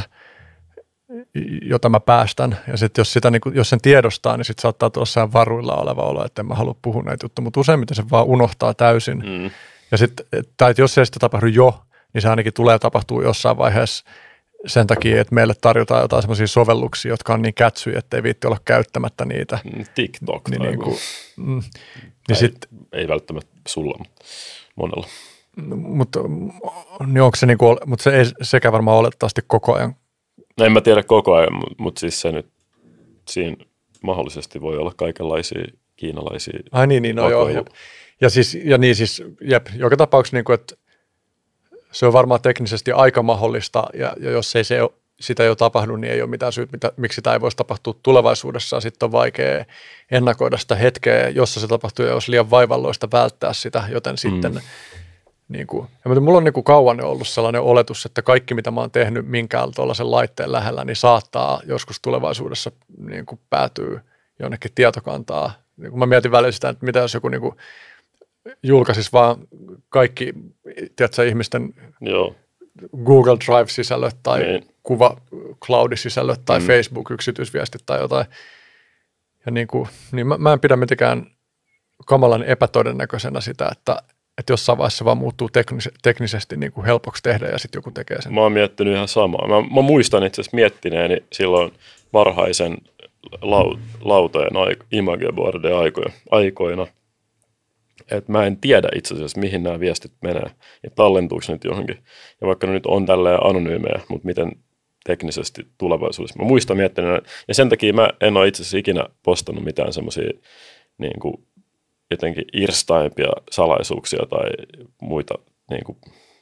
jota mä päästän. Ja sitten jos, sitä, niin kun, jos sen tiedostaa, niin sitten saattaa tulla sehän varuilla oleva olo, että en mä halua puhua näitä juttuja, mutta useimmiten se vaan unohtaa täysin. Mm. Ja sitten, tai jos se ei sitä tapahdu jo, niin se ainakin tulee tapahtua jossain vaiheessa sen takia, että meille tarjotaan jotain semmoisia sovelluksia, jotka on niin kätsyjä, ettei viitti olla käyttämättä niitä. TikTok. Niin, niin, kuin, mm, ei, niin sit, ei välttämättä sulla, mutta monella. Mutta niin onko se, niin kuin, mutta se ei sekä varmaan olettavasti koko ajan. No en mä tiedä koko ajan, mutta siis se nyt, siinä mahdollisesti voi olla kaikenlaisia kiinalaisia. Ai niin, niin no joo. Ja, ja, siis, ja niin siis, jep, joka tapauksessa niin kuin, että se on varmaan teknisesti aika mahdollista, ja, ja jos ei se ole, sitä ei ole tapahdu, niin ei ole mitään syytä, mitä, miksi sitä ei voisi tapahtua tulevaisuudessa. Sitten on vaikea ennakoida sitä hetkeä, jossa se tapahtuu, ja olisi liian vaivalloista välttää sitä, joten sitten, mm. niin kuin, ja mulla on niin kuin kauan ollut sellainen oletus, että kaikki, mitä mä oon tehnyt minkään tuollaisen laitteen lähellä, niin saattaa joskus tulevaisuudessa niin kuin päätyy jonnekin tietokantaa. Niin kuin mä mietin välillä sitä, että mitä jos joku niin kuin julkaisisi vaan kaikki, tiedätkö, ihmisten Joo. Google Drive-sisällöt tai niin. kuva Cloud-sisällöt tai mm. Facebook-yksityisviestit tai jotain. Ja niin kuin, niin mä, mä en pidä mitenkään kamalan epätodennäköisenä sitä, että, että jossain vaiheessa se vaan muuttuu teknis- teknisesti niin kuin helpoksi tehdä ja sitten joku tekee sen. Mä oon miettinyt ihan samaa. Mä, mä muistan itse asiassa miettineeni silloin varhaisen lau, lautojen aik- imageboardien aikoina, aikoina. Että mä en tiedä itse asiassa, mihin nämä viestit menee ja tallentuuko nyt johonkin. Ja vaikka ne nyt on tälleen anonyymejä, mutta miten teknisesti tulevaisuudessa. Mä muistan miettinyt, ja sen takia mä en ole itse asiassa ikinä postannut mitään semmoisia niin kuin jotenkin irstaimpia salaisuuksia tai muita niin kuin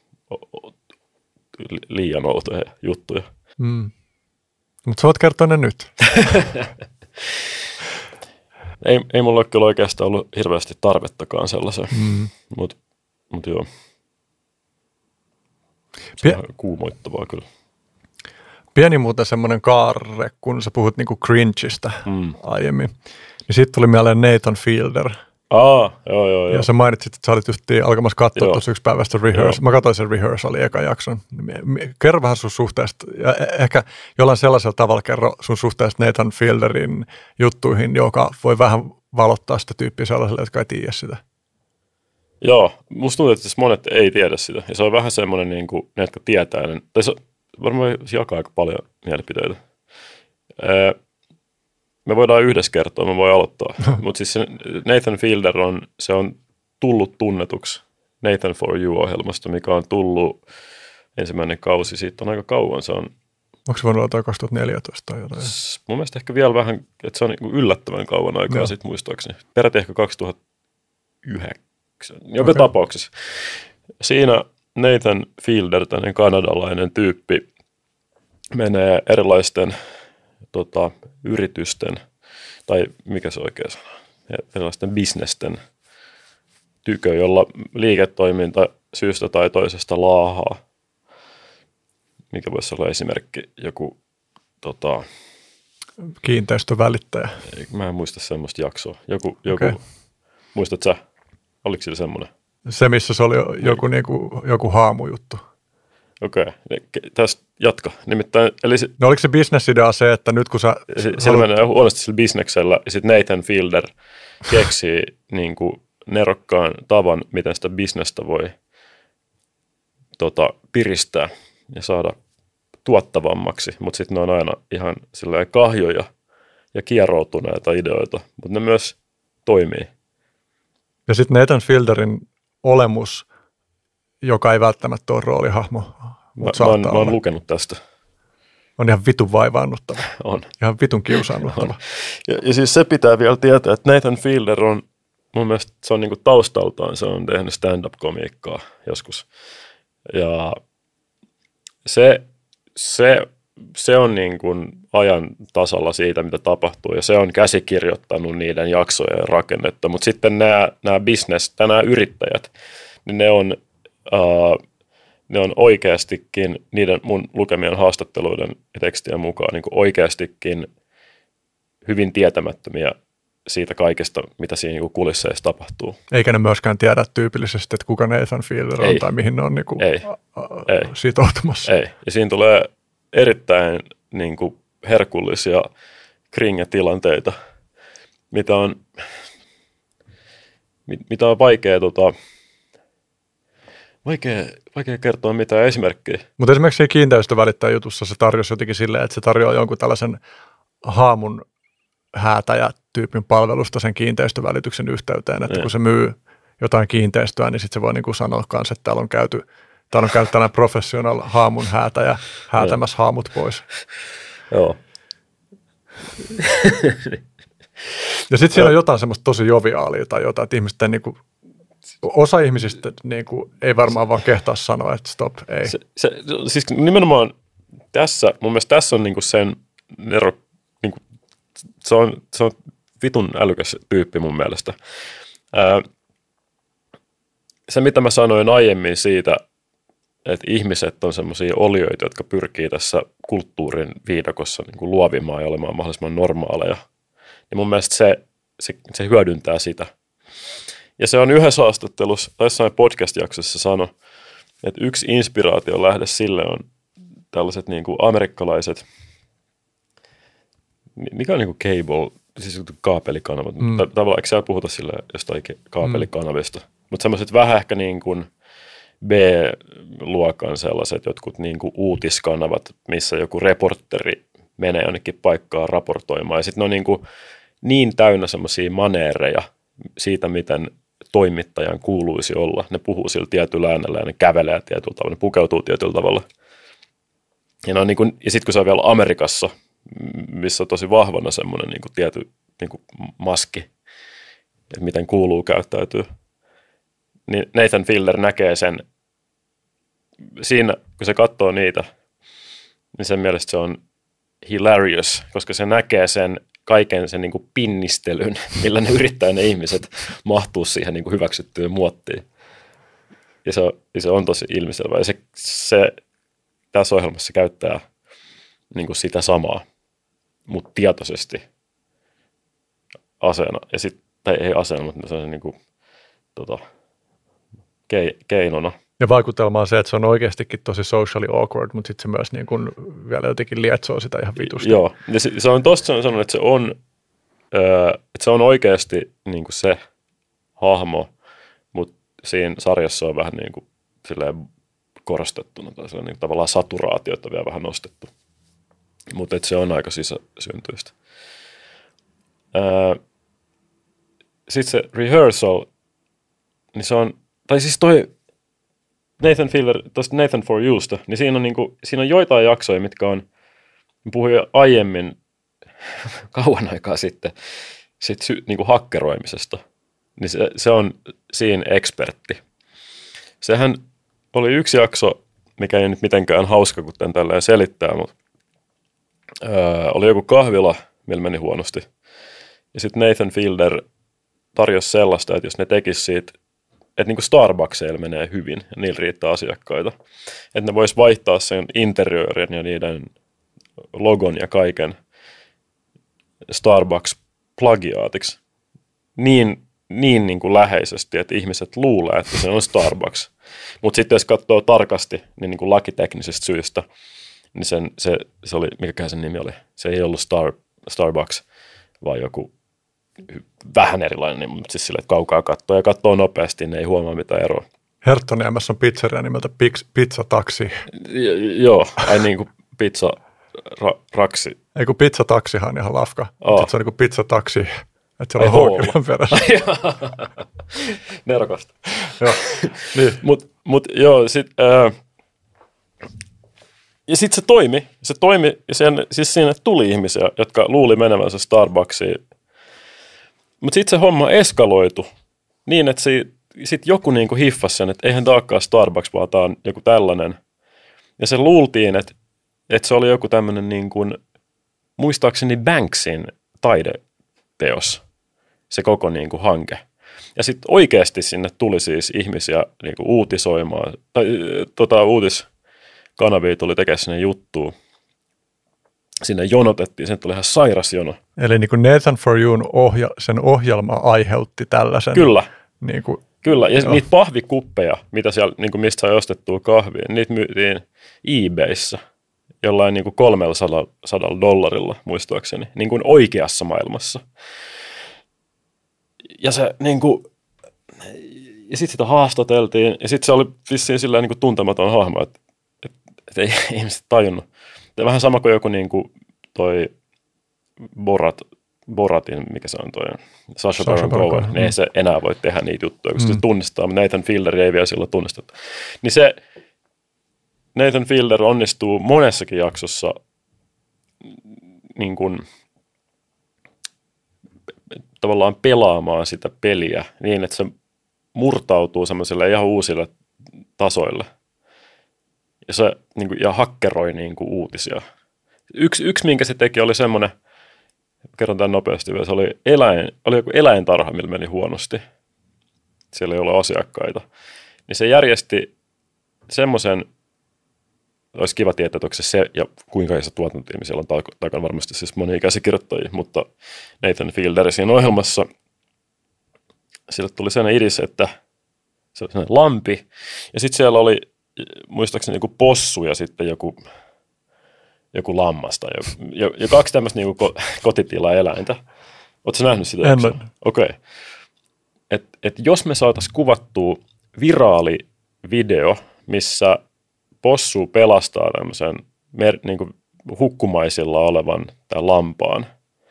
liian outoja juttuja. Mm. Mutta sä voit kertoa ne nyt. Ei, ei mulla ole kyllä oikeastaan ollut hirveästi tarvettakaan sellaisen, mm. mutta mut joo. Se on Pie- kuumoittavaa kyllä. Pieni muuten semmoinen kaarre, kun sä puhut niinku cringeistä mm. aiemmin, niin siitä tuli mieleen Nathan Fielder. Aa, joo, joo, joo. Ja sä mainitsit, että sä olit just alkamassa katsoa tuossa yksi päivästä rehearsal. Mä katsoin sen rehearsalin ekan jakson. Kerro vähän sun suhteesta, ja ehkä jollain sellaisella tavalla kerro sun suhteesta Nathan Fielderin juttuihin, joka voi vähän valottaa sitä tyyppiä sellaiselle, jotka ei tiedä sitä. Joo, musta tuntuu, että monet ei tiedä sitä. Ja se on vähän semmoinen, niin kuin ne, jotka tietää. Niin, tai se varmaan se jakaa aika paljon mielipiteitä. Öö, Me voidaan yhdessä kertoa, me voi aloittaa. Mutta siis se Nathan Fielder on, se on tullut tunnetuksi Nathan for You-ohjelmasta, mikä on tullut ensimmäinen kausi. Siitä on aika kauan. Se on, onko se voinut olla kaksituhattaneljätoista tai jotain? Mun mielestä ehkä vielä vähän, että se on yllättävän kauan aikaa sitten muistaakseni. Peräti ehkä kaksituhattayhdeksän. Joka okay. tapauksessa. Siinä Nathan Fielder, tämmöinen kanadalainen tyyppi, menee erilaisten tota, yritysten tai mikä se oikea sana, erilaisten bisnesten tykö, jolla liiketoiminta syystä tai toisesta laahaa. Mikä voisi olla esimerkki, joku tota, kiinteistövälittäjä. Mä en muista semmoista jaksoa. Joku, joku Okay. Muistatko sä, oliko sillä semmoinen? Se, missä se oli joku, niinku, joku haamujuttu. Okei, okay. Tästä jatka. Nimittäin, eli se, no oliko se bisnesidea se, että nyt kun sä... Sillä haluat... menee huonosti sillä bisneksellä, ja sitten Nathan Fielder keksii niin kuin nerokkaan tavan, miten sitä bisnestä voi tota, piristää ja saada tuottavammaksi, mutta sitten ne on aina ihan silleen kahjoja ja kieroutuneita ideoita, mutta ne myös toimii. Ja sitten Nathan Fielderin olemus, joka ei välttämättä ole roolihahmo, mutta mä, mä, oon, saattaa mä oon olla. lukenut tästä. On ihan vitun vaivaannuttava. On. Ihan vitun kiusaannuttava. Ja, ja siis se pitää vielä tietää, että Nathan Fielder on, mun mielestä se on niinku taustaltaan, se on tehnyt stand-up-komiikkaa joskus. Ja se, se, se on niin kuin ajan tasalla siitä, mitä tapahtuu, ja se on käsikirjoittanut niiden jaksojen rakennetta. Mutta sitten nämä, nämä business, nämä yrittäjät, niin ne on, uh, ne on oikeastikin, niiden mun lukemien haastatteluiden ja tekstien mukaan, niin kuin oikeastikin hyvin tietämättömiä siitä kaikesta, mitä siinä niin kulisseissa tapahtuu. Eikä ne myöskään tiedä tyypillisesti, että kuka Nathan Fielder on Ei. tai mihin ne on niin kuin Ei. Ei. sitoutumassa. Ei. Ja siinä tulee erittäin niin kuin herkullisia kringetilanteita, mitä on, mitä on vaikea, tota, vaikea, vaikea kertoa mitään esimerkkejä. Mutta esimerkiksi kiinteistövälittäjä jutussa se tarjosi jotenkin silleen, että se tarjoaa jonkun tällaisen haamun häätäjä-tyypin palvelusta sen kiinteistövälityksen yhteyteen, että Ne. kun se myy jotain kiinteistöä, niin sitten se voi niinku sanoa kanssa, että täällä on käyty, täällä on käyty tällainen professional haamun häätäjä häätämässä haamut pois. Joo. Ja sitten siellä on jotain semmoista tosi joviaalia tai jotain, että ihmisten niinku, osa ihmisistä niinku, ei varmaan vaan kehtaa sanoa, että stop, ei. Se, se, siis nimenomaan tässä, mun mielestä tässä on niinku sen ero, niinku, se, on, se on vitun älykäs tyyppi mun mielestä. Ää, se, mitä mä sanoin aiemmin siitä, että ihmiset on semmoisia olioita, jotka pyrkii tässä kulttuurin viidakossa niin kuin luovimaan ja olemaan mahdollisimman normaaleja. Ja mun mielestä se, se, se hyödyntää sitä. Ja se on yhdessä haastattelussa, tai jossain podcast-jaksossa sanoi, että yksi inspiraation lähde sille on tällaiset niin kuin amerikkalaiset, mikä on niin kuin cable, siis kaapelikanavat. Mm. Tavallaan eikö siellä puhuta sille jostain kaapelikanavista, mm. mutta semmoiset vähän ehkä niin kuin B-luokan sellaiset jotkut niin kuin uutiskanavat, missä joku reporteri menee jonnekin paikkaan raportoimaan. Ja sitten ne on niin, kuin niin täynnä semmoisia maneereja siitä, miten toimittajan kuuluisi olla. Ne puhuu sillä tietyllä äänellä ja ne kävelee tietyllä tavalla, ne pukeutuu tietyllä tavalla. Ja, niin kuin, ja sitten kun se on vielä Amerikassa, missä on tosi vahvana semmoinen niin kuin tietty niin kuin maski, että miten kuuluu käyttäytyy, niin Nathan Fielder näkee sen siinä, kun se katsoo niitä, niin sen mielestä se on hilarious, koska se näkee sen kaiken sen niin kuin pinnistelyn, millä ne yrittää ne ihmiset mahtua siihen niin kuin hyväksyttyyn muottiin. Ja se on, ja se on tosi ilmiselvä. Ja se, se tässä ohjelmassa käyttää niin kuin sitä samaa, mutta tietoisesti aseena. Ja sit, tai ei aseena, mutta se on niin kuin, tota, keinona. Ja vaikutelma on se, että se on oikeastikin tosi socially awkward, mutta sitten se myös niin kuin vielä jotenkin lietsoo sitä ihan vitusti. Joo, ja se, se on tosta sanonut, että se on, öö, että se on oikeasti niin kuin se hahmo, mutta siinä sarjassa on vähän niin kuin silleen korostettuna tai silleen niin kuin tavallaan saturaatiota vielä vähän nostettu. Mutta se on aika sisäsyntyistä. Öö, sitten se rehearsal, niin se on, tai siis toi Nathan Fielder, tuosta Nathan For Yousta, niin siinä on, niinku, siinä on joitain jaksoja, mitkä on, puhuin jo aiemmin kauan aikaa sitten, sit sy, niinku hakkeroimisesta, niin se, se on siinä ekspertti. Sehän oli yksi jakso, mikä ei nyt mitenkään hauska, kuten tälleen selittää, mutta öö, oli joku kahvila, millä meni huonosti. Ja sitten Nathan Fielder tarjosi sellaista, että jos ne tekis siitä, että niin kuin Starbucksilla menee hyvin ja niillä riittää asiakkaita, että ne vois vaihtaa sen interiöörin ja niiden logon ja kaiken Starbucks-plagiaatiksi niin, niin, niin kuin läheisesti, että ihmiset luulee, että se on Starbucks. Mutta sitten jos katsoo tarkasti, niin, niin kuin lakiteknisistä syistä, niin sen, se, se oli, mikäkään sen nimi oli, se ei ollut Star, Starbucks, vaan joku vähän erilainen nimi, mutta siis sille, että kaukaa katsoo ja katsoo nopeasti, niin ei huomaa mitään eroa. Herttoniemessä on pizzeria nimeltä Pizza Taxi. J- joo, ai niin kuin pizza ra- raksi. Ei kun Pizza Taxihan on ihan lafka, oh. Sitten se on niin kuin Pizza Taxi, että se on houkilman perässä. Nerokasta. Joo, niin. Mut, mut joo, sit, ää, ja sitten se toimi, se toimi, ja sen, siis sinne tuli ihmisiä, jotka luuli menevänsä Starbucksiin. Mutta sitten se homma eskaloitu niin, että sitten joku niinku hiffasi sen, että eihän tämä olekaan Starbucks, vaan tämä on joku tällainen. Ja se luultiin, että, että se oli joku tämmöinen, niin kuin, muistaakseni Banksin taideteos, se koko niin kuin hanke. Ja sitten oikeasti sinne tuli siis ihmisiä niin kuin uutisoimaan, tai tota, uutiskanavia tuli tekemään sinne juttua. Sinne jonotettiin, sen tuli ihan sairas jono. Eli niin kuin Nathan For Youn ohja, sen ohjelma aiheutti tällaisen. Kyllä. Niin kuin, Kyllä, ja joo. niitä pahvikuppeja, mitä siellä, niin kuin mistä sai ostettua kahvia, niitä myytiin eBayssä jollain niin kuin kolmellasadalla dollarilla, muistaakseni, niin kuin oikeassa maailmassa. Ja se niin kuin, ja sitten sitä haastateltiin, ja sitten se oli vissiin sillä niin kuin tuntematon hahmo, että, että, että ei ihmiset tajunnut. Ja vähän sama kuin joku niin kuin toi Borat, Boratin, mikä se on toi, Sacha Baron Cohen, niin ei se enää voi tehdä niitä juttuja, koska mm. se tunnistaa, mutta Nathan Fielder ei vielä silloin tunnisteta. Niin se Nathan Fielder onnistuu monessakin jaksossa niin kuin, tavallaan pelaamaan sitä peliä niin, että se murtautuu semmoisille ihan uusille tasoille. Ja se niin kuin, ja hakkeroi niin kuin, uutisia. Yksi, yksi, minkä se teki, oli semmoinen, kerron tämän nopeasti vielä, se oli, eläin, oli joku eläintarha, millä meni huonosti. Siellä ei ole asiakkaita. Niin se järjesti semmoisen, olisi kiva tietää, että onko se se, ja kuinka iso tuotantotiimi siellä on takana, varmasti siis monia käsikirjoittajia, mutta Nathan Fielder siinä ohjelmassa, sille tuli sellainen idis, että se oli sellainen lampi, ja sitten siellä oli muistaakseni joku possu ja sitten joku, joku lammas tai joku, ja, ja kaksi tämmöistä niin kuin kotitila-eläintä. Oletko sä nähnyt sitä? En. Okei. Okay. Et, et jos me saataisiin kuvattua viraali video, missä possu pelastaa tämmöisen mer, niin kuin hukkumaisilla olevan tämän lampaan,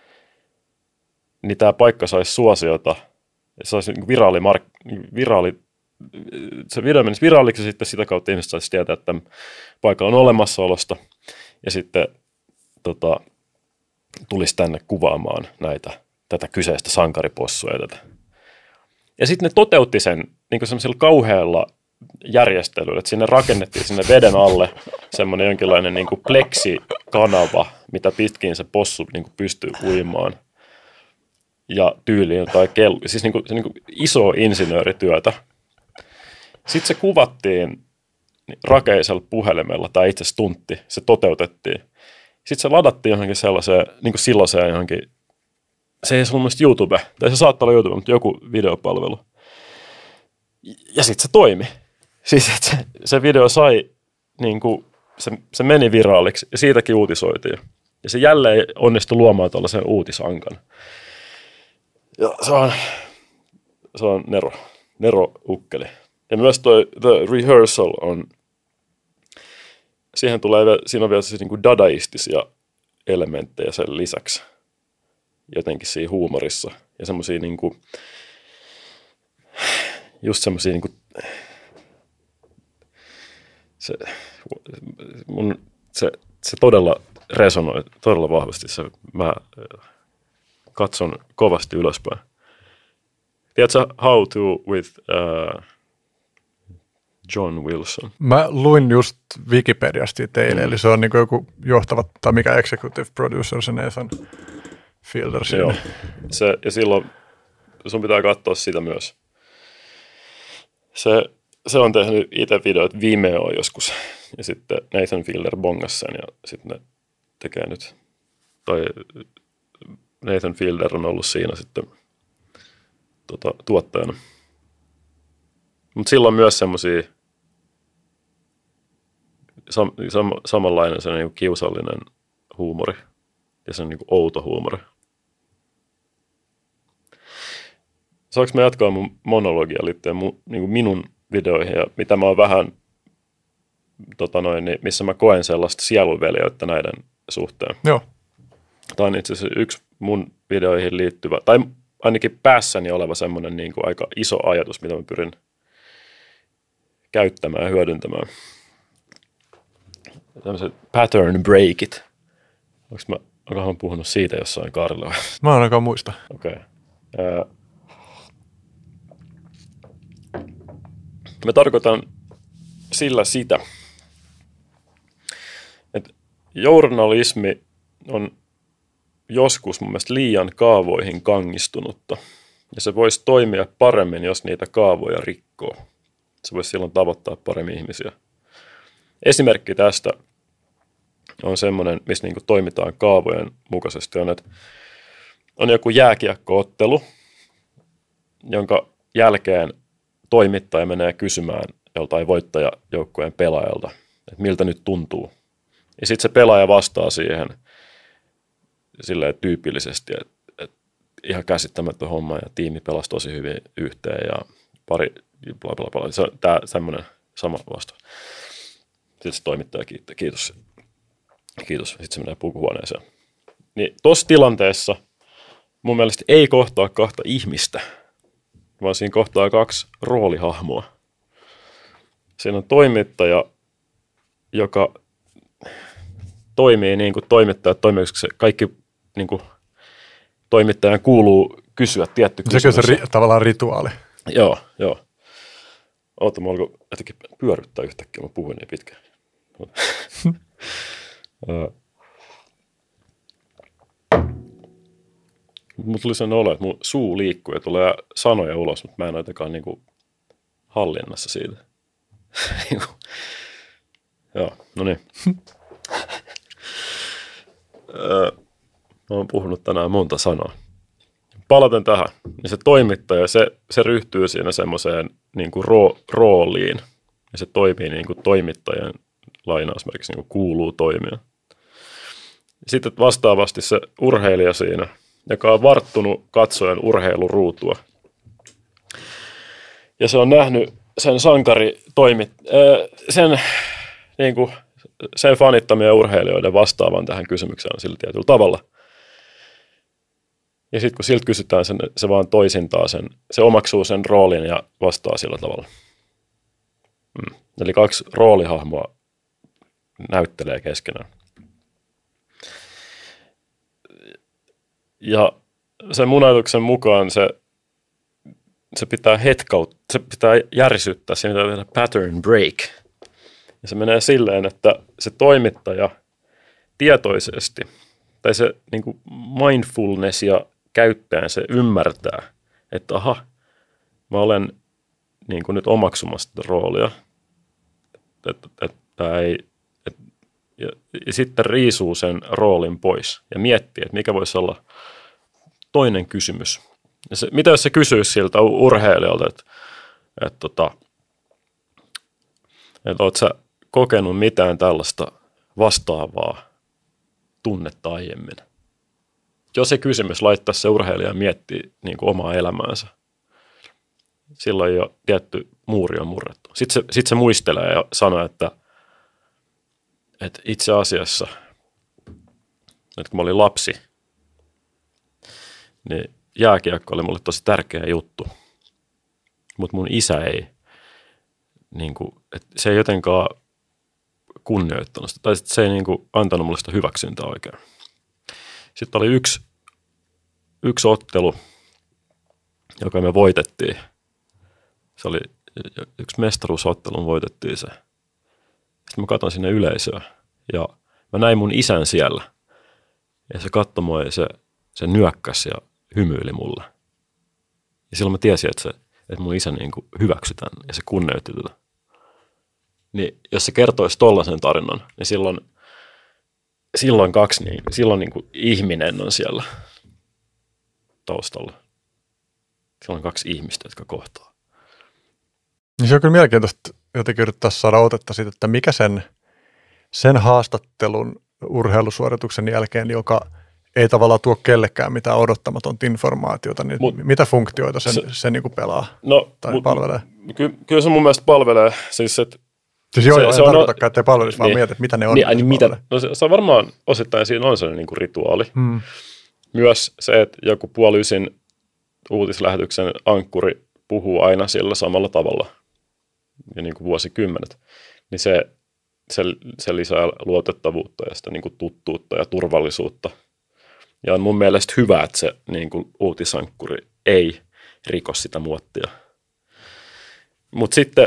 niin tämä paikka saisi suosiota, se olisi niin viraali, mark, viraali se video menisi viraaliksi ja sitten sitä kautta ihmiset saisi tietää, että paikka on olemassaolosta ja sitten tota, tulisi tänne kuvaamaan näitä, tätä kyseistä sankaripossua ja tätä. Ja sitten ne toteutti sen niin kuin semmoisella kauhealla järjestelyllä, että sinne rakennettiin sinne veden alle semmoinen jonkinlainen niin kuin pleksikanava, mitä pitkin se possu niin kuin pystyy uimaan. Ja tyyliin jotain kello, siis niin kuin, se niin kuin iso insinöörityötä. Sitten se kuvattiin rakeisella puhelimella, tai itse stuntti, se toteutettiin. Sitten se ladattiin johonkin sellaiseen, niin kuin silloiseen johonkin, se ei ollut mielestäni YouTube, tai se saattaa olla YouTube, mutta joku videopalvelu. Ja sitten se toimi. Siis että se, se video sai, niin kuin, se, se meni viraaliksi, ja siitäkin uutisoitiin. Ja se jälleen onnistui luomaan tuollaisen uutisankan. Ja se on, se on Nero, Nero ukkeli. Ja myös toi The Rehearsal on, siihen tulee, siinä on vielä siis niin kuin dadaistisia elementtejä sen lisäksi. Jotenkin siinä huumorissa. Ja semmosia niin kuin, just semmosia niin kuin, se, mun, se, se todella resonoi todella vahvasti. Se, mä katson kovasti ylöspäin. Tiedätkö How to with uh, John Wilson? Mä luin just Wikipediasta teille, mm. eli se on niin kuin joku johtava, tai mikä executive producer se Nathan Fielder siinä. Joo. Se, ja silloin sun pitää katsoa sitä myös. Se, se on tehnyt itse videoita Vimeoon joskus. Ja sitten Nathan Fielder bongas sen ja sitten ne tekee nyt. Tai Nathan Fielder on ollut siinä sitten tota, tuottajana. Mutta sillä on myös semmoisia sam, sam, samanlainen se niinku kiusallinen huumori ja se on niinku outo huumori. Saanko mä jatkaa mun monologia liittyen mun, niinku minun videoihin ja mitä mä oon vähän, tota noin, niin missä mä koen sellaista sielunveljeyttä näiden suhteen. Joo. Tämä on itse asiassa yksi mun videoihin liittyvä, tai ainakin päässäni oleva semmoinen niin kuin aika iso ajatus, mitä mä pyrin käyttämään ja hyödyntämään. Tämmöiset pattern breakit. Onko mä, onkohan puhunut siitä jossain Kaarilla? Mä en ainakaan muista. Okei. Okay. Mä tarkoitan sillä sitä, että journalismi on joskus mun mielestä liian kaavoihin kangistunutta. Ja se voisi toimia paremmin, jos niitä kaavoja rikkoo. Se voisi silloin tavoittaa paremmin ihmisiä. Esimerkki tästä on semmoinen, missä niinku toimitaan kaavojen mukaisesti. On, että on joku jääkiekkoottelu, jonka jälkeen toimittaja menee kysymään joltain voittajajoukkueen pelaajalta, että miltä nyt tuntuu. Ja sitten se pelaaja vastaa siihen silleen tyypillisesti, että, että ihan käsittämätön homma ja tiimi pelasi tosi hyvin yhteen ja pari bla bla bla. Se on tää semmoinen sama vastaus. Sitten se toimittaja kiittää, kiitos. Kiitos. Sitten se menee pukuhuoneeseen. Niin tossa tilanteessa mun mielestä ei kohtaa kahta ihmistä, vaan siinä kohtaa kaksi roolihahmoa. Siinä on toimittaja, joka toimii niin kuin toimittajat toimii, koska se kaikki niin kuin toimittajan kuuluu kysyä tietty kysymys. Sekö se ri, tavallaan rituaali? Joo, joo. Oota, mä alkoin jotenkin pyörryttää yhtäkkiä, mä puhuin niin pitkään. Mulla tuli sellainen olo, että mun suu liikkuu ja tulee sanoja ulos, mutta mä en ole jotenkaan niin kuin hallinnassa siitä. Joo, no niin. Mä oon puhunut tänään monta sanaa. Palaten tähän, niin se toimittaja, se, se ryhtyy siinä semmoiseen niin kuin ro, rooliin. Ja se toimii niin kuin toimittajan lainausmerkiksi niin kuin kuuluu toimia. Sitten vastaavasti se urheilija siinä, joka on varttunut katsoen urheiluruutua. Ja se on nähnyt sen sankari toimit, sen, niin kuin, sen fanittamia urheilijoiden vastaavan tähän kysymykseen sillä tietyllä tavalla. Ja sitten kun siltä kysytään, sen, se vaan toisintaa sen, se omaksuu sen roolin ja vastaa sillä tavalla. Mm. Eli kaksi roolihahmoa näyttelee keskenään. Ja sen mun ajatuksen mukaan se, se pitää hetkaut, se pitää järisyttää, siinä pitää tehdä pattern break. Ja se menee silleen, että se toimittaja tietoisesti, tai se niin kuin mindfulness ja käyttäen se ymmärtää, että aha, mä olen niin kuin nyt omaksumassa tätä roolia. Että, että ei, et, ja, ja sitten riisuu sen roolin pois ja miettii, että mikä voisi olla toinen kysymys. Ja se, mitä jos se kysyisi siltä urheilijalta, että, että, että, että ootko sä kokenut mitään tällaista vastaavaa tunnetta aiemmin? Jos se kysymys laittaa se urheilija miettiä niin kuin omaa elämäänsä, silloin jo tietty muuri on murrettu. Sitten se, sit se muistelee ja sanoo, että, että itse asiassa, että kun mä olin lapsi, niin jääkiekko oli mulle tosi tärkeä juttu. Mutta mun isä ei, niin kuin, että se ei jotenkaan kunnioittanut sitä, tai se ei niin kuin antanut mulle sitä hyväksyntää oikein. Sitten oli yksi, yksi ottelu, joka me voitettiin. Se oli yksi mestaruusottelun voitettiin se. Sitten mä katson sinne yleisöä ja mä näin mun isän siellä. Ja se katsoi mua ja se se nyökkäsi ja hymyili mulle. Ja silloin mä tiesin, että, se, että mun isä niin kuin hyväksytään ja se kunnioitti tätä. Niin jos se kertoisi tollaisen tarinan, niin silloin, silloin kaksi, niin, silloin niin kuin ihminen on siellä taustalla. Silloin on kaksi ihmistä, jotka kohtaa. Niin se on kyllä mielenkiintoista jotenkin yrittää saada otetta siitä, että mikä sen, sen haastattelun urheilusuorituksen jälkeen, joka ei tavallaan tuo kellekään mitään odottamatonta informaatiota, niin Mut, mitä funktioita sen, se, se niin kuin pelaa no, tai mut, palvelee? Ky, kyllä se mun mielestä palvelee. Siis, et, siis joo, se, joo, se en on, tarkoitakaan, että ei palvelisi, vaan niin, mietit, mitä ne on. Niin, niin mitä, no se, se on varmaan osittain siinä on sellainen niin kuin rituaali. Hmm. Myös se, että joku puoli ysin uutislähetyksen ankkuri puhuu aina sillä samalla tavalla ja niin kuin vuosikymmenet, niin se, se, se lisää luotettavuutta ja sitä niin kuin tuttuutta ja turvallisuutta. Ja on mun mielestä hyvä, että se niin kuin uutisankkuri ei riko sitä muottia. Mutta sitten,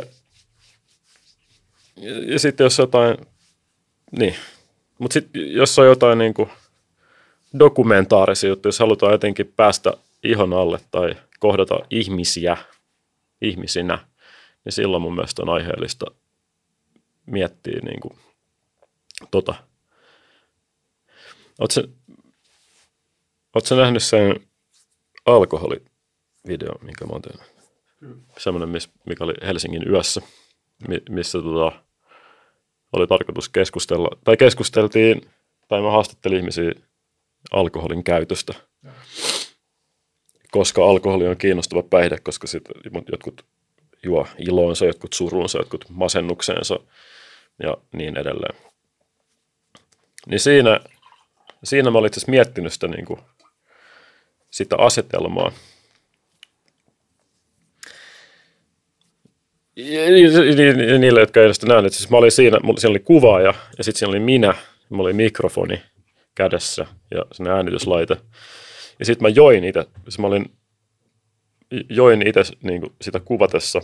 ja, ja sitten jos jotain, niin, mutta sitten jos on jotain niin kuin dokumentaarisia juttuja, jos halutaan jotenkin päästä ihon alle tai kohdata ihmisiä ihmisinä, niin silloin mun mielestä on aiheellista miettiä niin kuin tota. Oletko Oletko nähnyt sen alkoholivideo, minkä mä oon tehnyt? Mm. Semmoinen, mikä oli Helsingin yössä, missä tota, oli tarkoitus keskustella, tai keskusteltiin, tai mä haastattelin ihmisiä alkoholin käytöstä. Ja. Koska alkoholi on kiinnostava päihde, koska sit jotkut juo iloonsa, jotkut suruunsa, jotkut masennukseensa ja niin edelleen. Niin siinä, siinä mä olin itse asiassa miettinyt sitä, niin kuin, sitä asetelmaa. Ja niille, jotka eivät sitä nähneet, siis mä olin siinä, siinä oli kuvaaja ja sitten siinä oli minä, mä olin mikrofoni kädessä ja sinne äänityslaite. Ja sitten mä join itse, siis mä olin, join itse niin kuin sitä kuvatessa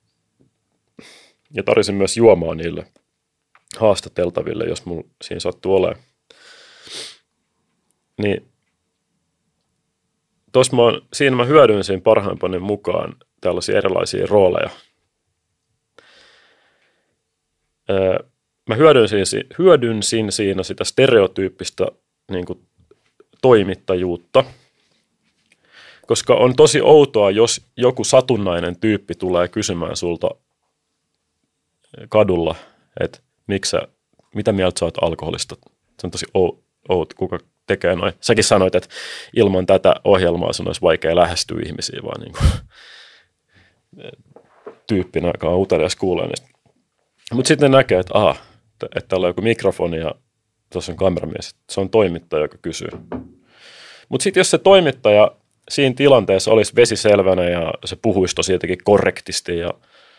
ja tarjosin myös juomaa niille haastateltaville, jos mulla siinä sattuu olemaan. Niin tossa mä oon, siinä mä hyödynsin parhaimpani mukaan tällaisia erilaisia rooleja. Öö, mä hyödynsin, hyödynsin siinä sitä stereotyyppistä niin kuin toimittajuutta, koska on tosi outoa, jos joku satunnainen tyyppi tulee kysymään sulta kadulla, että miksi sä, mitä mieltä sä oot alkoholista. Se on tosi outo, kuka tekee noin. Säkin sanoit, että ilman tätä ohjelmaa sun olisi vaikea lähestyä ihmisiä, vaan niin kuin tyyppinä, joka on utelias kuulee niistä. Mutta sitten ne näkee, että aha, että täällä on joku mikrofoni ja tuossa on kameramies. Se on toimittaja, joka kysyy. Mutta sitten jos se toimittaja siinä tilanteessa olisi vesiselvänä ja se puhuisi tosi jotenkin korrektisti ja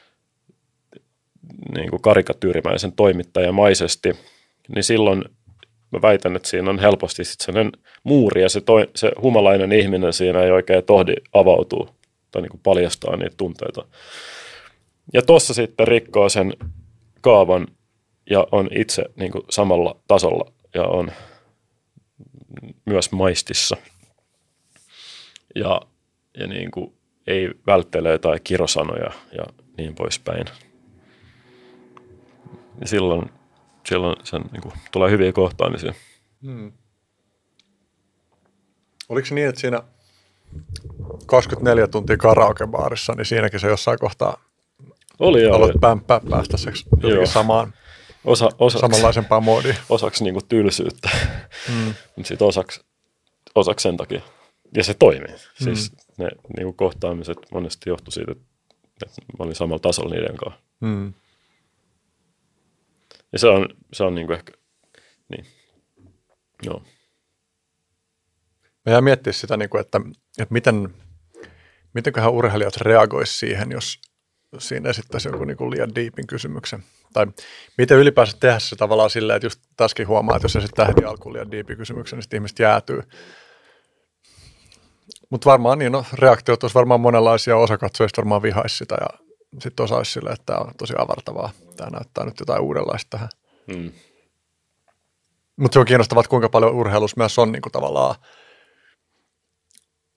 niin kuin karikatyyrimäisen toimittajamaisesti, niin silloin mä väitän, että siinä on helposti sitten sellainen muuri ja se, toi, se humalainen ihminen siinä ei oikein tohdi avautua tai niin kuin paljastaa niitä tunteita. Ja tuossa sitten rikkoo sen kaavan ja on itse niin kuin samalla tasolla ja on myös maistissa. Ja, ja niin kuin ei välttele jotain kirosanoja ja niin poispäin. Ja silloin, silloin sen, niin kuin, tulee hyviä kohtaamisia. Hmm. Oliko se niin, että siinä kaksikymmentäneljä tuntia karaokebaarissa, niin siinäkin se jossain kohtaa oli, aloit pämppää päästäseksi jotenkin samaan, Osa, osaksi, samanlaisempaan moodiin? Osaksi niin kuin tylsyyttä, hmm. mutta sitten osaksi, osaksi sen takia. Ja se toimii. Hmm. Siis ne niin kuin kohtaamiset monesti johtui siitä, että mä olin samalla tasolla niiden kanssa. Hmm. Ja se on, se on niin kuin ehkä, niin, joo. Mä jää miettiä sitä, että, että miten, mitenköhän urheilijat reagoisi siihen, jos siinä esittäisi jonkun niin kuin liian deepin kysymyksen. Tai miten ylipäänsä tehdä se tavallaan silleen, että just tässäkin huomaa, että jos esittää heti alkuun liian deepin kysymyksen, niin sitten ihmiset jäätyy. Mutta varmaan niin, no reaktiot olisi varmaan monenlaisia, osa katsojista varmaan vihaisi sitä ja sitten osa olisi silleen, että tämä on tosi avartavaa. Tämä näyttää nyt jotain uudenlaista tähän. Hmm. Mutta se on kiinnostavaa, että kuinka paljon urheilussa myös on niin kuin tavallaan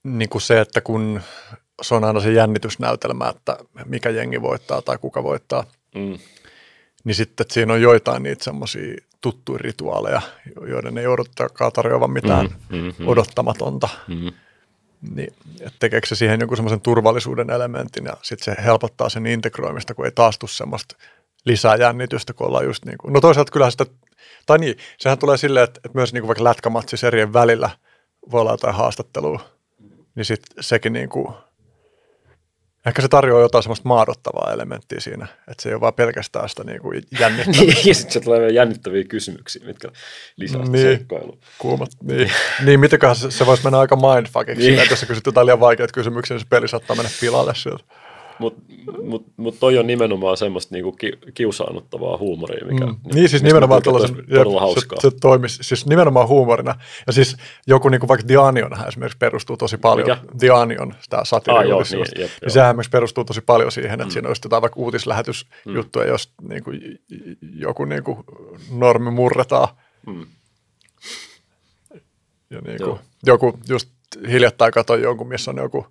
niin kuin se, että kun se on aina se jännitysnäytelmä, että mikä jengi voittaa tai kuka voittaa, Mm. niin sitten että siinä on joitain niitä semmoisia tuttuja rituaaleja, joiden ei odottakaan tarjoavan mitään Mm, mm, mm. odottamatonta. Mm. Niin, että tekeekö se siihen joku semmoisen turvallisuuden elementin ja sitten se helpottaa sen integroimista, kun ei taas tule semmoista lisää jännitystä, kun ollaan just niin kuin, no toisaalta kyllähän sitä, tai niin, sehän tulee silleen, että, että myös niin kuin vaikka lätkämatsiserien välillä voi olla jotain haastattelua, niin sitten sekin niin kuin, ehkä se tarjoaa jotain semmoista maadottavaa elementtiä siinä, että se ei ole vaan pelkästään sitä niin kuin jännittävää. Ja sitten se tulee vielä jännittäviä kysymyksiä, mitkä lisää sitä Niin. seikkailua. Kuumat, niin. niin mitenköhän se, se voisi mennä aika mindfuckiksi, Niin. että jos sä kysyt jotain liian vaikeita kysymyksiä, niin se peli saattaa mennä pilalle sieltä. Mutta mut, mut toi on nimenomaan semmoista niinku ki, kiusaannuttavaa huumoria, mikä Mm. Niin siis nimenomaan tuollaisen, todella se, hauskaa. se toimisi, siis nimenomaan huumorina. Ja siis joku niin kuin vaikka The Onionhan esimerkiksi perustuu tosi paljon, Mikä? The Onion, tämä satiriuutis, Ah, joo, niin, niin, jep, niin joo. sehän esimerkiksi perustuu tosi paljon siihen, että mm. siinä olisi jotain vaikka uutislähetysjuttuja, mm. jos niin kuin, joku niin kuin normi murretaan. Mm. Ja niin Joo. kuin, joku, just hiljattain katsoin jonkun, missä on joku,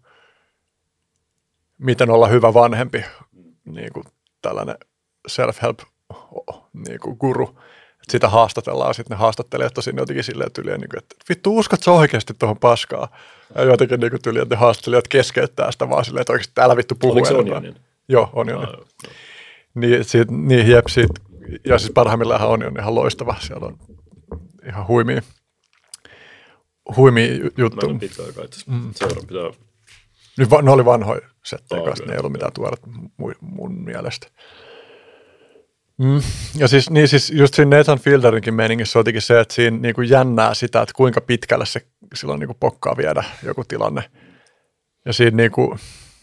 miten olla hyvä vanhempi, niin kuin tällainen self-help niin kuin guru. Että sitä haastatellaan, sitten ne haastattelijat on sinne jotenkin silleen tyliä, niin kuin, että vittu, uskot sä oikeasti tuohon paskaan? Ja jotenkin niin kuin tyliä, että ne haastattelijat keskeyttää sitä vaan silleen, että oikeasti älä vittu puhu. Oliko se enempää. Onionin? Joo, Onionin. Ah, joo, joo. Niin, siitä, niin jep, siitä, ja siis parhaimmillaan Onion ihan loistava. Siellä on ihan huimia, huimia Mä en juttuja. ole pitkä aikaa itse asiassa. Seuraan pitää. Nyt va- ne oli vanhoja settejä Ah, kanssa, okei. ne ei ollut mitään tuoret mun, mun mielestä. Mm. Ja siis, niin siis just siinä Nathan Fielderin meiningissä on jotenkin se, että siinä niin kuin jännää sitä, että kuinka pitkälle se silloin niin kuin pokkaa viedä joku tilanne. Ja siinä niin kuin,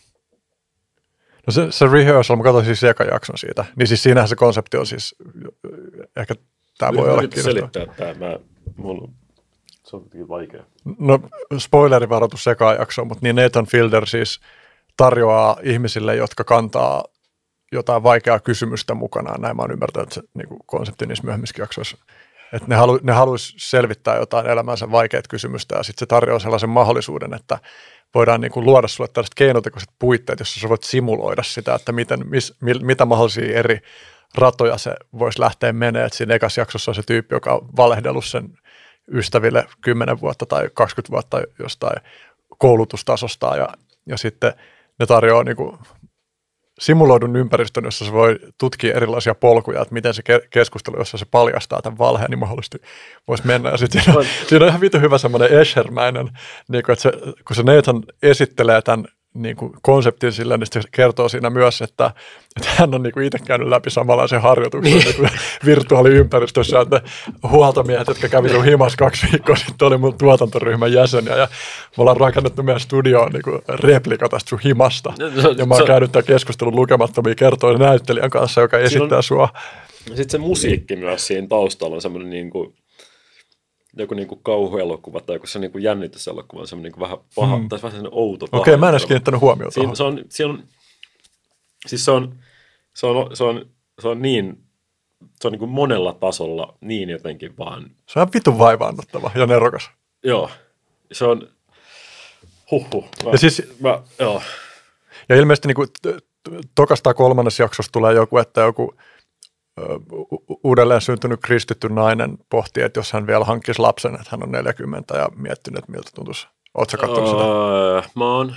no se, se rehearsal, mä katsoin siis eka jakson siitä, niin siis siinähän se konsepti on siis, ehkä tämä voi olla Yritän kiinnostava. selittää tämä. Mä, mulla, se on jotenkin vaikea. No spoilerivaroitus sekaan jaksoon, mutta niin Nathan Fielder siis tarjoaa ihmisille, jotka kantaa jotain vaikeaa kysymystä mukanaan. Näin mä oon ymmärtänyt se niin kuin konsepti niissä myöhemmissä jaksoissa. Että ne, halu, ne haluaisi selvittää jotain elämänsä vaikeat kysymystä ja sitten se tarjoaa sellaisen mahdollisuuden, että voidaan niin kuin luoda sulle tällaiset keinotekoiset puitteet, jossa sä voit simuloida sitä, että miten, mis, mil, mitä mahdollisia eri ratoja se voisi lähteä menemään. Et siinä ekassa jaksossa on se tyyppi, joka on valehdellut sen ystäville kymmenen vuotta tai kaksikymmentä vuotta jostain koulutustasosta ja, ja sitten ne tarjoaa niin kuin simuloidun ympäristön, jossa se voi tutkia erilaisia polkuja, että miten se ke- keskustelu, jossa se paljastaa tämän valheen, niin mahdollisesti voisi mennä. Ja sitten siinä, on- siinä on ihan vitun hyvä semmoinen Eschermäinen, niin kuin, että se, kun se Nathan esittelee tämän niin kuin konseptin sillä, niin se kertoo siinä myös, että, että hän on niin kuin itse käynyt läpi samanlaisen harjoituksen niin kuin virtuaaliympäristössä, että huoltomiehet, jotka kävi sun himas kaksi viikkoa sitten, oli mun tuotantoryhmän jäseniä, ja me ollaan rakennettu meidän studioon niin kuin replika tästä sun himasta, ja mä oon käynyt tämän keskustelun lukemattomia kertoja näyttelijän kanssa, joka esittää on- sua. Sitten se musiikki myös siinä taustalla on semmoinen niin kuin, joku niin kuin kauhuelokuva tai joku se niin kuin jännityselokuva on semmoinen niin kuin vähän paha, mm. tai vähän semmoinen outo. Okei, okay, mä en edes paha. kiinnittänyt huomiota Siinä, tuohon. se on, siinä on, siis se on, se on, se on, se on niin, se on niin kuin monella tasolla niin jotenkin vaan, Se on vitun vaivaannuttava ja nerokas. joo, se on, huhhuh. Mä, Ja siis- mä, joo. Ja ilmeisesti niin kuin, t- t- tokasta tai kolmannessa jaksossa tulee joku, että joku ö, u- uudelleen syntynyt kristitty nainen pohtii, että jos hän vielä hankkisi lapsen, että hän on neljäkymmentä ja miettinyt, että miltä tuntuisi. Oletko sä katsonut sitä? Öö, mä oon,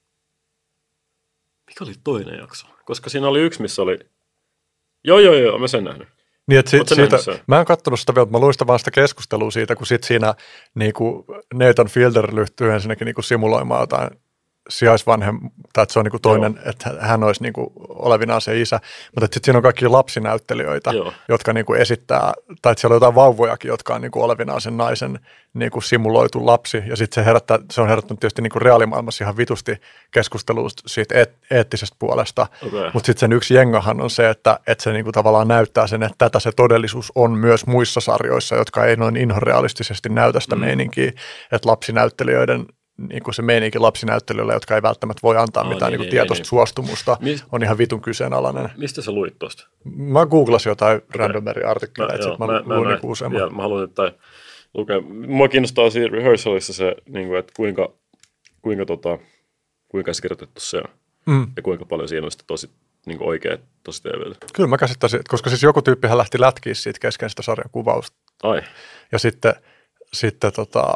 mikä oli toinen jakso? Koska siinä oli yksi, missä oli, joo joo joo, mä sen nähnyt. Niin, että si- Oot sä siitä, nähnyt sen? mä en katsonut sitä vielä, mutta mä luin sitä vaan sitä keskustelua siitä, kun sit siinä niin kuin Nathan Fielder ryhtyy ensinnäkin niin kuin simuloimaan jotain sijaisvanhem, tai että se on niin kuin toinen, Joo. että hän olisi niin kuin olevinaan se isä, mutta sitten siinä on kaikki lapsinäyttelijöitä, Joo. jotka niin kuin esittää, tai että siellä on jotain vauvojakin, jotka on niin kuin olevinaan sen naisen niin kuin simuloitu lapsi, ja sitten se, herättää, se on herättänyt tietysti niin kuin reaalimaailmassa ihan vitusti keskustelua siitä eet, eettisestä puolesta, Okay. mutta sitten sen yksi jengahan on se, että, että se niin kuin tavallaan näyttää sen, että tätä se todellisuus on myös muissa sarjoissa, jotka ei noin inhorealistisesti näytä sitä mm. meininkiä, että lapsinäyttelijöiden niin kuin se meininki lapsinäyttelijöille, jotka ei välttämättä voi antaa Oh, mitään niin, niin, niin, tietoista niin. suostumusta, Mis- on ihan vitun kyseenalainen. Mistä sä luit tosta? Mä googlasin jotain okay. randomeri-artikkeleja, että sit mä, mä, luin niinku useamman. Vielä, mä haluan, että lukea. Mua kiinnostaa siinä rehearsalissa se, niin kuin, että kuinka, kuinka, tota, kuinka käsikirjoitettu se on. Mm. Ja kuinka paljon siinä on sitä tosi niin oikea tosi T V:tä. Kyllä mä käsittäisin, koska siis joku tyyppihän lähti lätkiä siitä kesken sitä sarjan kuvausta. Ai. Ja sitten, sitten tota,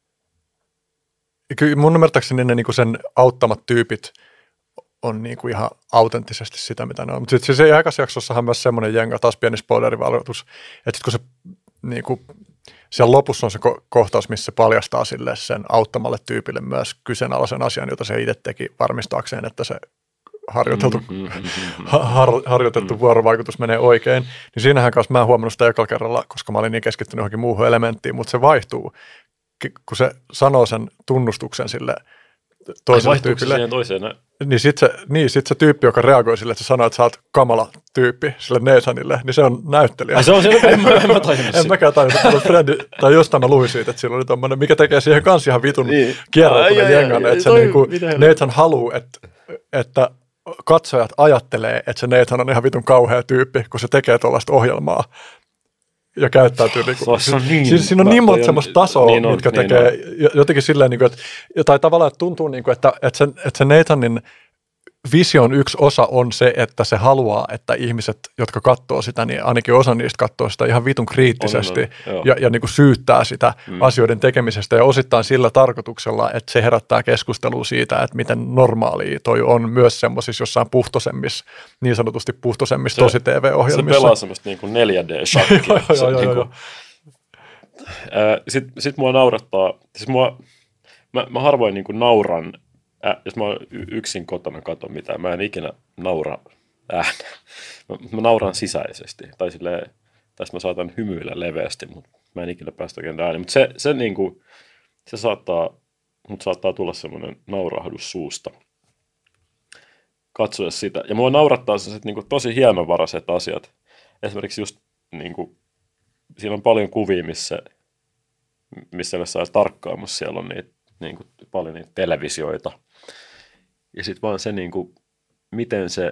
kyllä mun ymmärtääkseni ne niinku sen auttamat tyypit on niinku ihan autenttisesti sitä, mitä ne on. Mutta sitten siis ekassa jaksossahan myös semmoinen jenga, taas pieni spoilerivaroitus, että sitten kun se niinku, siellä lopussa on se ko- kohtaus, missä se paljastaa sille sen auttamalle tyypille myös kyseenalaisen asian, jota se itse teki varmistaakseen, että se harjoiteltu, har, harjoitettu vuorovaikutus menee oikein, niin siinähän kanssa mä en huomannut sitä ekalla kerralla, koska mä olin niin keskittynyt johonkin muuhun elementtiin, mutta se vaihtuu, kun se sanoo sen tunnustuksen sille toiselle Ai, tyypille. Siihen toiseen? Niin sitten se, niin sit se tyyppi, joka reagoi sille, että se sanoo, että sä oot kamala tyyppi sille Nathanille, niin se on näyttelijä. Ai se on se, en mä, en mä tajunnut En mäkään tajunnut, että Frendi, tai jostain mä luin siitä, että sillä oli tommoinen, mikä tekee siihen kans ihan vitun niin. kierroutuneen jengan, että se toi, niinku, miten- Nathan haluaa, että, että katsojat ajattelee, että se Nathan on ihan vitun kauhea tyyppi, kun se tekee tuollaista ohjelmaa ja käyttäytyy. Niinku, Se on niin- siis siinä on niin monta toi on- semmoista tasoa, niin on, mitkä niin tekee jotenkin silleen, niinku, että, tai tavallaan että tuntuu, niinku, että, että, se, että se Nathanin vision yksi osa on se, että se haluaa, että ihmiset, jotka katsoo sitä, niin ainakin osa niistä katsoo sitä ihan vitun kriittisesti On, on, on, ja, ja niin kuin syyttää sitä mm. asioiden tekemisestä ja osittain sillä tarkoituksella, että se herättää keskustelua siitä, että miten normaalia toi on myös semmoisissa jossain puhtosemmissa, niin sanotusti puhtosemmissa tosi T V-ohjelmissa. Se pelaa semmoista niin kuin neljä D-shakkia. niin Sitten sit mua naurattaa, siis mua, mä, mä harvoin niin kuin nauran, Äh, jos mä yksin kotona katon mitään, mä en ikinä naura ääneen. Mä, mä nauran sisäisesti. Tai silleen, tästä mä saatan hymyillä leveästi, mutta mä en ikinä päästä oikein ääneen. Mutta se, se, niinku, se saattaa, mut saattaa tulla semmoinen naurahdus suusta. Katsoa sitä. Ja mua naurattaa sellaiset niinku tosi hienovaraiset asiat. Esimerkiksi just, niinku, siinä on paljon kuvia, missä, missä ne saa tarkkaamassa. Siellä on niitä, niinku, paljon niitä televisioita. Ja sitten vaan se, niin kuin, miten se,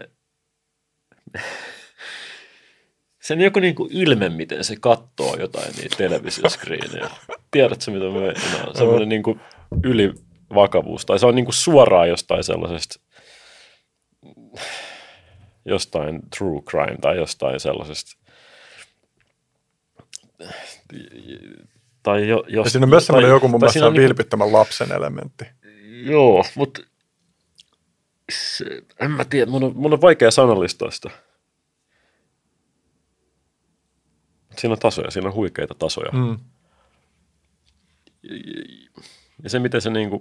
sen joku niin kuin ilme, miten se katsoo jotain niitä televisioskriinejä. Tiedätkö, mitä mä meinaan? Semmoinen niin kuin ylivakavuus. Tai se on niin kuin suoraan jostain sellaisesta, jostain true crime tai jostain sellaisesta. Tai jo, jos, ja siinä on myös semmoinen joku mun mielestä on vilpittömän lapsen elementti. Joo, mutta se, en mä tiedä, mun on, mun on vaikea sanallistaa sitä. Siinä on tasoja, siinä on huikeita tasoja. Mm. Ja, ja se, miten se niinku...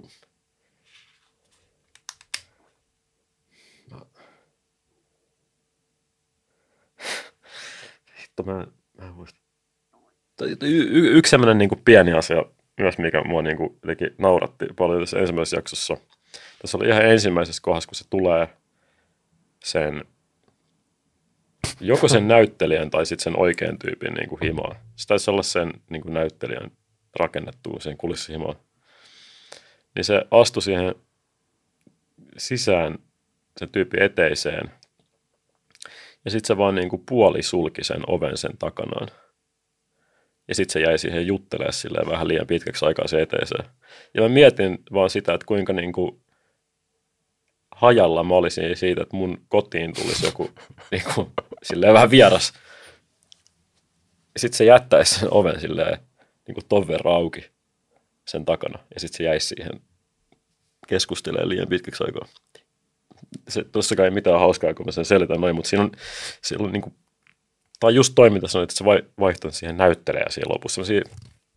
Hitto, mä, mä en muista. Y- y- yksi sellainen niinku pieni asia myös, mikä mua niinku teki nauratti paljon tässä ensimmäisessä jaksossa. Tässä oli ihan ensimmäisessä kohdassa, kun se tulee sen, joko sen näyttelijän tai sitten sen oikean tyypin niin kuin himaan. Se taisi olla sen niin kuin näyttelijän rakennettua sen kulissihimaan. Niin se astui siihen sisään sen tyypin eteiseen. Ja sitten se vaan niin kuin puoli sulki sen oven sen takanaan. Ja sitten se jäi siihen juttelemaan silleen vähän liian pitkäksi aikaa se eteiseen. Ja mä mietin vaan sitä, että kuinka niin kuin hajalla mä olisin siitä, että mun kotiin tulisi joku niin kuin, silleen vähän vieras. Sitten se jättäisi sen oven silleen niin kuin ton verran auki sen takana. Ja sitten se jäisi siihen keskustelemaan liian pitkäksi aikaa. Se, tossakaan ei mitään hauskaa, kun mä sen selitän noin, mutta siinä on, siinä on niin kuin, tai just toi, mitä sanoit, että se vai, vaihtaa siihen näyttelejä siinä lopussa. Sellaisia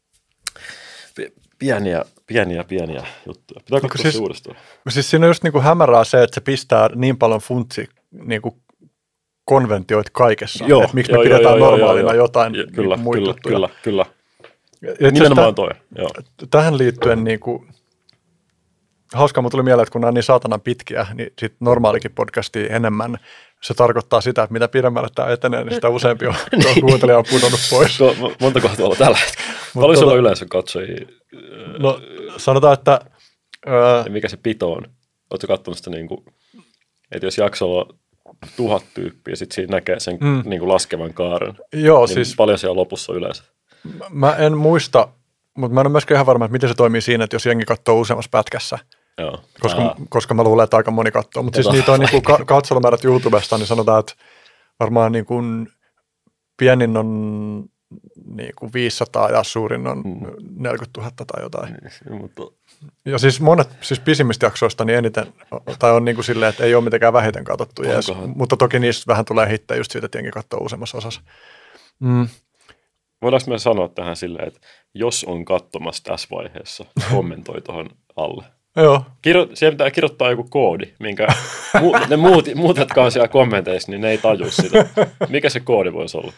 pieniä, pieniä, pieniä juttuja. Pitää katsoa siis, se uudestaan. Siis siinä on just niinku hämärää se, että se pistää niin paljon funtsi niinku konventioita kaikessa. Joo, että miksi joo, me pidetään joo, normaalina joo, joo. jotain Ja, niinku kyllä, muita kyllä, juttuja. kyllä, kyllä. Ja Nimenomaan toi. Joo. Tähän liittyen niinku, hauskaa mun tuli mieleen, että kun nämä on niin saatanan pitkiä, niin sit normaalikin podcastia enemmän. Se tarkoittaa sitä, että mitä pidemmälle tämä etenee, niin sitä useampi on, niin. kuuntelija on pudonnut pois. Tuo, monta kohtaa olla tällä hetkellä? Paljon sulla tuota, yleensä katsojia? No sanotaan, että... Öö, Ja mikä se pito on? Oletko katsonut sitä, niin kuin, että jos jaksolla on tuhat tyyppiä, sitten siinä näkee sen mm. niin kuin laskevan kaaren. Joo, niin siis... Paljon siellä lopussa yleensä? Mä en muista, mutta mä en ole myöskään ihan varma, että miten se toimii siinä, että jos jengi katsoo useammassa pätkässä, Joo. Koska, Aa. koska mä luulen, että aika moni katsoo. Mutta siis Tota. niitä on niin ka- katselumäärät YouTubesta, niin sanotaan, että varmaan niin kuin pienin on niin kuin viisisataa ja suurin on mm. neljäkymmentätuhatta tai jotain. Niin, mutta... Ja siis monet siis pisimmistä jaksoista niin eniten, tai on niin kuin silleen, että ei ole mitenkään vähiten katsottu. Jees, mutta toki niistä vähän tulee hittejä just siitä, että jengi katsoo useammassa osassa. Mm. Voidaanko me sanoa tähän silleen, että jos on katsomassa tässä vaiheessa, kommentoi tuohon alle. Joo. Kirjo- siihen pitää kirjoittaa joku koodi, minkä mu- ne muut, muut, jotka on siellä kommenteissa, niin ne ei taju sitä. Mikä se koodi voisi olla?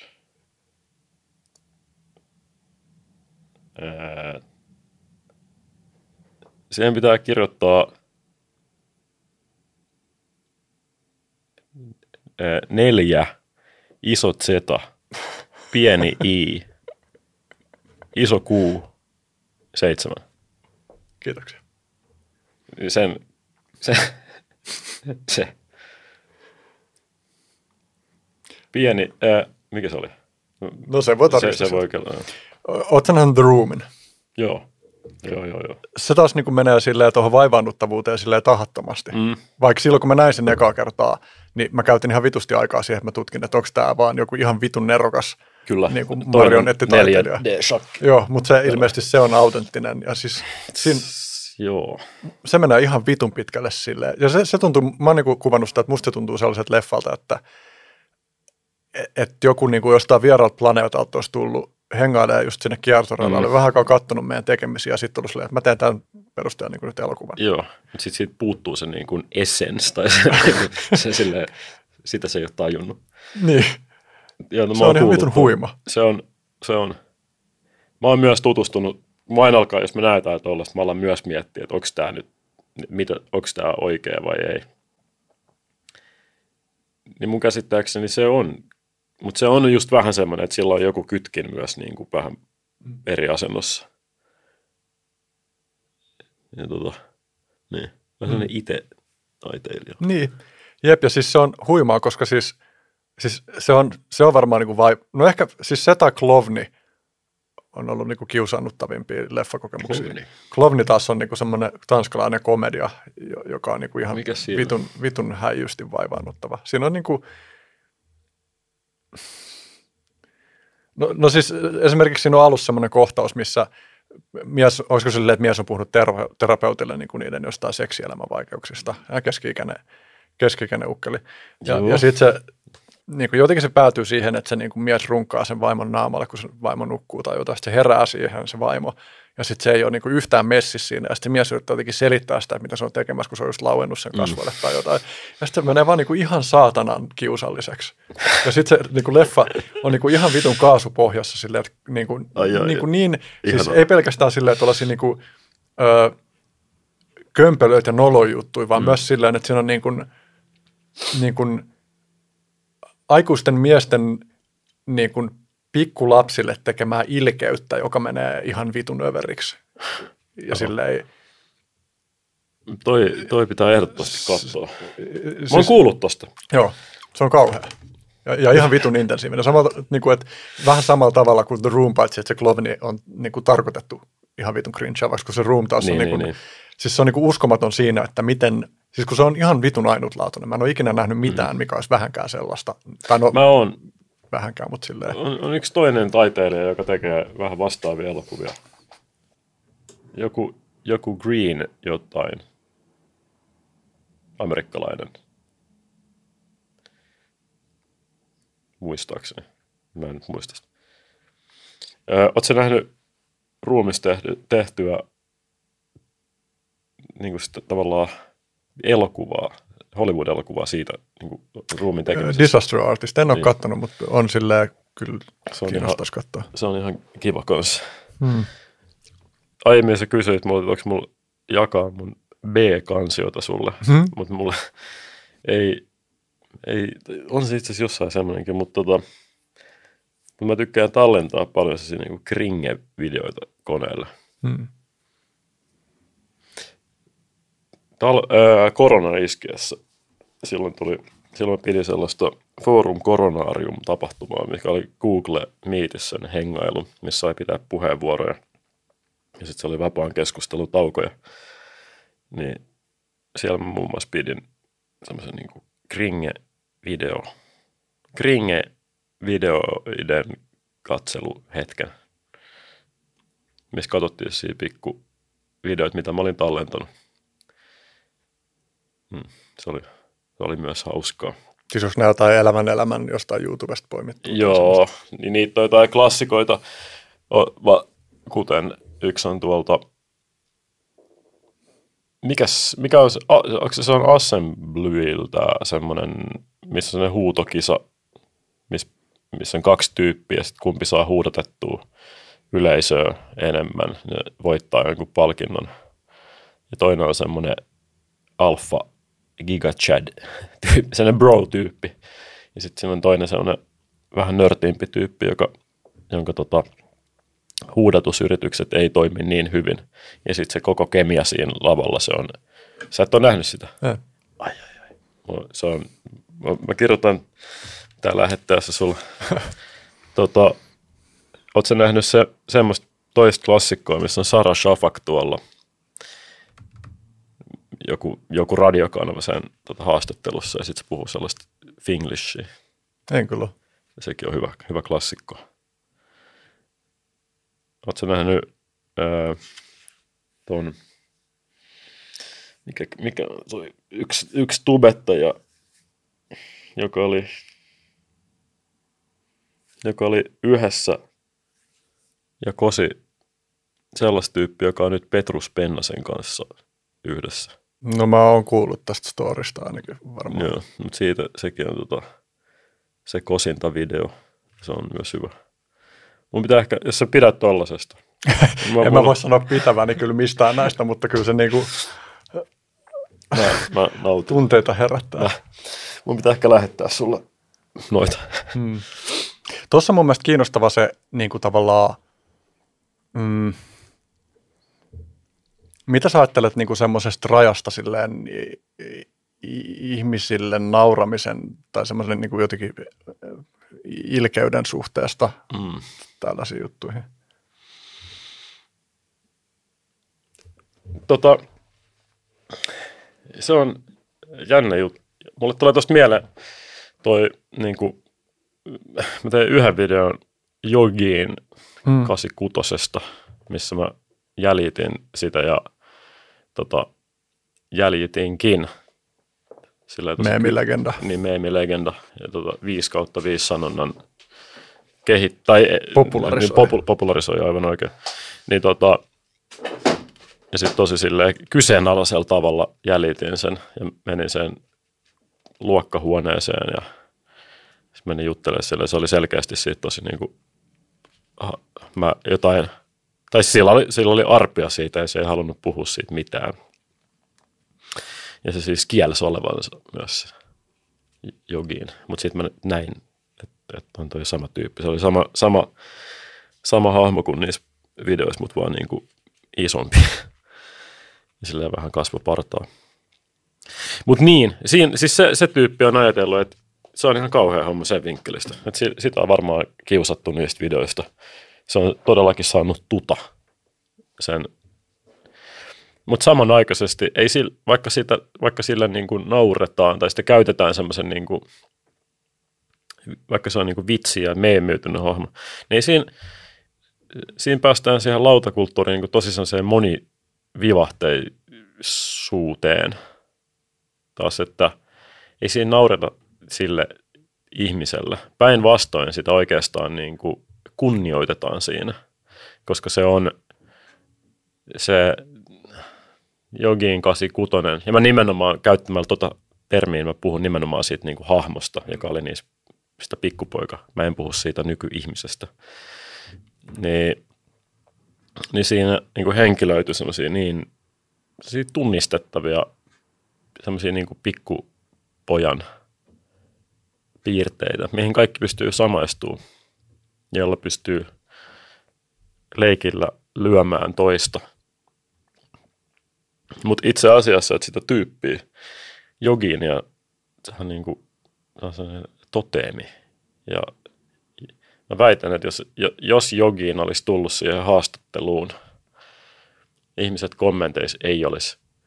Ää... Siihen pitää kirjoittaa ää, neljä, iso Z, pieni I, iso Q, seitsemän. Kiitoksia. Sen, se, se. Pieni, ää, mikä se oli? No se voi Se, tarkistaa. se voi kyllä. Ootko nähnyt The Roomin? Joo, joo, joo. joo. Se taas niin kuin menee silleen tuohon vaivaannuttavuuteen silleen tahattomasti. Mm. Vaikka silloin, kun mä näin sen ekaa kertaa, niin mä käytin ihan vitusti aikaa siihen, että mä tutkin, että onko tämä vaan joku ihan vitun nerokas Kyllä. niin kuin marionettitaiteilija. neljä D-shock. Joo, mutta se ilmeisesti se on autenttinen. Ja siis siinä, Joo. se menee ihan vitun pitkälle silleen. Ja se, se tuntuu, mä oon niin kuin kuvannut sitä, että musta se tuntuu sellaiset leffalta, että, että joku niin kuin jostain vieraalta planeetalta olisi tullut hengailemaan just sinne kiertoradalla. Mm. Oli vähän aikaa kattonut meidän tekemisiä ja sitten tullut silleen, että mä teen tämän perusteella niin kuin nyt elokuvan. Joo, mutta sitten siitä puuttuu se niin kuin essence, tai se, se silleen, sitä se ei ole tajunnut. Niin, ja, no, se on ihan vitun huima. Se on, se on. Mä oon myös tutustunut, mä aina alkaa, jos me näetään tuollaista, mä alan myös miettiä, että onko tämä nyt, mitä, onko tämä oikea vai ei. Niin mun käsittääkseni se on, mutta se on just vähän semmoinen, että sillä on joku kytkin myös niin kuin vähän eri asennossa. Ja tota, niin, vähän sellainen itse taiteilija. Niin, jep, ja siis se on huimaa, koska siis, siis se, on, se on varmaan niin kuin vai, no ehkä siis se tai Klovni on ollut niin kuin kiusaannuttavimpia leffakokemuksia. Klovni. Klovni taas on niin kuin semmoinen tanskalainen komedia, joka on niin kuin ihan vitun, vitun häijysti vaivaannuttava. Siinä on niin kuin, no, no siis esimerkiksi siinä on alussa semmoinen kohtaus, missä mies, olisiko silleen, että mies on puhunut ter- terapeutille niin kuin niiden jostain seksielämän vaikeuksista. Ja keski-ikäinen, keski-ikäinen ukkeli. Ja, ja sitten se niin kuin jotenkin se päätyy siihen, että se niin kuin mies runkkaa sen vaimon naamalle, kun se vaimo nukkuu tai jotain. Sitten se herää siihen, se vaimo. Ja sitten se ei ole niin kuin yhtään messissä siinä. Ja sitten se mies yrittää jotenkin selittää sitä, mitä se on tekemässä, kun se on just lauennut sen kasvoille mm. tai jotain. Ja sitten se menee vaan niin kuin ihan saatanan kiusalliseksi. Ja sitten se niin kuin leffa on niin kuin ihan vitun kaasupohjassa silleen, että niin kuin, ai, ai, niin, kuin niin siis ei pelkästään silleen, että ollaisiin niin kuin, ö, kömpelöitä ja nolojuttuja, vaan mm. myös silleen, että siinä on niin kuin, niin kuin aikuisten miesten niin kuin pikkulapsille tekemää ilkeyttä, joka menee ihan vitun överiksi. Ja Oho. silleen... Toi, toi pitää ehdottomasti katsoa. Siis, mä oon kuullut tosta. Joo, se on kauhea. Ja, ja ihan vitun intensiivinen. Samalla, niin kuin, että vähän samalla tavalla kuin The Room, paitsi että se Klovni on niin kuin tarkoitettu ihan vitun cringeavaksi, kun se Room taas niin, on, niin kuin, niin, niin. Siis se on niin kuin uskomaton siinä, että miten... Siis kun se on ihan vitun ainutlaatuinen. Mä en ole ikinä nähnyt mitään, mikä olisi vähänkään sellaista. Tai no, mä oon... Vähänkään, mutta silleen. On, on yksi toinen taiteilija, joka tekee vähän vastaavia elokuvia. Joku, joku Green jotain. Amerikkalainen. Muistaakseni. Mä en nyt muista sitä. Öö, Ootko nähnyt Ruumista tehtyä niin kuin sitä, tavallaan elokuvaa, Hollywood-elokuvaa siitä niin kuin Ruumin tekemisestä? Disaster Artist. En ole niin. kattonut, mutta on silleen kyllä se on kiinnostaisi ihan, katsoa. Se on ihan kiva kanssa. Hmm. Aiemmin sä kysyit, että voiko mulla jakaa mun B-kansiota sulle, hmm? mutta mulla ei, ei, on se itse asiassa jossain semmoinenkin, mutta tota, mä tykkään tallentaa paljon sellaisia niin kuin kringe-videoita koneella. Hmm. Tal- ää, korona iskiessä silloin tuli, silloin pidi sellaista Forum Coronarium-tapahtumaa, mikä oli Google Meetissä hengailu, missä sai pitää puheenvuoroja. Ja sitten se oli vapaan keskustelutaukoja. niin siellä mä muun muassa pidin semmoisen niin kuin Kringe-video, Kringe-videoiden katseluhetken, missä katsottiin siinä pikku videoita, mitä mä olin tallentanut. Hmm, se, oli, se oli myös hauskaa. Siis jos ne jotain elämän elämän jostain YouTubesta poimittu. Joo, niin niitä on jotain klassikoita, kuten yksi on tuolta, mikäs, mikä on se, onko se, se on Assemblyiltä semmoinen, missä on semmoinen huutokisa, missä, missä on kaksi tyyppiä, ja sitten kumpi saa huudatettua yleisöä enemmän, ne voittaa jonkun palkinnon. Ja toinen on semmoinen Alpha Giga Chad, semmoinen bro-tyyppi. Ja sitten siinä on toinen semmoinen vähän nörtimpi tyyppi, joka, jonka tota, huudatusyritykset ei toimi niin hyvin. Ja sitten se koko kemia siinä lavalla, se on, sä et ole nähnyt sitä? Ei. Ai ai ai. Se on, mä, mä kirjoitan tää lähettäessä sulla. tota, oot sä nähnyt se, semmoista toista klassikkoa, missä on Sarah Shafak tuolla? Joku, joku radiokanava sen tota, haastattelussa ja sitten se puhuu sellaista finglishia. En kyllä. Sekin on hyvä, hyvä klassikko. Oletko nähnyt ää, ton, mikä, mikä toi yksi, yksi tubettaja, joka oli, joka oli yhdessä ja kosi sellaista tyyppiä, joka on nyt Petrus Pennasen kanssa yhdessä. No mä oon kuullut tästä storista ainakin varmaan. Joo, mutta siitä sekin on tota, se kosinta video. Se on myös hyvä. Mun pitää ehkä, jos sä pidät tollasesta. Mä, en mä voi sanoa pitäväni kyllä mistään näistä, mutta kyllä se niinku mä, mä nautin. Tunteita herättää. Mä, mun pitää ehkä lähettää sulle noita. Hmm. Tuossa on mun mielestä kiinnostava se niinku tavallaan, mm, mitä sä ajattelet niinku semmoisesta rajasta silleen i, i, ihmisille nauramisen tai semmoisen niinku jotenkin ilkeyden suhteesta mm. tällaisiin juttuihin? Tota, se on jännä juttu. Mulle tulee tuosta mieleen toi, niinku, mä tein yhden videon Jogiin mm. kahdeksankymmentäkuusi, missä mä jäljitin sitä ja tota, jäljitinkin. Meemilegenda. Niin, meemilegenda. Ja tota, viisi kautta viisi sanonnan kehit, tai popularisoi. Niin, popul, popularisoi aivan oikein. Niin tota, ja sitten tosi silleen kyseenalaisella tavalla jäljitin sen ja menin sen luokkahuoneeseen ja sitten menin juttelemaan sille. Se oli selkeästi siitä tosi niinku, mä jotain, tai sillä oli, sillä oli arpia siitä ja se ei halunnut puhua siitä mitään. Ja se siis kielsi olevansa myös Jogiin. Mutta sitten mä näin, että, että on toi sama tyyppi. Se oli sama, sama, sama hahmo kuin niissä videoissa, mutta vaan niin kuin isompi. Ja silleen vähän kasvopartaa. Mutta niin, siinä, siis se, se tyyppi on ajatellut, että se on ihan kauhea homma sen vinkkelistä. Että sitä on varmaan kiusattu niistä videoista. Se on todellakin saanut tuta sen. Mutta samanaikaisesti, ei sillä, vaikka, sitä, vaikka sillä niin kuin nauretaan tai sitten käytetään semmoisen, niin kuin, vaikka se on niin kuin vitsi ja meemyytynyt hahmo, niin ei siinä, siinä päästään siihen lautakulttuuriin niin tosi semmoiseen monivivahteisuuteen taas, että ei siinä naureta sille ihmiselle. Päinvastoin sitä oikeastaan niin kuin kunnioitetaan siinä, koska se on se Jogiin kahdeksankymmentäkuusi, ja mä nimenomaan käyttämällä tuota termiä, mä puhun nimenomaan siitä niin kuin hahmosta, joka oli niistä pikkupoika. Mä en puhu siitä nykyihmisestä. Niin, niin siinä niin kuin henkilöityi semmoisia niin tunnistettavia semmoisia niin kuin pikkupojan piirteitä, mihin kaikki pystyy samaistumaan, jolla pystyy leikillä lyömään toista. Mutta itse asiassa, että sitä tyyppiä Jogiin ja sehän niin kuin toteemi. Ja mä väitän, että jos, jos Jogiin olisi tullut siihen haastatteluun, ihmiset kommenteissa ei olisi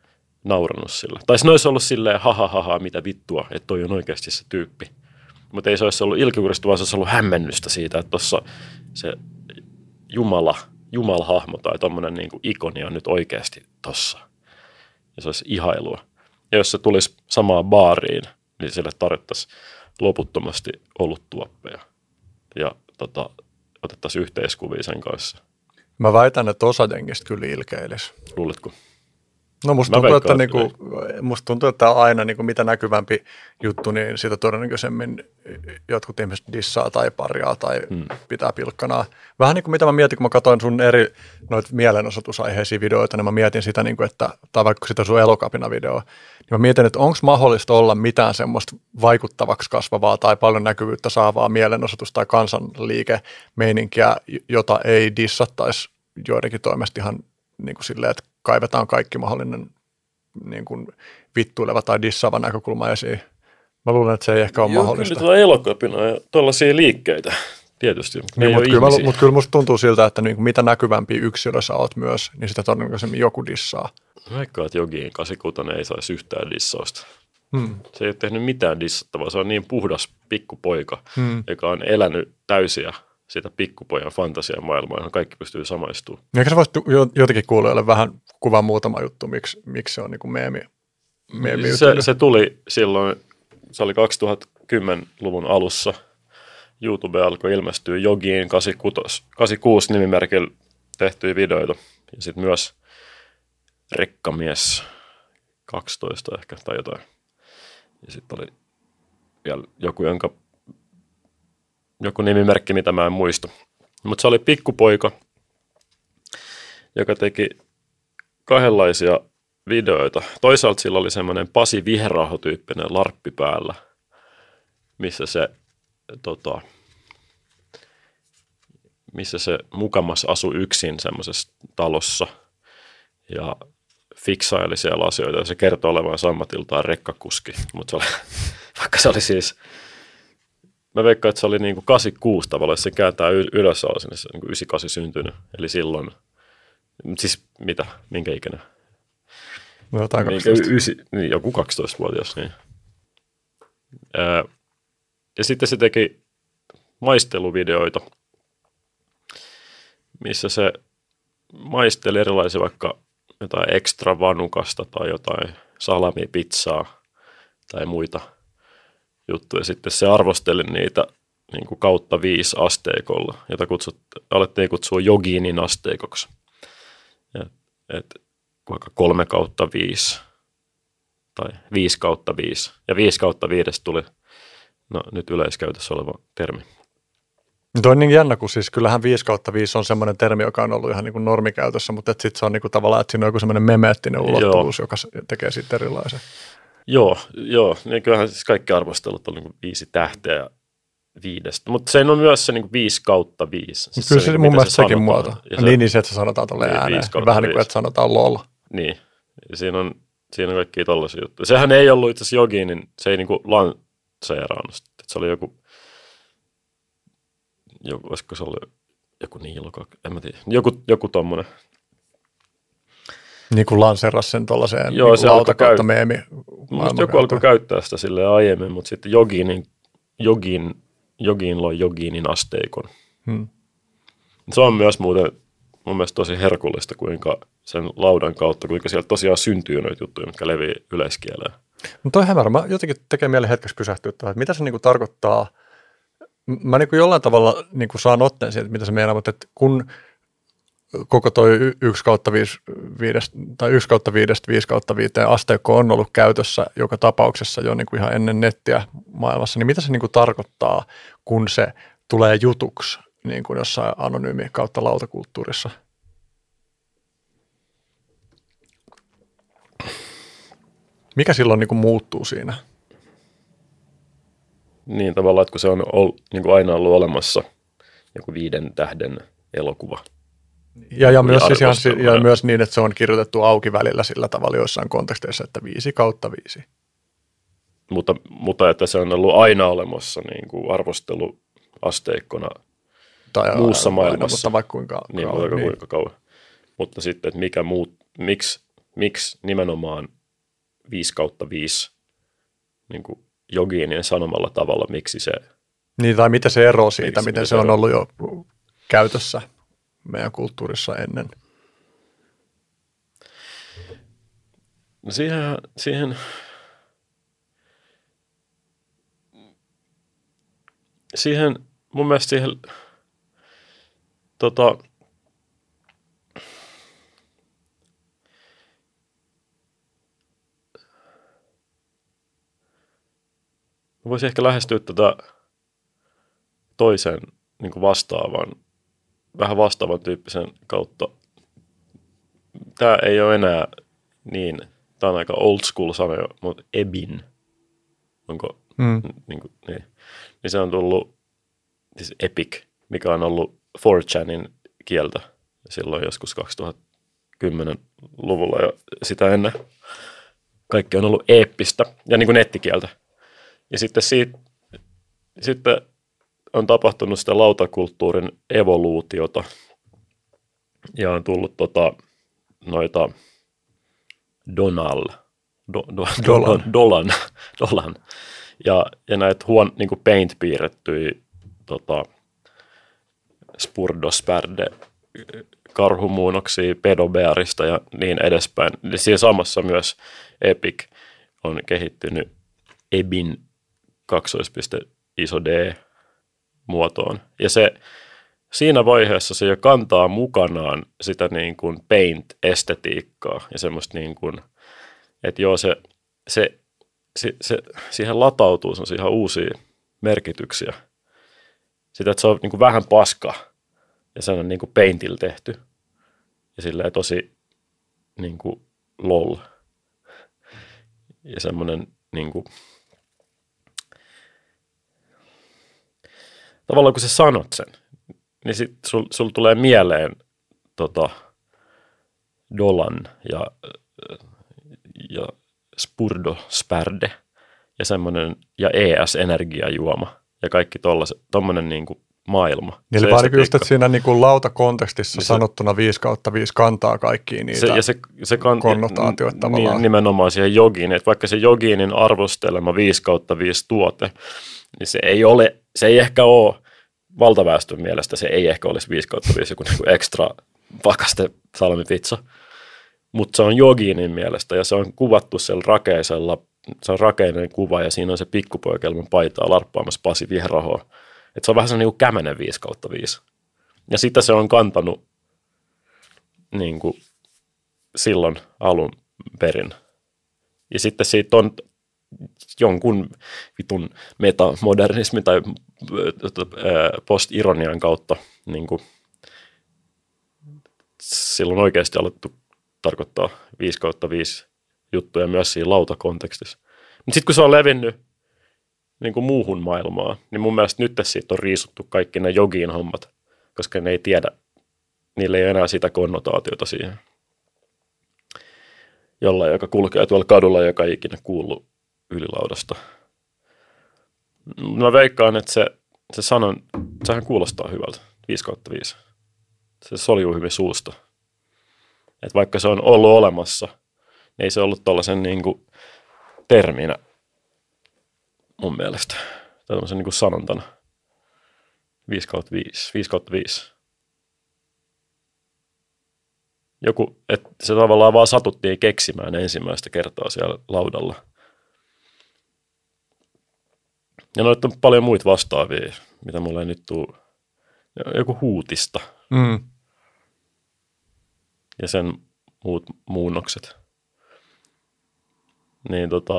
naurannut sillä. Tai ne olisi ollut silleen, haha, haha, mitä vittua, että toi on oikeasti se tyyppi. Mutta ei se olisi ollut ilkikurista, vaan se olisi ollut hämmennystä siitä, että tuossa se Jumala, Jumalhahmo tai tommoinen niin kuin ikoni on nyt oikeasti tossa. Ja se olisi ihailua. Ja jos se tulisi samaan baariin, niin sille tarjottaisiin loputtomasti oluttuoppeja. Ja tota, otettaisiin yhteiskuvia sen kanssa. Mä väitän, että osa jengistä kyllä ilkeilisi. Luuletko? No musta tuntuu, että, niinku, musta tuntuu, että aina niinku, mitä näkyvämpi juttu, niin sitä todennäköisemmin jotkut ihmiset dissaa tai parjaa tai hmm. pitää pilkkanaa. Vähän niin kuin mitä mä mietin, kun mä katsoin sun eri noita mielenosoitusaiheisia videoita, niin mä mietin sitä, niin kuin, että, tai vaikka sitä sun Elokapina-videoa, niin mä mietin, että onko mahdollista olla mitään semmoista vaikuttavaksi kasvavaa tai paljon näkyvyyttä saavaa mielenosoitus- tai kansanliike-meininkiä, jota ei dissattaisi joidenkin toimesta ihan niin kuin silleen, että kaivetaan kaikki mahdollinen niin kuin vittuileva tai dissaava näkökulma esiin. Mä luulen, että se ei ehkä ole Joo, mahdollista. Joo, kyllä Elokapina ja tuollaisia liikkeitä tietysti. Niin, mutta kyllä, mut kyllä musta tuntuu siltä, että niin, mitä näkyvämpi yksilö sä oot myös, niin sitä todennäköisemmin joku dissaa. Vaikka, että jokin kahdeksankymmentäkuusi ei saisi yhtään dissausta. Hmm. Se ei ole tehnyt mitään dissattavaa. Se on niin puhdas pikkupoika, hmm. joka on elänyt täysiä sitä pikkupojan fantasiamaailmaa, johon kaikki pystyy samaistumaan. Eikä sä voisi jotenkin kuulijoille vähän kuvaa muutama juttu, miksi, miksi se on niin kuin meemi, meemi se, se tuli silloin, se oli kaksituhattakymmenluvun alussa. YouTube alkoi ilmestyä Jogiin kahdeksankymmentäkuusi nimimerkillä tehtyjä videoita. Ja sitten myös Rekkamies kaksitoista ehkä tai jotain. Ja sitten oli vielä joku, jonka, joku nimimerkki, mitä mä en muista. Mutta se oli pikkupoika, joka teki kahdenlaisia videoita. Toisaalta sillä oli semmoinen Pasi Viherraho-tyyppinen larppi päällä, missä se, tota, missä se mukamas asui yksin semmoisessa talossa ja fiksaili siellä asioita. Ja se kertoi olevansa ammatiltaan rekkakuski, mutta se oli, vaikka se oli siis, mä veikkaan, että se oli niin kuin kahdeksankymmentäkuusi tavallaan, jos se kääntää ylös alas, niin se on niin kuin yhdeksänkymmentäkahdeksan syntynyt. Eli silloin, siis mitä, minkä ikäinen? No jotain kaksitoista. Ysi, niin, joku kaksitoistavuotias, niin. Ää, ja sitten se teki maisteluvideoita, missä se maisteli erilaisia vaikka jotain ekstra vanukasta tai jotain salamipizzaa tai muita juttuja. Sitten se arvosteli niitä niin kuin kautta viisi asteikolla, jota kutsut, alettiin kutsua Jogiinin asteikoksi. Et, et, vaikka kolme kautta viisi tai viisi kautta viisi. Ja viisi kautta viidestä tuli no, nyt yleiskäytössä oleva termi. Tuo on niin jännä, kun siis kyllähän viisi kautta viisi on semmoinen termi, joka on ollut ihan niin kuin normikäytössä, mutta sitten se on niin kuin tavallaan, että siinä on joku semmoinen memeettinen ulottuvuus, joo, joka tekee siitä erilaisen. Joo, joo. Niin kyllähän siis kaikki arvostelut on niin kuin viisi tähteä viidestä, mutta se on myös se niin kuin viisi kautta viisi. Siis kyllä se, se niin mun mielestä se sekin muoto. Se, niin, niin se, että se sanotaan tolleen niin, ääneen. Vähän niin kuin, että sanotaan lol. Niin, siinä on, siinä on kaikkia tollaisia juttuja. Sehän ei ollut itse asiassa Jogi, niin se ei niin kuin lanseeraannut. Se oli joku, joku, olisiko se ollut joku Niilo, en mä tiedä, joku, joku tommonen. Niin kuin lanseerasi sen tuollaiseen joo, niin se lauta kautta käyt- meemi. Musta joku alkoi käyttää sitä silleen aiemmin, mutta sitten Joginin, Jogin, Jogin loi Joginin asteikon. Hmm. Se on myös muuten mun mielestä tosi herkullista, kuinka sen laudan kautta, kuinka sieltä tosiaan syntyy noita juttuja, mitkä levii yleiskieleen. No toi hämärä. Mä jotenkin tekee mieli hetkeksi pysähtyä, että mitä se niinku tarkoittaa. Mä niinku jollain tavalla niinku saan otteen siitä, mitä se meinaa, mutta että kun koko toi yksi kautta viisi tai yksi kautta viidestä viisi kautta viiteen asteikko on ollut käytössä joka tapauksessa jo niinku ihan ennen nettiä maailmassa, niin mitä se niinku tarkoittaa, kun se tulee jutuksi niin kuin jossain anonyymi kautta lautakulttuurissa? Mikä silloin niin kuin muuttuu siinä? Niin tavallaan, että kun se on ol, niin kuin aina ollut olemassa joku viiden tähden elokuva. Ja, ja, myös, siis ihan, ja myös niin, että se on kirjoitettu auki välillä sillä tavalla joissain konteksteissa, että viisi kautta viisi. Mutta, mutta että se on ollut aina olemassa niin kuin arvosteluasteikkona tai muussa aina, maailmassa. Mutta vaikka kuinka niin, kauan. Mutta niin. kuinka kauan. Mutta sitten, että mikä muut, miksi, miksi nimenomaan viisi kautta viisi niin kuin jogiinien sanomalla tavalla, miksi se... Niin, tai miten se eroaa siitä, Miksi, miten se on ollut jo käytössä meidän kulttuurissa ennen. No siihen, siihen, siihen, mun mielestä siihen, tota, voisin ehkä lähestyä tätä toisen niin kuin vastaavan, vähän vastaavan tyyppisen kautta. Tämä ei ole enää niin, tämä on aika old school sana jo, mutta ebin, onko, Mm. niin, kuin, niin, niin se on tullut, siis epic, mikä on ollut four chanin kieltä silloin joskus kaksituhattakymmenen-luvulla ja sitä ennen. Kaikki on ollut eeppistä ja niin kuin nettikieltä. Ja sitten siitä, sitten on tapahtunut sitä lautakulttuurin evoluutiota ja on tullut tota, noita Donal, do, do, Dolan. Dolan, Dolan ja, ja näitä huon, niin kuin paint-piirrettyjä tota, spurdospärde karhumuunnoksia pedobearista ja niin edespäin. Ja siinä samassa myös Epic on kehittynyt ebin kaksoispiste iso D muotoon. Ja se siinä vaiheessa se jo kantaa mukanaan sitä niin kuin paint-estetiikkaa ja semmoista niin kuin, että joo se, se, se, se siihen latautuu semmoisia ihan uusia merkityksiä. Sitä, että se on niin kuin vähän paska ja se on niin kuin paintilla tehty ja silleen tosi niin kuin lol ja semmoinen niin kuin tavallaan kun sä sanot sen, niin sit sul, sul tulee mieleen tota, Dolan ja, ja Spurdo Spärde ja semmoinen ja E S-energiajuoma ja kaikki tollaset, tommonen niinku maailma. Niin eli vaan just, että siinä niinku lautakontekstissa niin sanottuna viisi kautta viisi kantaa kaikkiin niitä se, ja se, se kan, konnotaatioita tavallaan. Nimenomaan siihen jogiin, että vaikka se jogiinin arvostelema viisi kautta viisi tuote, niin se ei ole, se ei ehkä ole valtaväestön mielestä, se ei ehkä olisi viisi kautta viisi joku niinku ekstra pakaste salmipizza, mutta se on jogiinin mielestä ja se on kuvattu siellä rakeisella, se on rakeinen kuva ja siinä on se pikkupoikelman paitaa larppaamassa Pasi Vihrahoa. Että se on vähän sellainen niin kämänen viisi kautta viisi. Ja sitä se on kantanut niin kuin silloin alun perin. Ja sitten siitä on jonkun vitun metamodernismi tai postironian kautta niin kuin silloin oikeasti alettu tarkoittaa viisi kautta viisi juttuja myös siinä lautakontekstissa. Mutta sitten kun se on levinnyt niin kuin muuhun maailmaan, niin mun mielestä nyt siitä on riisuttu kaikki ne jogiin hommat, koska ne ei tiedä, niillä ei ole enää sitä konnotaatiota siihen. Jollain, joka kulkee tuolla kadulla, joka ei ikinä kuullut ylilaudasta. Mä veikkaan, että se, se sanon, sehän kuulostaa hyvältä, viisi kautta viisi. Se soljuu hyvin suusta. Et vaikka se on ollut olemassa, niin ei se ollut tollaisen niin kuin terminä mun mielestä. Tai tämmöisen niin kuin sanontana. viisi kautta viisi. viisi kautta viisi. Joku, että se tavallaan vaan satuttiin keksimään ensimmäistä kertaa siellä laudalla. Ja noita on paljon muita vastaavia, mitä mulla ei nyt tule. Joku huutista. Mm. Ja sen muut muunnokset. Niin tota...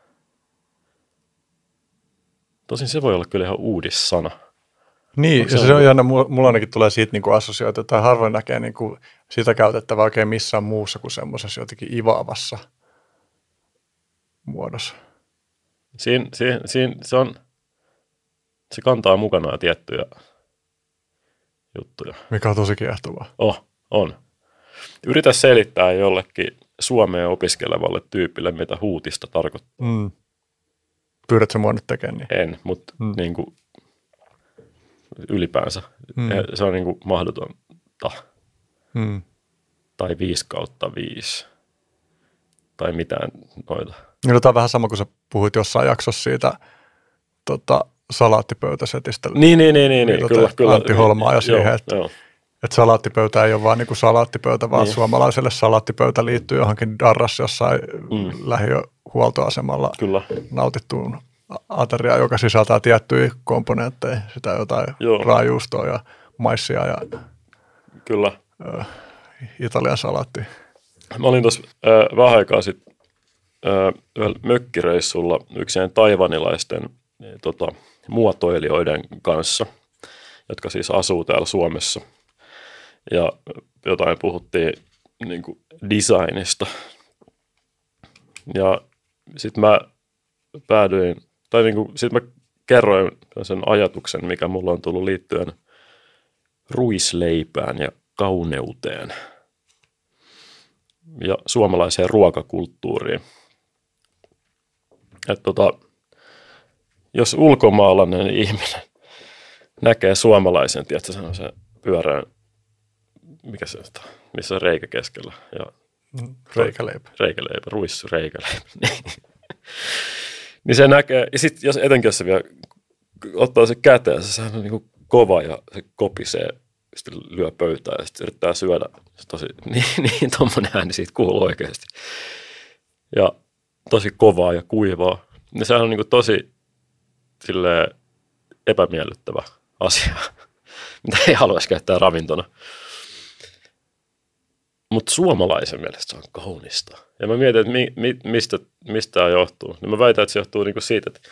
Tosin se voi olla kyllä ihan uudissana. Niin, Onko ja se se on- on jännä, mulla mulla ainakin tulee siitä niinku assosiaatio, tai harvoin näkee niinku sitä käytettävää oikein missään muussa kuin semmoisessa jotenkin ivaavassa muodossa. Siin, siin, siin, se, on, se kantaa mukanaan tiettyjä juttuja. Mikä on tosi kiehtovaa. Oh, on. Yritä selittää jollekin Suomeen opiskelevalle tyypille, mitä huutista tarkoittaa. Mm. Pyydätkö mua nyt tekemään niin? En, mutta Mm. niin kuin ylipäänsä. Mm. Se on niin kuin mahdotonta. Mm. Tai viisi kautta viisi. tai mitään noita. Niin, tämä on vähän sama kuin sä puhuit jossain jaksossa siitä tota, salaattipöytäsetistä. Niin, niin, niin, niin, niin kyllä, kyllä. Antti Holmaa ja siihen, joo, että, joo. että salaattipöytä ei ole vaan niin kuin salaattipöytä, vaan niin. Suomalaiselle salaattipöytä liittyy johonkin Darras jossain mm. lähiöhuoltoasemalla kyllä. nautittuun ateriaan, joka sisältää tiettyjä komponentteja, sitä jotain joo. raajuustoa ja maissia ja kyllä. Ö, Italian salaattia. Mä olin tuossa äh, vähän aikaa sitten äh, yhdellä mökkireissulla yksien taivanilaisten äh, tota, muotoilijoiden kanssa, jotka siis asuu täällä Suomessa. Ja jotain puhuttiin niin kuin designista. Ja sitten mä päädyin, tai niin kuin, sitten mä kerroin sen ajatuksen, mikä mulla on tullut liittyen ruisleipään ja kauneuteen ja suomalaiseen ruokakulttuuriin. Että tota, jos ulkomaalainen ihminen näkee suomalaisen, tiedätkö, sellaisen pyörään, mikä se on, missä on reikä keskellä. Ja reikäleipä. Reikäleipä, ruisreikäleipä. Niin se näkee, ja sitten jos etenkin jos se vielä ottaa se käteen, sehän on niin kuin kova ja se kopisee, sitten lyö pöytään ja sitten yrittää syödä. Se tosi, niin, niin tommoinen ääni siitä kuuluu oikeasti. Ja tosi kovaa ja kuivaa. Ja sehän on niin kuin tosi silleen epämiellyttävä asia, mitä ei haluaisi käyttää ravintona. Mutta suomalaisen mielestä se on kaunista. Ja mä mietin, että mi, mi, mistä, mistä tämä johtuu. Ja mä väitän, että se johtuu niinku siitä, että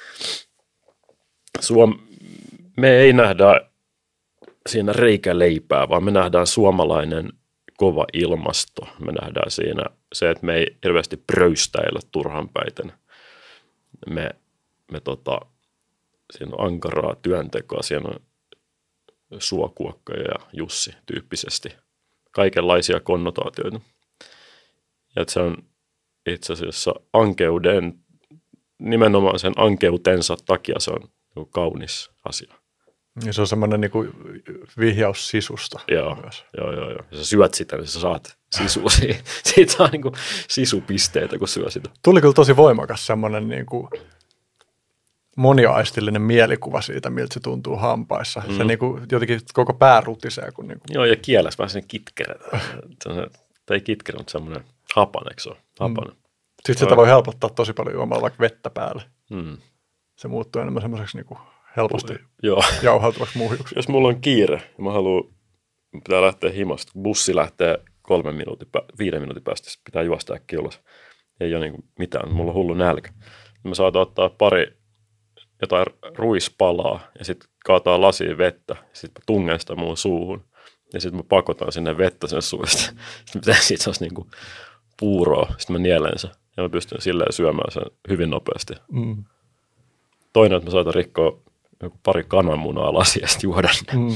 Suom- me ei nähdä siinä reikäleipää, vaan me nähdään suomalainen kova ilmasto. Me nähdään siinä se, että me ei hirveästi pröystäillä turhanpäiten. Me, me tota, siinä on ankaraa työntekoa, siinä on Suokuokka ja Jussi tyyppisesti. Kaikenlaisia konnotaatioita. Ja että se on itse asiassa ankeuden, nimenomaan sen ankeutensa takia se on kaunis asia. Ja se on semmoinen niin kuin vihjaus sisusta. Joo, joo, joo, joo. Ja sä syöt sitä, niin sä saat sisua. Siitä saa niin kuin sisupisteitä, kun syö sitä. Tuli kyllä tosi voimakas semmoinen niin kuin moniaistillinen mielikuva siitä, miltä se tuntuu hampaissa. Mm. Se niin kuin jotenkin koko pää rutisee. Kun niin kuin... Joo, ja kielessä vähän sen kitkerä. Tai ei kitkerä, mutta semmoinen hapan, eikö se ole? Hapan. Mm. Sitten sitä voi helpottaa tosi paljon juomalla vaikka vettä päälle. Mm. Se muuttuu enemmän semmoiseksi niin kuin helposti Joo. jauhautuvaksi muhjuksi. Jos mulla on kiire ja mä haluan, pitää lähteä himasta, bussi lähtee kolmen minuutin, viiden minuutin päästä, pitää juosta äkkiä ulos. Ei ole niin mitään, mulla on hullu nälkä. Mä saatan ottaa pari jotain ruispalaa ja sitten kaataa lasiin vettä ja sitten tungen sitä mun suuhun. Ja sitten mä pakotan sinne vettä sen suusta. Sitten pitää siitä sellaista niin kuin puuroa, sitten mä nielen sen. Ja mä pystyn silleen syömään sen hyvin nopeasti. Mm. Toinen, että mä saatan rikkoa joku pari kananmunaa lasia ja sitten juoda ne. Mm.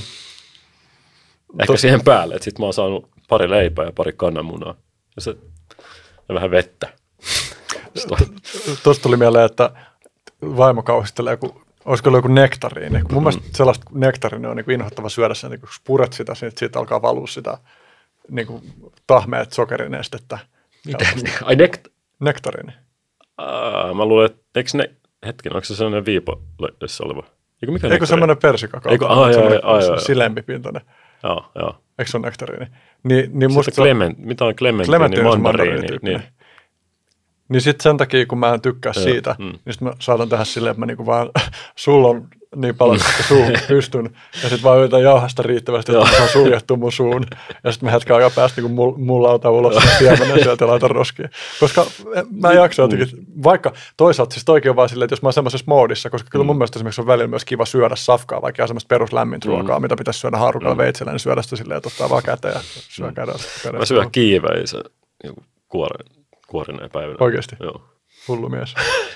Ehkä Tos... siihen päälle, että sitten mä oon saanut pari leipää ja pari kananmunaa. Ja, se... ja vähän vettä. Tuosta tuli mieleen, että vaimo kauhistelee, kun olisiko ollut joku nektariini. Mun mielestä sellaista nektariini on niin kuin inhottava syödä sen, niin kun puret sitä, niin siitä alkaa valua sitä niin kuin tahmeet sokerinestettä. Mitä? Ai nekt- nektariini. Aa, mä luulen, että eikö ne, hetken, onko se sellainen viipoissa oleva? Eikö mikä Eikö semmoinen persikakao? Eikö, ai, ai, ai, ai. Silempipintainen. Joo, joo. Eikö se ole nektariini? Niin, niin musta Clement, mitä on Clementine, mandariini? Niin. Niin sitten sen takia, kun mä en tykkää ja, siitä, mm. niin sitten mä saatan tehdä silleen, että mä niinku vaan sullon niin paljon, että suuhun pystyn. Ja sitten vaan yritän jauhasta riittävästi, että mä saan suljettua mun suun. Ja sitten mä hetken aikaa päästä niin mulla mul lauta ulos ja siemenen sieltä ja laitan roskiin. Koska mä en jaksa jotenkin, vaikka toisaalta siis toikin on vaan silleen, että jos mä oon semmoisessa moodissa, koska kyllä mun mm. mielestä esimerkiksi on välillä myös kiva syödä safkaa, vaikka ihan semmoista peruslämmintä ruokaa, mm. mitä pitäisi syödä haarukalla mm. veitsellä, niin syödä sitä silleen, että ottaa vaan käteen ja syö mm. kädellä. Mä syön kiiveisen kuoren. Kuorineen päivänä. Oikeasti? Joo. Hullu mies.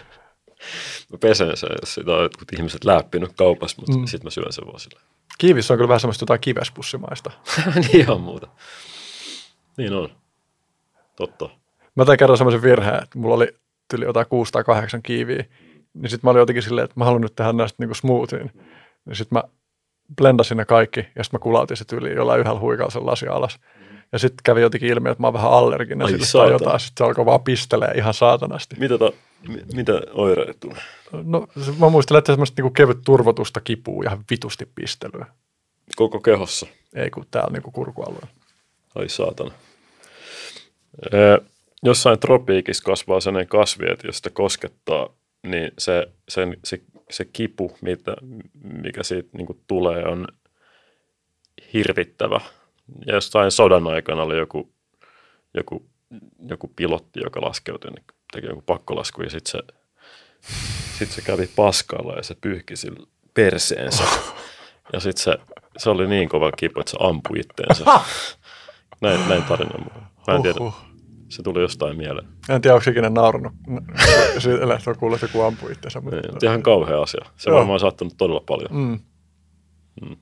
Mä pesen sen, jos sitä on jotkut ihmiset läppinyt kaupassa, mutta mm. sitten mä syön sen vaan silleen. Kiivissä on kyllä vähän semmoista jotain kivespussimaista. Niin on muuta. Niin on. Totta. Mä tein kerran semmoisen virheen, että mulla oli tyli jotain kuusi tai kahdeksan kiiviä. Niin sitten mä olin jotenkin silleen, että mä haluan nyt tehdä näistä niinku smoothien. Niin sitten mä blendasin ne kaikki ja sitten mä kulautin se tyyliin jollain yhdellä huikalla sen lasin alas. Ja sitten kävi jotenkin ilmi, että mä oon vähän allerginen Ai sille tai saatana. jotain. Sitten se alkoi vaan pistelee ihan saatanasti. Mitä, ta, mi- mitä oireet tulee? No se- mä muistelen, että semmoista niinku kevyt turvotusta kipuu ja vitusti pistelyä. Koko kehossa. Ei kun täällä niinku kurkualueella. Ai saatana. Ee, jossain tropiikissa kasvaa sellainen kasvi, että jos sitä koskettaa, niin se, sen, se, se kipu, mitä, mikä siitä niin kuin tulee, on hirvittävä. Ja jossain sodan aikana oli joku, joku, joku pilotti, joka laskeutui, niin teki joku pakkolasku, ja sitten se, sit se kävi paskalla ja se pyyhki sillä perseensä. Ja sitten se, se oli niin kova kipu, että se ampui itteensä. Näin, näin tarinan mukaan. Mä en tiedä, Uhuh. se tuli jostain mieleen. En tiedä, onko ikinä naurannut. Siitä on kuullut, että joku ampui itseänsä. Mutta... Niin, ihan kauhea asia. Se Joo. varmaan on saattanut todella paljon. Mm. Mm.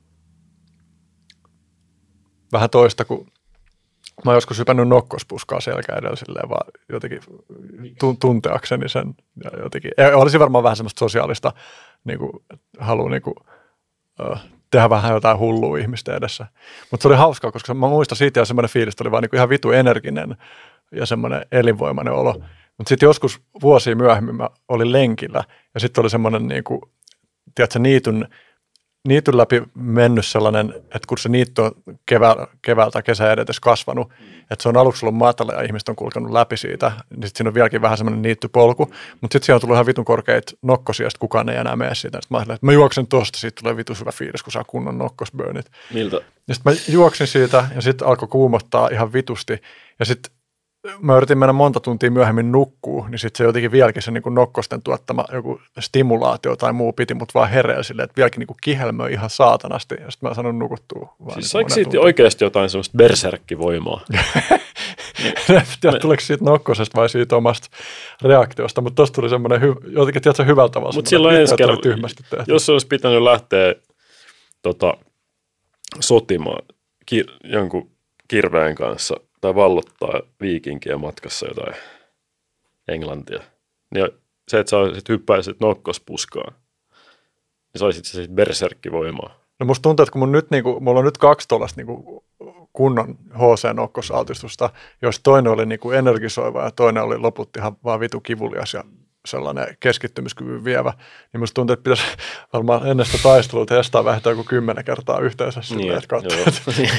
Vähän toista, kun mä oon joskus hypännyt nokkospuskaa selkä edellä silleen vaan jotenkin tun- tunteakseni sen. Ja jotenkin, ja olisi varmaan vähän semmoista sosiaalista niin kuin, halua niin kuin, uh, tehdä vähän jotain hullua ihmisten edessä. Mutta se oli hauskaa, koska mä muistan siitä ja semmoinen fiilis, että oli vaan niin kuin ihan vitu energinen ja semmoinen elinvoimainen olo. Mutta sitten joskus vuosia myöhemmin mä olin lenkillä ja sitten oli semmoinen niin kuin, tiedätkö, niityn, niityn läpi mennyt sellainen, että kun se niitty on kevää, keväältä kesän edetessä kasvanut, että se on aluksi ollut matala ja ihmiset on kulkenut läpi siitä, niin sitten siinä on vieläkin vähän semmoinen niittypolku, mutta sitten siellä on tullut ihan vitun korkeita nokkosia ja sitten kukaan ei enää mene siitä. Sitten mä ajattelin, että mä juoksen tosta, siitä tulee vitun hyvä fiilis, kun saa kunnon nokkosburnit. Miltä? Ja sitten mä juoksin siitä ja sitten alkoi kuumottaa ihan vitusti ja sitten mä yritin mennä monta tuntia myöhemmin nukkuu, niin sitten se jotenkin vieläkin se niin kuin nokkosten tuottama joku stimulaatio tai muu piti mut vaan hereillä silleen, että vieläkin niin kuin kihelmöi ihan saatanasti ja sitten mä sanon nukuttua. Siis saiko siitä oikeasti jotain semmoista berserkkivoimaa? Tiedä, tuleeko siitä nokkosesta vai siitä omasta reaktiosta, mutta tosta tuli semmoinen hy- jotenkin tiedätkö, hyvällä tavalla. Mutta silloin ensi kerran, tyhmästi tehty. jos olisi pitänyt lähteä tota, sotimaan ki- jonkun kirveen kanssa tai vallottaa viikinkiä matkassa jotain Englantia, niin se, että sä olisit hyppäisit nokkospuskaan, niin saisit se siitä berserkkivoimaa. No musta tuntuu, että kun mun nyt, niin kuin, mulla on nyt kaksi tuollaista niin kunnon H C-nokkosaltistusta, jos toinen oli niin kuin energisoiva ja toinen oli loput ihan vaan vitu kivulias ja sellainen keskittymiskyvyn vievä, niin musta tuntuu, että pitäisi varmaan ennen sitä taistelua testaa vähintään joku kymmenen kertaa yhteensä silleen, Niin, että katsoo. joo.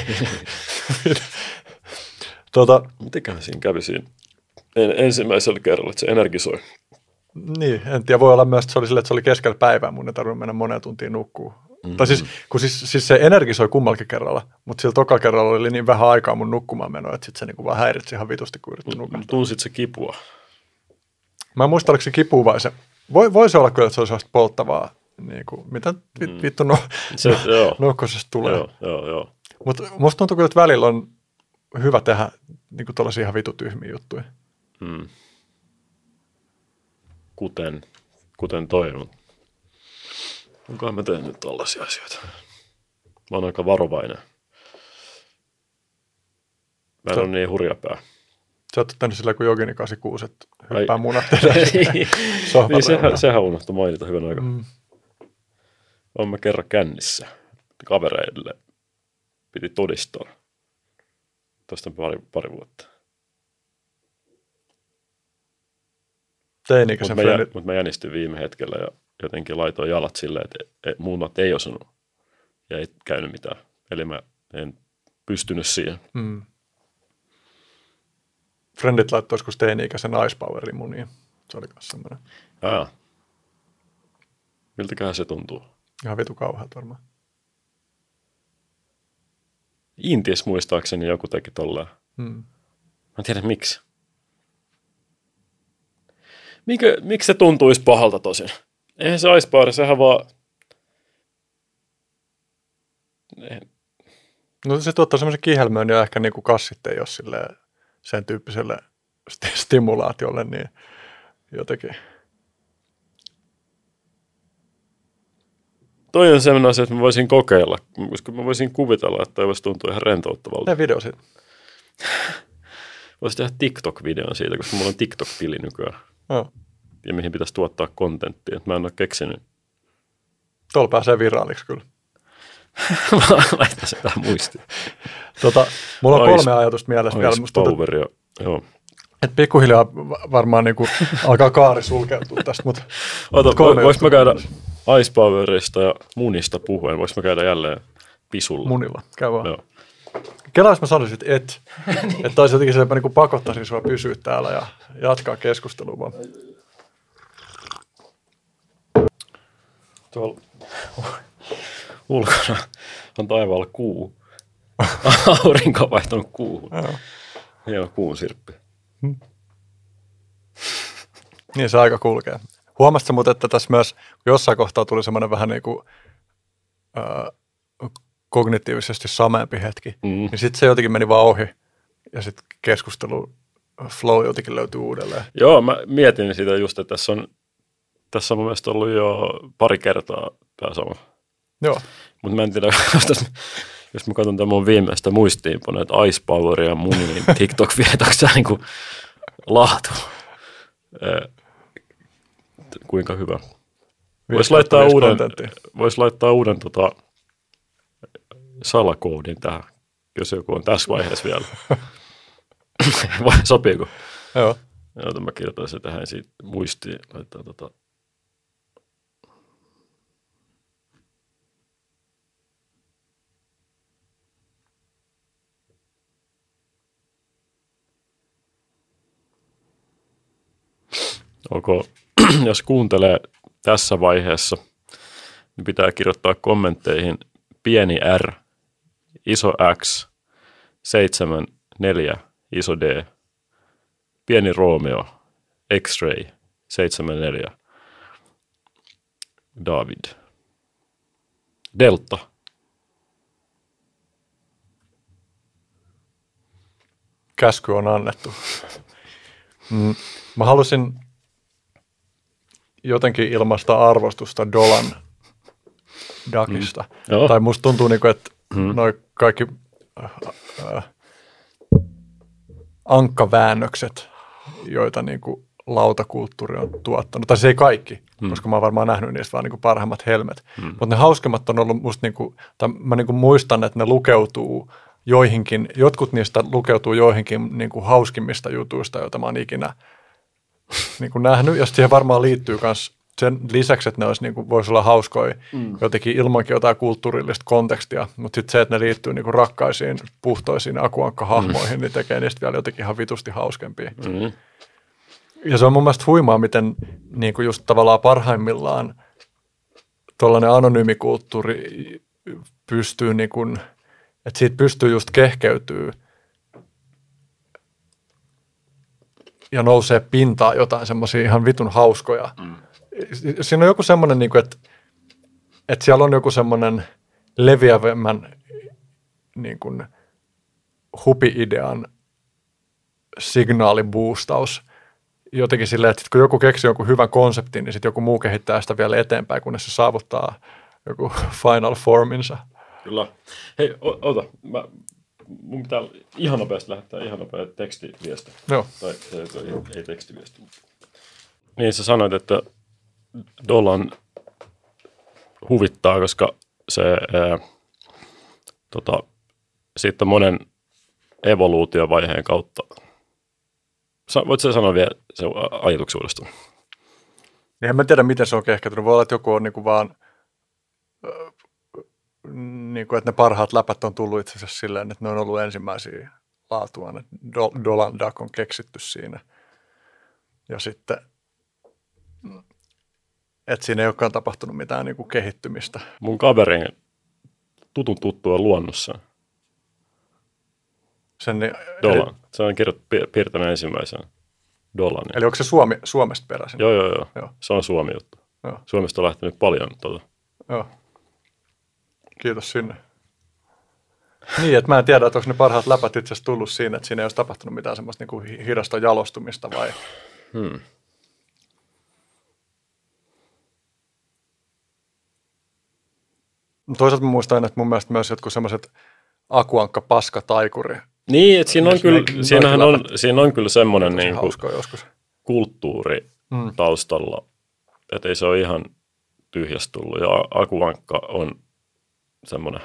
Tota, Mitenköhän siinä kävi siinä en, ensimmäisellä kerralla, että se energisoi? niin, en tiedä, voi olla myös, että se oli silleen, että se oli keskellä päivää, mun ei tarvinnut mennä moneen tuntiin nukkuu. Mm-hmm. Tai siis, kun siis, siis se energisoi kummallakin kerralla, mutta sillä toka kerralla oli niin vähän aikaa mun nukkumaan menoa, että sitten se niinku vaan häiritsi ihan vitusti, kun yritti nukahtaa. Tunsit se kipua? Mä en muista, oliko se kipu vai se, voi, voi se olla kyllä, että se olisi sellaista polttavaa, niin kuin, mitä vit, vittu no, Se, joo. nokkosesta tulee. Joo, joo, joo. Mutta musta tuntuu kyllä, että välillä on hyvä tehdä niin kuin tuollaisia ihan vitu tyhmiä juttuja. Hmm. Kuten, kuten toi on. Onkohan mä tehnyt tällaisia asioita? Mä oon aika varovainen. Mä en Sä- ole niin hurjapää. Sä oot tehnyt sillä kuin Jogini kahdeksankymmentäkuusi, että hyppää Ai. munat edessä. niin sehän, sehän unohtui mainita hyvän aikaa. Mm. Oon mä kerran kännissä kavereille. Piti todistaa. Tuosta pari, pari vuotta. Teini-ikäisen Mutta mä, jä, frendit. mut mä jänistyin viime hetkellä ja jotenkin laitoin jalat silleen, että et, munat ei osunut ja ei käynyt mitään. Eli mä en pystynyt siihen. Mm. Frendit laittoi joskus teini-ikäisen Ice Powerin muniin. Se oli myös semmoinen Aa. Miltäköhän se tuntuu? ihan vitu kauhealta varmaan. Intiassa muistaakseni joku teki tolleen. Mm. Mä en tiedä miksi. Mikä, miksi se tuntuisi pahalta tosin? Eihän se Ice Power, sehän vaan... Eihän- No se tuottaa semmoisen kihelmön ja ehkä niinku kassit ei ole silleen sen tyyppiselle st- stimulaatiolle, niin jotenkin. Toi on sellainen asia, että mä voisin kokeilla, koska mä voisin kuvitella, että toi voisi tuntua ihan rentouttavalta. Tee video siitä. Voisi tehdä TikTok-videon siitä, koska mulla on TikTok-tili nykyään. Joo. Ja mihin pitäisi tuottaa kontenttia. Mä en ole keksinyt. Tuolla pääsee viraaliksi kyllä. Laita se tähän muistiin. Tota, mulla on kolme Ice- ajatusta mielessä vielä. Ice Musta tuntuu, Power, ja, joo. että pikkuhiljaa varmaan niinku alkaa kaari sulkeutua tästä, mutta Ota, mut kolme voinko mä juttua käydä mielessä. Ice Powerista ja munista puhuen? Voinko mä käydä jälleen pisulla? Munilla, käy vaan. Joo. Kela, jos mä sanoisin, että et, että olisi jotenkin se, että mä niinku pakottaisin sua pysyä täällä ja jatkaa keskustelua vaan. Tuolla ulkona on taivaalla kuu. Aurinko on vaihtanut kuuhun. Joo. Hieno kuun sirppi. Niin se aika kulkee. Huomasitko muuten, että tässä myös jossain kohtaa tuli semmoinen vähän niin kuin äh, kognitiivisesti sameempi hetki, Mm. niin sitten se jotenkin meni vaan ohi ja sitten keskustelu flow jotenkin löytyy uudelleen. Joo, mä mietin sitä just, että tässä on, tässä on mun mielestä ollut jo pari kertaa tämä sama. Joo, Mutta mä en tiedä, jos mä katson tämän mun viimeistä muistiinpanoa, että Ice Power ja muni, niin TikTok vietoksi sä niin kuin laatu. Eh, kuinka hyvä. Voisi laittaa uuden, vois laittaa uuden tota, salakoodin tähän, jos joku on tässä vaiheessa vielä. Vai sopiiko? Joo. Jotta mä kirjoitan se tähän siitä muistiin. Laittaa tota. Onko, jos kuuntelee tässä vaiheessa, niin pitää kirjoittaa kommentteihin pieni R, iso X, seitsemän, neljä, iso D, pieni Romeo, X-ray, seitsemän, neljä, David, Delta. Käsky on annettu. Mm, mä halusin jotenkin ilmaista arvostusta Dolan Duckista. Mm. Joo. Tai musta tuntuu, niinku, että Mm. noi kaikki äh, äh, ankkaväännökset, joita niinku lautakulttuuri on tuottanut, tai se ei kaikki, mm. koska mä oon varmaan nähnyt niistä vaan niinku parhaimmat helmet, mm. mutta ne hauskemmat on ollut musta, niinku, tai mä niinku muistan, että ne lukeutuu joihinkin, jotkut niistä lukeutuu joihinkin niinku hauskimmista jutuista, joita mä oon ikinä niinku nähnyt, ja siihen varmaan liittyy myös sen lisäksi, että ne olisi, niinku, voisi olla hauskoja mm. jotenkin ilmankin jotain kulttuurillista kontekstia, mutta sitten se, että ne liittyy niinku rakkaisiin, puhtoisiin akuankkahahmoihin, mm. niin tekee niistä vielä jotenkin ihan vitusti hauskempia. Mm. Ja se on mun mielestä huimaa, miten niinku just tavallaan parhaimmillaan tuollainen anonyymikulttuuri pystyy, niinku, että siitä pystyy just kehkeytyy ja nousee pintaan jotain semmoisia ihan vitun hauskoja. Mm. Siinä on joku semmoinen, niin että, että siellä on joku semmoinen leviävemmän niin kuin hupi-idean signaalibuustaus. Jotenkin silleen, että kun joku keksii jonkun hyvän konseptin, niin sitten joku muu kehittää sitä vielä eteenpäin, kunnes se saavuttaa joku final forminsa. Kyllä. Hei, o- ota. Mä, mun pitää ihan nopeasti lähettää ihan nopea tekstiviesti. Joo. Tai ei, ei, ei tekstiviesti. Niin sä sanoit, että Dolan huvittaa, koska se ää, tota, siitä monen evoluutiovaiheen kautta. Sa, voitko sä sanoa vielä se ajatuksen uudestaan? Niin en mä tiedä, miten se on kehkeytynyt. Voi olla, että joku on niinku vaan, äh, niinku, että ne parhaat läpät on tullut itse asiassa silleen, että ne on ollut ensimmäisiä laatuaan. Että Do- Dolan Duck on keksitty siinä. Ja sitten, että siinä ei olekaan tapahtunut mitään niinku kehittymistä. Mun kaverin tutun tuttua luonnossa. Sen, niin, Dolan. eli, Se on kirjoittu piirtänyt ensimmäisen Dolanin. eli onko se Suomi, Suomesta peräisin? Joo, joo, joo, Joo. Se on Suomi juttu. Joo. Suomesta on lähtenyt paljon. Tuota. Joo. Kiitos sinne. Niin, että mä en tiedä, että onko ne parhaat läpät itse asiassa tullut siinä, että siinä ei olisi tapahtunut mitään semmoista niinku hidasta jalostumista vai... Hmm. Toisaalta mä muistan, että mun mielestä myös jotkut semmoiset akuankka-paskataikuri. Niin, että siinä on, Jos kyllä, ne- siinähän ne- on, siinä on kyllä semmoinen Tosi niin kuin hauskoja joskus. kulttuuri Mm. taustalla, että ei se ole ihan tyhjästä tullut. Ja akuankka on semmoinen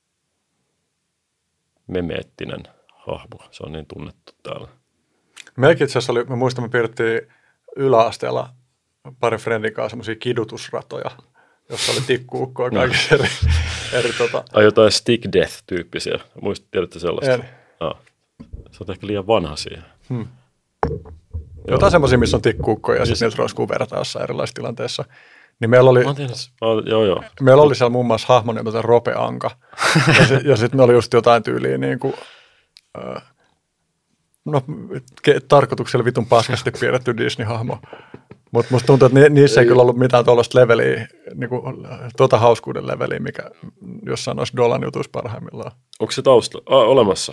memeettinen hahmo. Se on niin tunnettu täällä. Meilläkin itse asiassa oli, mä muistan, me piirrettiin yläasteella pari friendin kanssa semmoisia kidutusratoja, jossa oli tikkuukkoa kaikissa eri, eri tota... Ai jotain stick death-tyyppisiä. Muistat, tiedätte sellaista? En. Ah. Se on ehkä liian vanha siihen. Hmm. Jotain semmoisia, missä on tikkuukkoja ja sitten niiltä roiskuu verta jossain erilaisissa tilanteissa. Niin meillä oli, mä tiedän, mä, joo, joo. meillä oli siellä muun muassa hahmo nimeltä Rope Anka. Ja, sit, ja sitten me oli just jotain tyyliä niin kuin, äh, no ke, tarkoituksella vitun paskasti piirretty Disney-hahmo. Mutta musta tuntuu, että ni, niissä ei, ei kyllä ollut mitään tuollaista leveliä, niin kuin, tuota hauskuuden leveliä, mikä jossain noissa Dolan jutuissa parhaimmillaan. Onko se tausta ah, olemassa?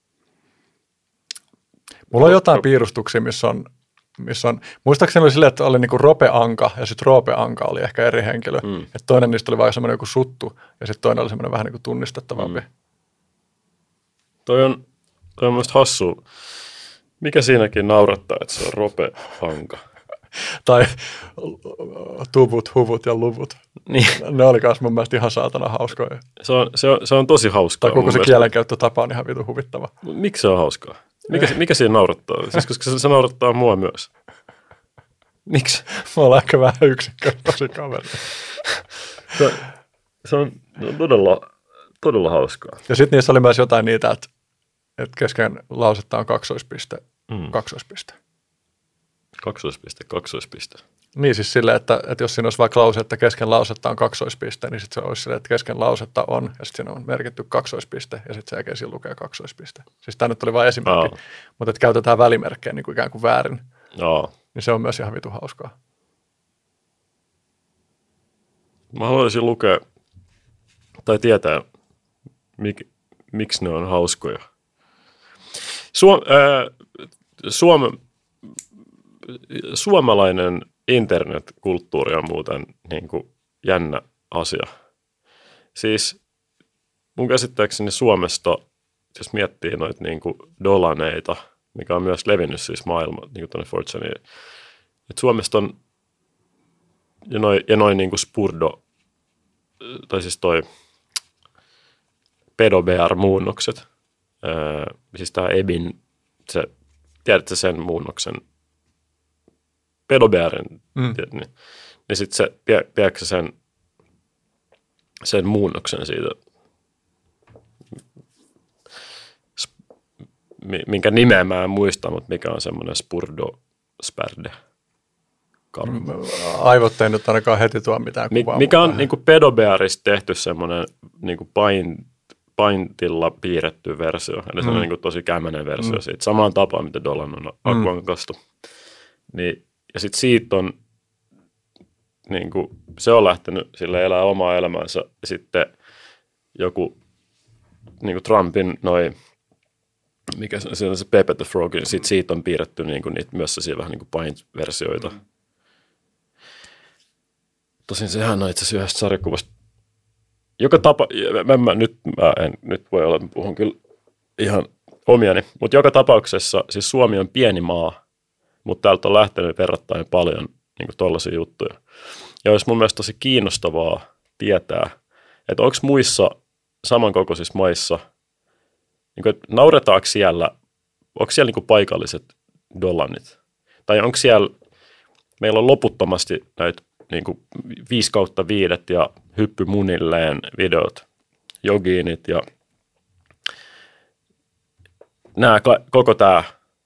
Mulla on jotain piirustuksia, missä on, missä on muistaakseni oli silleen, että oli niinku Rope Anka ja sitten Roope Anka oli ehkä eri henkilö. Mm. Että toinen niistä oli vain semmoinen joku suttu ja sitten toinen oli semmoinen vähän niin kuin tunnistettavampi. Mm. Toi on, toi on musta hassu. Mikä siinäkin naurattaa, että se on Rope Anka? Tai tuvut, huvut ja luvut. Niin. Ne oli myös mun mielestä ihan saatana hauskoja. Se on, se on, se on tosi hauskaa. Tai koko se kielenkäyttötapa on ihan vitun huvittava. Miksi se on hauskaa? Mikä, mikä siinä naurattaa? Siis koska se, se naurattaa mua myös. Miksi? Mä ollaan ehkä vähän yksinkertaisia kavereita. Se, se on todella, todella hauskaa. Ja sitten niissä oli myös jotain niitä, että, että kesken lausetta on kaksoispiste, mm. kaksoispiste. Kaksoispiste, kaksoispiste. Niin siis silleen, että, että jos siinä olisi vaikka lause, että kesken lausetta on kaksoispiste, niin sitten se olisi silleen, että kesken lausetta on, ja sitten siinä on merkitty kaksoispiste, ja sitten se jälkeen siinä lukee kaksoispiste. Siis tämä nyt oli vain esimerkki, oh. mutta että käytetään välimerkkejä niin kuin ikään kuin väärin, oh. niin se on myös ihan vitun hauskaa. Mä haluaisin lukea, tai tietää, mik, miksi ne on hauskoja. Suom, äh, Suom, suomalainen internetkulttuuri on muuten niin kuin jännä asia. Siis mun käsittääkseni Suomesta, jos miettii noita niin kuin dolaneita, mikä on myös levinnyt siis maailma, niin kuin tuonne four chaniin, että Suomesta on ja noin ja noi niin kuin spurdo, tai siis toi pedobear-muunnokset, öö, siis tämä Ebin, se, tiedätkö sen muunnoksen, pedobearin, mm. niin, niin sitten se, tiedätkö sen, sen muunnoksen siitä, minkä nimeä mä en muista, mutta mikä on semmoinen spurdo-spärde. Karhu. Aivot ei nyt ainakaan heti tuo mitään kuvaa. Mikä on niin kuin pedobearista tehty semmoinen niin kuin pain, paintilla piirretty versio, eli semmoinen mm. niin kuin tosi kämäinen versio mm. siitä. Samaan tapaan, mitä Dolan on Aquankastu. Mm. Niin, ja sitten siitä on, niin kuin, se on lähtenyt sille elää omaa elämäänsä. Ja sitten joku niin kuin Trumpin noi, mikä se on se Pepe the Frog, niin sit siitä on piirretty niin kuin niitä myös sellaisia vähän niin kuin paint-versioita. Mm. Tosin sehän on itse asiassa yhdestä sarjakuvasta. Joka tapa, mä, mä, nyt, mä en, nyt voi olla, puhun kyllä ihan omiani, mutta joka tapauksessa siis Suomi on pieni maa, mutta täältä on lähtenyt verrattain paljon niin kuin tollaisia juttuja. Ja olisi mun mielestä tosi kiinnostavaa tietää, että onko muissa samankokoisissa maissa, niin kuin, että nauretaanko siellä, onko siellä niin kuin paikalliset dolanit? Tai onko siellä, meillä on loputtomasti näitä niin kuin viisi kautta viidet ja hyppy munilleen videot, jogiinit ja nämä, koko tämä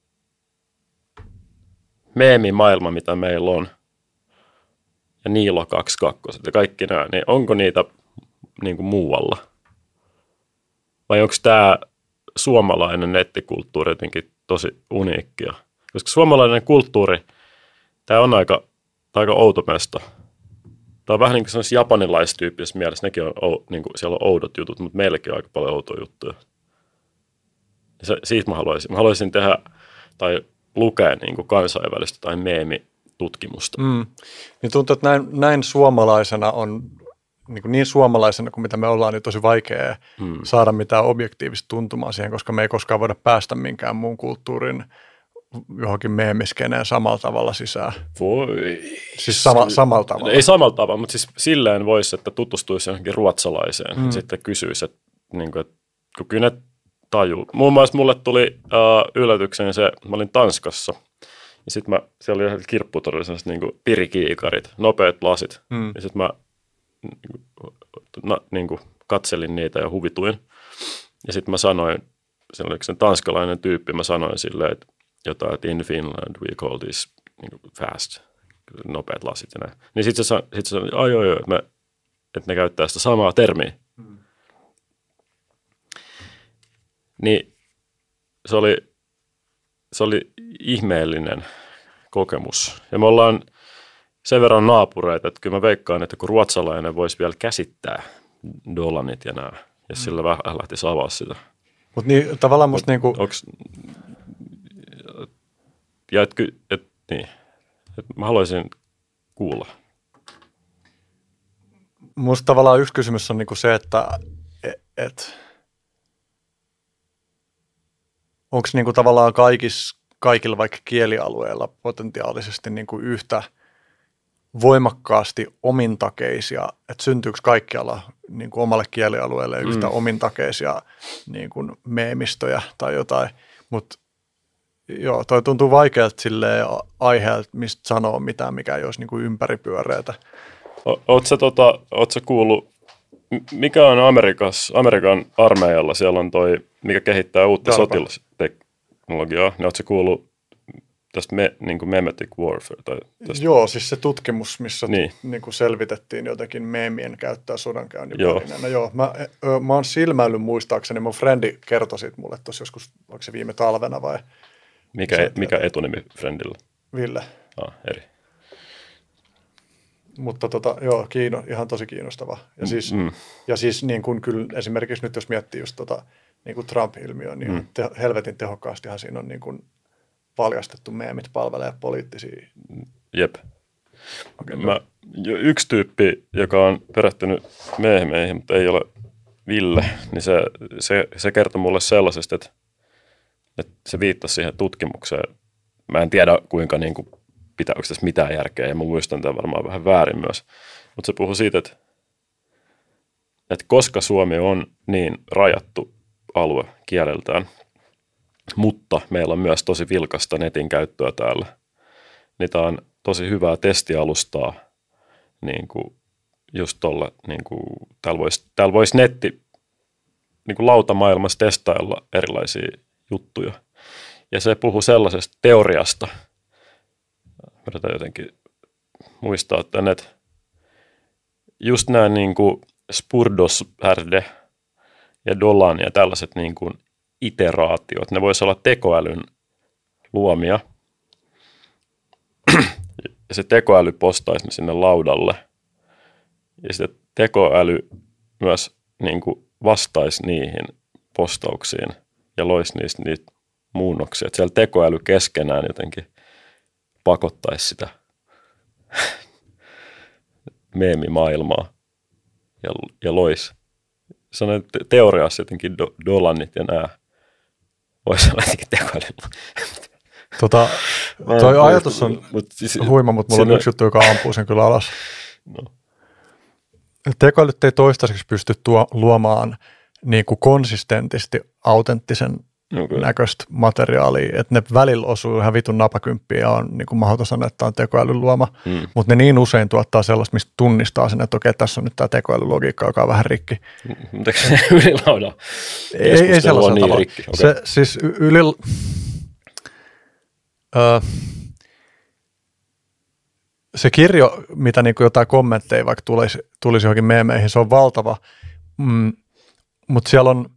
meemimaailma, mitä meillä on, ja Niilo kaksikymmentäkaksi ja kaikki nämä, niin onko niitä niin kuin muualla? Vai onko tämä suomalainen nettikulttuuri jotenkin tosi uniikkia? Koska suomalainen kulttuuri, tämä on aika, aika outo mesta. Tämä on vähän niin kuin sellaisessa japanilaistyyppisessä mielessä. Nekin on, niin kuin, siellä on oudot jutut, mutta meilläkin on aika paljon outoja juttuja. Se, siitä mä haluaisin. Mä haluaisin tehdä tai lukea niin kuin kansainvälistä tai meemitutkimusta. Mm. Niin tuntuu, että näin, näin suomalaisena on, niin, kuin niin suomalaisena kuin mitä me ollaan, niin tosi vaikea mm. saada mitään objektiivista tuntumaa siihen, koska me ei koskaan voida päästä minkään muun kulttuurin johonkin meemiskeneen samalla tavalla sisään? Voi. Siis sama, samalla tavalla? Ei samalla tavalla, mutta siis silleen voisi, että tutustuisi johonkin ruotsalaiseen mm. ja sitten kysyisi, että, niin kuin, että kun kyllä ne tajuu. Muun muassa mulle tuli uh, yllätykseen se, mä olin Tanskassa ja sitten mä, siellä oli kirpputorilla sellaiset niin kuin pirikiikarit, nopeat lasit mm. ja sitten mä na, niin kuin katselin niitä ja huvituin ja sitten mä sanoin, siellä oli sen tanskalainen tyyppi, mä sanoin silleen, että jotain, että in Finland we call this niin kuin fast, nopeat lasit ja näin. Niin sitten se, sit se sanoi, ai joo joo, että, me, että ne käyttää sitä samaa termiä. Mm. Niin se oli, se oli ihmeellinen kokemus. Ja me ollaan sen verran naapureita, että kyllä mä veikkaan, että kun ruotsalainen voisi vielä käsittää dolanit ja nämä, jos sillä vähän lähtisi avaa sitä. Mutta niin, tavallaan musta Mut, niinku... Onks, ja et, et, niin, et mä haluaisin kuulla. Musta tavallaan yksi kysymys on niinku se, että et, et, onko niinku tavallaan kaikis, kaikilla vaikka kielialueilla potentiaalisesti niinku yhtä voimakkaasti omintakeisia, että syntyykö kaikkialla niin kuin omalle kielialueelle yhtä mm. omintakeisia niin kuin meemistöjä tai jotain, mutta joo, toi tuntuu vaikealta silleen aiheelta, mistä sanoo mitään, mikä ei olisi niin kuin ympäripyöreätä. Oletko sä, tota, sä kuullut, mikä on Amerikas, Amerikan armeijalla, siellä on toi, mikä kehittää uutta sotilasteknologiaa, niin oletko sä kuullut tästä me, niin kuin memetic warfare? Tai tästä? Joo, siis se tutkimus, missä niin. T, niin kuin selvitettiin jotenkin meemien käyttöä sodankäynnin välineenä. Joo, mä, mä oon silmäillyt muistaakseni, mun frendi kertoi siitä mulle tuossa joskus, onko se viime talvena vai? Mikä, se, mikä etunimi frendillä? Ville. Ah, eri. Mutta tota, joo, kiino, ihan tosi kiinnostava. Ja siis, mm. ja siis niin kuin kyllä esimerkiksi nyt jos miettii just tota, niin kuin Trump-ilmiö, niin mm. te, helvetin tehokkaastihan siinä on niin kuin paljastettu meemit palvelee poliittisia. Jep. Mä, yksi tyyppi, joka on perehtynyt meemeihin, mutta ei ole Ville, niin se, se, se kertoi mulle sellaisesta, että, että se viittasi siihen tutkimukseen. Mä en tiedä, kuinka niin kuin, pitääkö tässä mitään järkeä, ja mä muistan tämän varmaan vähän väärin myös. Mutta se puhui siitä, että, että koska Suomi on niin rajattu alue kieleltään, mutta meillä on myös tosi vilkasta netin käyttöä täällä, niin tämä on tosi hyvää testialustaa niin kuin just tolle, niin kuin, täällä voisi täällä vois netti niin kuin lautamaailmassa testailla erilaisia juttuja. Ja se puhuu sellaisesta teoriasta, yritän jotenkin muistaa tänne, että just nämä niin kuin spurdosvärde ja dolan ja tällaiset niin kuin iteraatiot, ne voisi olla tekoälyn luomia. Ja se tekoäly postaisi ne sinne laudalle. Ja sitten tekoäly myös niin kuin vastaisi niihin postauksiin ja loisi niistä niitä muunnoksia. Että siellä tekoäly keskenään jotenkin pakottaisi sitä meemimaailmaa ja, ja loisi. Sanoin, että teoriassa jotenkin do, dolanit ja nämä voisi olla jotenkin tekoälyllä. Tota, toi ajatus on mut, siis, huima, mutta mulla on yksi juttu, joka ampuu sen kyllä alas. No. Tekoälyt ei toistaiseksi pysty tuo, luomaan niin kuin konsistentisti autenttisen okay. näköistä materiaalia, että ne välillä osuu ihan vitun napakymppiä ja on niin kuin mahdoton sanoa, että tämä on tekoälyn luoma, mm. mutta ne niin usein tuottaa sellaista, mistä tunnistaa sen, että okei, tässä on nyt tämä tekoälylogiikka, joka on vähän rikki. Mutta eikö se ylilauda? Ei, ei sellaisella niin tavalla. Rikki. Okay. Se siis ylil... Öö, se kirjo, mitä niin kuin jotain kommentteja vaikka tulisi, tulisi johonkin meemeihin, se on valtava, mm, mutta siellä on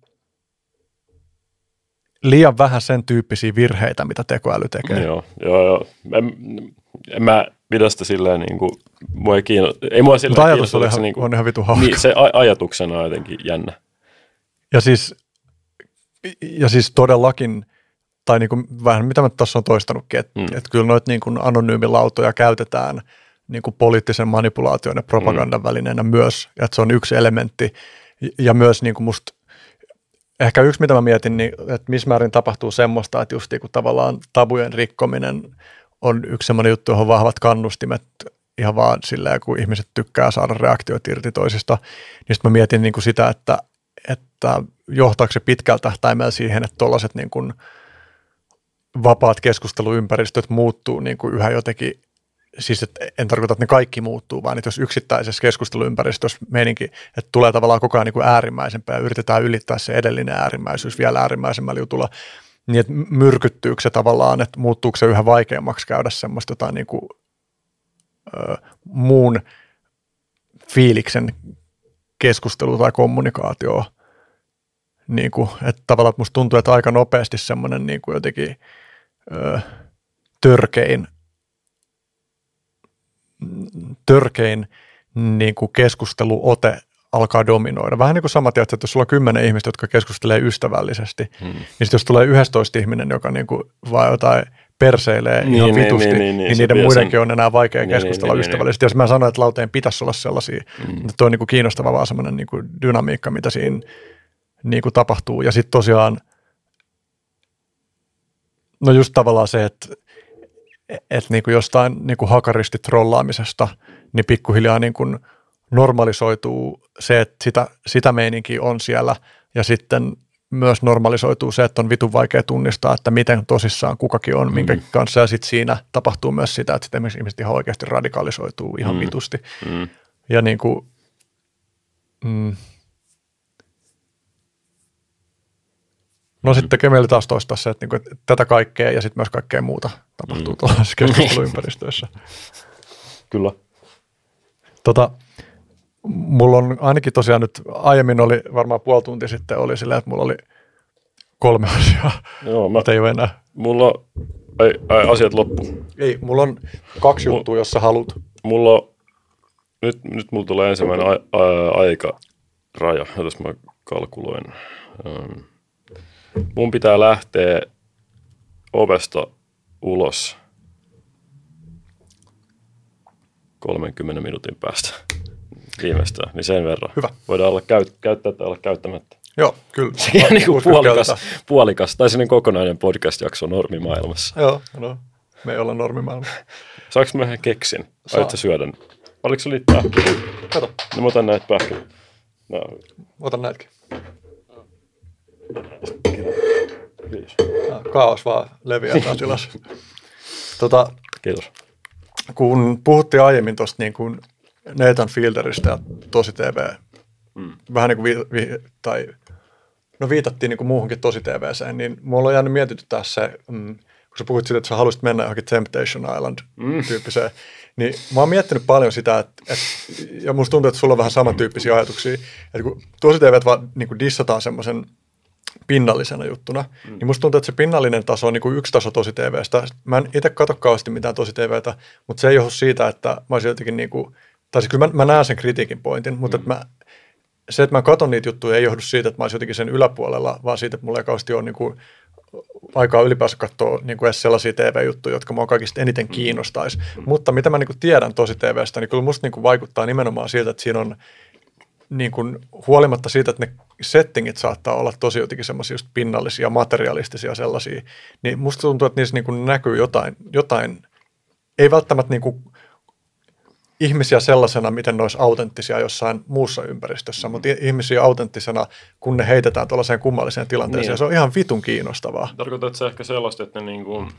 liian vähän sen tyyppisiä virheitä, mitä tekoäly tekee. Joo, joo, joo. En, en mä pidä sitä silleen niin kuin, voi kiinnostaa. Ei mua silleen ajatus oli ihan, niin kuin, on ihan vitu hauska. Niin, se a- ajatuksena on jotenkin jännä. Ja siis, ja siis todellakin, tai niin kuin vähän mitä mä tässä on toistanutkin, että mm. et kyllä noita niin kuin anonyymilautoja käytetään niin kuin poliittisen manipulaation ja propagandan mm. välineenä myös, että se on yksi elementti. Ja myös niin kuin musta ehkä yksi, mitä mä mietin, niin, että missä määrin tapahtuu semmoista, että just kun tavallaan tabujen rikkominen on yksi semmoinen juttu, johon vahvat kannustimet ihan vaan silleen, kun ihmiset tykkää saada reaktioita irti toisista, niin sitten mä mietin niin kuin sitä, että, että johtaako se pitkällä tähtäimellä siihen, että tuollaiset niin kuin vapaat keskusteluympäristöt muuttuu niin kuin yhä jotenkin, siis että en tarkoita, että ne kaikki muuttuu, vaan että jos yksittäisessä keskusteluympäristössä meininki, että tulee tavallaan koko ajan niin kuin äärimmäisempää ja yritetään ylittää se edellinen äärimmäisyys vielä äärimmäisemmällä jutulla, niin että myrkyttyykö se tavallaan, että muuttuuko se yhä vaikeammaksi käydä semmoista jotain niin kuin, ö, muun fiiliksen keskustelua tai kommunikaatioa. Niin kuin, että tavallaan että musta tuntuu, että aika nopeasti semmoinen niin kuin jotenkin ö, törkein törkein niin kuin keskusteluote alkaa dominoida. Vähän niin kuin sama, että jos sulla on kymmenen ihmistä, jotka keskustelee ystävällisesti, hmm. niin sitten jos tulee yhdestoista ihminen, joka niin kuin vaan jotain perseilee niin, ihan vitusti, niin, niin, niin, niin niiden muidenkin sen on enää vaikea niin, keskustella niin, ystävällisesti. Niin, jos mä sanon, että lauteen pitäisi olla sellaisia, hmm. että tuo on niin kuin kiinnostava vaan semmoinen niin kuin dynamiikka, mitä siinä niin kuin tapahtuu. Ja sitten tosiaan, no just tavallaan se, että että niin kuin jostain niin kuin hakaristi trollaamisesta, niin pikkuhiljaa niin kuin normalisoituu se, että sitä, sitä meininkiä on siellä, ja sitten myös normalisoituu se, että on vitun vaikea tunnistaa, että miten tosissaan kukakin on, minkä mm. kanssa, ja sitten siinä tapahtuu myös sitä, että sitten esimerkiksi ihmiset ihan oikeasti radikalisoituu ihan mm. vitusti. Mm. Ja niin kuin, mm, no sitten tekee meille taas toistaa se, että, niinku, että tätä kaikkea ja sitten myös kaikkea muuta tapahtuu mm. tuollaisessa keskusteluympäristöissä. Kyllä. Tota, mulla on ainakin tosiaan nyt, aiemmin oli varmaan puoli tuntia sitten oli silleen, että mulla oli kolme asiaa, Joo, mä, mutta ei ole enää. Mulla ei, ei, asiat loppu. Ei, mulla on kaksi juttua, jos sä haluat. Mulla, nyt, nyt mulla tulee ensimmäinen a, a, aikaraja, jos mä kalkuloin. Um, Mun pitää lähteä ovesta ulos kolmenkymmenen minuutin päästä viimeistään, niin sen verran. Hyvä. Voidaan olla käy, käyttää tai olla käyttämättä. Joo, kyllä. Se on niin kuin puolikas, puolikas, tai sellainen kokonainen podcast-jakso normimaailmassa. Joo, no, me ei olla normimaailmassa. Saanko mä yhden keksin? Aiotko syödä? Oliko se niitä pähkinä? Kato. No mä otan näitä pähkinä. No. Otan näitäkin. Kiitos. Kaos vaan leviää taas ylös. Tota, Kiitos. Kun puhuttiin aiemmin tuosta niin kuin Nathan Fielderistä ja Tosi T V, mm. vähän niin kuin vi, vi, tai no viitattiin niin kuin muuhunkin Tosi T V:seen, niin mulla on jäänyt mietityttää se, mm, kun sä puhuit siitä, että sä haluaisit mennä johonkin Temptation Island-tyyppiseen, mm. niin mä oon miettinyt paljon sitä, että, että ja musta tuntuu, että sulla on vähän samantyyppisiä ajatuksia, että kun Tosi T V vaan niin kuin dissataan semmoisen pinnallisena juttuna, mm. niin musta tuntuu, että se pinnallinen taso on niin kuin yksi taso Tosi T V:stä. Mä en itse katso kauheasti mitään Tosi T V:tä, mutta se ei johdu siitä, että mä olisin jotenkin niin kuin, tai siis kyllä mä, mä näen sen kritiikin pointin, mutta mm. että mä, se, että mä katson niitä juttuja, ei johdu siitä, että mä olisin jotenkin sen yläpuolella, vaan siitä, että mulla ei kauheasti ole niin kuin aikaa ylipäänsä katsoa niin kuin edes sellaisia T V-juttuja, jotka mua kaikista eniten kiinnostaisi. Mm. Mutta mitä mä niin kuin tiedän Tosi T V:stä, niin kyllä musta niin kuin vaikuttaa nimenomaan siltä, että siinä on niin kuin, huolimatta siitä, että ne settingit saattaa olla tosi jotenkin semmoisia just pinnallisia, materialistisia sellaisia, niin musta tuntuu, että niissä niin kuin näkyy jotain, jotain, ei välttämättä niin kuin ihmisiä sellaisena, miten ne olisi autenttisia jossain muussa ympäristössä, mm. mutta ihmisiä autenttisena, kun ne heitetään tuollaiseen kummalliseen tilanteeseen. Niin. Se on ihan vitun kiinnostavaa. Tarkoitatko se ehkä sellaista, että ne niin kuin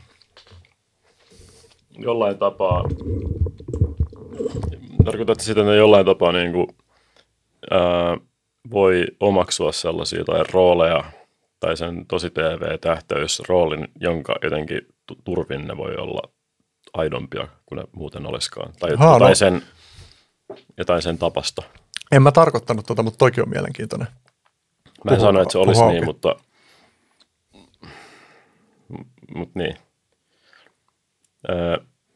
jollain tapaa, tarkoitatko sitä, että ne jollain tapaa niin kuin Ää, voi omaksua sellaisia tai rooleja tai sen Tosi T V-tähtäysroolin, jonka jotenkin turvin ne voi olla aidompia kuin ne muuten olisikaan. Tai Haa, jotain, no. sen, jotain sen tapasta. En mä tarkoittanut tuota, mutta toikin on mielenkiintoinen. Mä en puhu, sano, että se olisi niin, mutta, mutta niin. Ää,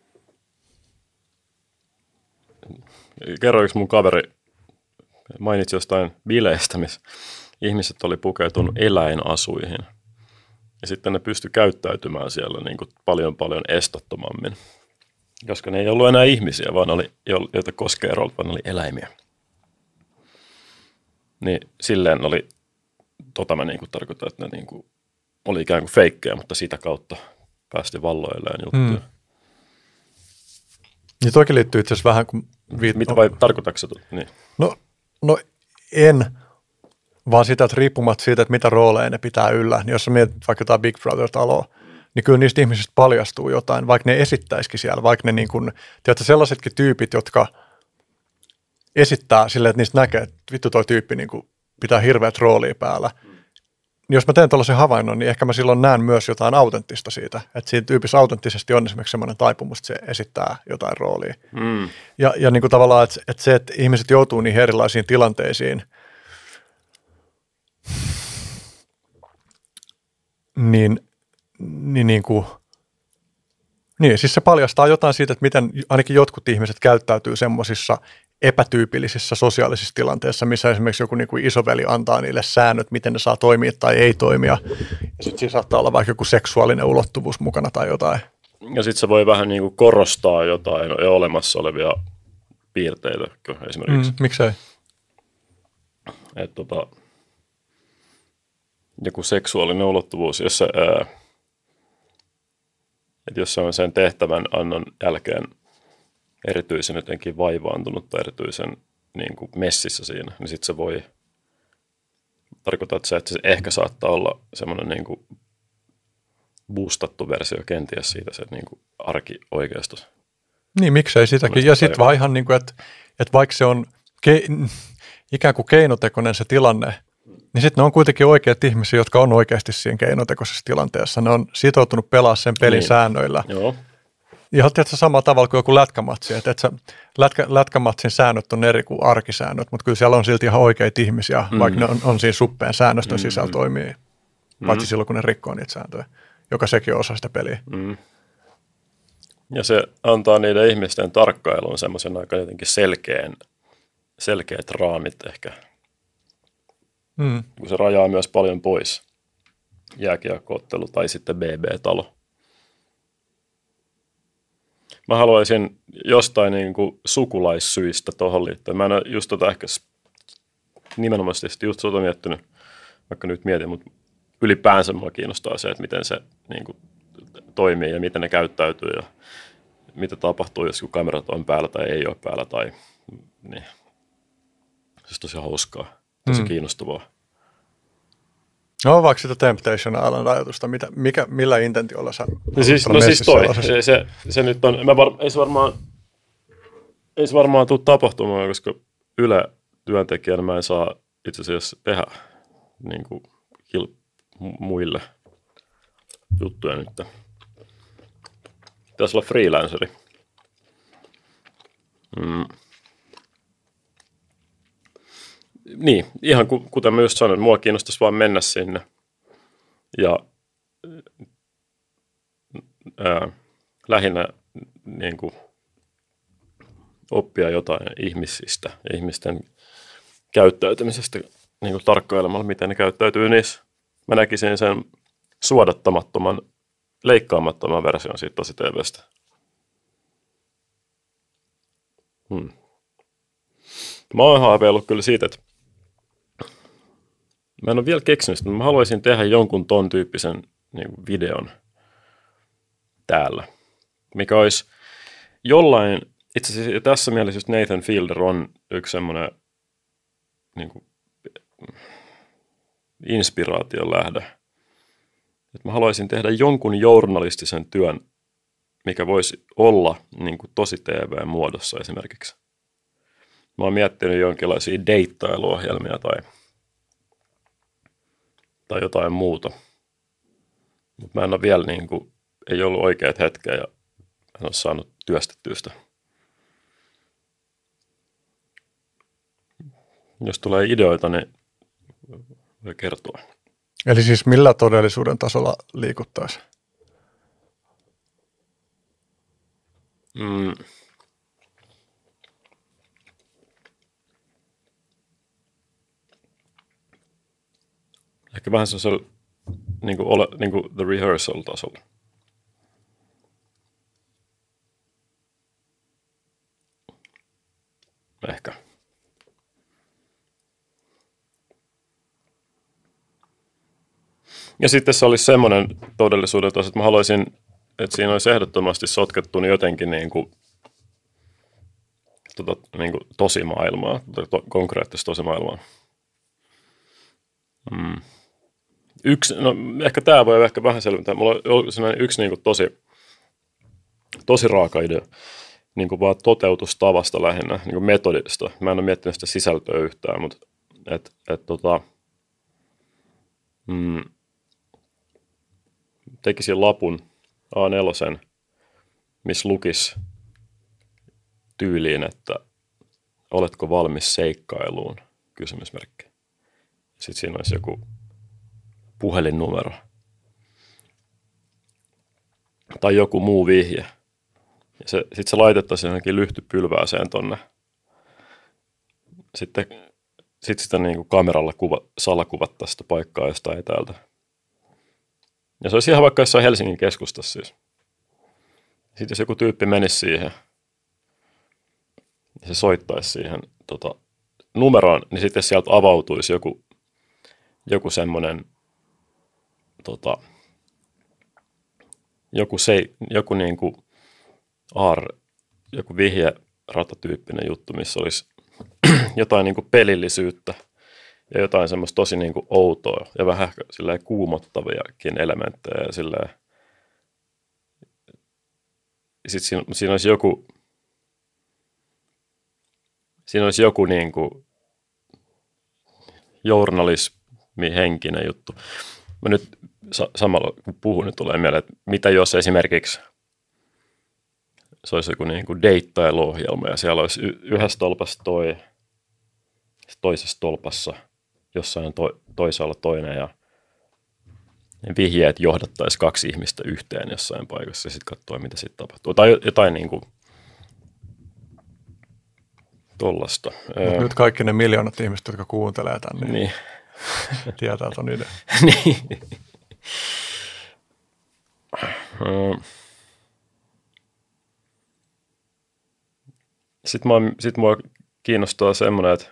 kerro yksi mun kaveri mainitsi jostain bileistä, missä ihmiset oli pukeutunut eläinasuihin. Ja sitten ne pystyi käyttäytymään siellä niin kuin paljon paljon estottomammin. Koska ne ei ollut enää ihmisiä, vaan oli, joita koskee roolit, vaan oli eläimiä. Niin silleen oli tota mä niin kuin tarkoitan, että ne niin kuin oli ikään kuin feikkejä, mutta sitä kautta päästi valloilleen juttuja. Hmm. Niin toikin liittyy itse asiassa vähän kuin... Viit... Mitä vai tarkoitatko se? Niin. No, no en, vaan sitä, että riippumatta siitä, että mitä rooleja ne pitää yllä, niin jos sä mietit vaikka jotain Big Brother-taloa, niin kyllä niistä ihmisistä paljastuu jotain, vaikka ne esittäisikin siellä, vaikka ne niin kuin, tiedätkö, sellaisetkin tyypit, jotka esittää silleen, että niistä näkee, että vittu toi tyyppi niin kuin pitää hirveät roolia päällä. Niin jos mä teen tuollaisen havainnon, niin ehkä mä silloin näen myös jotain autenttista siitä, että siinä tyypissä autenttisesti on esimerkiksi semmoinen taipumus, että se esittää jotain roolia. Mm. Ja, ja niin kuin tavallaan, että, että se, että ihmiset joutuu niihin erilaisiin tilanteisiin, niin, niin, niin kuin, niin siis se paljastaa jotain siitä, että miten ainakin jotkut ihmiset käyttäytyy semmoisissa epätyypillisissä sosiaalisissa tilanteissa, missä esimerkiksi joku niin kuin isoveli antaa niille säännöt, miten ne saa toimia tai ei toimia. Ja sitten siinä saattaa olla vaikka joku seksuaalinen ulottuvuus mukana tai jotain. Ja sitten se voi vähän niin kuin korostaa jotain jo olemassa olevia piirteitä esimerkiksi. Mm, miksei? Että tota, joku seksuaalinen ulottuvuus, jos se, ää, että jos se on sen tehtävän annon jälkeen erityisen jotenkin vaivaantunut tai erityisen niin kuin messissä siinä, niin sitten se voi tarkoittaa se, että se ehkä saattaa olla semmoinen niin kuin boostattu versio kenties siitä se niin kuin arkioikeistus. Niin, miksei sitäkin. Ja sitten vaan ihan niin kuin, että, että vaikka se on ke, ikään kuin keinotekoinen se tilanne, niin sitten ne on kuitenkin oikeat ihmisiä, jotka on oikeasti siinä keinotekoisessa tilanteessa. Ne on sitoutunut pelaa sen pelin niin. säännöillä. Joo. Ihan tietysti samalla tavalla kuin joku lätkämatsi, että et sä, lätkä, lätkämatsin säännöt on eri kuin arkisäännöt, mutta kyllä siellä on silti ihan oikeita ihmisiä, mm. vaikka ne on, on siinä suppeen säännöstön mm. sisällä toimii, mm. paitsi silloin kun ne rikkoo niitä sääntöjä, joka sekin on osa sitä peliä. Mm. Ja se antaa niiden ihmisten tarkkailuun semmoisen aika jotenkin selkeän, selkeät raamit ehkä, mm. kun se rajaa myös paljon pois jääkiekkoottelu tai sitten B B-talo. Mä haluaisin jostain niin kuin sukulaissyistä tuohon liittyen. Mä en ole just tota ehkä nimenomaan just tota miettinyt, vaikka nyt mietin, mutta ylipäänsä mua kiinnostaa se, että miten se niin kuin toimii ja miten ne käyttäytyy ja mitä tapahtuu, jos kamerat on päällä tai ei ole päällä. Tai, niin. Se on tosi hauskaa, tosi mm. kiinnostavaa. No vaikka sitä Temptation Island ajatusta, mitä, mikä, millä intentiolla sä... No siis, no siis toi, se, se, se nyt on, mä var, ei se varmaan, ei se varmaan tule tapahtumaan, koska Yle työntekijänä mä en saa itse asiassa tehdä niin kuin kil, muille juttuja nyt. Pitäisi olla freelanceri. Mm. Niin, ihan kuten mä just sanoin, mua kiinnostaisi vaan mennä sinne ja ää, lähinnä niin kuin, oppia jotain ihmisistä ja ihmisten käyttäytymisestä niin kuin tarkkailemalla, miten ne käyttäytyy niissä. Mä näkisin sen suodattamattoman, leikkaamattoman version siitä tosi T V:stä. Hmm. Mä oon haaveillut kyllä siitä, että mä en ole vielä keksinyt sitä, mutta mä haluaisin tehdä jonkun ton tyyppisen niin kuin videon täällä, mikä olisi jollain, itse asiassa tässä mielessä just Nathan Fielder on yksi semmoinen niin kuin inspiraation lähde. Että mä haluaisin tehdä jonkun journalistisen työn, mikä voisi olla niin kuin tosi T V-muodossa esimerkiksi. Mä oon miettinyt jonkinlaisia deittailuohjelmia tai, tai jotain muuta. Mutta mä en ole vielä, niin kuin, ei ollut oikeat hetkeä ja en ole saanut työstettyä sitä. Jos tulee ideoita, niin voi kertoa. Eli siis millä todellisuuden tasolla liikuttaisi? Mm. Ehkä vähän sellaisella niin kuin ole, niin kuin the rehearsal-tasolla. Ehkä. Ja sitten se olisi semmoinen todellisuuden taas, että mä haluaisin, että siinä olisi ehdottomasti sotkettu niin jotenkin niin kuin, tota, niin kuin tosimaailmaa, to, konkreettista tosimaailmaa. Mm. Yksi, no ehkä tämä voi ehkä vähän selventää. Mulla on sellainen yksi niin kuin tosi, tosi raaka idea, niin kuin vaan toteutustavasta lähinnä, niin kuin metodista. Mä en ole miettinyt sitä sisältöä yhtään, mutta et, et, tota, mm, tekisin lapun A neljä, missä lukisi tyyliin, että oletko valmis seikkailuun, kysymysmerkki. Sitten siinä olisi joku puhelinnumero tai joku muu vihje. Sitten se laitettaisiin johonkin lyhtypylvääseen tonne. Sitten sit sitä niin kuin kameralla kuva, salakuvattaisiin sitä paikkaa jostain etäältä. Ja se olisi ihan vaikka jossain Helsingin keskustassa siis. Sitten jos joku tyyppi menisi siihen ja se soittaisi siihen tota, numeroon, niin sitten sieltä avautuisi joku, joku semmoinen tota, joku, se, joku niin kuin aar, joku vihje-ratatyyppinen juttu, missä olisi jotain niin kuin pelillisyyttä ja jotain semmoista tosi niin kuin outoa ja vähän silleen kuumottaviakin elementtejä. Silleen. Sitten siinä, siinä olisi joku, siinä olisi joku niin kuin journalismihenkinen juttu. Mä nyt sa- samalla kun puhun, niin tulee mieleen, että mitä jos esimerkiksi se olisi joku niin kuin deittailuohjelma ja siellä olisi y- yhdessä tolpassa toi, toisessa tolpassa jossain to- toisaalla toinen ja vihjeet johdattaisi kaksi ihmistä yhteen jossain paikassa ja sitten katsoa, mitä sitten tapahtuu. Tai jotain niin kuin tollasta. Mut nyt kaikki ne miljoonat ihmiset, jotka kuuntelee tänne, niin. tietää ton idea. niin. Sitten, mä, sitten mua kiinnostaa semmoinen, että,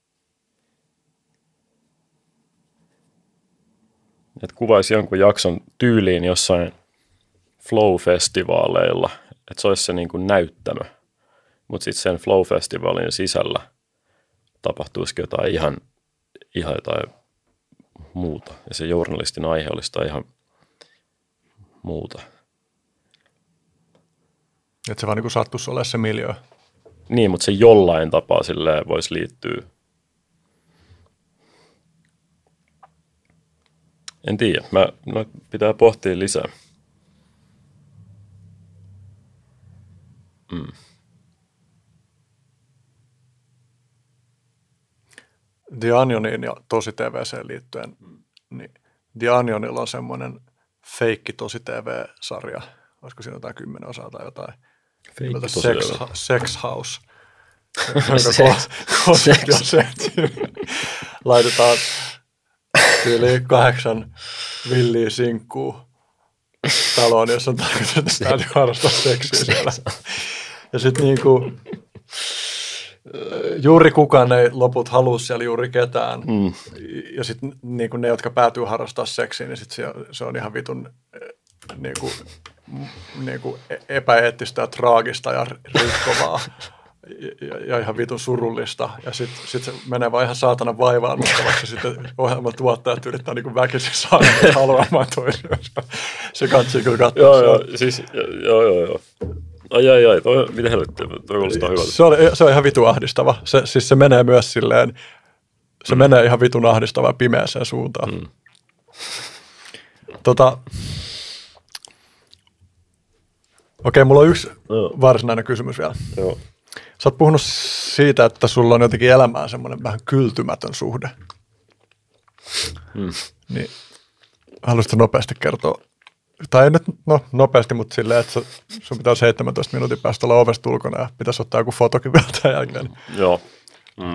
että kuvaisi jonkun jakson tyyliin jossain Flow-festivaaleilla, että se olisi se niin kuin näyttämö, mutta sitten sen Flow-festivaalin sisällä tapahtuisikin jotain ihan, ihan jotain muuta, ja se journalistin aihe olisi tai ihan muuta. Että se vaan niin kuin sattuisi olemaan se miljöö. Niin, mutta se jollain tapaa silleen voisi liittyä. En tiedä. Mä, mä pitää pohtia lisää. Mm. The Onioniin ja Tosi T V:seen liittyen, niin The Onionilla on semmoinen feikki Tosi T V-sarja. Olisiko siinä jotain kymmenen osaa tai jotain? Feikki Tosi Sex, T V. sex House. Sex. Laitetaan yli kahdeksan villiä sinkkuu taloon, jos on tarkoitus, että täytyy harrastaa seksiä siellä. Ja sitten niinku juuri kukaan ei loput halua siellä juuri ketään. Mm. Ja sitten niinku ne, jotka päätyy harrastaa seksiä, niin sit se, se on ihan vitun niinku, niinku epäeettistä ja traagista ja rikkovaa. Ja, ja ihan vitun surullista. Ja sitten sit se menee vaan ihan saatana vaivaannuttavaksi. Sitten ohjelman tuottajat yrittää niin väkisin saada haluamaan toisiaan. Se katsii kyllä katsoa. Joo, joo, siis, joo, joo, joo. Ai, ai, ai, toi, mitä helvettiä, toi kuulostaa hyvältä. Se on, se on ihan vitun ahdistava. Se, siis se menee myös silleen, se mm. menee ihan vitun ahdistavaan pimeäseen suuntaan. Mm. Tota, okei, mulla on yksi no. varsinainen kysymys vielä. Joo. Sä oot puhunut siitä, että sulla on jotenkin elämään semmoinen vähän kyltymätön suhde. Hmm. Niin, haluaisitko nopeasti kertoa, tai ei nyt no, nopeasti, mutta silleen, että sun pitää seitsemäntoista minuutin päästä olla ovesta ulkona ja pitäisi ottaa joku fotokin vielä tämän jälkeen. Joo. Mm.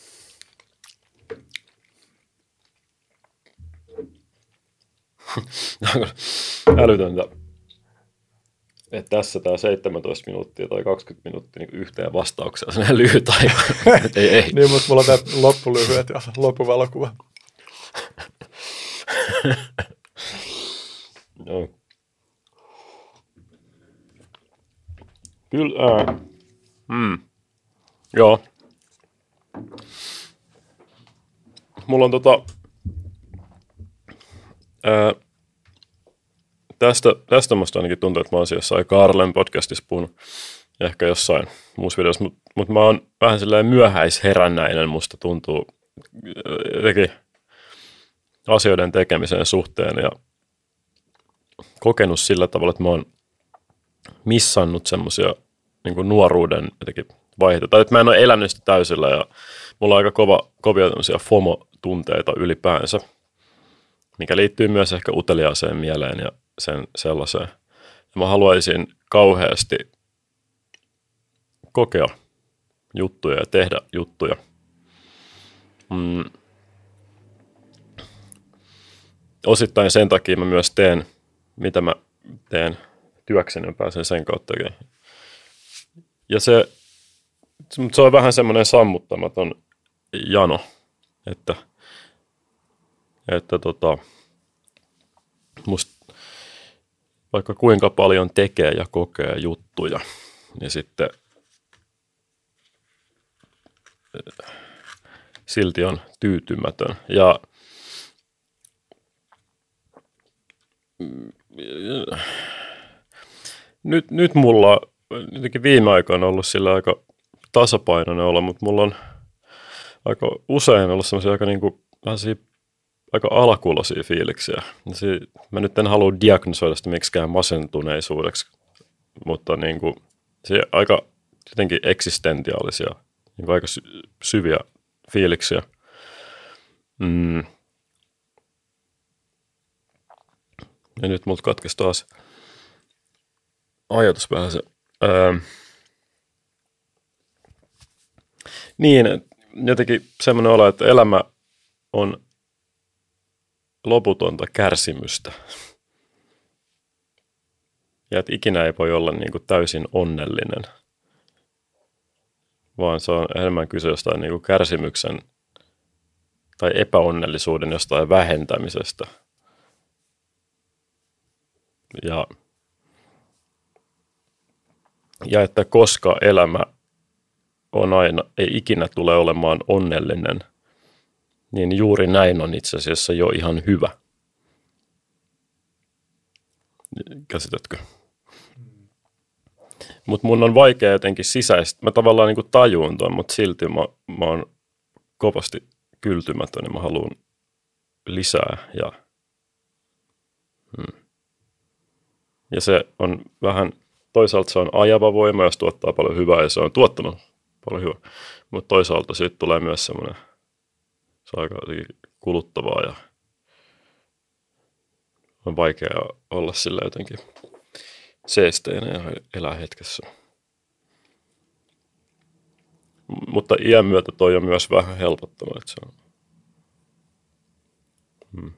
Älytöntä. Että tässä tämä seitsemäntoista minuuttia tai kaksikymmentä minuuttia niin yhteen vastaukseen, sellainen lyhyt aika. ei, ei. Niin, mutta mulla on tämä loppulyhyet ja loppuvalokuva. Kyllä, ää. Mm. Joo. Mulla on tota, ää, tästä, tästä musta ainakin tuntuu, että mä oon jossain Karlen podcastissa puhunut, ehkä jossain muussa videossa, mutta mut mä oon vähän silleen myöhäisherännäinen, musta tuntuu jotenkin asioiden tekemisen suhteen ja kokenut sillä tavalla, että mä oon missannut semmoisia niin kuin nuoruuden jotenkin vaiheita. Tai että mä en ole elänyt sitä täysillä ja mulla on aika kova, kovia tämmöisiä FOMO-tunteita ylipäänsä, mikä liittyy myös ehkä uteliaaseen mieleen ja sen sellaiseen. Ja mä haluaisin kauheasti kokea juttuja ja tehdä juttuja. Mm. Osittain sen takia mä myös teen, mitä mä teen työkseni ja pääsen sen kautta tekemään. Ja se, se on vähän semmoinen sammuttamaton jano, että, että tota, musta vaikka kuinka paljon tekee ja kokee juttuja, niin sitten silti on tyytymätön. Ja nyt, nyt mulla jotenkin viime aikoina ollut sillä aika tasapainoinen olla, mutta mulla on aika usein ollut semmoisia aika, niinku, aika alakuloisia fiiliksiä. Mä nyt en halua diagnosoida sitä miksikään masentuneisuudeksi, mutta niinku, se aika jotenkin eksistentiaalisia, niinku aika sy- syviä fiiliksiä. Mm. Ja nyt mut katkesi taas ajatus vähän se. Öö. Niin, jotenkin semmoinen olo, että elämä on loputonta kärsimystä. Ja että ikinä ei voi olla niin kuin täysin onnellinen, vaan se on enemmän kyse jostain niin kuin kärsimyksen tai epäonnellisuuden jostain vähentämisestä. Ja, ja että koska elämä on aina, ei ikinä tule olemaan onnellinen, niin juuri näin on itse asiassa jo ihan hyvä. Käsitätkö? Mm. Mutta mun on vaikea jotenkin sisäistä. Mä tavallaan niin kuin tajun tuon, mutta silti mä, mä oon kovasti kyltymätön ja mä haluan lisää. Ja, hmm. ja se on vähän, toisaalta se on ajava voima, jos tuottaa paljon hyvää ja se on tuottanut paljon hyvää. Mutta toisaalta siitä tulee myös semmoinen, se on aika kuluttavaa ja on vaikea olla sillä jotenkin seesteenä ja elää hetkessä. Mutta iän myötä toi on myös vähän helpottanut, että se on. Hmm.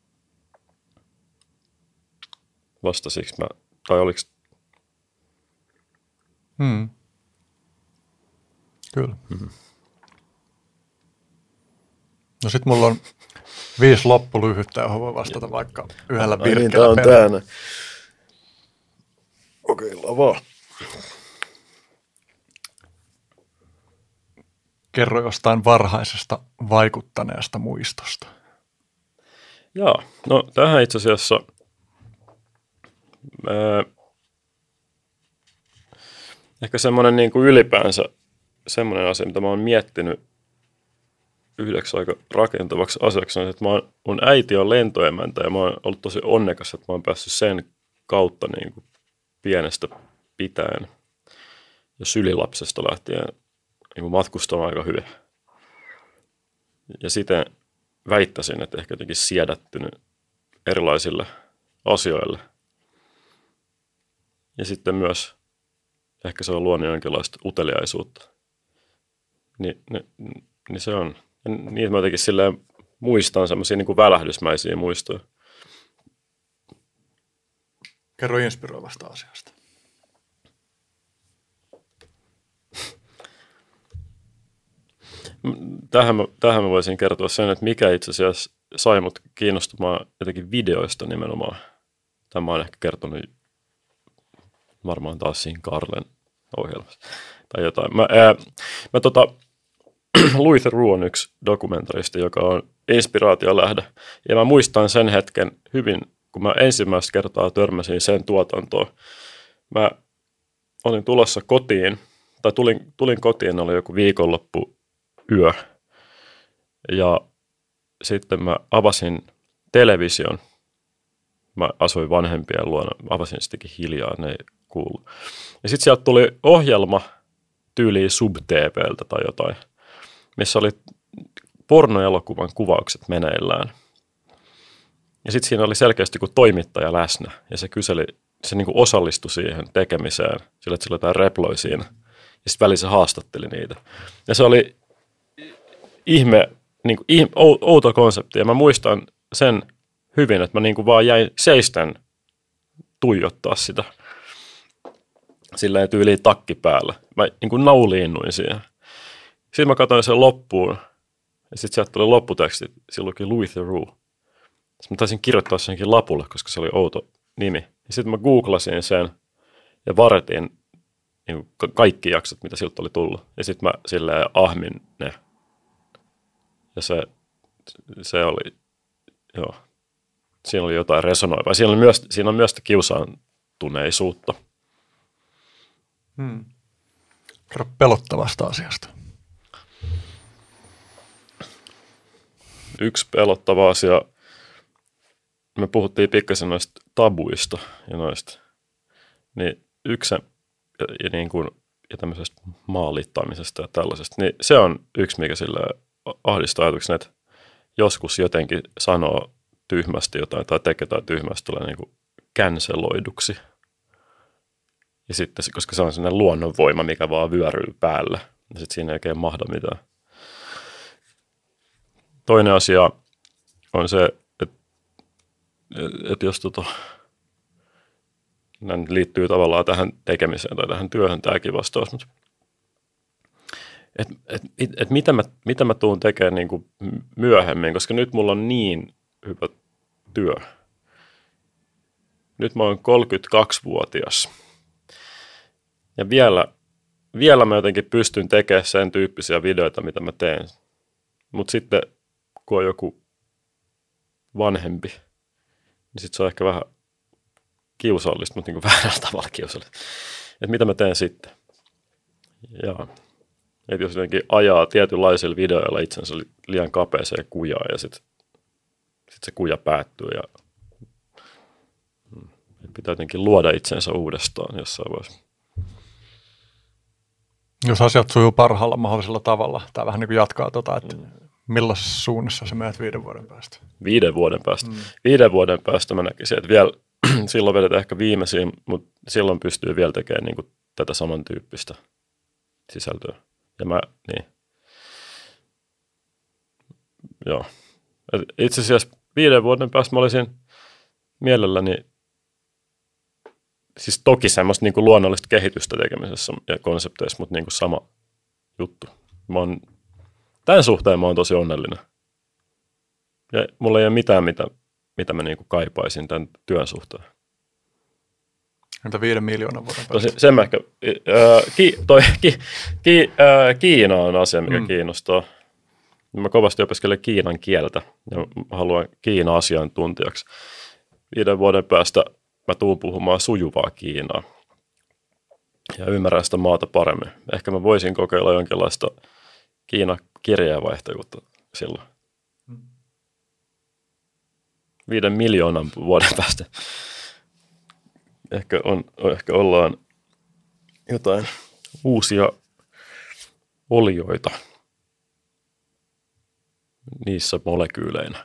Vastasiksi mä, tai oliks? Hmm. Kyllä. Hmm. No sit mulla on viisi loppulyhyttä, johon voi vastata vaikka yhdellä virkkeellä. Niin, tää on täällä. Kokeillaan vaan. Kerro jostain varhaisesta vaikuttaneesta muistosta. Joo, no tähän itse asiassa ää, ehkä semmoinen niin kuin ylipäänsä semmoinen asia, mitä mä oon miettinyt yhdeksi aika rakentavaksi asiaksi, on, että mä oon, mun äiti on lentoemäntä ja mä oon ollut tosi onnekas, että mä oon päässyt sen kautta niin kuin pienestä pitäen ja sylilapsesta lähtien niin kuin matkustamaan aika hyvin. Ja siten väittäisin, että ehkä jotenkin siedättynyt erilaisille asioille. Ja sitten myös ehkä se on luonut jonkinlaista uteliaisuutta. Ni, ni, niin se on. Ja niitä mä jotenkin silleen muistan semmoisia niin kuin välähdysmäisiä muistoja. Kerro inspiroivasta asiasta. Tähän mä, tähän mä voisin kertoa sen, että mikä itse asiassa sai mut kiinnostumaan jotenkin videoista nimenomaan. Tämä on ehkä kertonut varmaan taas siinä Karlen ohjelmassa tai jotain. Mä, ää, mä tota, Louis Theroux on yksi dokumentaristi, joka on inspiraatiolähde. Ja mä muistan sen hetken hyvin, kun mä ensimmäistä kertaa törmäsin sen tuotantoon. Mä olin tulossa kotiin, tai tulin, tulin kotiin, oli joku viikonloppu yö. Ja sitten mä avasin television. Mä asuin vanhempien luona, avasin sittenkin hiljaa, ne ei kuulu. Ja sitten sieltä tuli ohjelma tyyliin Sub-T V:ltä tai jotain, missä oli pornoelokuvan kuvaukset meneillään. Ja sitten siinä oli selkeästi kuin toimittaja läsnä, ja se kyseli, se niin kuin osallistui siihen tekemiseen, sillä että sillä oli jotain reploi siinä, ja sitten välissä haastatteli niitä. Ja se oli ihme, niin kuin, outo konsepti, ja mä muistan sen hyvin, että mä niin kuin vaan jäin seisten tuijottaa sitä. Sillä ei tyyliin takki päällä. Mä niin kuin nauliinnuin siihen. Sitten mä katsoin sen loppuun. Ja sitten sieltä tuli lopputeksti. Siellä luki Louis Theroux. Sitten mä taisin kirjoittaa senkin lapulle, koska se oli outo nimi. Ja sitten mä googlasin sen ja varetin niin kuin kaikki jaksot, mitä siltä oli tullut. Ja sitten mä silleen ahmin ne. Ja se, se oli, joo. Siinä oli jotain resonoivaa. Siinä, oli myös, siinä on myös kiusaantuneisuutta. Hmm. Kerro pelottavasta asiasta. Yksi pelottava asia. Me puhuttiin pikkasen noista tabuista ja noista. Niin yksi ja, ja, niin kuin, ja tämmöisestä maalittaamisesta ja tällaisesta. Niin se on yksi, mikä sillä ahdistaa ajatuksen, että joskus jotenkin sanoo tyhmästi jotain tai tekee jotain tyhmästi, tulee niin kuin canceloiduksi. Ja sitten, koska se on sellainen luonnonvoima, mikä vaan vyöryy päälle, ja sitten siinä ei oikein mahda mitään. Toinen asia on se, että, että jos tota, nämä liittyy tavallaan tähän tekemiseen tai tähän työhön tämäkin vastaus, mutta että et, et, et mitä mä, mitä mä tuun tekemään niin kuin myöhemmin, koska nyt mulla on niin hyvä työ. Nyt mä oon kolmekymmentäkaksivuotias. Ja vielä, vielä mä jotenkin pystyn tekemään sen tyyppisiä videoita, mitä mä teen. Mutta sitten, kun on joku vanhempi, niin sitten se on ehkä vähän kiusallista, mutta niin kuin väärällä tavalla kiusallista. Että mitä mä teen sitten. Ja että jos jotenkin ajaa tietynlaisilla videoilla itsensä liian kapeeseen kujaan ja sitten sit se kuja päättyy ja pitää jotenkin luoda itsensä uudestaan jossain vaiheessa. Jos asiat sujuu parhaalla mahdollisella tavalla, tämä vähän niin kuin jatkaa tuota, että mm. millaisessa suunnassa sä menet viiden vuoden päästä? Viiden vuoden päästä. Mm. Viiden vuoden päästä mä näkisin, että vielä silloin vedetään ehkä viimeisiin, mutta silloin pystyy vielä tekemään niin kuin tätä samantyyppistä sisältöä. Ja mä, niin. Joo. Et itse asiassa viiden vuoden päästä mä olisin mielelläni, siis toki semmoista niin kuin luonnollista kehitystä tekemisessä ja konsepteissa, mutta niin kuin sama juttu. Mä oon, tämän suhteen mä oon tosi onnellinen. Ja mulla ei ole mitään, mitä, mitä mä niin kuin kaipaisin tämän työn suhteen. Entä viiden miljoonan vuoden päästä? Tosi, sen mä ehkä, äh, ki, toi, ki, ki, äh, Kiina on asia, mikä mm. kiinnostaa. Mä kovasti opiskelen kiinan kieltä ja haluan Kiina-asiantuntijaksi. Viiden vuoden päästä mä tuun puhumaan sujuvaa Kiinaa ja ymmärrän sitä maata paremmin. Ehkä mä voisin kokeilla jonkinlaista Kiina-kirjeenvaihtajuutta silloin. Viiden miljoonan vuoden päästä. Ehkä, on, ehkä ollaan jotain uusia olioita niissä molekyyleinä.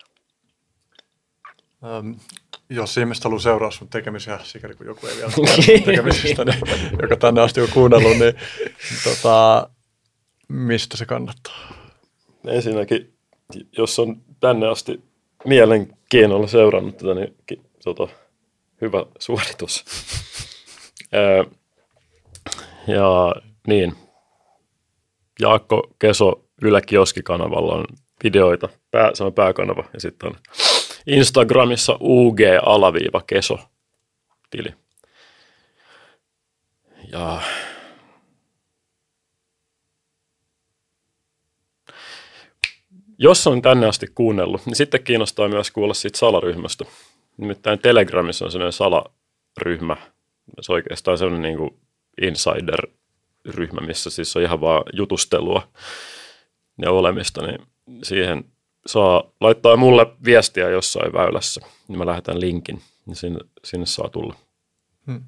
Um, jos ihmiset haluaa seuraa sun tekemisiä, sikäli kun joku ei vielä tekemisistä, niin, joka tänne asti on kuunnellut, niin tota, mistä se kannattaa? Ensinnäkin, jos on tänne asti mielenkiinnolla seurannut tätä, niin tota, hyvä suoritus. Ja niin, Jaakko Keso Yle Kioski-kanavalla on videoita, pää, se on pääkanava, ja sitten on Instagramissa U G-Keso-tili. Ja jos on tänne asti kuunnellut, niin sitten kiinnostaa myös kuulla siitä salaryhmästä. Nimittäin Telegramissa on sellainen salaryhmä. Se on oikeastaan sellainen niin kuin insider-ryhmä, missä siis on ihan vaan jutustelua ja olemista. Niin siihen saa laittaa mulle viestiä jossain väylässä, niin mä lähetän linkin, niin sinne, sinne saa tulla. Hmm.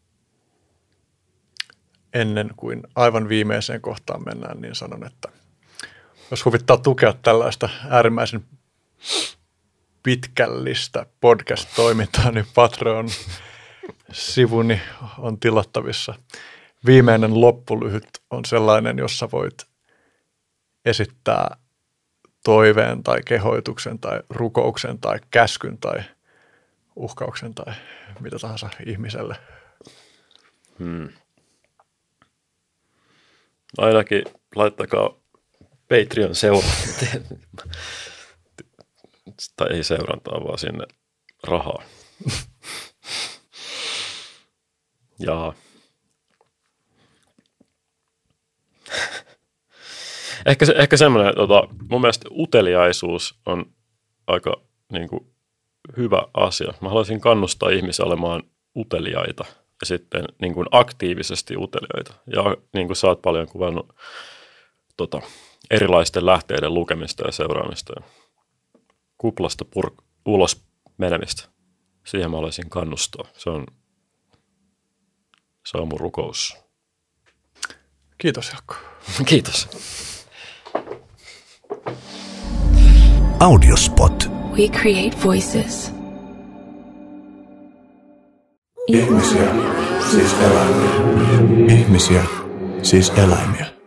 Ennen kuin aivan viimeiseen kohtaan mennään, niin sanon, että jos huvittaa tukea tällaista äärimmäisen pitkällistä podcast-toimintaa, niin Patreon-sivuni on tilattavissa. Viimeinen loppulyhyt on sellainen, jossa voit esittää toiveen tai kehoituksen tai rukouksen tai käskyn tai uhkauksen tai mitä tahansa ihmiselle. Hmm. Ainakin laittakaa Patreon seurantaa. Tai ei seurantaa, vaan sinne rahaa. Ja ehkä, se, ehkä semmoinen, tota, mun mielestä uteliaisuus on aika niin kuin, hyvä asia. Mä haluaisin kannustaa ihmisiä olemaan uteliaita ja sitten niin kuin, aktiivisesti uteliaita. Ja niin kuin sä oot paljon kuvannut tota, erilaisten lähteiden lukemista ja seuraamista ja kuplasta pur- ulos menemistä. Siihen mä haluaisin kannustaa. Se on, se on mun rukous. Kiitos, Jaakko. Kiitos. Audiospot. We create voices. Ihmisiä, siis eläimiä. Ihmisiä, siis eläimiä.